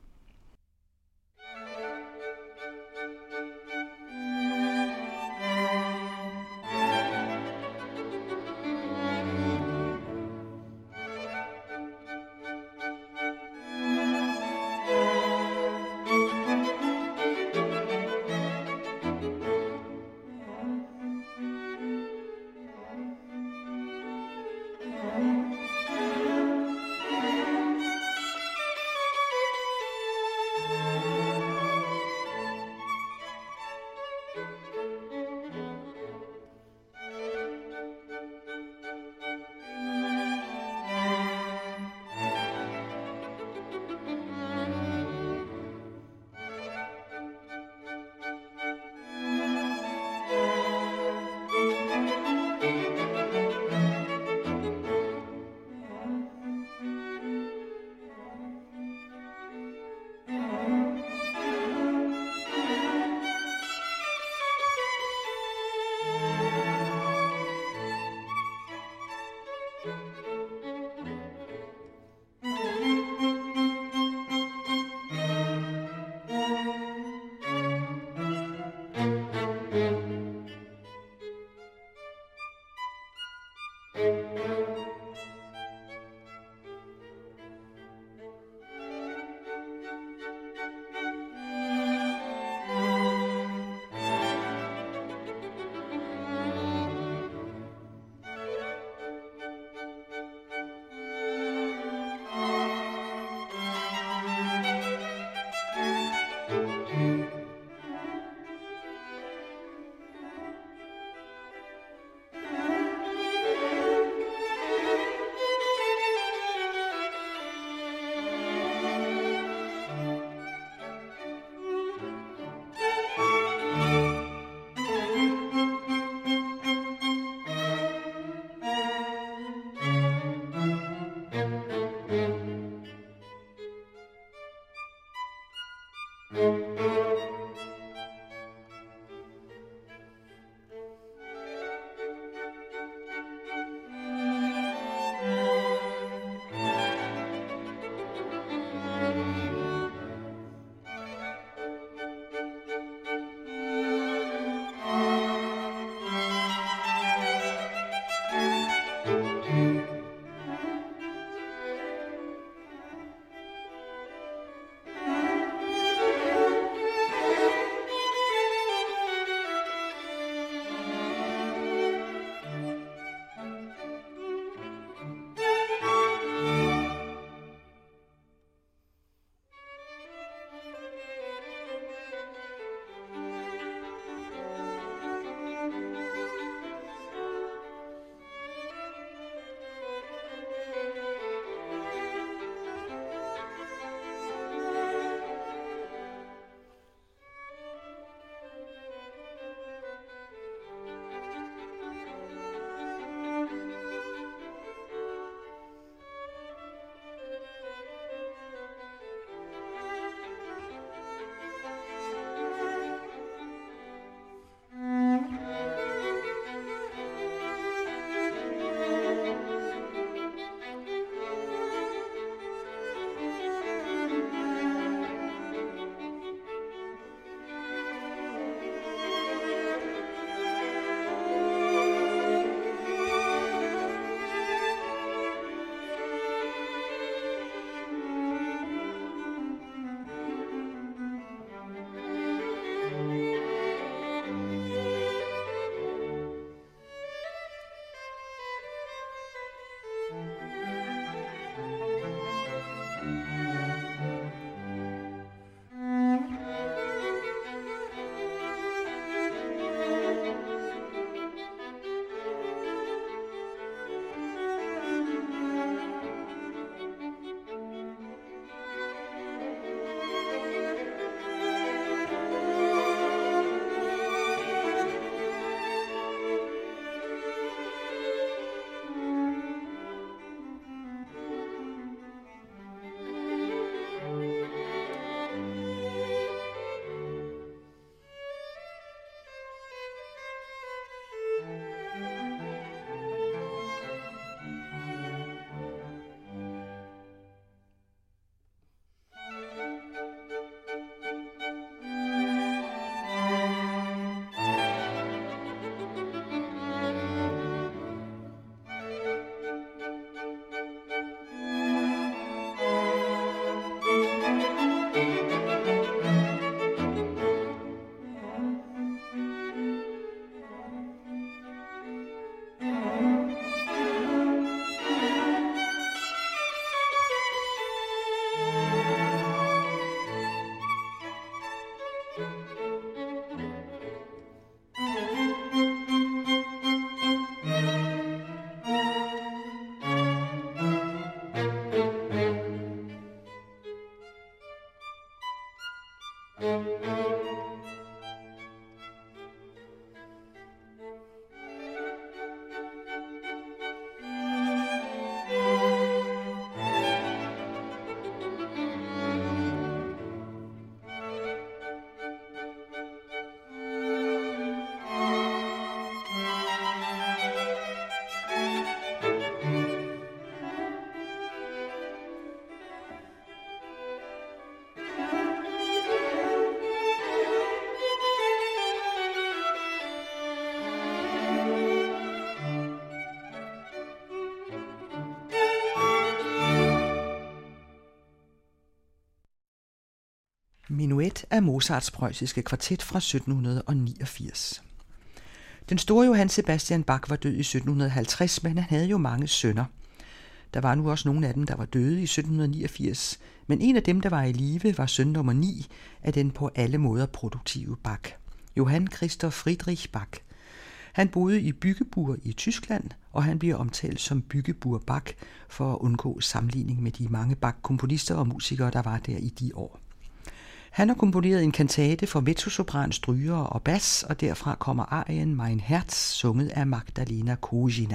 kvartet er Mozarts preussiske kvartet fra 1789. Den store Johann Sebastian Bach var død i 1750, men han havde jo mange sønner. Der var nu også nogle af dem, der var døde i 1789, men en af dem, der var i live, var søn nummer 9 af den på alle måder produktive Bach, Johann Christoph Friedrich Bach. Han boede i Byggebur i Tyskland, og han bliver omtalt som Byggebur Bach for at undgå sammenligning med de mange Bach-komponister og musikere, der var der i de år. Han har komponeret en kantate for mezzosopran, stryger og bas, og derfra kommer arien Mein Herz, sunget af Magdalena Kozina.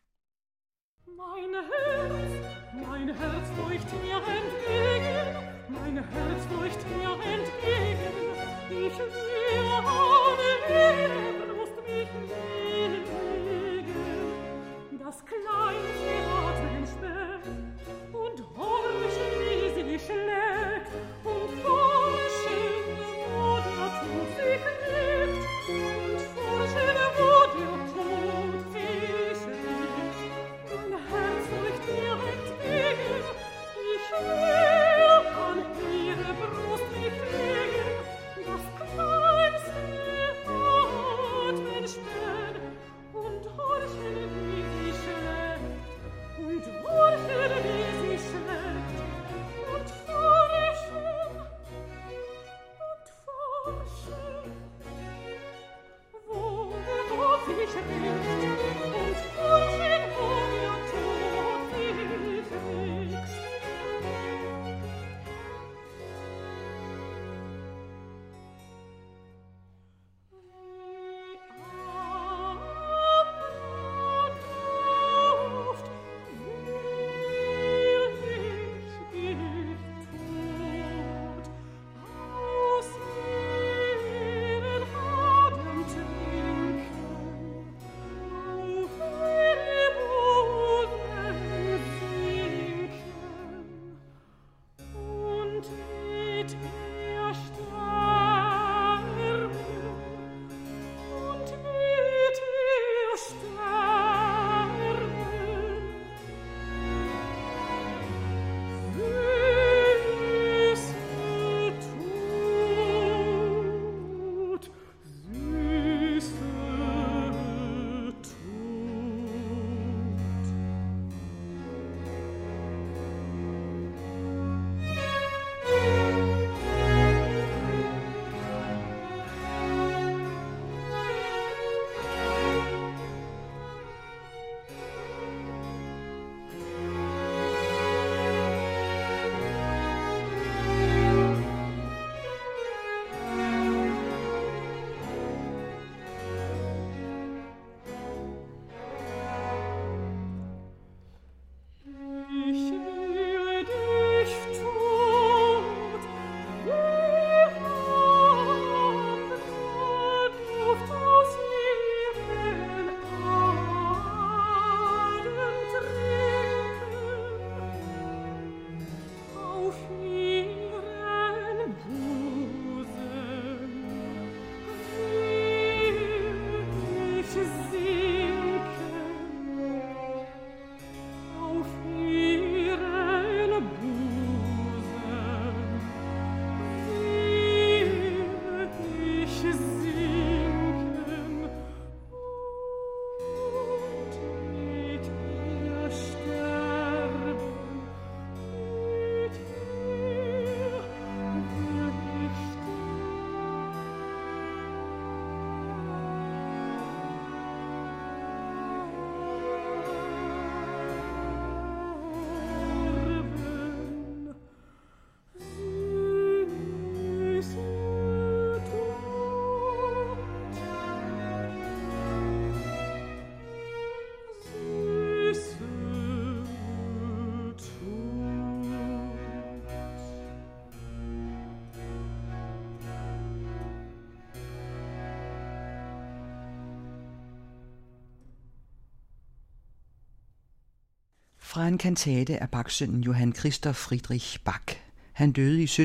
Mein Herz leucht mir entgegen, mein Herz leucht mir entgegen, ich will alle Brust mich legen, das kleine Atmen schmeckt und horchen, wie sie schlägt, und forschen, wo der Tod sich legt, und forschen, wo der Tod sich legt. Mein Herz leucht mir entgegen, ich will an ihre Brust mich legen, das kleinste Atmen sperren und horchen, wie sie schlägt, und horchen, wie sie schlägt, und forschen, wo der Tod sich legt, und forschen, wo der Tod sich legt. Fra en kantate af Bachs-sønnen Johann Christoph Friedrich Bach. Han døde i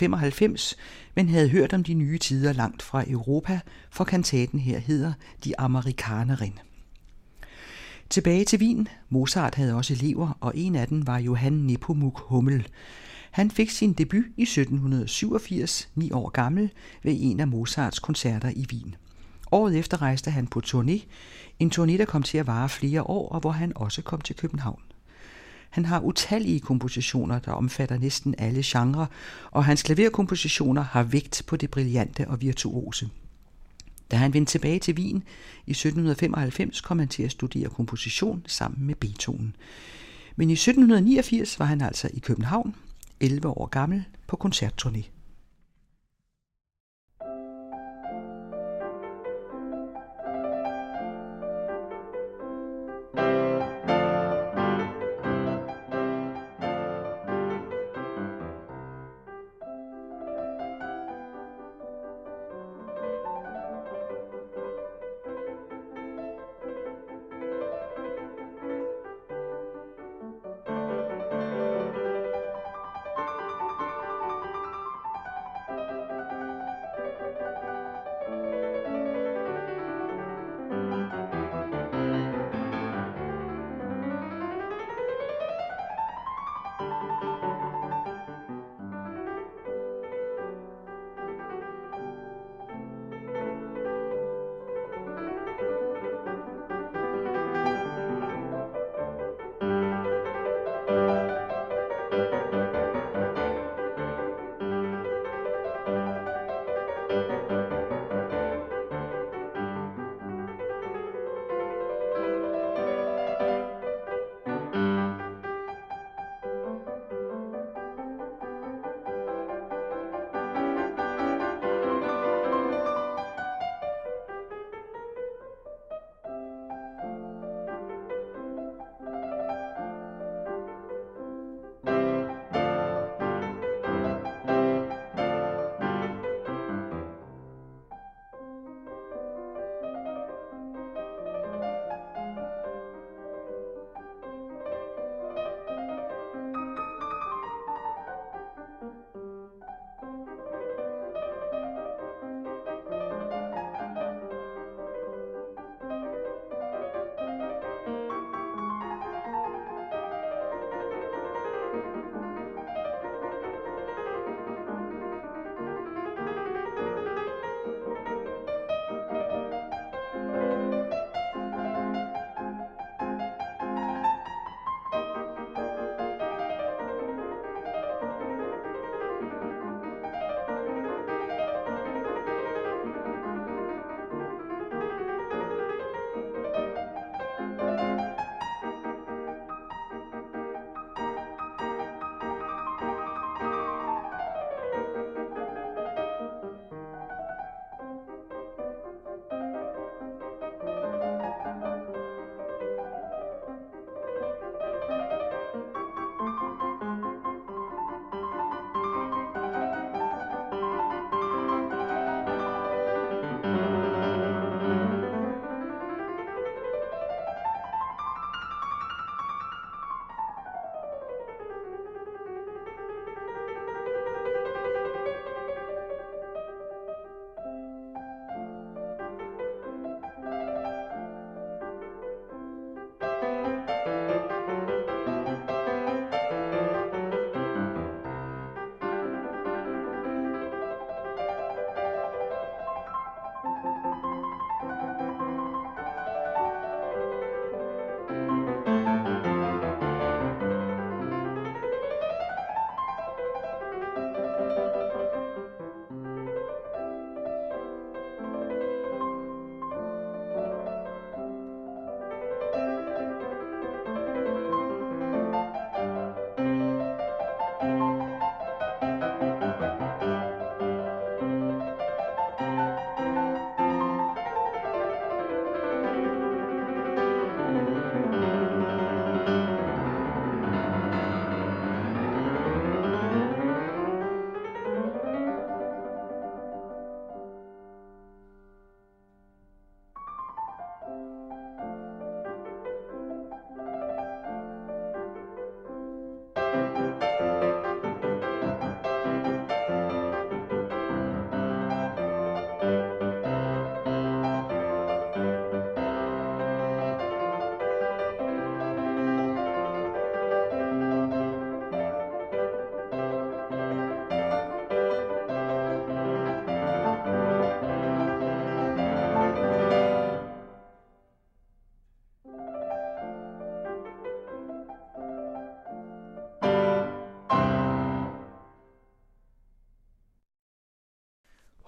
1795, men havde hørt om de nye tider langt fra Europa, for kantaten her hedder Die Amerikanerin. Tilbage til Wien. Mozart havde også elever, og en af dem var Johann Nepomuk Hummel. Han fik sin debut i 1787, 9 år gammel, ved en af Mozarts koncerter i Wien. Året efter rejste han på turné, en turné, der kom til at vare flere år, og hvor han også kom til København. Han har utallige kompositioner, der omfatter næsten alle genrer, og hans klaverkompositioner har vægt på det brillante og virtuose. Da han vendte tilbage til Wien i 1795, kom han til at studere komposition sammen med Beethoven. Men i 1789 var han altså i København, 11 år gammel, på koncertturné.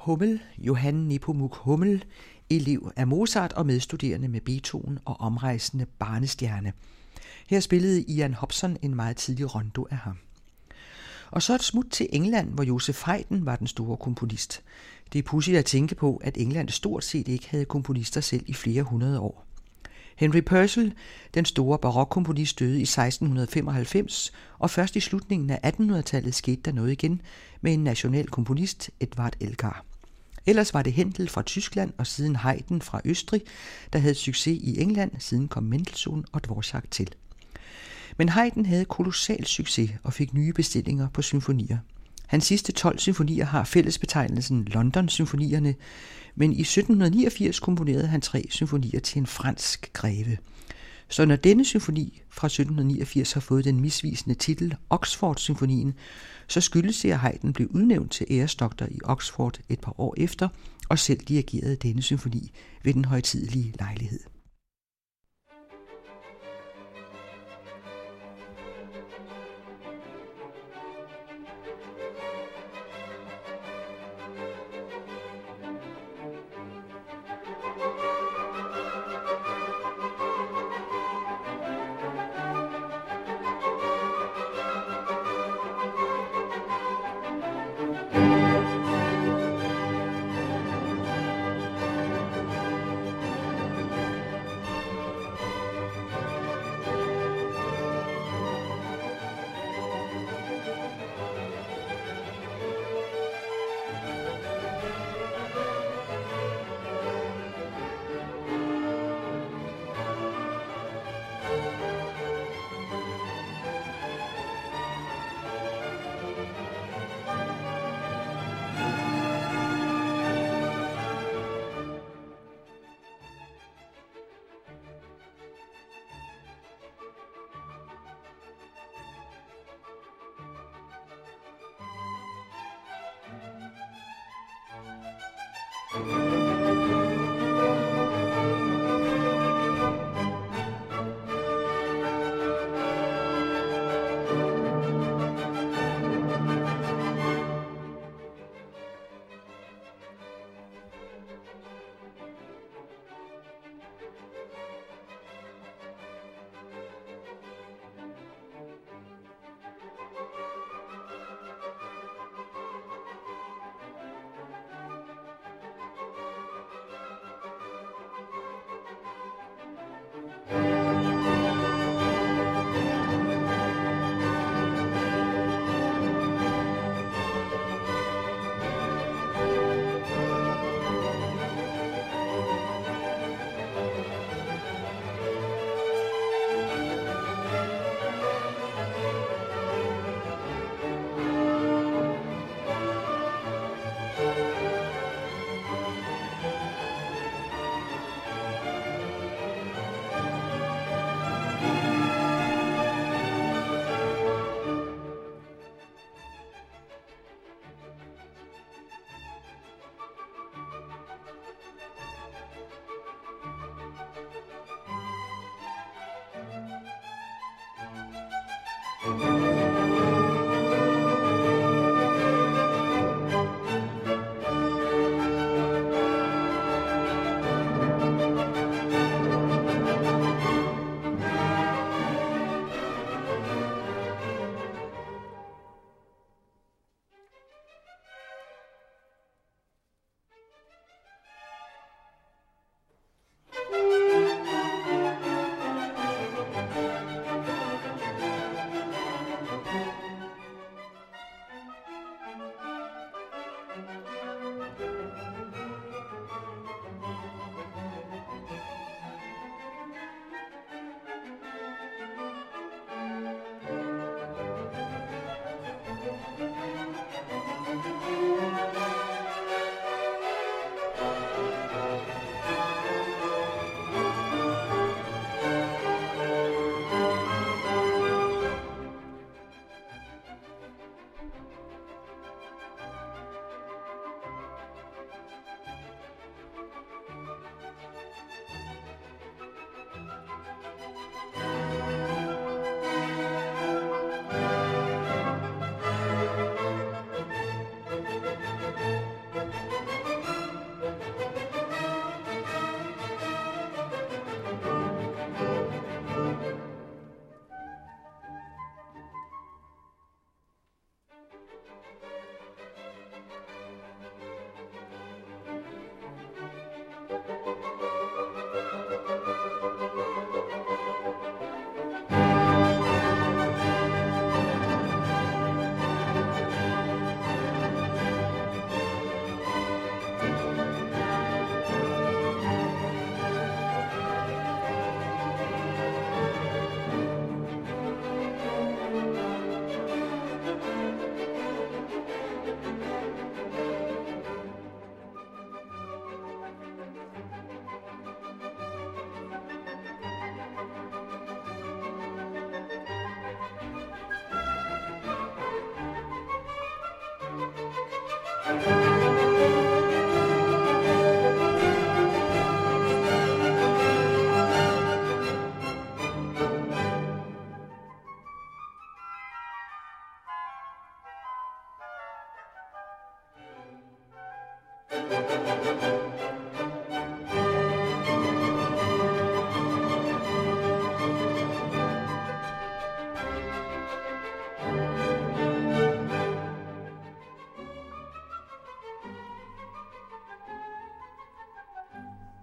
Hummel, Johann Nepomuk Hummel, elev af Mozart og medstuderende med Beethoven og omrejsende barnestjerne. Her spillede Ian Hobson en meget tidlig rondo af ham. Og så et smut til England, hvor Joseph Haydn var den store komponist. Det er pudsigt at tænke på, at England stort set ikke havde komponister selv i flere hundrede år. Henry Purcell, den store barokkomponist, døde i 1695, og først i slutningen af 1800-tallet skete der noget igen med en national komponist, Edvard Elgar. Ellers var det Händel fra Tyskland og siden Haydn fra Østrig, der havde succes i England, siden kom Mendelssohn og Dvorak til. Men Haydn havde kolossal succes og fik nye bestillinger på symfonier. Hans sidste 12 symfonier har fællesbetegnelsen London-symfonierne, men i 1789 komponerede han 3 symfonier til en fransk greve. Så når denne symfoni fra 1789 har fået den misvisende titel Oxford-symfonien, så skyldes det, at Haydn blev udnævnt til æresdoktor i Oxford et par år efter, og selv dirigerede denne symfoni ved den højtidelige lejlighed.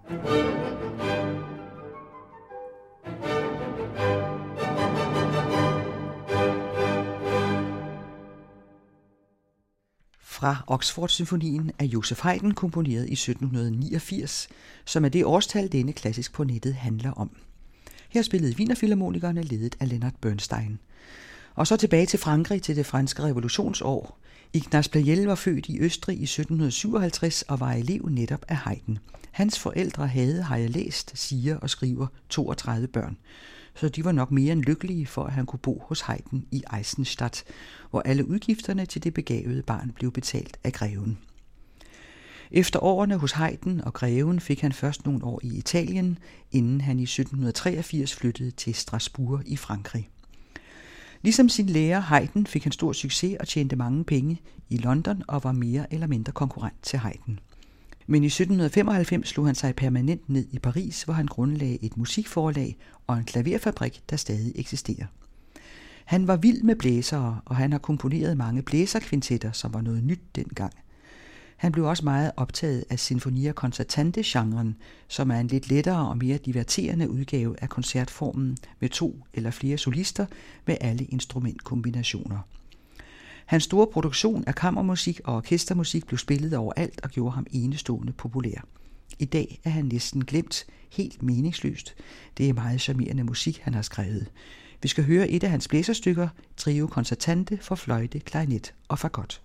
Fra Oxford-symfonien af Joseph Haydn, komponeret i 1789, som er det årstal, denne klassisk på nettet handler om. Her spillede Wienerfilharmonikerne ledet af Leonard Bernstein. Og så tilbage til Frankrig til det franske revolutionsår. Ignaz Pleyel var født i Østrig i 1757 og var elev netop af Haydn. Hans forældre havde, har jeg læst, siger og skriver 32 børn. Så de var nok mere end lykkelige for, at han kunne bo hos Haydn i Eisenstadt, hvor alle udgifterne til det begavede barn blev betalt af greven. Efter årene hos Haydn og greven fik han først nogle år i Italien, inden han i 1783 flyttede til Strasbourg i Frankrig. Ligesom sin lærer Haydn fik han stor succes og tjente mange penge i London og var mere eller mindre konkurrent til Haydn. Men i 1795 slog han sig permanent ned i Paris, hvor han grundlagde et musikforlag og en klaverfabrik, der stadig eksisterer. Han var vild med blæsere, og han har komponeret mange blæserkvintetter, som var noget nyt dengang. Han blev også meget optaget af sinfonia concertante-genren, som er en lidt lettere og mere diverterende udgave af koncertformen med 2 eller flere solister med alle instrumentkombinationer. Hans store produktion af kammermusik og orkestermusik blev spillet overalt og gjorde ham enestående populær. I dag er han næsten glemt, helt meningsløst. Det er meget charmerende musik, han har skrevet. Vi skal høre et af hans blæserstykker, Trio Concertante for fløjte, klarinet og fagot.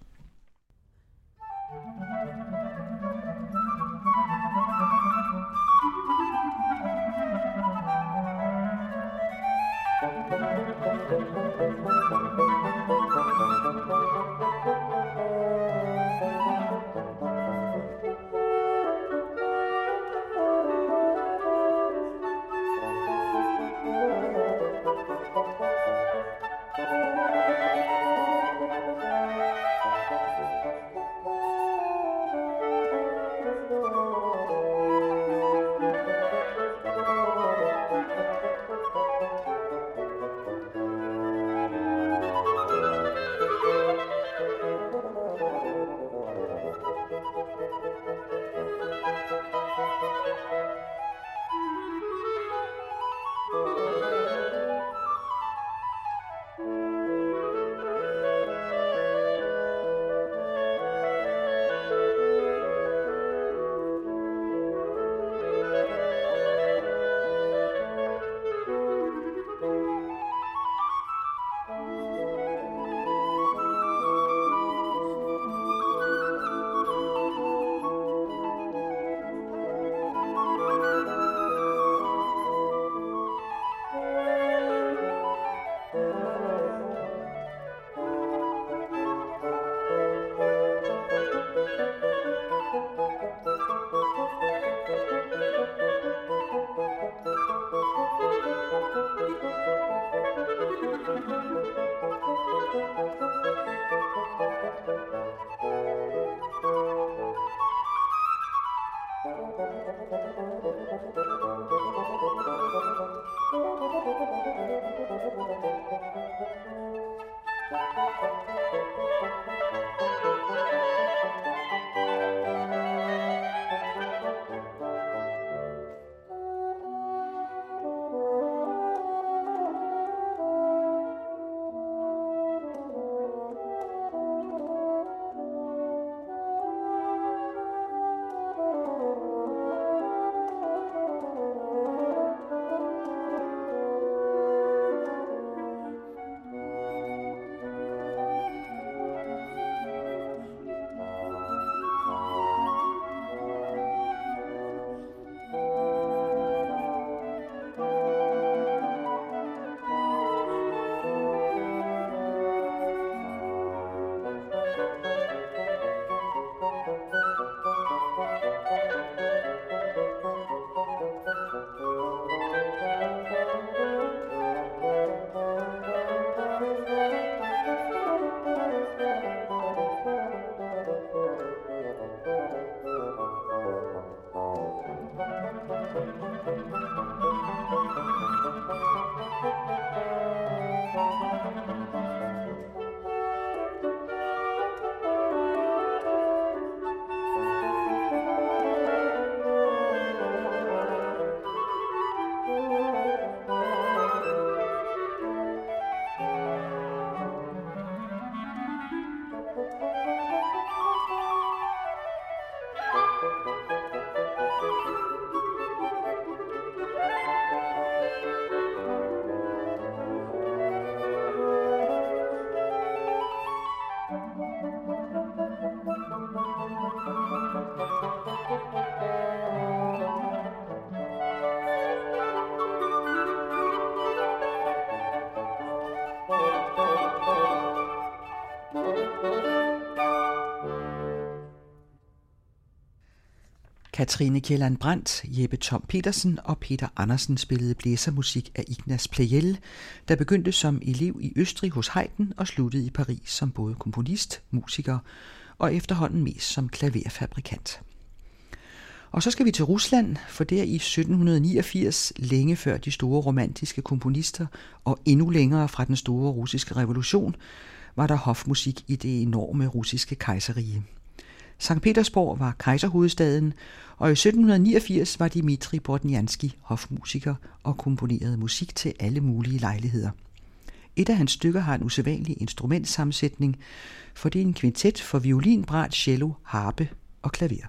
Katrine Kielland Brandt, Jeppe Tom Petersen og Peter Andersen spillede blæsermusik af Ignaz Pleyel, der begyndte som elev i Østrig hos Haydn og sluttede i Paris som både komponist, musiker og efterhånden mest som klaverfabrikant. Og så skal vi til Rusland, for der i 1789, længe før de store romantiske komponister og endnu længere fra den store russiske revolution, var der hofmusik i det enorme russiske kejserrige. Sankt Petersborg var kejserhovedstaden, og i 1789 var Dmitri Bordnianski hofmusiker og komponerede musik til alle mulige lejligheder. Et af hans stykker har en usædvanlig instrumentsammensætning, for det er en kvintet for violin, brat, cello, harpe og klaver.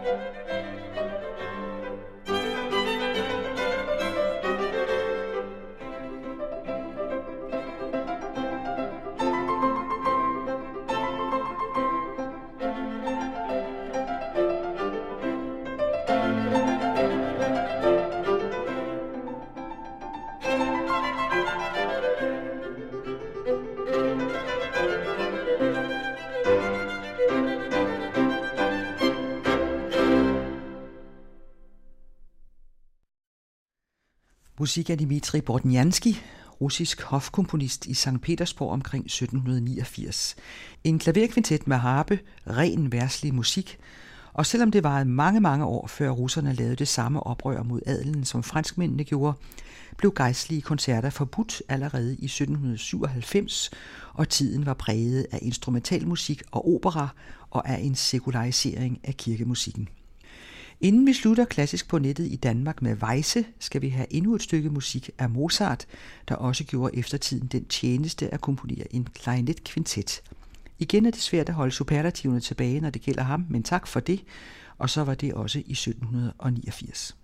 Musik af Dmitrij Bordjanskij, russisk hofkomponist i Sankt Petersborg omkring 1789. En klaverkvintet med harpe, ren verslig musik, og selvom det varede mange, mange år før russerne lavede det samme oprør mod adelen, som franskmændene gjorde, blev gejstlige koncerter forbudt allerede i 1797, og tiden var præget af instrumentalmusik og opera og af en sekularisering af kirkemusikken. Inden vi slutter klassisk på nettet i Danmark med Weisse, skal vi have endnu et stykke musik af Mozart, der også gjorde eftertiden den tjeneste at komponere en klarinetkvintet. Igen er det svært at holde superlativerne tilbage, når det gælder ham, men tak for det, og så var det også i 1789.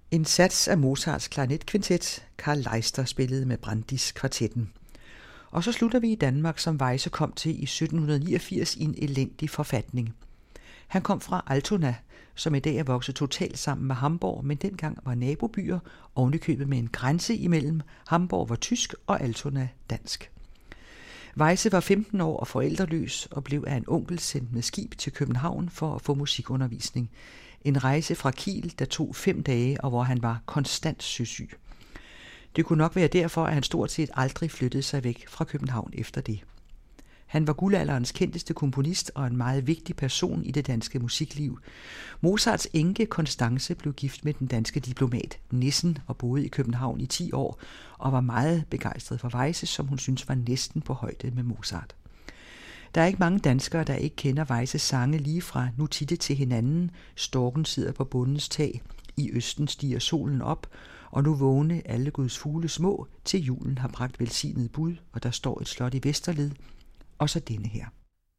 En sats af Mozarts klarinetkvintet, Carl Leister spillede med Brandis kvartetten. Og så slutter vi i Danmark, som Weisse kom til i 1789 i en elendig forfatning. Han kom fra Altona, som i dag er vokset totalt sammen med Hamborg, men dengang var nabobyer ovenikøbet med en grænse imellem. Hamborg var tysk og Altona dansk. Weisse var 15 år og forældreløs og blev af en onkel sendt med skib til København for at få musikundervisning. En rejse fra Kiel, der tog 5 dage, og hvor han var konstant søsyg. Det kunne nok være derfor, at han stort set aldrig flyttede sig væk fra København efter det. Han var guldalderens kendteste komponist og en meget vigtig person i det danske musikliv. Mozarts enke Constance blev gift med den danske diplomat Nissen og boede i København i 10 år og var meget begejstret for Weisse, som hun synes var næsten på højde med Mozart. Der er ikke mange danskere, der ikke kender Weisses sange lige fra Nu titte til hinanden, Storken sidder på bondens tag, I østen stiger solen op, og nu vågne alle Guds fugle små, til julen har bragt velsignet bud, og der står et slot i Vesterled, og så denne her.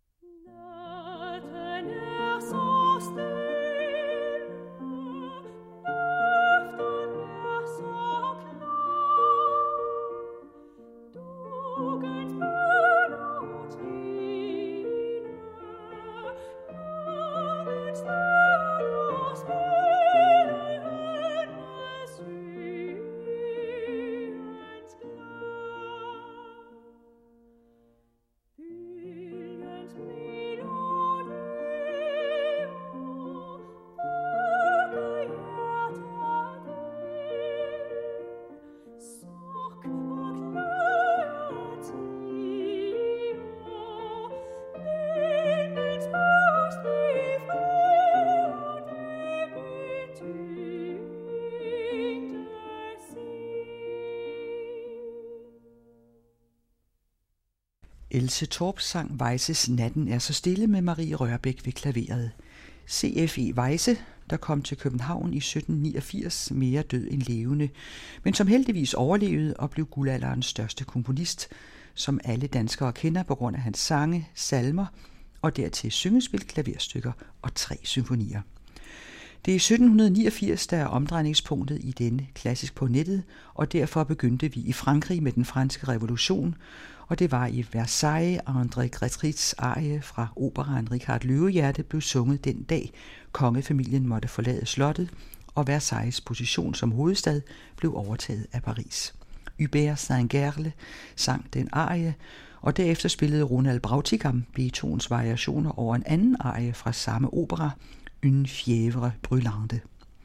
Else Torp sang Weisses Natten er så stille med Marie Rørbæk ved klaveret. C.F.E. Weisse, der kom til København i 1789, mere død end levende, men som heldigvis overlevede og blev guldalderens største komponist, som alle danskere kender på grund af hans sange, salmer og dertil syngespil, klaverstykker og 3 symfonier. Det er 1789, der er omdrejningspunktet i denne klassisk på nettet, og derfor begyndte vi i Frankrig med den franske revolution, og det var i Versailles, André Grétrits arie fra operaen Richard Løvehjerte blev sunget den dag, kongefamilien måtte forlade slottet, og Versailles position som hovedstad blev overtaget af Paris. Hubert Saint-Gerle sang den arie, og derefter spillede Ronald Brautigam Beethovens variationer over en anden arie fra samme opera, Une fièvre brûlante.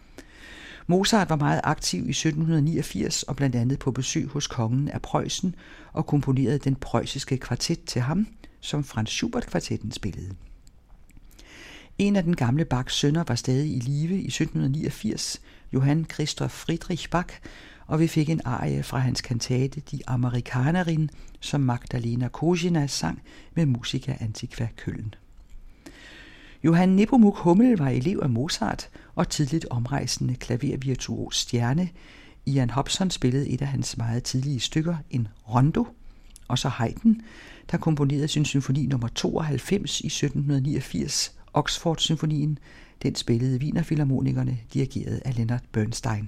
Mozart var meget aktiv i 1789 og blandt andet på besøg hos kongen af Preussen og komponerede den preussiske kvartet til ham, som Franz Schubert-kvartetten spillede. En af den gamle Bachs sønner var stadig i live i 1789, Johann Christoph Friedrich Bach, og vi fik en arie fra hans kantate Die Amerikanerin, som Magdalena Kozina sang med Musica Antiqua Köln. Johann Nepomuk Hummel var elev af Mozart og tidligt omrejsende klavervirtuos stjerne. Ian Hobson spillede et af hans meget tidlige stykker, en rondo, og så Haydn, der komponerede sin symfoni nummer 92 i 1789, Oxford-symfonien. Den spillede Wienerfilharmonikerne, dirigeret af Leonard Bernstein.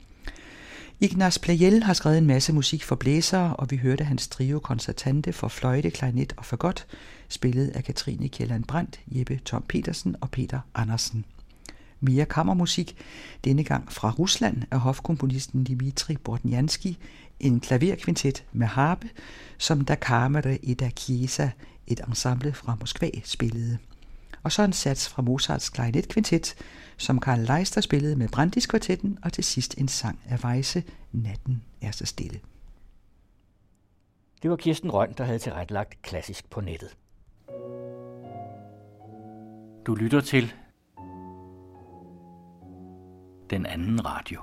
Ignaz Pleyel har skrevet en masse musik for blæsere, og vi hørte hans trio koncertante for fløjte, klarinet og fagot, spillet af Katrine Kielland-Brandt, Jeppe Tom Petersen og Peter Andersen. Mere kammermusik, denne gang fra Rusland, af hofkomponisten Dmitri Bortniansky, en klaverkvintet med harpe, som Da Camere e da Chiesa, et ensemble fra Moskva, spillede. Og så en sats fra Mozarts klarinetkvintet, som Carl Leister spillede med Brandis kvartetten, og til sidst en sang af Weisse, Natten er så stille. Det var Kirsten Røn, der havde tilrettelagt Klassisk på nettet. Du lytter til Den Anden Radio.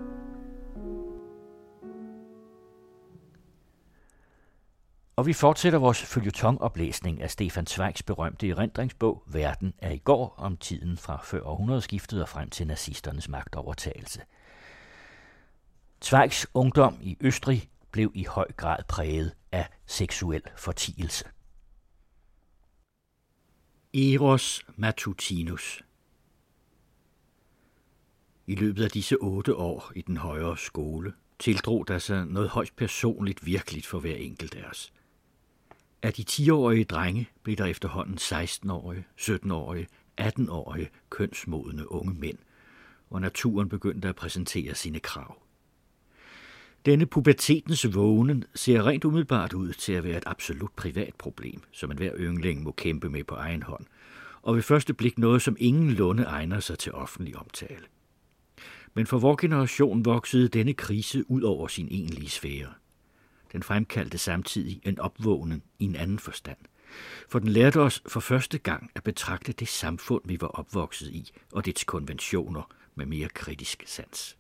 Og vi fortsætter vores føljetonoplæsning af Stefan Zweigs berømte erindringsbog Verden er i går, om tiden fra før århundredeskiftet og frem til nazisternes magtovertagelse. Zweigs ungdom i Østrig blev i høj grad præget af seksuel fortielse. Eros Matutinus. I løbet af disse 8 år i den højere skole tildrog der sig noget højst personligt virkeligt for hver enkelt af os. Af de 10-årige drenge blev der efterhånden 16-årige, 17-årige, 18-årige kønsmodne unge mænd, og naturen begyndte at præsentere sine krav. Denne pubertetens vågen ser rent umiddelbart ud til at være et absolut privat problem, som enhver yngling må kæmpe med på egen hånd, og ved første blik noget, som ingenlunde egner sig til offentlig omtale. Men for vor generation voksede denne krise ud over sin egentlige sfære. Den fremkaldte samtidig en opvågning i en anden forstand, for den lærte os for første gang at betragte det samfund, vi var opvokset i, og dets konventioner med mere kritisk sans.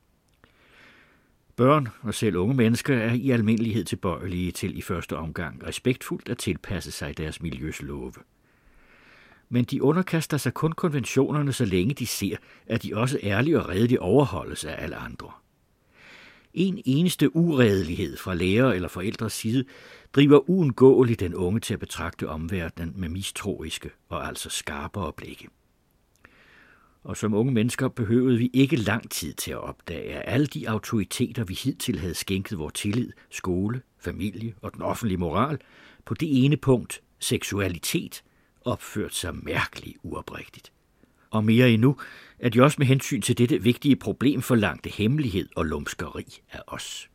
Børn og selv unge mennesker er i almindelighed tilbøjelige til i første omgang respektfuldt at tilpasse sig deres miljøs love. Men de underkaster sig kun konventionerne, så længe de ser, at de også ærligt og redeligt overholdes af alle andre. En eneste uredelighed fra lærer eller forældres side driver uundgåeligt den unge til at betragte omverdenen med mistroiske og altså skarpere blikke. Og som unge mennesker behøvede vi ikke lang tid til at opdage, at alle de autoriteter, vi hidtil havde skænket vor tillid, skole, familie og den offentlige moral, på det ene punkt, seksualitet, opført sig mærkeligt uoprigtigt. Og mere endnu, at de også med hensyn til dette vigtige problem forlangte hemmelighed og lumskeri af os.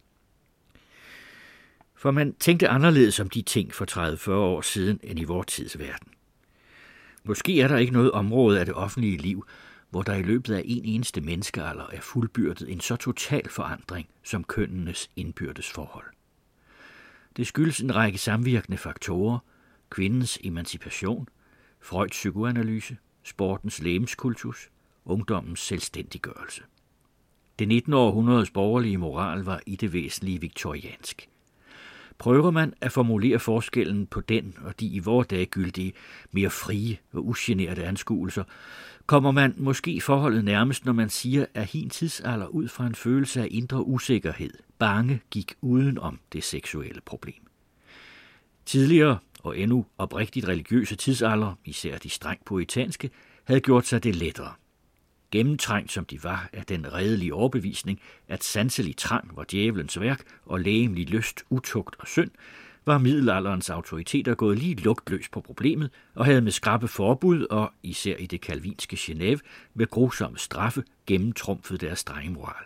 For man tænkte anderledes om de ting for 30-40 år siden end i vor tids verden. Måske er der ikke noget område af det offentlige liv, hvor der i løbet af en eneste menneskealder er fuldbyrdet en så total forandring som kønnenes indbyrdes forhold. Det skyldes en række samvirkende faktorer, kvindens emancipation, Freuds psykoanalyse, sportens legemskultus, ungdommens selvstændiggørelse. Det 19. århundredes borgerlige moral var i det væsentlige viktoriansk. Prøver man at formulere forskellen på den og de i vore dage gyldige, mere frie og ugenerede anskuelser, kommer man måske forholdet nærmest, når man siger, at hin tidsalder ud fra en følelse af indre usikkerhed, bange gik uden om det seksuelle problem. Tidligere og endnu oprigtigt religiøse tidsalder, især de strengt puritanske, havde gjort sig det lettere. Gennemtrængt som de var af den redelige overbevisning, at sanselig trang var djævelens værk og legemlig lyst, utugt og synd, var middelalderens autoriteter gået lige lugtløs på problemet og havde med skrappe forbud og, især i det kalvinske Genève, med grusomme straffe gennemtrumfet deres strenge moral.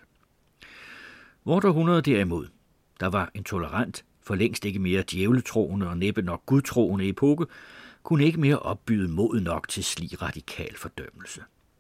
Vort århundrede derimod, der var en tolerant, for længst ikke mere djævletroende og næppe nok gudtroende epoke, kunne ikke mere opbyde mod nok til slig radikal fordømmelse.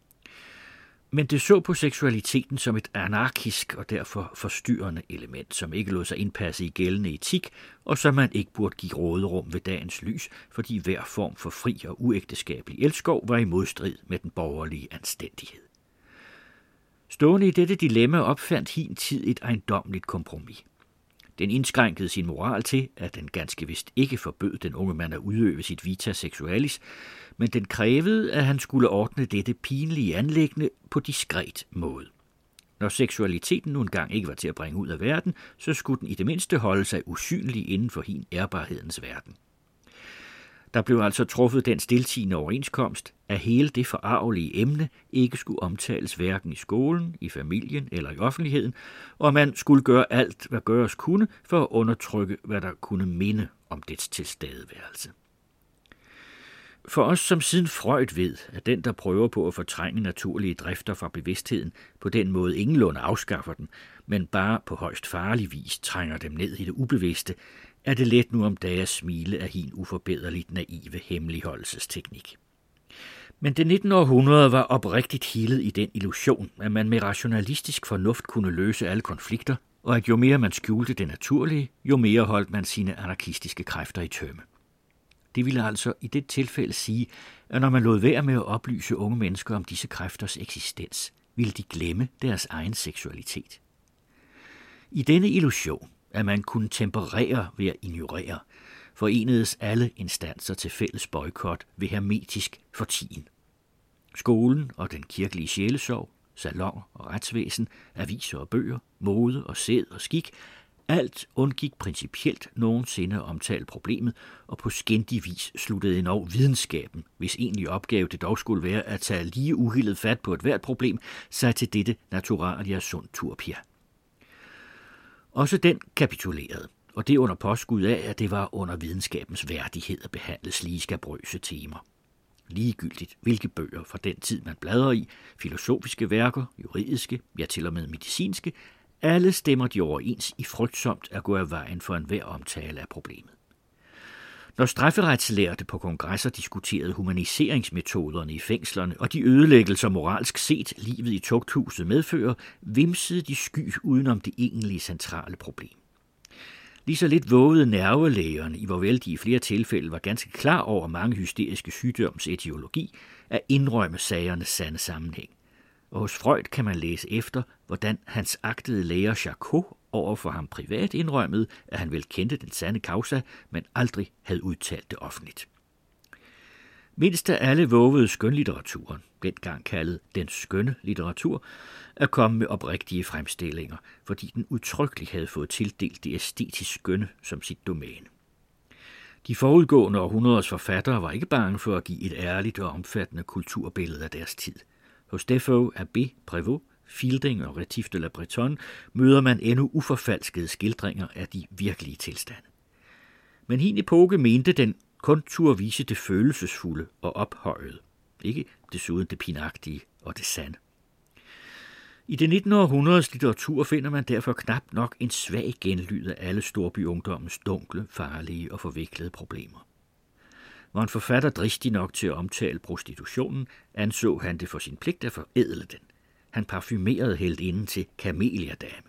Men det så på seksualiteten som et anarkisk og derfor forstyrrende element, som ikke lod sig indpasse i gældende etik, og som man ikke burde give råderum ved dagens lys, fordi hver form for fri og uægteskabelig elskov var i modstrid med den borgerlige anstændighed. Stående i dette dilemma opfandt hin tid et ejendommeligt kompromis. Den indskrænkede sin moral til, at den ganske vist ikke forbød den unge mand at udøve sit vita sexualis, men den krævede, at han skulle ordne dette pinlige anliggende på diskret måde. Når seksualiteten nu engang ikke var til at bringe ud af verden, så skulle den i det mindste holde sig usynlig inden for hin ærbarhedens verden. Der blev altså truffet den stiltiende overenskomst, at hele det forarvelige emne ikke skulle omtales hverken i skolen, i familien eller i offentligheden, og man skulle gøre alt, hvad gøres kunne, for at undertrykke, hvad der kunne minde om dets tilstedeværelse. For os, som siden Freud ved, at den, der prøver på at fortrænge naturlige drifter fra bevidstheden, på den måde ingenlunde afskaffer den, men bare på højst farlig vis trænger dem ned i det ubevidste, er det let nu om dage at smile af hin uforbederligt naive hemmeligholdelsesteknik. Men det 19. århundrede var oprigtigt hilet i den illusion, at man med rationalistisk fornuft kunne løse alle konflikter, og at jo mere man skjulte det naturlige, jo mere holdt man sine anarkistiske kræfter i tømme. Det ville altså i det tilfælde sige, at når man lod være med at oplyse unge mennesker om disse kræfters eksistens, ville de glemme deres egen seksualitet. I denne illusion, at man kunne temperere ved at ignorere, forenedes alle instanser til fælles boykot ved hermetisk fortigen. Skolen og den kirkelige sjælesorg, salon og retsvæsen, aviser og bøger, mode og sæd og skik, Alt undgik principielt nogensinde at omtale problemet, og på skændig vis sluttede endnu videnskaben, hvis egentlig opgave det dog skulle være at tage lige uhildet fat på et hvert problem, sig til dette naturalia sunt turpia. Også den kapitulerede, og det under påskud af, at det var under videnskabens værdighed at behandle slige skabrøse temaer. Ligegyldigt hvilke bøger fra den tid man bladrer i, filosofiske værker, juridiske, ja til og med medicinske, alle stemmer de overens i frygtsomt at gå af vejen for enhver omtale af problemet. Når strafferetslærte på kongresser diskuterede humaniseringsmetoderne i fængslerne og de ødelæggelser moralsk set livet i tugthuset medfører, vimsede de sky udenom det egentlige centrale problem. Lige så lidt vågede nervelægerne, i hvorvel de i flere tilfælde var ganske klar over mange hysteriske sygdoms etiologi, at indrømme sagernes sande sammenhæng. Og hos Freud kan man læse efter, hvordan hans agtede lærer Charcot overfor ham privat indrømmede, at han vel kendte den sande causa, men aldrig havde udtalt det offentligt. Mindst af alle vågede skønlitteraturen, dengang kaldet den skønne litteratur, at komme med oprigtige fremstillinger, fordi den udtrykkeligt havde fået tildelt det æstetisk skønne som sit domæne. De forudgående århundreders forfattere var ikke bange for at give et ærligt og omfattende kulturbillede af deres tid. Hos Defoe, Abbé, Prévost, Fielding og Rétif de la Bretonne møder man endnu uforfalskede skildringer af de virkelige tilstande. Men hin epoke mente den kun turde vise det følelsesfulde og ophøjede, ikke desuden det pinagtige og det sande. I det 19. århundredes litteratur finder man derfor knap nok en svag genlyd af alle storbyungdommens dunkle, farlige og forviklede problemer. Var en forfatter dristig nok til at omtale prostitutionen, anså han det for sin pligt at forædle den. Han parfumerede heltinden til kameliadame.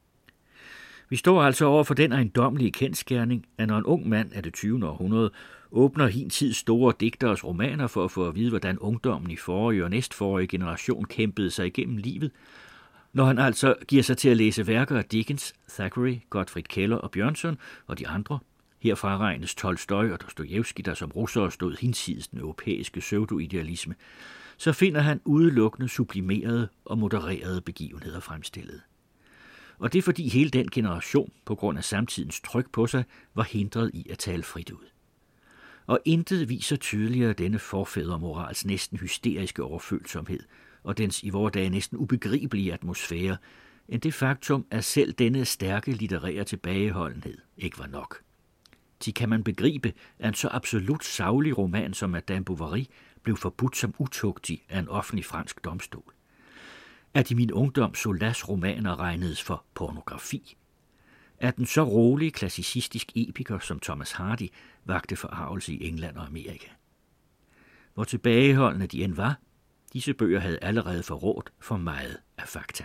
Vi står altså over for den ejendommelige kendsgerning, at når en ung mand af det 20. århundrede åbner hin tids store digteres romaner for at få at vide, hvordan ungdommen i forrige og næstforrige generation kæmpede sig igennem livet, når han altså giver sig til at læse værker af Dickens, Thackeray, Gottfried Keller og Bjørnson og de andre, herfra regnes Tolstoj og Dostojevskij, der som russere stod hinsides den europæiske pseudo-idealisme, så finder han udelukkende sublimerede og modererede begivenheder fremstillet. Og det er fordi hele den generation, på grund af samtidens tryk på sig, var hindret i at tale frit ud. Og intet viser tydeligere denne forfædremorals næsten hysteriske overfølsomhed og dens i vore dage næsten ubegribelige atmosfære, end det faktum, at selv denne stærke litterære tilbageholdenhed ikke var nok. Så kan man begribe, at en så absolut saglig roman som Madame Bovary blev forbudt som utugtig af en offentlig fransk domstol. At i min ungdom Zolas romaner regnedes for pornografi. At en så rolig klassicistisk epiker som Thomas Hardy vagte forarvelse i England og Amerika. Hvor tilbageholdende de end var, disse bøger havde allerede forrådt for meget af fakta.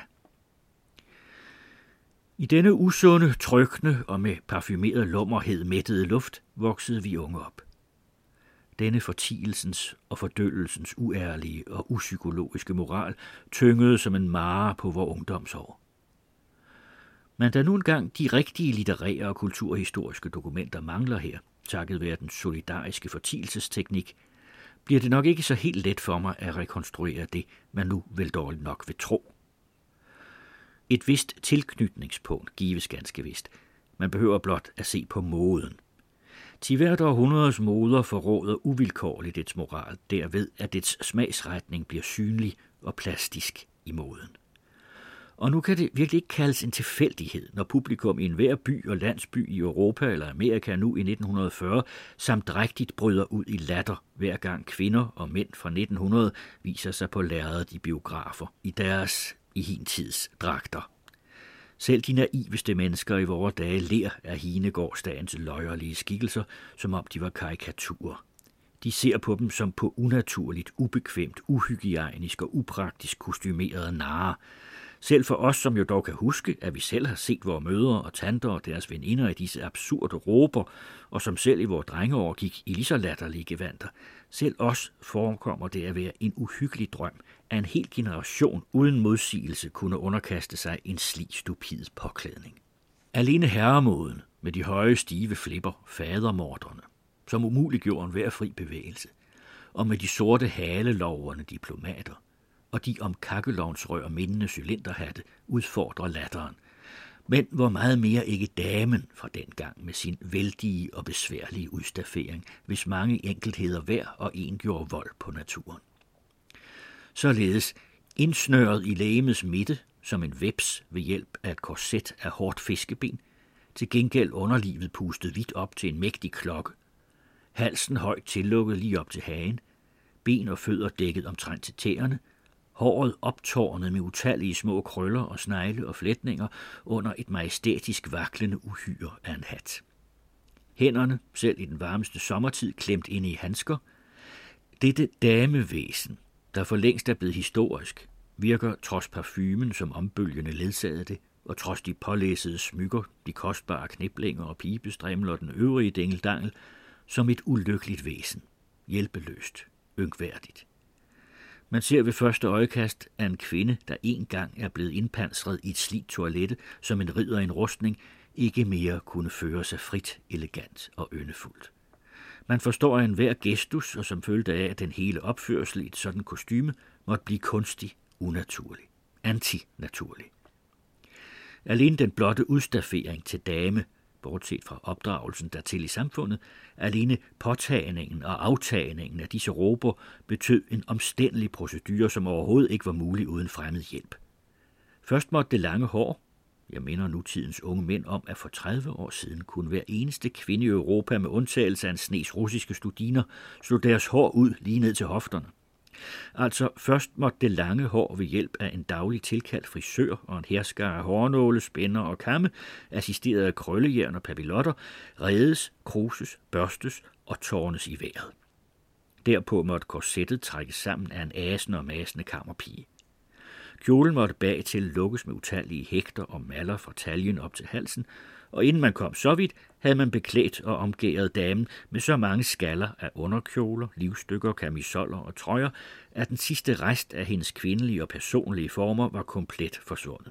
I denne usunde, trykkende og med parfumeret lummerhed mættede luft voksede vi unge op. Denne fortielsens og fordøllelsens uærlige og upsykologiske moral tyngede som en mare på vor ungdomsår. Men da nu engang de rigtige litterære og kulturhistoriske dokumenter mangler her, takket være den solidariske fortielsesteknik, bliver det nok ikke så helt let for mig at rekonstruere det, man nu vel dårligt nok vil tro. Et vist tilknytningspunkt gives ganske vist. Man behøver blot at se på moden. Til hvert århundredes moder forråder uvilkårligt dets moral derved, at dets smagsretning bliver synlig og plastisk i moden. Og nu kan det virkelig ikke kaldes en tilfældighed, når publikum i enhver by og landsby i Europa eller Amerika nu i 1940 samt drægtigt bryder ud i latter, hver gang kvinder og mænd fra 1900 viser sig på lærredet i biografer i deres i hin tids dragter. Selv de naiveste mennesker i vore dage ler af Hinegårdsdagens løjerlige skikkelser, som om de var karikaturer. De ser på dem som på unaturligt, ubekvemt, uhygiejnisk og upraktisk kostymerede narer. Selv for os, som jo dog kan huske, at vi selv har set vores mødre og tanter og deres veninder i disse absurde råber, og som selv i vores drengeår gik i lige så latterlige gevanter, selv os forekommer det at være en uhyggelig drøm, at en hel generation uden modsigelse kunne underkaste sig en slig stupid påklædning. Alene herremoden med de høje stive flipper, fadermorderne, som umuliggjorde enhver fri bevægelse, og med de sorte haleloverne diplomater, og de om kakkelovnsrør mindende cylinderhatte udfordrer latteren, Men hvor meget mere ikke damen fra dengang med sin vældige og besværlige udstaffering, hvis mange enkeltheder hver og en gjorde vold på naturen. Således indsnøret i legemets midte, som en veps ved hjælp af et korset af hårdt fiskeben, til gengæld underlivet pustet vidt op til en mægtig klokke, halsen højt tillukket lige op til hagen, ben og fødder dækket omtrent til tæerne, håret optårnet med utallige små krøller og snegle og flætninger under et majestætisk vaklende uhyre af en hat. Hænderne, selv i den varmeste sommertid, klemt inde i handsker. Dette damevæsen, der for længst er blevet historisk, virker trods parfumen, som ombølgende ledsagede det, og trods de pålæsede smykker, de kostbare kniblinger og pibestrimler og den øvrige dingeldangel, som et ulykkeligt væsen, hjælpeløst, ynkværdigt. Man ser ved første øjekast, at en kvinde, der engang er blevet indpansret i et slidt toilette, som en ridder i en rustning, ikke mere kunne føre sig frit, elegant og yndefuldt. Man forstår enhver gestus, og som følte af, at den hele opførsel i et sådan kostyme måtte blive kunstig, unaturlig, antinaturlig. Alene den blotte udstaffering til dame, bortset fra opdragelsen dertil i samfundet, alene påtagningen og aftagningen af disse råber betød en omstændelig procedure, som overhovedet ikke var mulig uden fremmed hjælp. Først måtte det lange hår, jeg minder nutidens unge mænd om, at for 30 år siden kunne hver eneste kvinde i Europa med undtagelse af en snes russiske studiner slå deres hår ud lige ned til hofterne. Altså først måtte det lange hår ved hjælp af en daglig tilkaldt frisør og en herskare af hårnåle, spænder og kamme, assisteret af krøllejern og papillotter, redes, kruses, børstes og tårnes i vejret. Derpå måtte korsettet trækkes sammen af en asende og masende kammerpige. Kjolen måtte bagtil lukkes med utallige hægter og maller fra taljen op til halsen, og inden man kom så vidt, havde man beklædt og omgæret damen med så mange skaller af underkjoler, livstykker, kamisoller og trøjer, at den sidste rest af hendes kvindelige og personlige former var komplet forsvundet.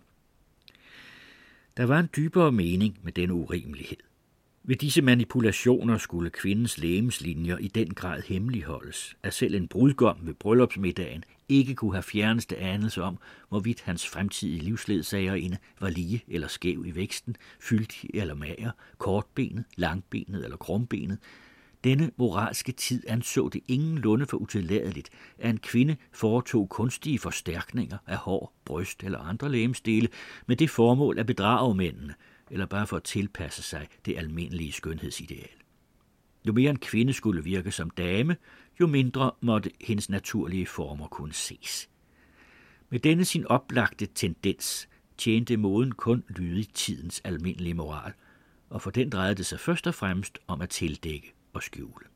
Der var en dybere mening med denne urimelighed. Ved disse manipulationer skulle kvindens legemslinjer i den grad hemmeligholdes, at selv en brudgom ved bryllupsmiddagen ikke kunne have fjerneste anelse om, hvorvidt hans fremtidige livsledsagerinde var lige eller skæv i væksten, fyldig eller mager, kortbenet, langbenet eller krumbenet. Denne moralske tid anså det ingenlunde for utilladeligt, at en kvinde foretog kunstige forstærkninger af hår, bryst eller andre legemsdele med det formål at bedrage mændene, eller bare for at tilpasse sig det almindelige skønhedsideal. Jo mere en kvinde skulle virke som dame, jo mindre måtte hendes naturlige former kunne ses. Med denne sin oplagte tendens tjente moden kun lydig tidens almindelige moral, og for den drejede det sig først og fremmest om at tildække og skjule.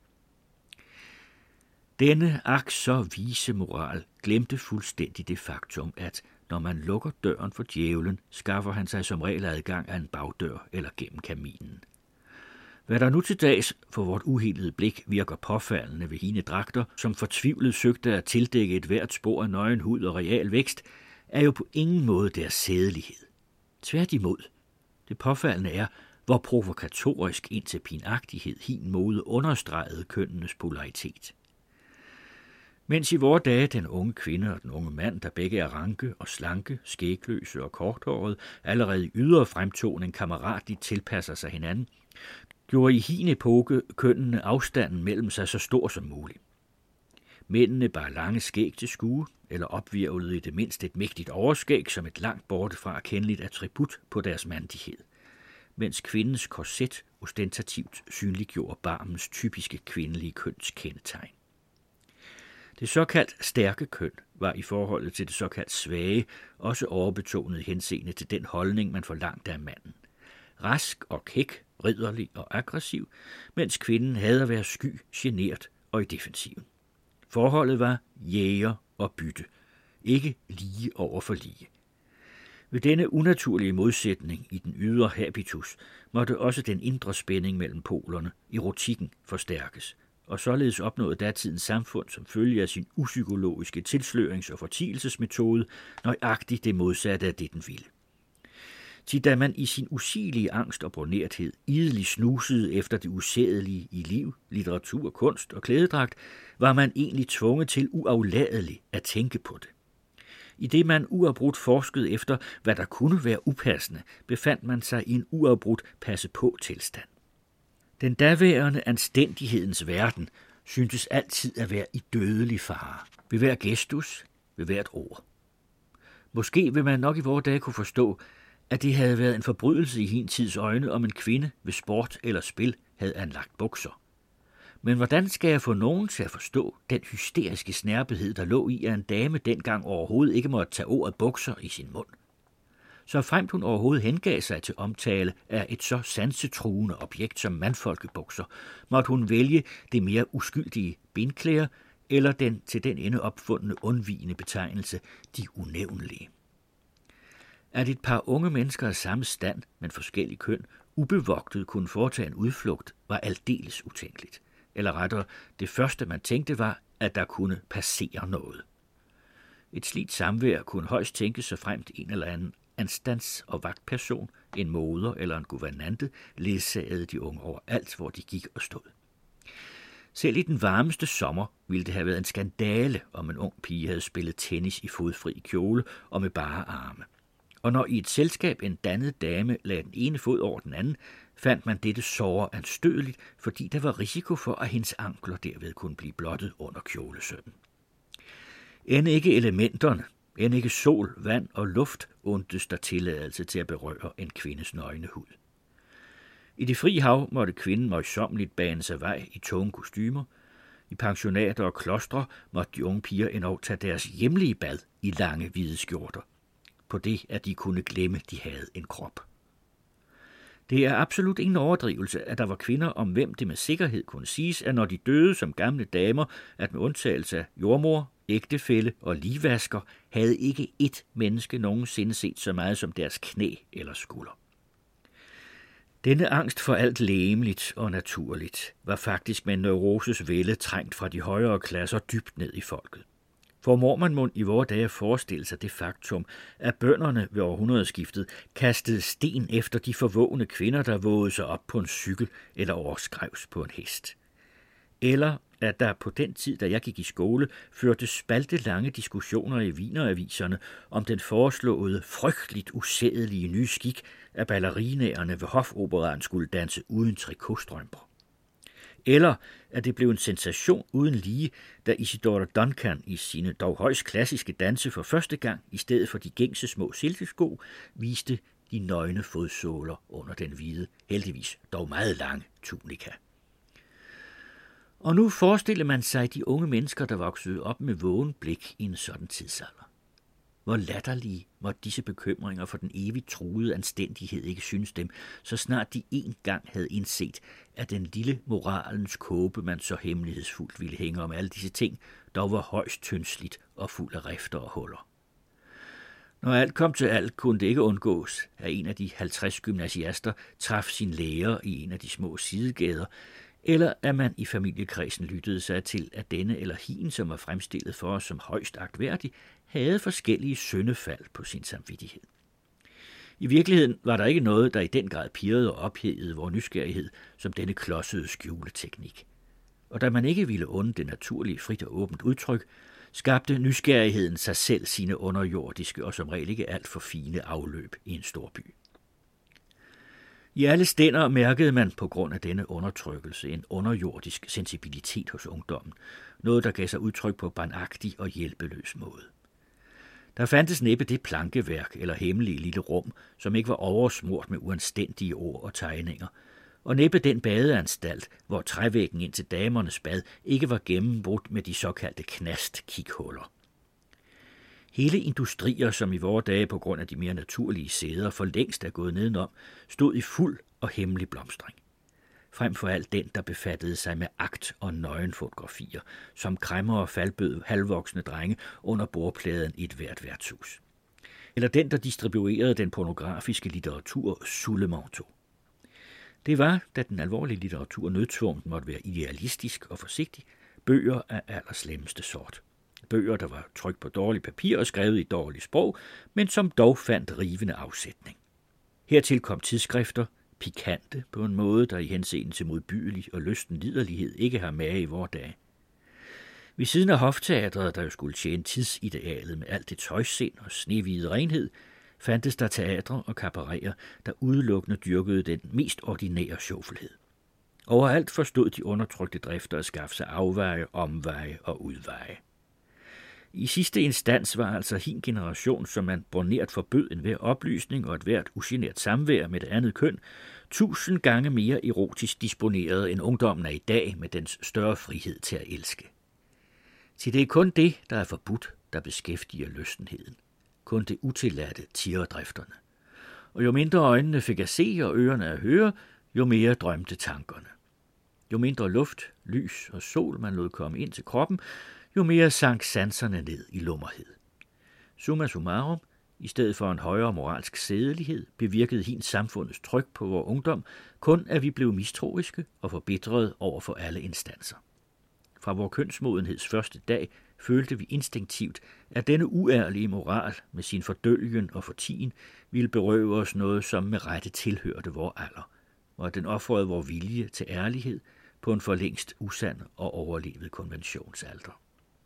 Denne så vise moral glemte fuldstændig det faktum, at når man lukker døren for djævlen, skaffer han sig som regel adgang af en bagdør eller gennem kaminen. Hvad der nu til dags for vort uhildede blik virker påfaldende ved hine dragter, som fortvivlet søgte at tildække et hvert spor af nøgen hud og real vækst, er jo på ingen måde deres sædelighed. Tværtimod, det påfaldende er, hvor provokatorisk indtil pinagtighed hin mode understregede kønnenes polaritet. Mens i vore dage den unge kvinde og den unge mand, der begge er ranke og slanke, skægløse og korthårede, allerede i ydre fremtoning kammeratligt tilpasser sig hinanden, gjorde i hin epoke kønnene afstanden mellem sig så stor som muligt. Mændene bar lange skæg til skue, eller opvirvlede i det mindste et mægtigt overskæg som et langt borte fra erkendeligt attribut på deres mandighed, mens kvindens korset ostentativt synliggjorde barmens typiske kvindelige køns kendetegn. Det såkaldt stærke køn var i forholdet til det såkaldt svage også overbetonet i henseende til den holdning, man forlangte af manden. Rask og kæk, ridderlig og aggressiv, mens kvinden havde at være sky, genert og i defensiven. Forholdet var jæger og bytte, ikke lige over for lige. Ved denne unaturlige modsætning i den ydre habitus måtte også den indre spænding mellem polerne, erotikken, forstærkes, og således opnåede datidens samfund som følge af sin upsykologiske tilslørings- og fortielsesmetode nøjagtigt det modsatte af det, den ville. Til da man i sin usigelige angst og bornerthed idelig snusede efter det usædelige i liv, litteratur, kunst og klædedragt, var man egentlig tvunget til uafladeligt at tænke på det. I det man uafbrudt forskede efter, hvad der kunne være upassende, befandt man sig i en uafbrudt passe-på-tilstand. Den daværende anstændighedens verden syntes altid at være i dødelig fare, ved hver gestus, ved hvert ord. Måske vil man nok i vore dage kunne forstå, at det havde været en forbrydelse i hin tids øjne, om en kvinde ved sport eller spil havde anlagt bukser. Men hvordan skal jeg få nogen til at forstå den hysteriske snærpethed, der lå i, at en dame dengang overhovedet ikke måtte tage ordet bukser i sin mund? Så fremt hun overhovedet hengav sig til omtale af et så sansetruende objekt som mandfolkebukser, måtte hun vælge det mere uskyldige benklæder eller den til den ende opfundne undvigende betegnelse, de unævnlige. At et par unge mennesker af samme stand, men forskellig køn, ubevogtet kunne foretage en udflugt, var aldeles utænkeligt. Eller rettere, det første man tænkte var, at der kunne passere noget. Et slikt samvær kunne højst tænkes så fremt en eller anden anstands- og vagtperson, en moder eller en guvernante, ledsagede de unge overalt, hvor de gik og stod. Selv i den varmeste sommer ville det have været en skandale, om en ung pige havde spillet tennis i fodfri kjole og med bare arme. Og når i et selskab en dannet dame lagde den ene fod over den anden, fandt man dette såre anstødeligt, fordi der var risiko for, at hendes ankler derved kunne blive blottet under kjolesømmen. End ikke elementerne, end ikke sol, vand og luft undtes der tilladelse til at berøre en kvindes nøgne hud. I det fri hav måtte kvinden møjsommeligt bane sig vej i tunge kostymer. I pensionater og klostre måtte de unge piger endog tage deres hjemlige bad i lange hvide skjorter, på det, at de kunne glemme, de havde en krop. Det er absolut ingen overdrivelse, at der var kvinder, om hvem det med sikkerhed kunne siges, at når de døde som gamle damer, at med undtagelse af jordmor, ægtefælle og ligvasker, havde ikke ét menneske nogensinde set så meget som deres knæ eller skulder. Denne angst for alt legemligt og naturligt var faktisk med en neuroses vælde trængt fra de højere klasser dybt ned i folket. Formår man i vore dage forestille sig det faktum, at bønderne ved århundredeskiftet kastede sten efter de forvågne kvinder, der vågede sig op på en cykel eller overskrevs på en hest. Eller at der på den tid, da jeg gik i skole, førte spaltelange diskussioner i Wieneraviserne om den foreslåede frygteligt usædelige nye skik, at ballerinaerne ved hofoperaen skulle danse uden trikotstrømper. Eller at det blev en sensation uden lige, da Isidora Duncan i sine dog højst klassiske danse for første gang, i stedet for de gængse små silkesko, viste de nøgne fodsåler under den hvide, heldigvis dog meget lange tunika. Og nu forestiller man sig de unge mennesker, der voksede op med vågen blik i en sådan tidsalder. Hvor latterlige måtte disse bekymringer for den evigt truede anstændighed ikke synes dem, så snart de en gang havde indset, at den lille moralens kåbe, man så hemmelighedsfuldt ville hænge om alle disse ting, dog var højst tyndsligt og fuld af rifter og huller. Når alt kom til alt, kunne det ikke undgås, at en af de 50 gymnasiaster traf sin lærer i en af de små sidegader, eller at man i familiekredsen lyttede sig til, at denne eller hin, som var fremstillet for os som højst agtværdig, havde forskellige syndefald på sin samvittighed. I virkeligheden var der ikke noget, der i den grad pirrede og ophedede vor nysgerrighed, som denne klodsede skjuleteknik. Og da man ikke ville unde det naturlige, frit og åbent udtryk, skabte nysgerrigheden sig selv sine underjordiske og som regel ikke alt for fine afløb i en stor by. I alle stænder mærkede man på grund af denne undertrykkelse en underjordisk sensibilitet hos ungdommen, noget der gav sig udtryk på barnagtig og hjælpeløs måde. Der fandtes næppe det plankeværk eller hemmelige lille rum, som ikke var oversmurt med uanstændige ord og tegninger, og næppe den badeanstalt, hvor trævæggen ind til damernes bad ikke var gennembrudt med de såkaldte knast-kighuller. Hele industrier, som i vore dage på grund af de mere naturlige sæder for længst er gået nedenom, stod i fuld og hemmelig blomstring. Frem for alt den, der befattede sig med akt- og nøgenfotografier, som kræmmer og faldbød halvvoksne drenge under bordpladen i et hvert værtshus. Eller den, der distribuerede den pornografiske litteratur sous le manteau. Det var, da den alvorlige litteratur nødtvunget måtte være idealistisk og forsigtig, bøger af allerslemmeste sort. Bøger, der var trykt på dårligt papir og skrevet i dårligt sprog, men som dog fandt rivende afsætning. Hertil kom tidsskrifter, pikante på en måde, der i henseende til modbydelig og lysten liderlighed ikke har mage i vore dage. Ved siden af hofteatret, der jo skulle tjene tidsidealet med alt det tøjsind og snehvide renhed, fandtes der teatre og kabaretter, der udelukkende dyrkede den mest ordinære sjovfuldhed. Overalt forstod de undertrykte drifter at skaffe sig afveje, omveje og udveje. I sidste instans var altså hin generation, som man bornert forbød enhver oplysning og et hvert ugenert samvær med det andet køn, 1000 gange mere erotisk disponeret end ungdommen er i dag med dens større frihed til at elske. Til det er kun det, der er forbudt, der beskæftiger lystenheden. Kun det utilladte tirer drifterne. Og jo mindre øjnene fik at se og ørerne at høre, jo mere drømte tankerne. Jo mindre luft, lys og sol man lod komme ind til kroppen, jo mere sank sanserne ned i lummerhed. Summa summarum, i stedet for en højere moralsk sædelighed, bevirkede hin samfundets tryk på vor ungdom, kun at vi blev mistroiske og forbitrede over for alle instanser. Fra vor kønsmodenheds første dag følte vi instinktivt, at denne uærlige moral med sin fordølgen og fortien ville berøve os noget, som med rette tilhørte vor alder, og at den ofrede vor vilje til ærlighed på en for længst usand og overlevet konventionsalder.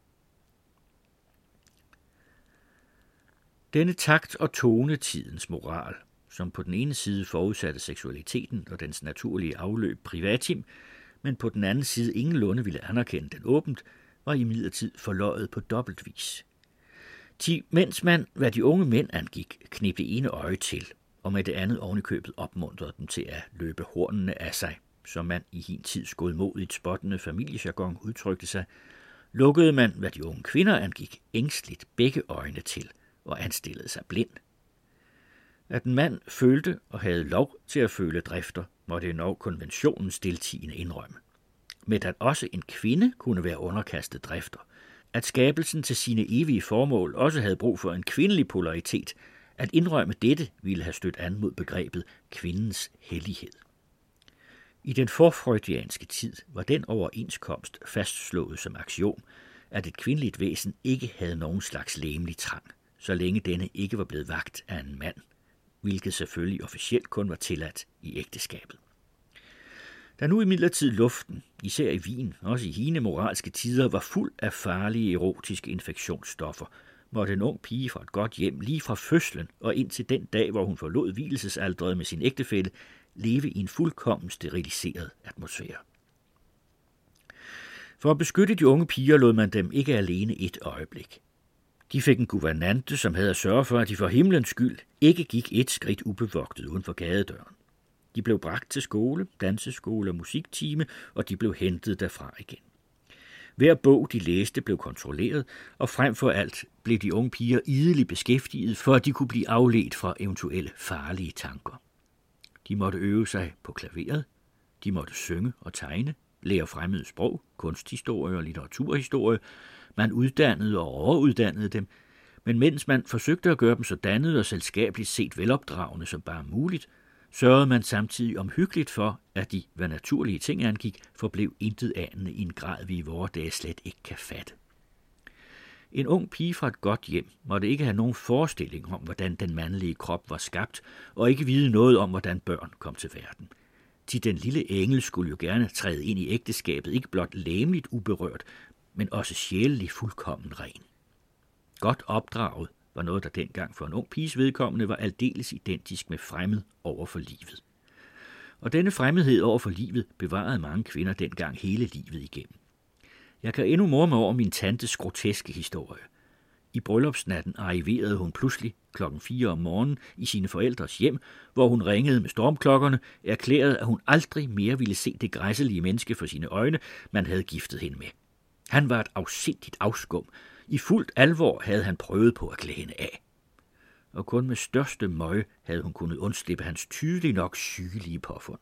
Denne takt- og tonetidens moral, som på den ene side forudsatte seksualiteten og dens naturlige afløb privatim, men på den anden side ingenlunde ville anerkende den åbent, var imidlertid forløjet på dobbelt vis. Mens man, hvad de unge mænd angik, kneb det ene øje til, og med det andet ovenikøbet opmuntrede dem til at løbe hornene af sig, som man i hin tids godmodigt spottende familiejargon udtrykte sig, lukkede man, hvad de unge kvinder angik, ængstligt begge øjne til og anstillede sig blind. At en mand følte og havde lov til at føle drifter, måtte endnu konventionen stiltigende indrømme. Men at også en kvinde kunne være underkastet drifter, at skabelsen til sine evige formål også havde brug for en kvindelig polaritet, at indrømme dette ville have stødt an mod begrebet kvindens hellighed. I den forfreudianske tid var den overenskomst fastslået som aksion, at et kvindeligt væsen ikke havde nogen slags legemlig trang, så længe denne ikke var blevet vagt af en mand, hvilket selvfølgelig officielt kun var tilladt i ægteskabet. Da nu imidlertid luften, især i Wien, også i hine moralske tider, var fuld af farlige erotiske infektionsstoffer, måtte en ung pige fra et godt hjem lige fra fødslen og indtil den dag, hvor hun forlod hvilesesalderet med sin ægtefælle, leve i en fuldkommen steriliseret atmosfære. For at beskytte de unge piger lod man dem ikke alene et øjeblik. De fik en guvernante, som havde at sørge for, at de for himlens skyld ikke gik et skridt ubevogtet uden for gadedøren. De blev bragt til skole, danseskole og musiktime, og de blev hentet derfra igen. Hver bog, de læste, blev kontrolleret, og frem for alt blev de unge piger idelig beskæftiget, for at de kunne blive afledt fra eventuelle farlige tanker. De måtte øve sig på klaveret, de måtte synge og tegne, lære fremmede sprog, kunsthistorie og litteraturhistorie. Man uddannede og overuddannede dem, men mens man forsøgte at gøre dem så dannede og selskabeligt set velopdragende som bare muligt, sørgede man samtidig omhyggeligt for, at de, hvad naturlige ting angik, forblev intet anende i en grad, vi i vore dage slet ikke kan fatte. En ung pige fra et godt hjem måtte ikke have nogen forestilling om, hvordan den mandlige krop var skabt, og ikke vide noget om, hvordan børn kom til verden. Til den lille engel skulle jo gerne træde ind i ægteskabet, ikke blot legemligt uberørt, men også sjæleligt fuldkommen ren. Godt opdraget var noget, der dengang for en ung piges vedkommende var aldeles identisk med fremmed over for livet. Og denne fremmedhed over for livet bevarede mange kvinder dengang hele livet igennem. Jeg kan endnu morme over min tantes groteske historie. I bryllupsnatten arriverede hun pludselig 4:00 om morgenen i sine forældres hjem, hvor hun ringede med stormklokkerne, erklærede, at hun aldrig mere ville se det græsselige menneske for sine øjne, man havde giftet hende med. Han var et afsindigt afskum. I fuldt alvor havde han prøvet på at klæde hende af. Og kun med største møje havde hun kunnet undslippe hans tydeligt nok sygelige påfund.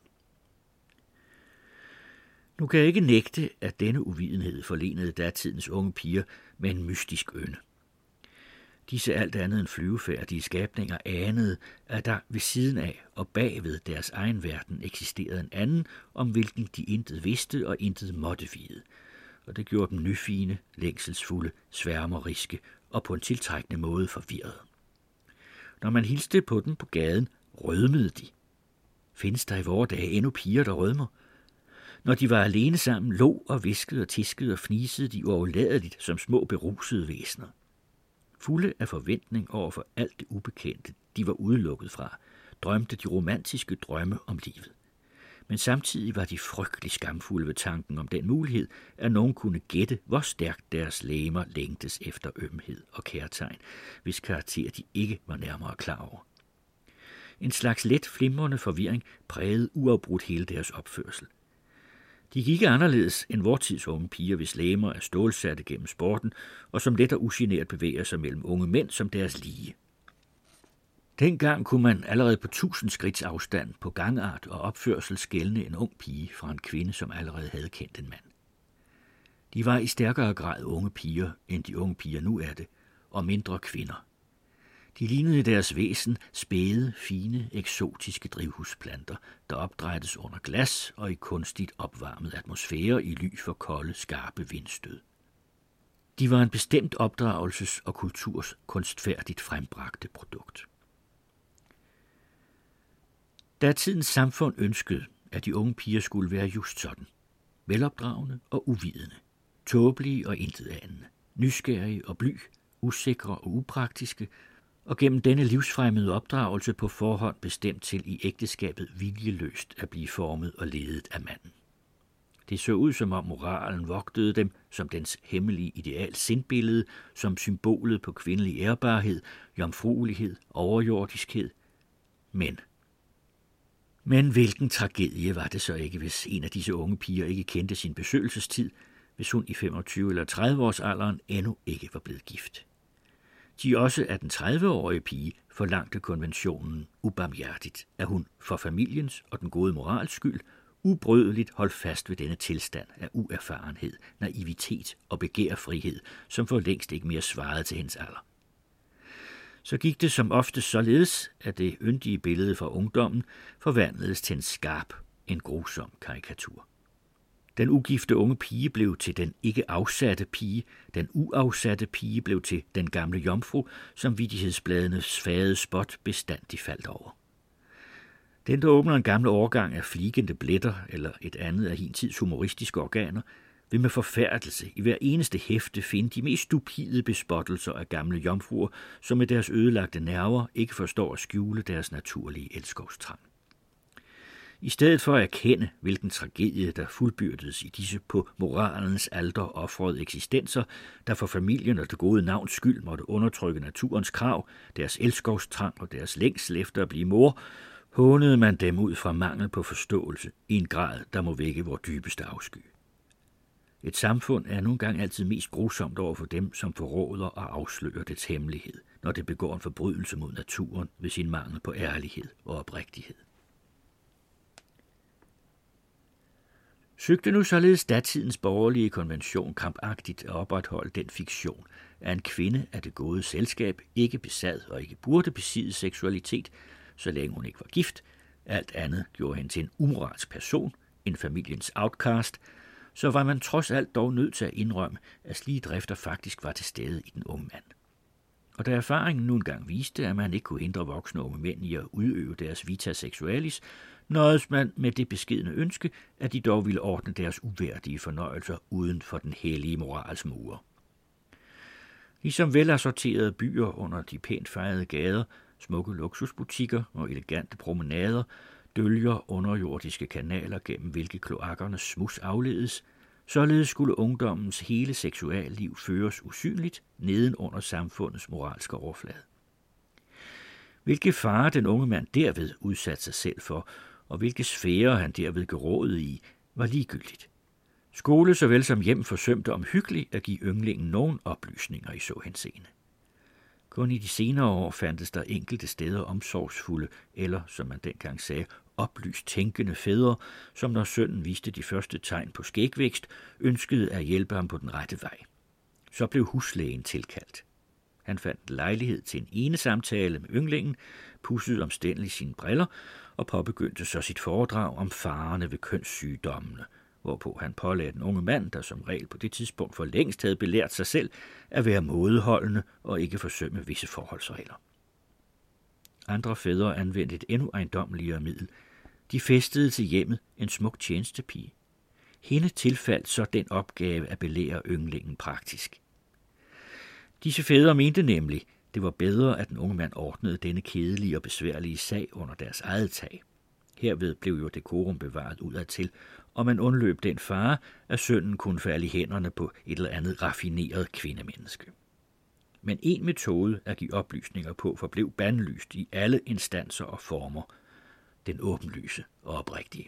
Nu kan jeg ikke nægte, at denne uvidenhed forlenede datidens unge piger med en mystisk ynde. Disse alt andet end flyvefærdige skabninger anede, at der ved siden af og bagved deres egen verden eksisterede en anden, om hvilken de intet vidste og intet måtte vide. Og det gjorde dem nyfine, længselsfulde, sværmeriske og på en tiltrækkende måde forvirrede. Når man hilste på dem på gaden, rødmede de. Findes der i vore dage endnu piger, der rødmer? Når de var alene sammen, lå og viskede og tiskede og fnisede de uafladeligt som små berusede væsener. Fulde af forventning over for alt det ubekendte, de var udelukket fra, drømte de romantiske drømme om livet. Men samtidig var de frygtelig skamfulde ved tanken om den mulighed, at nogen kunne gætte, hvor stærkt deres legemer længtes efter ømhed og kærtegn, hvis karakter de ikke var nærmere klar over. En slags let flimrende forvirring prægede uafbrudt hele deres opførsel. De gik anderledes end vor tids unge piger, hvis legemer er stålsatte gennem sporten, og som let og ugenert bevæger sig mellem unge mænd som deres lige. Dengang kunne man allerede på 1000 skridts afstand på gangart og opførsel skelne en ung pige fra en kvinde, som allerede havde kendt en mand. De var i stærkere grad unge piger, end de unge piger nu er det, og mindre kvinder. De lignede i deres væsen spæde, fine, eksotiske drivhusplanter, der opdrættes under glas og i kunstigt opvarmet atmosfære i ly for kolde, skarpe vindstød. De var en bestemt opdragelses- og kulturs kunstfærdigt frembragte produkt. Da tidens samfund ønskede, at de unge piger skulle være just sådan, velopdragende og uvidende, tåbelige og intetanende, nysgerrige og bly, usikre og upraktiske, og gennem denne livsfremmede opdragelse på forhånd bestemt til i ægteskabet viljeløst at blive formet og ledet af manden. Det så ud, som om moralen vogtede dem som dens hemmelige ideal sindbillede, som symbolet på kvindelig ærbarhed, jomfruelighed, overjordiskhed. Men hvilken tragedie var det så ikke, hvis en af disse unge piger ikke kendte sin besøgelsestid, hvis hun i 25 eller 30 års alderen endnu ikke var blevet gift. De også af den 30-årige pige forlangte konventionen ubarmhjertigt, at hun for familiens og den gode morals skyld ubrødeligt holdt fast ved denne tilstand af uerfarenhed, naivitet og begærfrihed, som for længst ikke mere svarede til hendes alder. Så gik det som ofte således, at det yndige billede fra ungdommen forvandledes til en skarp, en grusom karikatur. Den ugifte unge pige blev til den ikke afsatte pige, den uafsatte pige blev til den gamle jomfru, som vittighedsbladenes fade spot bestandig faldt over. Den, der åbner en gammel årgang af fligende blætter eller et andet af hin tids humoristiske organer, vil med forfærdelse i hver eneste hæfte finde de mest stupide bespottelser af gamle jomfruer, som med deres ødelagte nerver ikke forstår at skjule deres naturlige elskovstrang. I stedet for at erkende, hvilken tragedie, der fuldbyrdedes i disse på moralens alter ofrede eksistenser, der for familien og det gode navns skyld måtte undertrykke naturens krav, deres elskovstrang og deres længsel efter at blive mor, hånede man dem ud fra mangel på forståelse i en grad, der må vække vor dybeste afsky. Et samfund er nogle gange altid mest grusomt over for dem, som forråder og afslører dets hemmelighed, når det begår en forbrydelse mod naturen ved sin mangel på ærlighed og oprigtighed. Søgte nu således datidens borgerlige konvention krampagtigt at opretholde den fiktion, at en kvinde af det gode selskab ikke besad og ikke burde besidde seksualitet, så længe hun ikke var gift, alt andet gjorde hende til en umoralsk person, en familiens outcast, så var man trods alt dog nødt til at indrømme, at slige drifter faktisk var til stede i den unge mand. Og da erfaringen nu engang viste, at man ikke kunne hindre voksne unge mænd i at udøve deres vita sexualis, nøjedes man med det beskedne ønske, at de dog ville ordne deres uværdige fornøjelser uden for den hellige morals mure. Ligesom velassorterede byer under de pænt fejrede gader, smukke luksusbutikker og elegante promenader, dølger underjordiske kanaler, gennem hvilke kloakkernes smus afledes, således skulle ungdommens hele seksualliv føres usynligt neden under samfundets moralske overflade. Hvilke farer den unge mand derved udsatte sig selv for, og hvilke sfærer han derved gerådede i, var ligegyldigt. Skole såvel som hjem forsømte omhyggeligt at give yndlingen nogen oplysninger i så henseende. Kun i de senere år fandtes der enkelte steder omsorgsfulde, eller, som man dengang sagde, oplyst tænkende fædre, som når sønnen viste de første tegn på skægvækst, ønskede at hjælpe ham på den rette vej. Så blev huslægen tilkaldt. Han fandt lejlighed til en ene samtale med yndlingen, pudsede omstændeligt sine briller og påbegyndte så sit foredrag om farerne ved kønssygdommene, hvorpå han pålagde den unge mand, der som regel på det tidspunkt for længst havde belært sig selv at være mådeholdende og ikke forsømme visse forholdsregler. Andre fædre anvendte et endnu ejendommeligere middel. De fæstede til hjemmet en smuk tjenestepige. Hende tilfaldt så den opgave at belære yndlingen praktisk. Disse fædre mente nemlig, det var bedre, at den unge mand ordnede denne kedelige og besværlige sag under deres eget tag. Herved blev jo dekorum bevaret udadtil, og man undløb den fare, at sønnen kunne falde i hænderne på et eller andet raffineret kvindemenneske. Men en metode at give oplysninger på forblev bandlyst i alle instanser og former, den åbenlyse og oprigtige.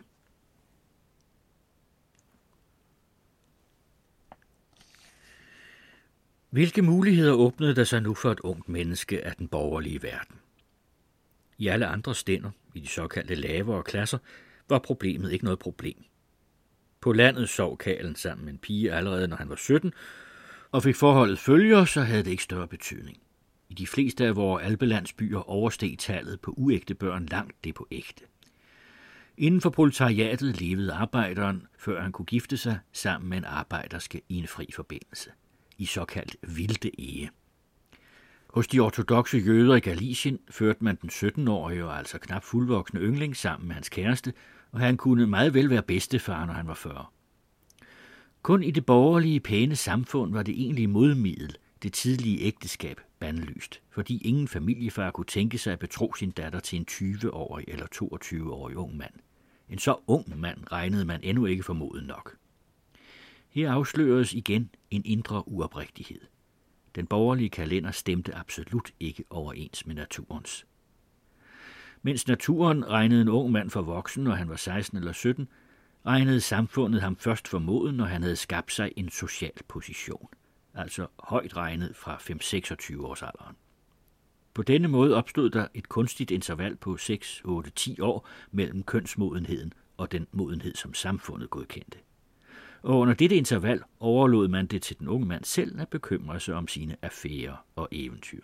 Hvilke muligheder åbnede der sig nu for et ungt menneske af den borgerlige verden? I alle andre stænder, i de såkaldte lavere klasser, var problemet ikke noget problem. På landet sov karlen sammen med en pige allerede, når han var 17, og fik forholdet følger, så havde det ikke større betydning. I de fleste af vores alpelandsbyer oversteg tallet på uægte børn langt det på ægte. Inden for proletariatet levede arbejderen, før han kunne gifte sig, sammen med en arbejderske i en fri forbindelse, i såkaldt vilde ehe. Hos de ortodokse jøder i Galicien førte man den 17-årige og altså knap fuldvoksne yngling sammen med hans kæreste, og han kunne meget vel være bedstefar, når han var 40. Kun i det borgerlige, pæne samfund var det egentlige modmiddel, det tidlige ægteskab, bandlyst, fordi ingen familiefar kunne tænke sig at betro sin datter til en 20-årig eller 22-årig ung mand. En så ung mand regnede man endnu ikke formodet nok. Her afsløredes igen en indre uoprigtighed. Den borgerlige kalender stemte absolut ikke overens med naturens. Mens naturen regnede en ung mand for voksen, når han var 16 eller 17, regnede samfundet ham først for moden, når han havde skabt sig en social position, altså højt regnet fra 5-26 års alderen. På denne måde opstod der et kunstigt interval på 6, 8, 10 år mellem kønsmodenheden og den modenhed, som samfundet godkendte. Og under dette interval overlod man det til den unge mand selv at bekymre sig om sine affærer og eventyr.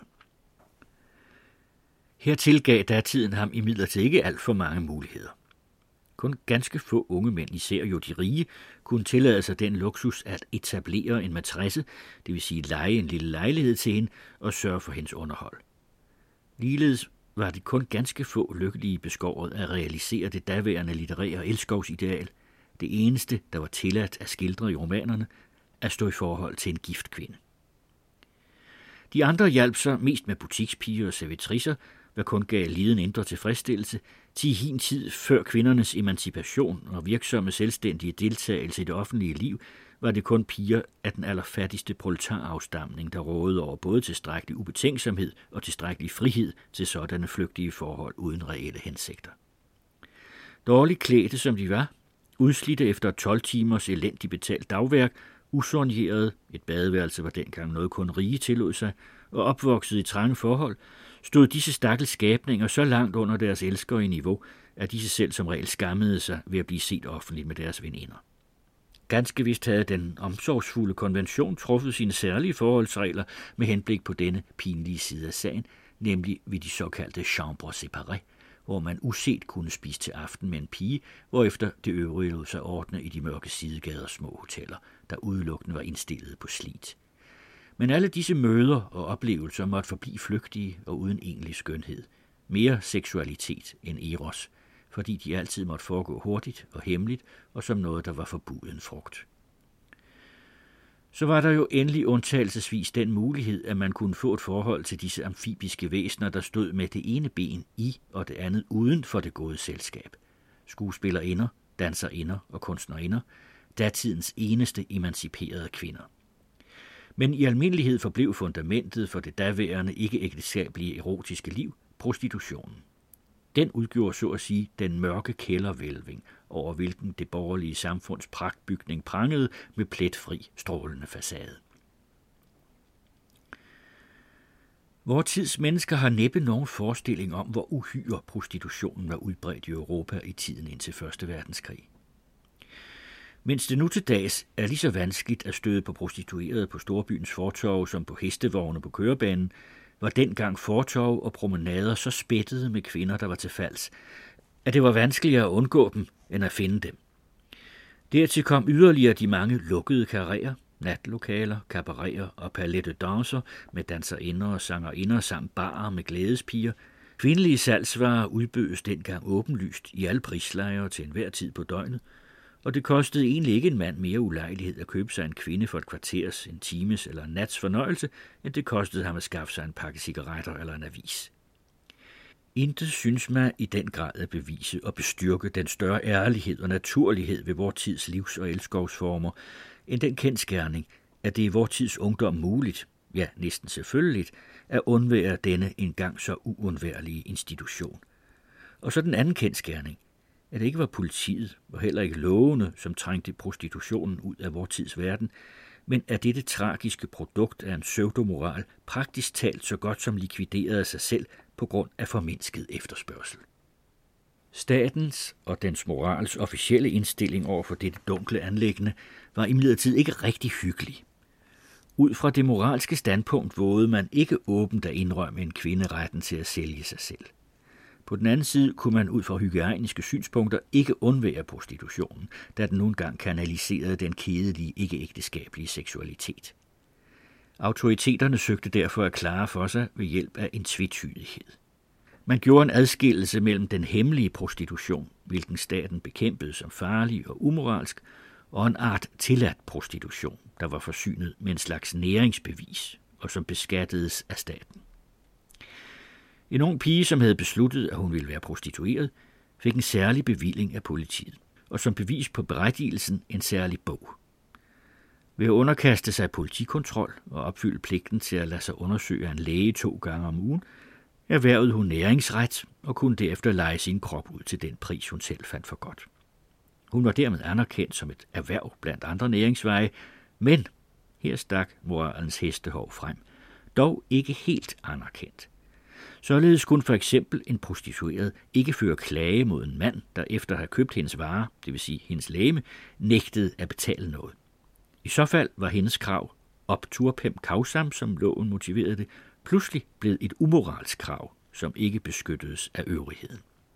Her tilgav datiden ham imidlertid ikke alt for mange muligheder. Kun ganske få unge mænd, især jo de rige, kunne tillade sig den luksus at etablere en matresse, det vil sige leje en lille lejlighed til hende og sørge for hendes underhold. Ligeledes var det kun ganske få lykkelige beskåret at realisere det daværende litterære elskovsideal, det eneste, der var tilladt at skildre i romanerne, at stå i forhold til en gift kvinde. De andre hjalp sig mest med butikspiger og servitricer, hvad kun gav liden indre tilfredsstillelse, til hin tid før kvindernes emancipation og virksomme selvstændige deltagelse i det offentlige liv, var det kun piger af den allerfattigste proletarafstamning, der rådede over både tilstrækkelig ubetænksomhed og tilstrækkelig frihed til sådanne flygtige forhold uden reelle hensigter. Dårligt klædte som de var, udslidte efter 12 timers elendigt betalt dagværk, usorneret, et badeværelse var dengang noget kun rige tillod sig, og opvokset i trange forhold, stod disse stakkels skabninger så langt under deres elskere i niveau, at disse selv som regel skammede sig ved at blive set offentligt med deres veninder. Ganske vist havde den omsorgsfulde konvention truffet sine særlige forholdsregler med henblik på denne pinlige side af sagen, nemlig ved de såkaldte chambres séparées, hvor man uset kunne spise til aften med en pige, hvorefter det øvrige lod sig ordne i de mørke sidegader små hoteller, der udelukkende var indstillet på slit. Men alle disse møder og oplevelser måtte forblive flygtige og uden egentlig skønhed. Mere seksualitet end eros, fordi de altid måtte foregå hurtigt og hemmeligt og som noget, der var forbuden frugt. Så var der jo endelig undtagelsesvis den mulighed, at man kunne få et forhold til disse amfibiske væsener, der stod med det ene ben i og det andet uden for det gode selskab. Skuespillerinder, danserinder og kunstnerinder, datidens eneste emanciperede kvinder. Men i almindelighed forblev fundamentet for det daværende ikke-ægteskabelige erotiske liv prostitutionen. Den udgjorde så at sige den mørke kældervælving, over hvilken det borgerlige samfunds pragtbygning prangede med pletfri, strålende facade. Vor tids mennesker har næppe nogen forestilling om, hvor uhyre prostitutionen var udbredt i Europa i tiden indtil 1. verdenskrig. Mens det nu til dags er lige så vanskeligt at støde på prostituerede på storbyens fortov som på hestevogne på kørebanen, var dengang fortov og promenader så spættede med kvinder, der var til falds, at det var vanskeligere at undgå dem, end at finde dem. Dertil kom yderligere de mange lukkede karréer, natlokaler, cabareter og palais de danser med danserinder og sangerinder samt barer med glædespiger. Kvindelige salgsvarer udbødes dengang åbenlyst i alle prislejer til enhver tid på døgnet, og det kostede egentlig ikke en mand mere ulejlighed at købe sig en kvinde for et kvarters, en times eller en nats fornøjelse, end det kostede ham at skaffe sig en pakke cigaretter eller en avis. Intet synes mig i den grad at bevise og bestyrke den større ærlighed og naturlighed ved vor tids livs- og elskovsformer, end den kendsgerning, at det i vor tids ungdom muligt, ja næsten selvfølgeligt, at undvære denne engang så uundværlige institution. Og så den anden kendsgerning, at det ikke var politiet og heller ikke lovene, som trængte prostitutionen ud af vor tids verden, men at dette tragiske produkt af en pseudomoral praktisk talt så godt som likviderede sig selv på grund af formindsket efterspørgsel. Statens og dens morals officielle indstilling over for dette dunkle anliggende var imidlertid ikke rigtig hyggelig. Ud fra det moralske standpunkt vågede man ikke åbent at indrømme en kvinde retten til at sælge sig selv. På den anden side kunne man ud fra hygiejniske synspunkter ikke undvære prostitutionen, da den nogle gange kanaliserede den kedelige, ikke-ægteskabelige seksualitet. Autoriteterne søgte derfor at klare for sig ved hjælp af en tvetydighed. Man gjorde en adskillelse mellem den hemmelige prostitution, hvilken staten bekæmpede som farlig og umoralsk, og en art tilladt prostitution, der var forsynet med en slags næringsbevis, og som beskattedes af staten. En ung pige, som havde besluttet, at hun ville være prostitueret, fik en særlig bevilling af politiet, og som bevis på berettigelsen en særlig bog. Ved at underkaste sig politikontrol og opfylde pligten til at lade sig undersøge af en læge 2 gange om ugen, erhvervede hun næringsret og kunne derefter leje sin krop ud til den pris, hun selv fandt for godt. Hun var dermed anerkendt som et erhverv blandt andre næringsveje, men her stak moralens hestehov frem, dog ikke helt anerkendt. Således kunne for eksempel en prostitueret ikke føre klage mod en mand, der efter at have købt hendes varer, det vil sige hendes legeme, nægtede at betale noget. I så fald var hendes krav, obturpem causam, som loven motiverede det, pludselig blevet et umoralsk krav, som ikke beskyttedes af øvrigheden.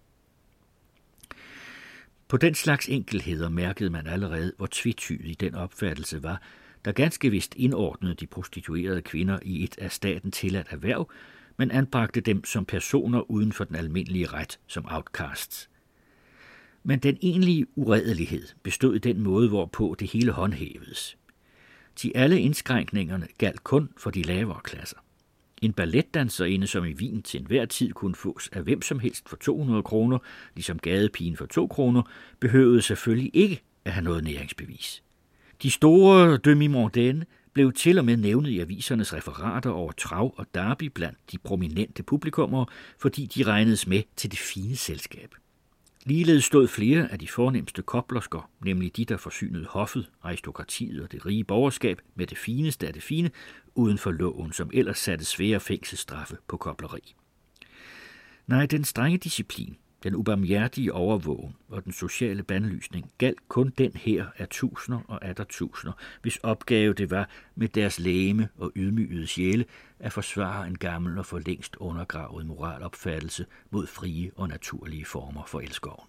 På den slags enkelheder mærkede man allerede, hvor tvetydig den opfattelse var, der ganske vist indordnede de prostituerede kvinder i et af staten tilladt erhverv, men anbragte dem som personer uden for den almindelige ret som outcasts. Men den egentlige uredelighed bestod i den måde, hvorpå det hele håndhævedes. De alle indskrænkningerne galt kun for de lavere klasser. En balletdanserinde, som i Wien til enhver tid kunne fås af hvem som helst for 200 kroner, ligesom gadepigen for 2 kroner, behøvede selvfølgelig ikke at have noget næringsbevis. De store demi-mondaine blev til og med nævnet i avisernes referater over trav og derby blandt de prominente publikummer, fordi de regnedes med til det fine selskab. Ligeledes stod flere af de fornemste koplersker, nemlig de, der forsynede hoffet, aristokratiet og det rige borgerskab med det fineste af det fine, uden for loven, som ellers satte svære fængselsstraffe på kopleri. Nej, den strenge disciplin, den ubarmhjertige overvågen og den sociale bandlysning galt kun den her af tusinder og atter tusinder, hvis opgave det var med deres legeme og ydmygede sjæle at forsvare en gammel og for længst undergravet moralopfattelse mod frie og naturlige former for elskoven.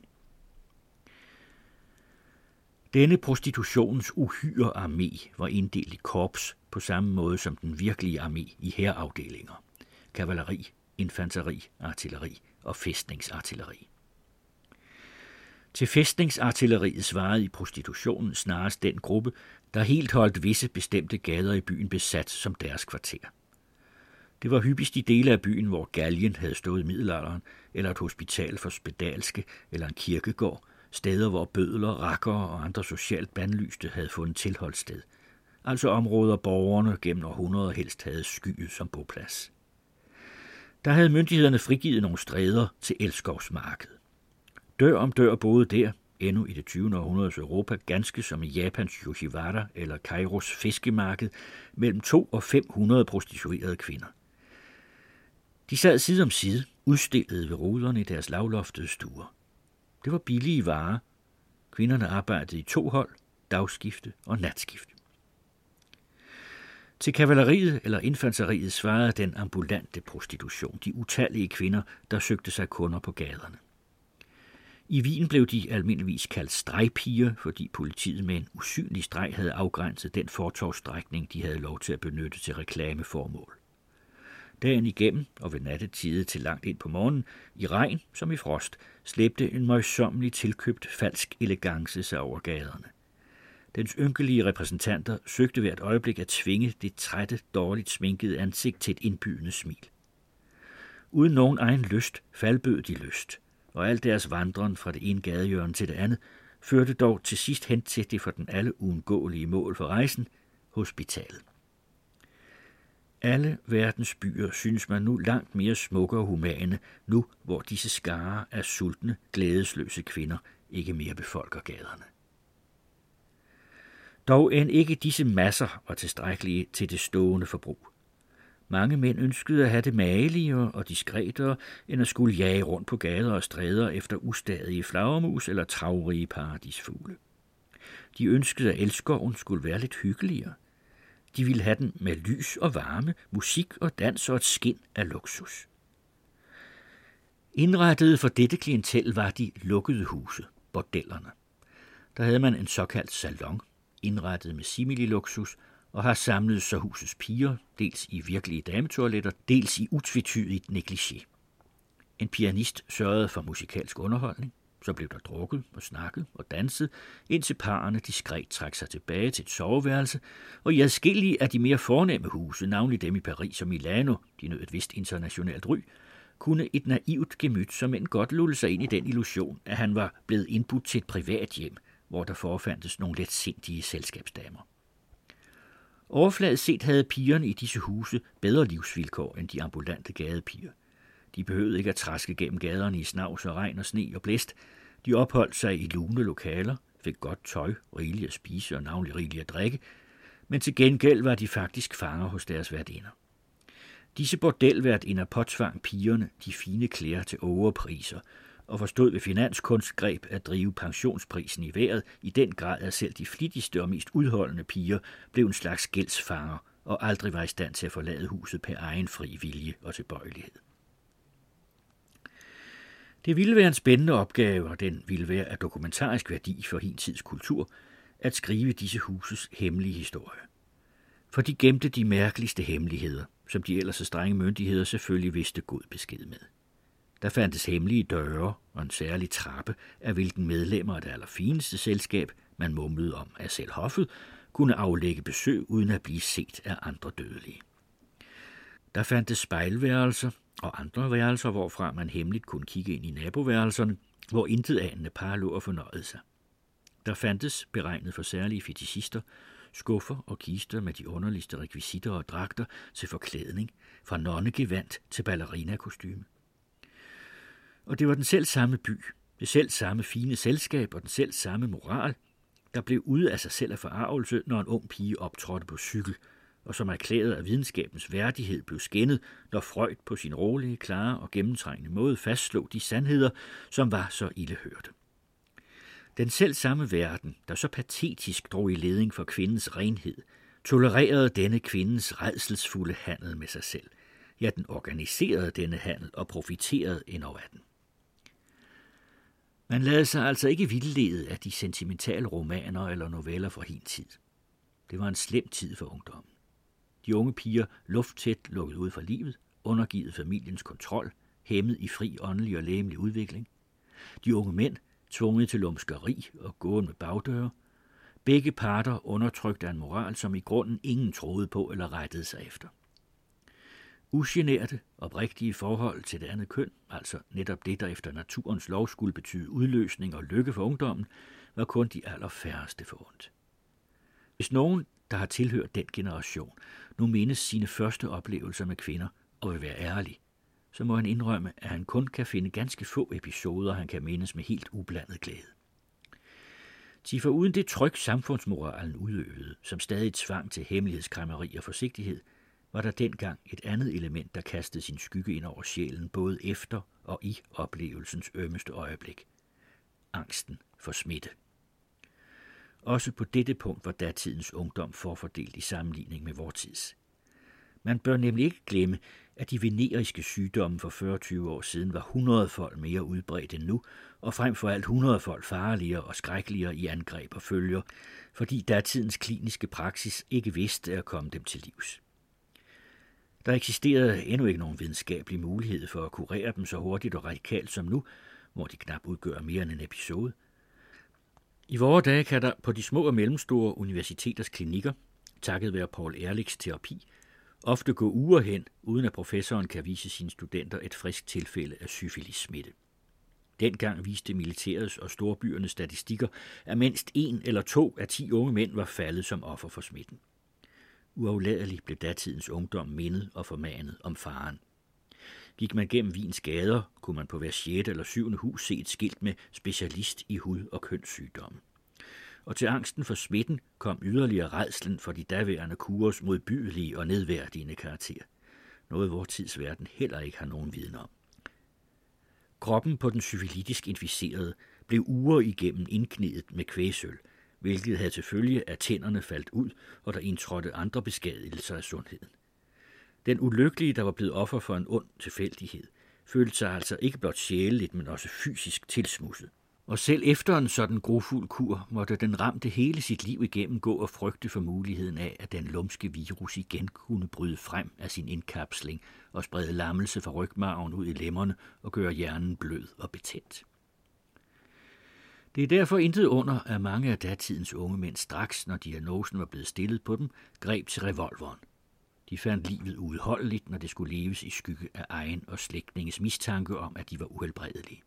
Denne prostitutionens uhyre armé var inddelt i korps på samme måde som den virkelige armé i hærafdelinger, kavaleri, infanteri, artilleri og fæstningsartilleri. Til fæstningsartilleriet svarede i prostitutionen snarest den gruppe, der helt holdt visse bestemte gader i byen besat som deres kvarter. Det var hyppigst i dele af byen, hvor galgen havde stået i middelalderen, eller et hospital for spedalske, eller en kirkegård, steder hvor bødler, rakkere og andre socialt bandlyste havde fundet tilholdssted, altså områder borgerne gennem århundreder helst havde skyet som boplads. Der havde myndighederne frigivet nogle stræder til elskovsmarked. Dør om dør boede der, endnu i det 20. århundredes Europa, ganske som i Japans Yoshiwara eller Kairos fiskemarked, mellem 200 og 500 prostituerede kvinder. De sad side om side, udstillede ved ruderne i deres lavloftede stuer. Det var billige varer. Kvinderne arbejdede i 2 hold, dagskifte og natskifte. Til kavaleriet eller infanteriet svarede den ambulante prostitution, de utallige kvinder, der søgte sig kunder på gaderne. I Wien blev de almindeligvis kaldt stregpiger, fordi politiet med en usynlig streg havde afgrænset den fortovsstrækning, de havde lov til at benytte til reklameformål. Dagen igennem og ved nattetide til langt ind på morgenen, i regn som i frost, slæbte en møjsommelig tilkøbt falsk elegance sig over gaderne. Dens ynkelige repræsentanter søgte hvert øjeblik at tvinge det trætte, dårligt sminkede ansigt til et indbydende smil. Uden nogen egen lyst faldbød de lyst, og al deres vandren fra det ene gadehjørne til det andet førte dog til sidst hen til det for den alle uundgåelige mål for rejsen, hospitalet. Alle verdens byer synes man nu langt mere smukke og humane, nu hvor disse skarer af sultne, glædesløse kvinder ikke mere befolker gaderne. Dog end ikke disse masser var tilstrækkelige til det stående forbrug. Mange mænd ønskede at have det mageligere og diskretere, end at skulle jage rundt på gader og stræder efter ustadige flagermus eller travrige paradisfugle. De ønskede, at elskoven skulle være lidt hyggeligere. De ville have den med lys og varme, musik og dans og et skind af luksus. Indrettede for dette klientel var de lukkede huse, bordellerne. Der havde man en såkaldt salon, indrettet med simililuksus, og har samlet så husets piger, dels i virkelige dametoiletter, dels i utvetydigt negligé. En pianist sørgede for musikalsk underholdning, så blev der drukket og snakket og danset, indtil parerne diskret trak sig tilbage til et soveværelse, og i adskillige af de mere fornemme huse, navnlig dem i Paris og Milano, de nød et vist internationalt ry, kunne et naivt gemyt som end godt lulle sig ind i den illusion, at han var blevet indbudt til et privat hjem, hvor der forfandtes nogle letsindige selskabsdamer. Overfladet set havde pigerne i disse huse bedre livsvilkår end de ambulante gadepiger. De behøvede ikke at traske gennem gaderne i snavs og regn og sne og blæst. De opholdt sig i lune lokaler, fik godt tøj, rigeligt at spise og navnlig rigeligt at drikke, men til gengæld var de faktisk fanger hos deres værtinder. Disse bordelværtinder påtvang pigerne de fine klæder til overpriser, og forstod ved finanskunstgreb at drive pensionsprisen i vejret i den grad, at selv de flittigste og mest udholdende piger blev en slags gældsfanger og aldrig var i stand til at forlade huset per egen fri vilje og tilbøjelighed. Det ville være en spændende opgave, og den ville være af dokumentarisk værdi for hin tids kultur, at skrive disse huses hemmelige historie. For de gemte de mærkeligste hemmeligheder, som de ellers så strenge myndigheder selvfølgelig vidste god besked med. Der fandtes hemmelige døre og en særlig trappe, af hvilken medlemmer af det allerfineste selskab, man mumlede om af selv hoffet, kunne aflægge besøg uden at blive set af andre dødelige. Der fandtes spejlværelser og andre værelser, hvorfra man hemmeligt kunne kigge ind i naboværelserne, hvor intet anende par lå og fornøjede sig. Der fandtes, beregnet for særlige fetishister, skuffer og kister med de underligste rekvisitter og dragter til forklædning, fra nonnegevand til ballerinakostyme. Og det var den selv samme by, det selv samme fine selskab og den selv samme moral, der blev ude af sig selv af forarvelse, når en ung pige optrådte på cykel, og som erklæret af videnskabens værdighed blev skændet, når Freud på sin rolige, klare og gennemtrængende måde fastslog de sandheder, som var så ildehørte. Den selv samme verden, der så patetisk drog i leding for kvindens renhed, tolererede denne kvindens rædselsfulde handel med sig selv. Ja, den organiserede denne handel og profiterede endnu af den. Man lavede sig altså ikke vildlede af de sentimentale romaner eller noveller fra hin tid. Det var en slem tid for ungdommen. De unge piger lufttæt lukket ud fra livet, undergivet familiens kontrol, hæmmet i fri åndelig og lægemlig udvikling. De unge mænd tvunget til lumskeri og gåen med bagdøre. Begge parter undertrykte en moral, som i grunden ingen troede på eller rettede sig efter. Ugenerte, oprigtige forhold til det andet køn, altså netop det, der efter naturens lov skulle betyde udløsning og lykke for ungdommen, var kun de allerfærreste forundt. Hvis nogen, der har tilhørt den generation, nu mindes sine første oplevelser med kvinder og vil være ærlig, så må han indrømme, at han kun kan finde ganske få episoder, han kan mindes med helt ublandet glæde. For uden det tryk samfundsmoralen udøvede, som stadig tvang til hemmelighedskræmmeri og forsigtighed, var der dengang et andet element, der kastede sin skygge ind over sjælen, både efter og i oplevelsens ømmeste øjeblik. Angsten for smitte. Også på dette punkt var datidens ungdom forfordelt i sammenligning med vor tids. Man bør nemlig ikke glemme, at de veneriske sygdomme for 40-20 år siden var 100-fold mere udbredt end nu, og frem for alt 100-fold farligere og skrækkeligere i angreb og følger, fordi datidens kliniske praksis ikke vidste at komme dem til livs. Der eksisterede endnu ikke nogen videnskabelig mulighed for at kurere dem så hurtigt og radikalt som nu, hvor de knap udgør mere end en episode. I vore dage kan der på de små og mellemstore universiteters klinikker, takket være Paul Ehrlichs terapi, ofte gå uger hen, uden at professoren kan vise sine studenter et frisk tilfælde af syfilis-smitte. Dengang viste militærets og storbyernes statistikker, at mindst 1 eller 2 af 10 unge mænd var faldet som offer for smitten. Uafladeligt blev datidens ungdom mindet og formanet om faren. Gik man gennem Wiens gader, kunne man på hver 6. eller 7. hus se et skilt med specialist i hud- og kønssygdomme. Og til angsten for smitten kom yderligere rædslen for de daværende kurers modbydelige og nedværdigende karakter. Noget vor tids verden heller ikke har nogen viden om. Kroppen på den syfilitisk inficerede blev uger igennem indknedet med kvægsølv, hvilket havde til følge, at tænderne faldt ud, og der indtrådte andre beskadigelser af sundheden. Den ulykkelige, der var blevet offer for en ond tilfældighed, følte sig altså ikke blot sjæleligt, men også fysisk tilsmudset. Og selv efter en sådan grufuld kur, måtte den ramte hele sit liv igennem gå og frygte for muligheden af, at den lumske virus igen kunne bryde frem af sin indkapsling og sprede lammelse fra rygmarven ud i lemmerne og gøre hjernen blød og betændt. Det er derfor intet under, at mange af datidens unge mænd straks, når diagnosen var blevet stillet på dem, greb til revolveren. De fandt livet uudholdeligt, når det skulle leves i skygge af egen og slægtninges mistanke om, at de var uhelbredelige.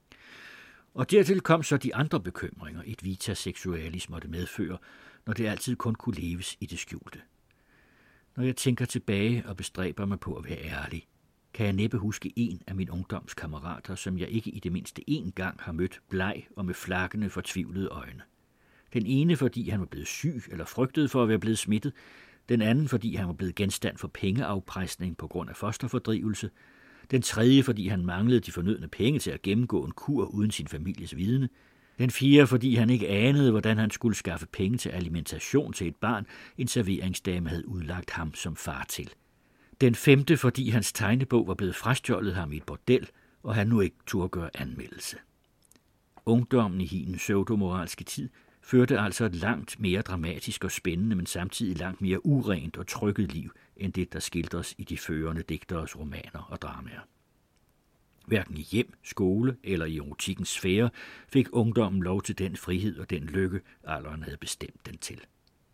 Og dertil kom så de andre bekymringer, et vita sexualis måtte medføre, når det altid kun kunne leves i det skjulte. Når jeg tænker tilbage og bestræber mig på at være ærlig, kan jeg næppe huske en af mine ungdomskammerater, som jeg ikke i det mindste én gang har mødt bleg og med flakkende, fortvivlede øjne. Den ene, fordi han var blevet syg eller frygtede for at være blevet smittet, den anden, fordi han var blevet genstand for pengeafpresning på grund af fosterfordrivelse, den tredje, fordi han manglede de fornødne penge til at gennemgå en kur uden sin families vidne, den fjerde, fordi han ikke anede, hvordan han skulle skaffe penge til alimentation til et barn, en serveringsdame havde udlagt ham som far til. Den femte, fordi hans tegnebog var blevet frastjålet ham i et bordel, og han nu ikke turde gøre anmeldelse. Ungdommen i hendes pseudomoralske tid førte altså et langt mere dramatisk og spændende, men samtidig langt mere urent og trykket liv, end det, der skildres i de førende digteres romaner og dramaer. Hverken i hjem, skole eller i erotikkens sfære fik ungdommen lov til den frihed og den lykke, alderen havde bestemt den til.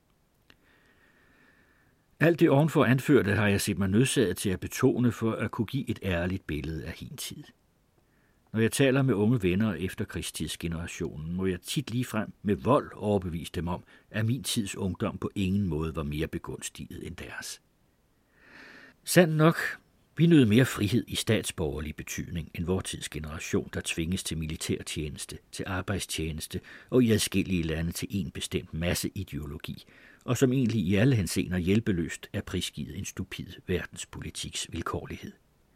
Alt det ovenfor anførte har jeg set mig nødsaget til at betone for at kunne give et ærligt billede af hin tid. Når jeg taler med unge venner efter krigstidsgenerationen, må jeg tit ligefrem med vold overbevise dem om, at min tids ungdom på ingen måde var mere begunstiget end deres. Sandt nok, vi nød mere frihed i statsborgerlig betydning end vor tids generation, der tvinges til militærtjeneste, til arbejdstjeneste og i adskillige lande til en bestemt masseideologi, og som egentlig i alle henseender hjælpeløst er prisgivet en stupid verdenspolitiks vilkårlighed.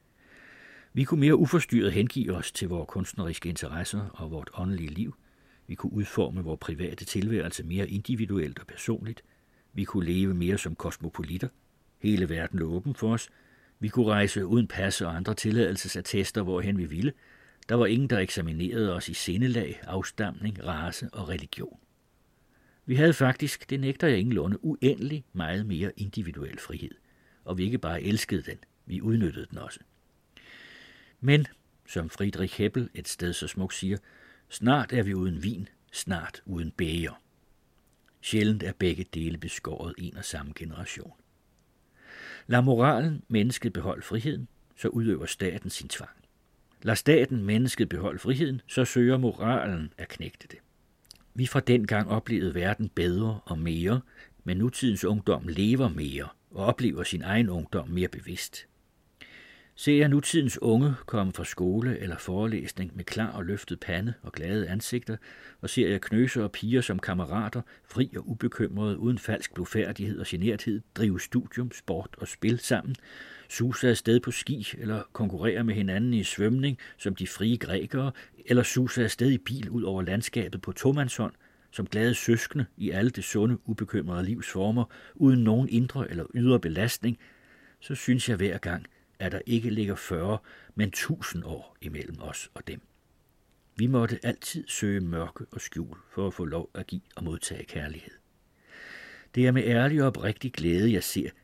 Vi kunne mere uforstyrret hengive os til vores kunstneriske interesser og vort åndelige liv. Vi kunne udforme vores private tilværelse mere individuelt og personligt. Vi kunne leve mere som kosmopolitter. Hele verden lå åben for os. Vi kunne rejse uden pas og andre tilladelsesattester, hvorhen vi ville. Der var ingen, der eksaminerede os i sindelag, afstamning, race og religion. Vi havde faktisk, det nægter jeg ingenlunde, uendelig meget mere individuel frihed. Og vi ikke bare elskede den, vi udnyttede den også. Men, som Friedrich Hebbel et sted så smukt siger, snart er vi uden vin, snart uden bæger. Sjældent er begge dele beskåret en og samme generation. Lad moralen mennesket beholde friheden, så udøver staten sin tvang. Lad staten mennesket beholde friheden, så søger moralen at knægte det. Vi fra dengang oplevede verden bedre og mere, men nutidens ungdom lever mere og oplever sin egen ungdom mere bevidst. Ser jeg nutidens unge komme fra skole eller forelæsning med klar og løftet pande og glade ansigter, og ser jeg knøser og piger som kammerater, fri og ubekymrede, uden falsk blufærdighed og generthed, drive studium, sport og spil sammen, suse afsted på ski eller konkurrere med hinanden i svømning som de frie grækere, eller suse afsted i bil ud over landskabet på tomandshånd, som glade søskende i alle det sunde, ubekymrede livsformer, uden nogen indre eller ydre belastning, så synes jeg hver gang, at der ikke ligger 40, men 1000 år imellem os og dem. Vi måtte altid søge mørke og skjul for at få lov at give og modtage kærlighed. Det er med ærlig og oprigtig glæde, jeg ser,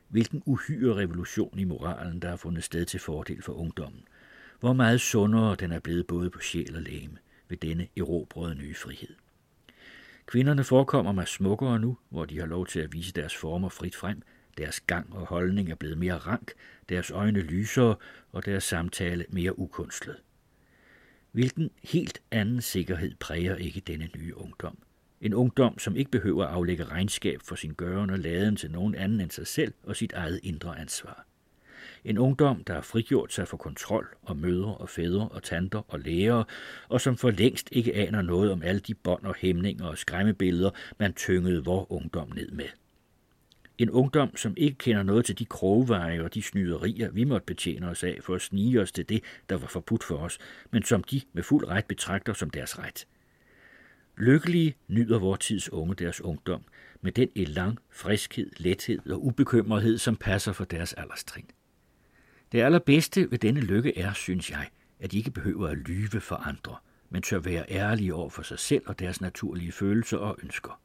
Hvilken uhyre revolution i moralen, der har fundet sted til fordel for ungdommen. Hvor meget sundere den er blevet både på sjæl og legeme ved denne erobrede nye frihed. Kvinderne forekommer mig smukkere nu, hvor de har lov til at vise deres former frit frem. Deres gang og holdning er blevet mere rank, deres øjne lysere og deres samtale mere ukunstlet. Hvilken helt anden sikkerhed præger ikke denne nye ungdom? En ungdom, som ikke behøver at aflægge regnskab for sin gøren og laden til nogen anden end sig selv og sit eget indre ansvar. En ungdom, der har frigjort sig for kontrol og mødre og fædre og tanter og lærere, og som for længst ikke aner noget om alle de bånd og hæmninger og skræmmebilleder, man tyngede vor ungdom ned med. En ungdom, som ikke kender noget til de krogveje og de snyderier, vi måtte betjene os af for at snige os til det, der var forbudt for os, men som de med fuld ret betragter som deres ret. Lykkelige nyder vor tids unge deres ungdom, med den elan, friskhed, lethed og ubekymrethed, som passer for deres alderstrin. Det allerbedste ved denne lykke er, synes jeg, at de ikke behøver at lyve for andre, men tør være ærlige over for sig selv og deres naturlige følelser og ønsker.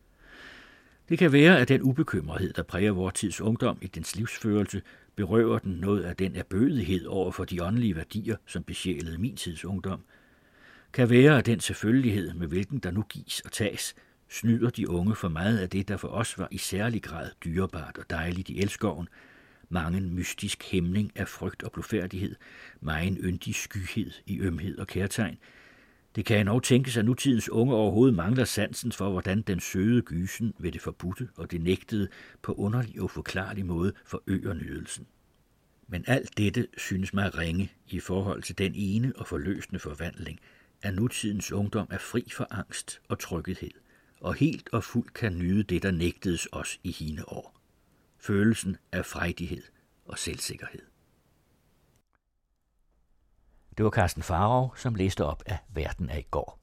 Det kan være, at den ubekymrethed, der præger vor tids ungdom i dens livsførelse, berøver den noget af den erbødighed over for de åndelige værdier, som besjælede min tids ungdom. Kan være, at den selvfølgelighed, med hvilken der nu gives og tages, snyder de unge for meget af det, der for os var i særlig grad dyrebart og dejligt i elskoven, mangen mystisk hæmning af frygt og blufærdighed, megen yndig skyhed i ømhed og kærtegn. Det kan endnu tænkes, at nutidens unge overhovedet mangler sansen for, hvordan den søde gysen ved det forbudte og det nægtede på underlig og forklarlig måde forøger nydelsen. Men alt dette synes mig ringe i forhold til den ene og forløsende forvandling, at nutidens ungdom er fri for angst og trygghed, og helt og fuldt kan nyde det, der nægtedes os i hine år. Følelsen af frejdighed og selvsikkerhed. Det var Carsten Farov, som læste op af Verden af i går.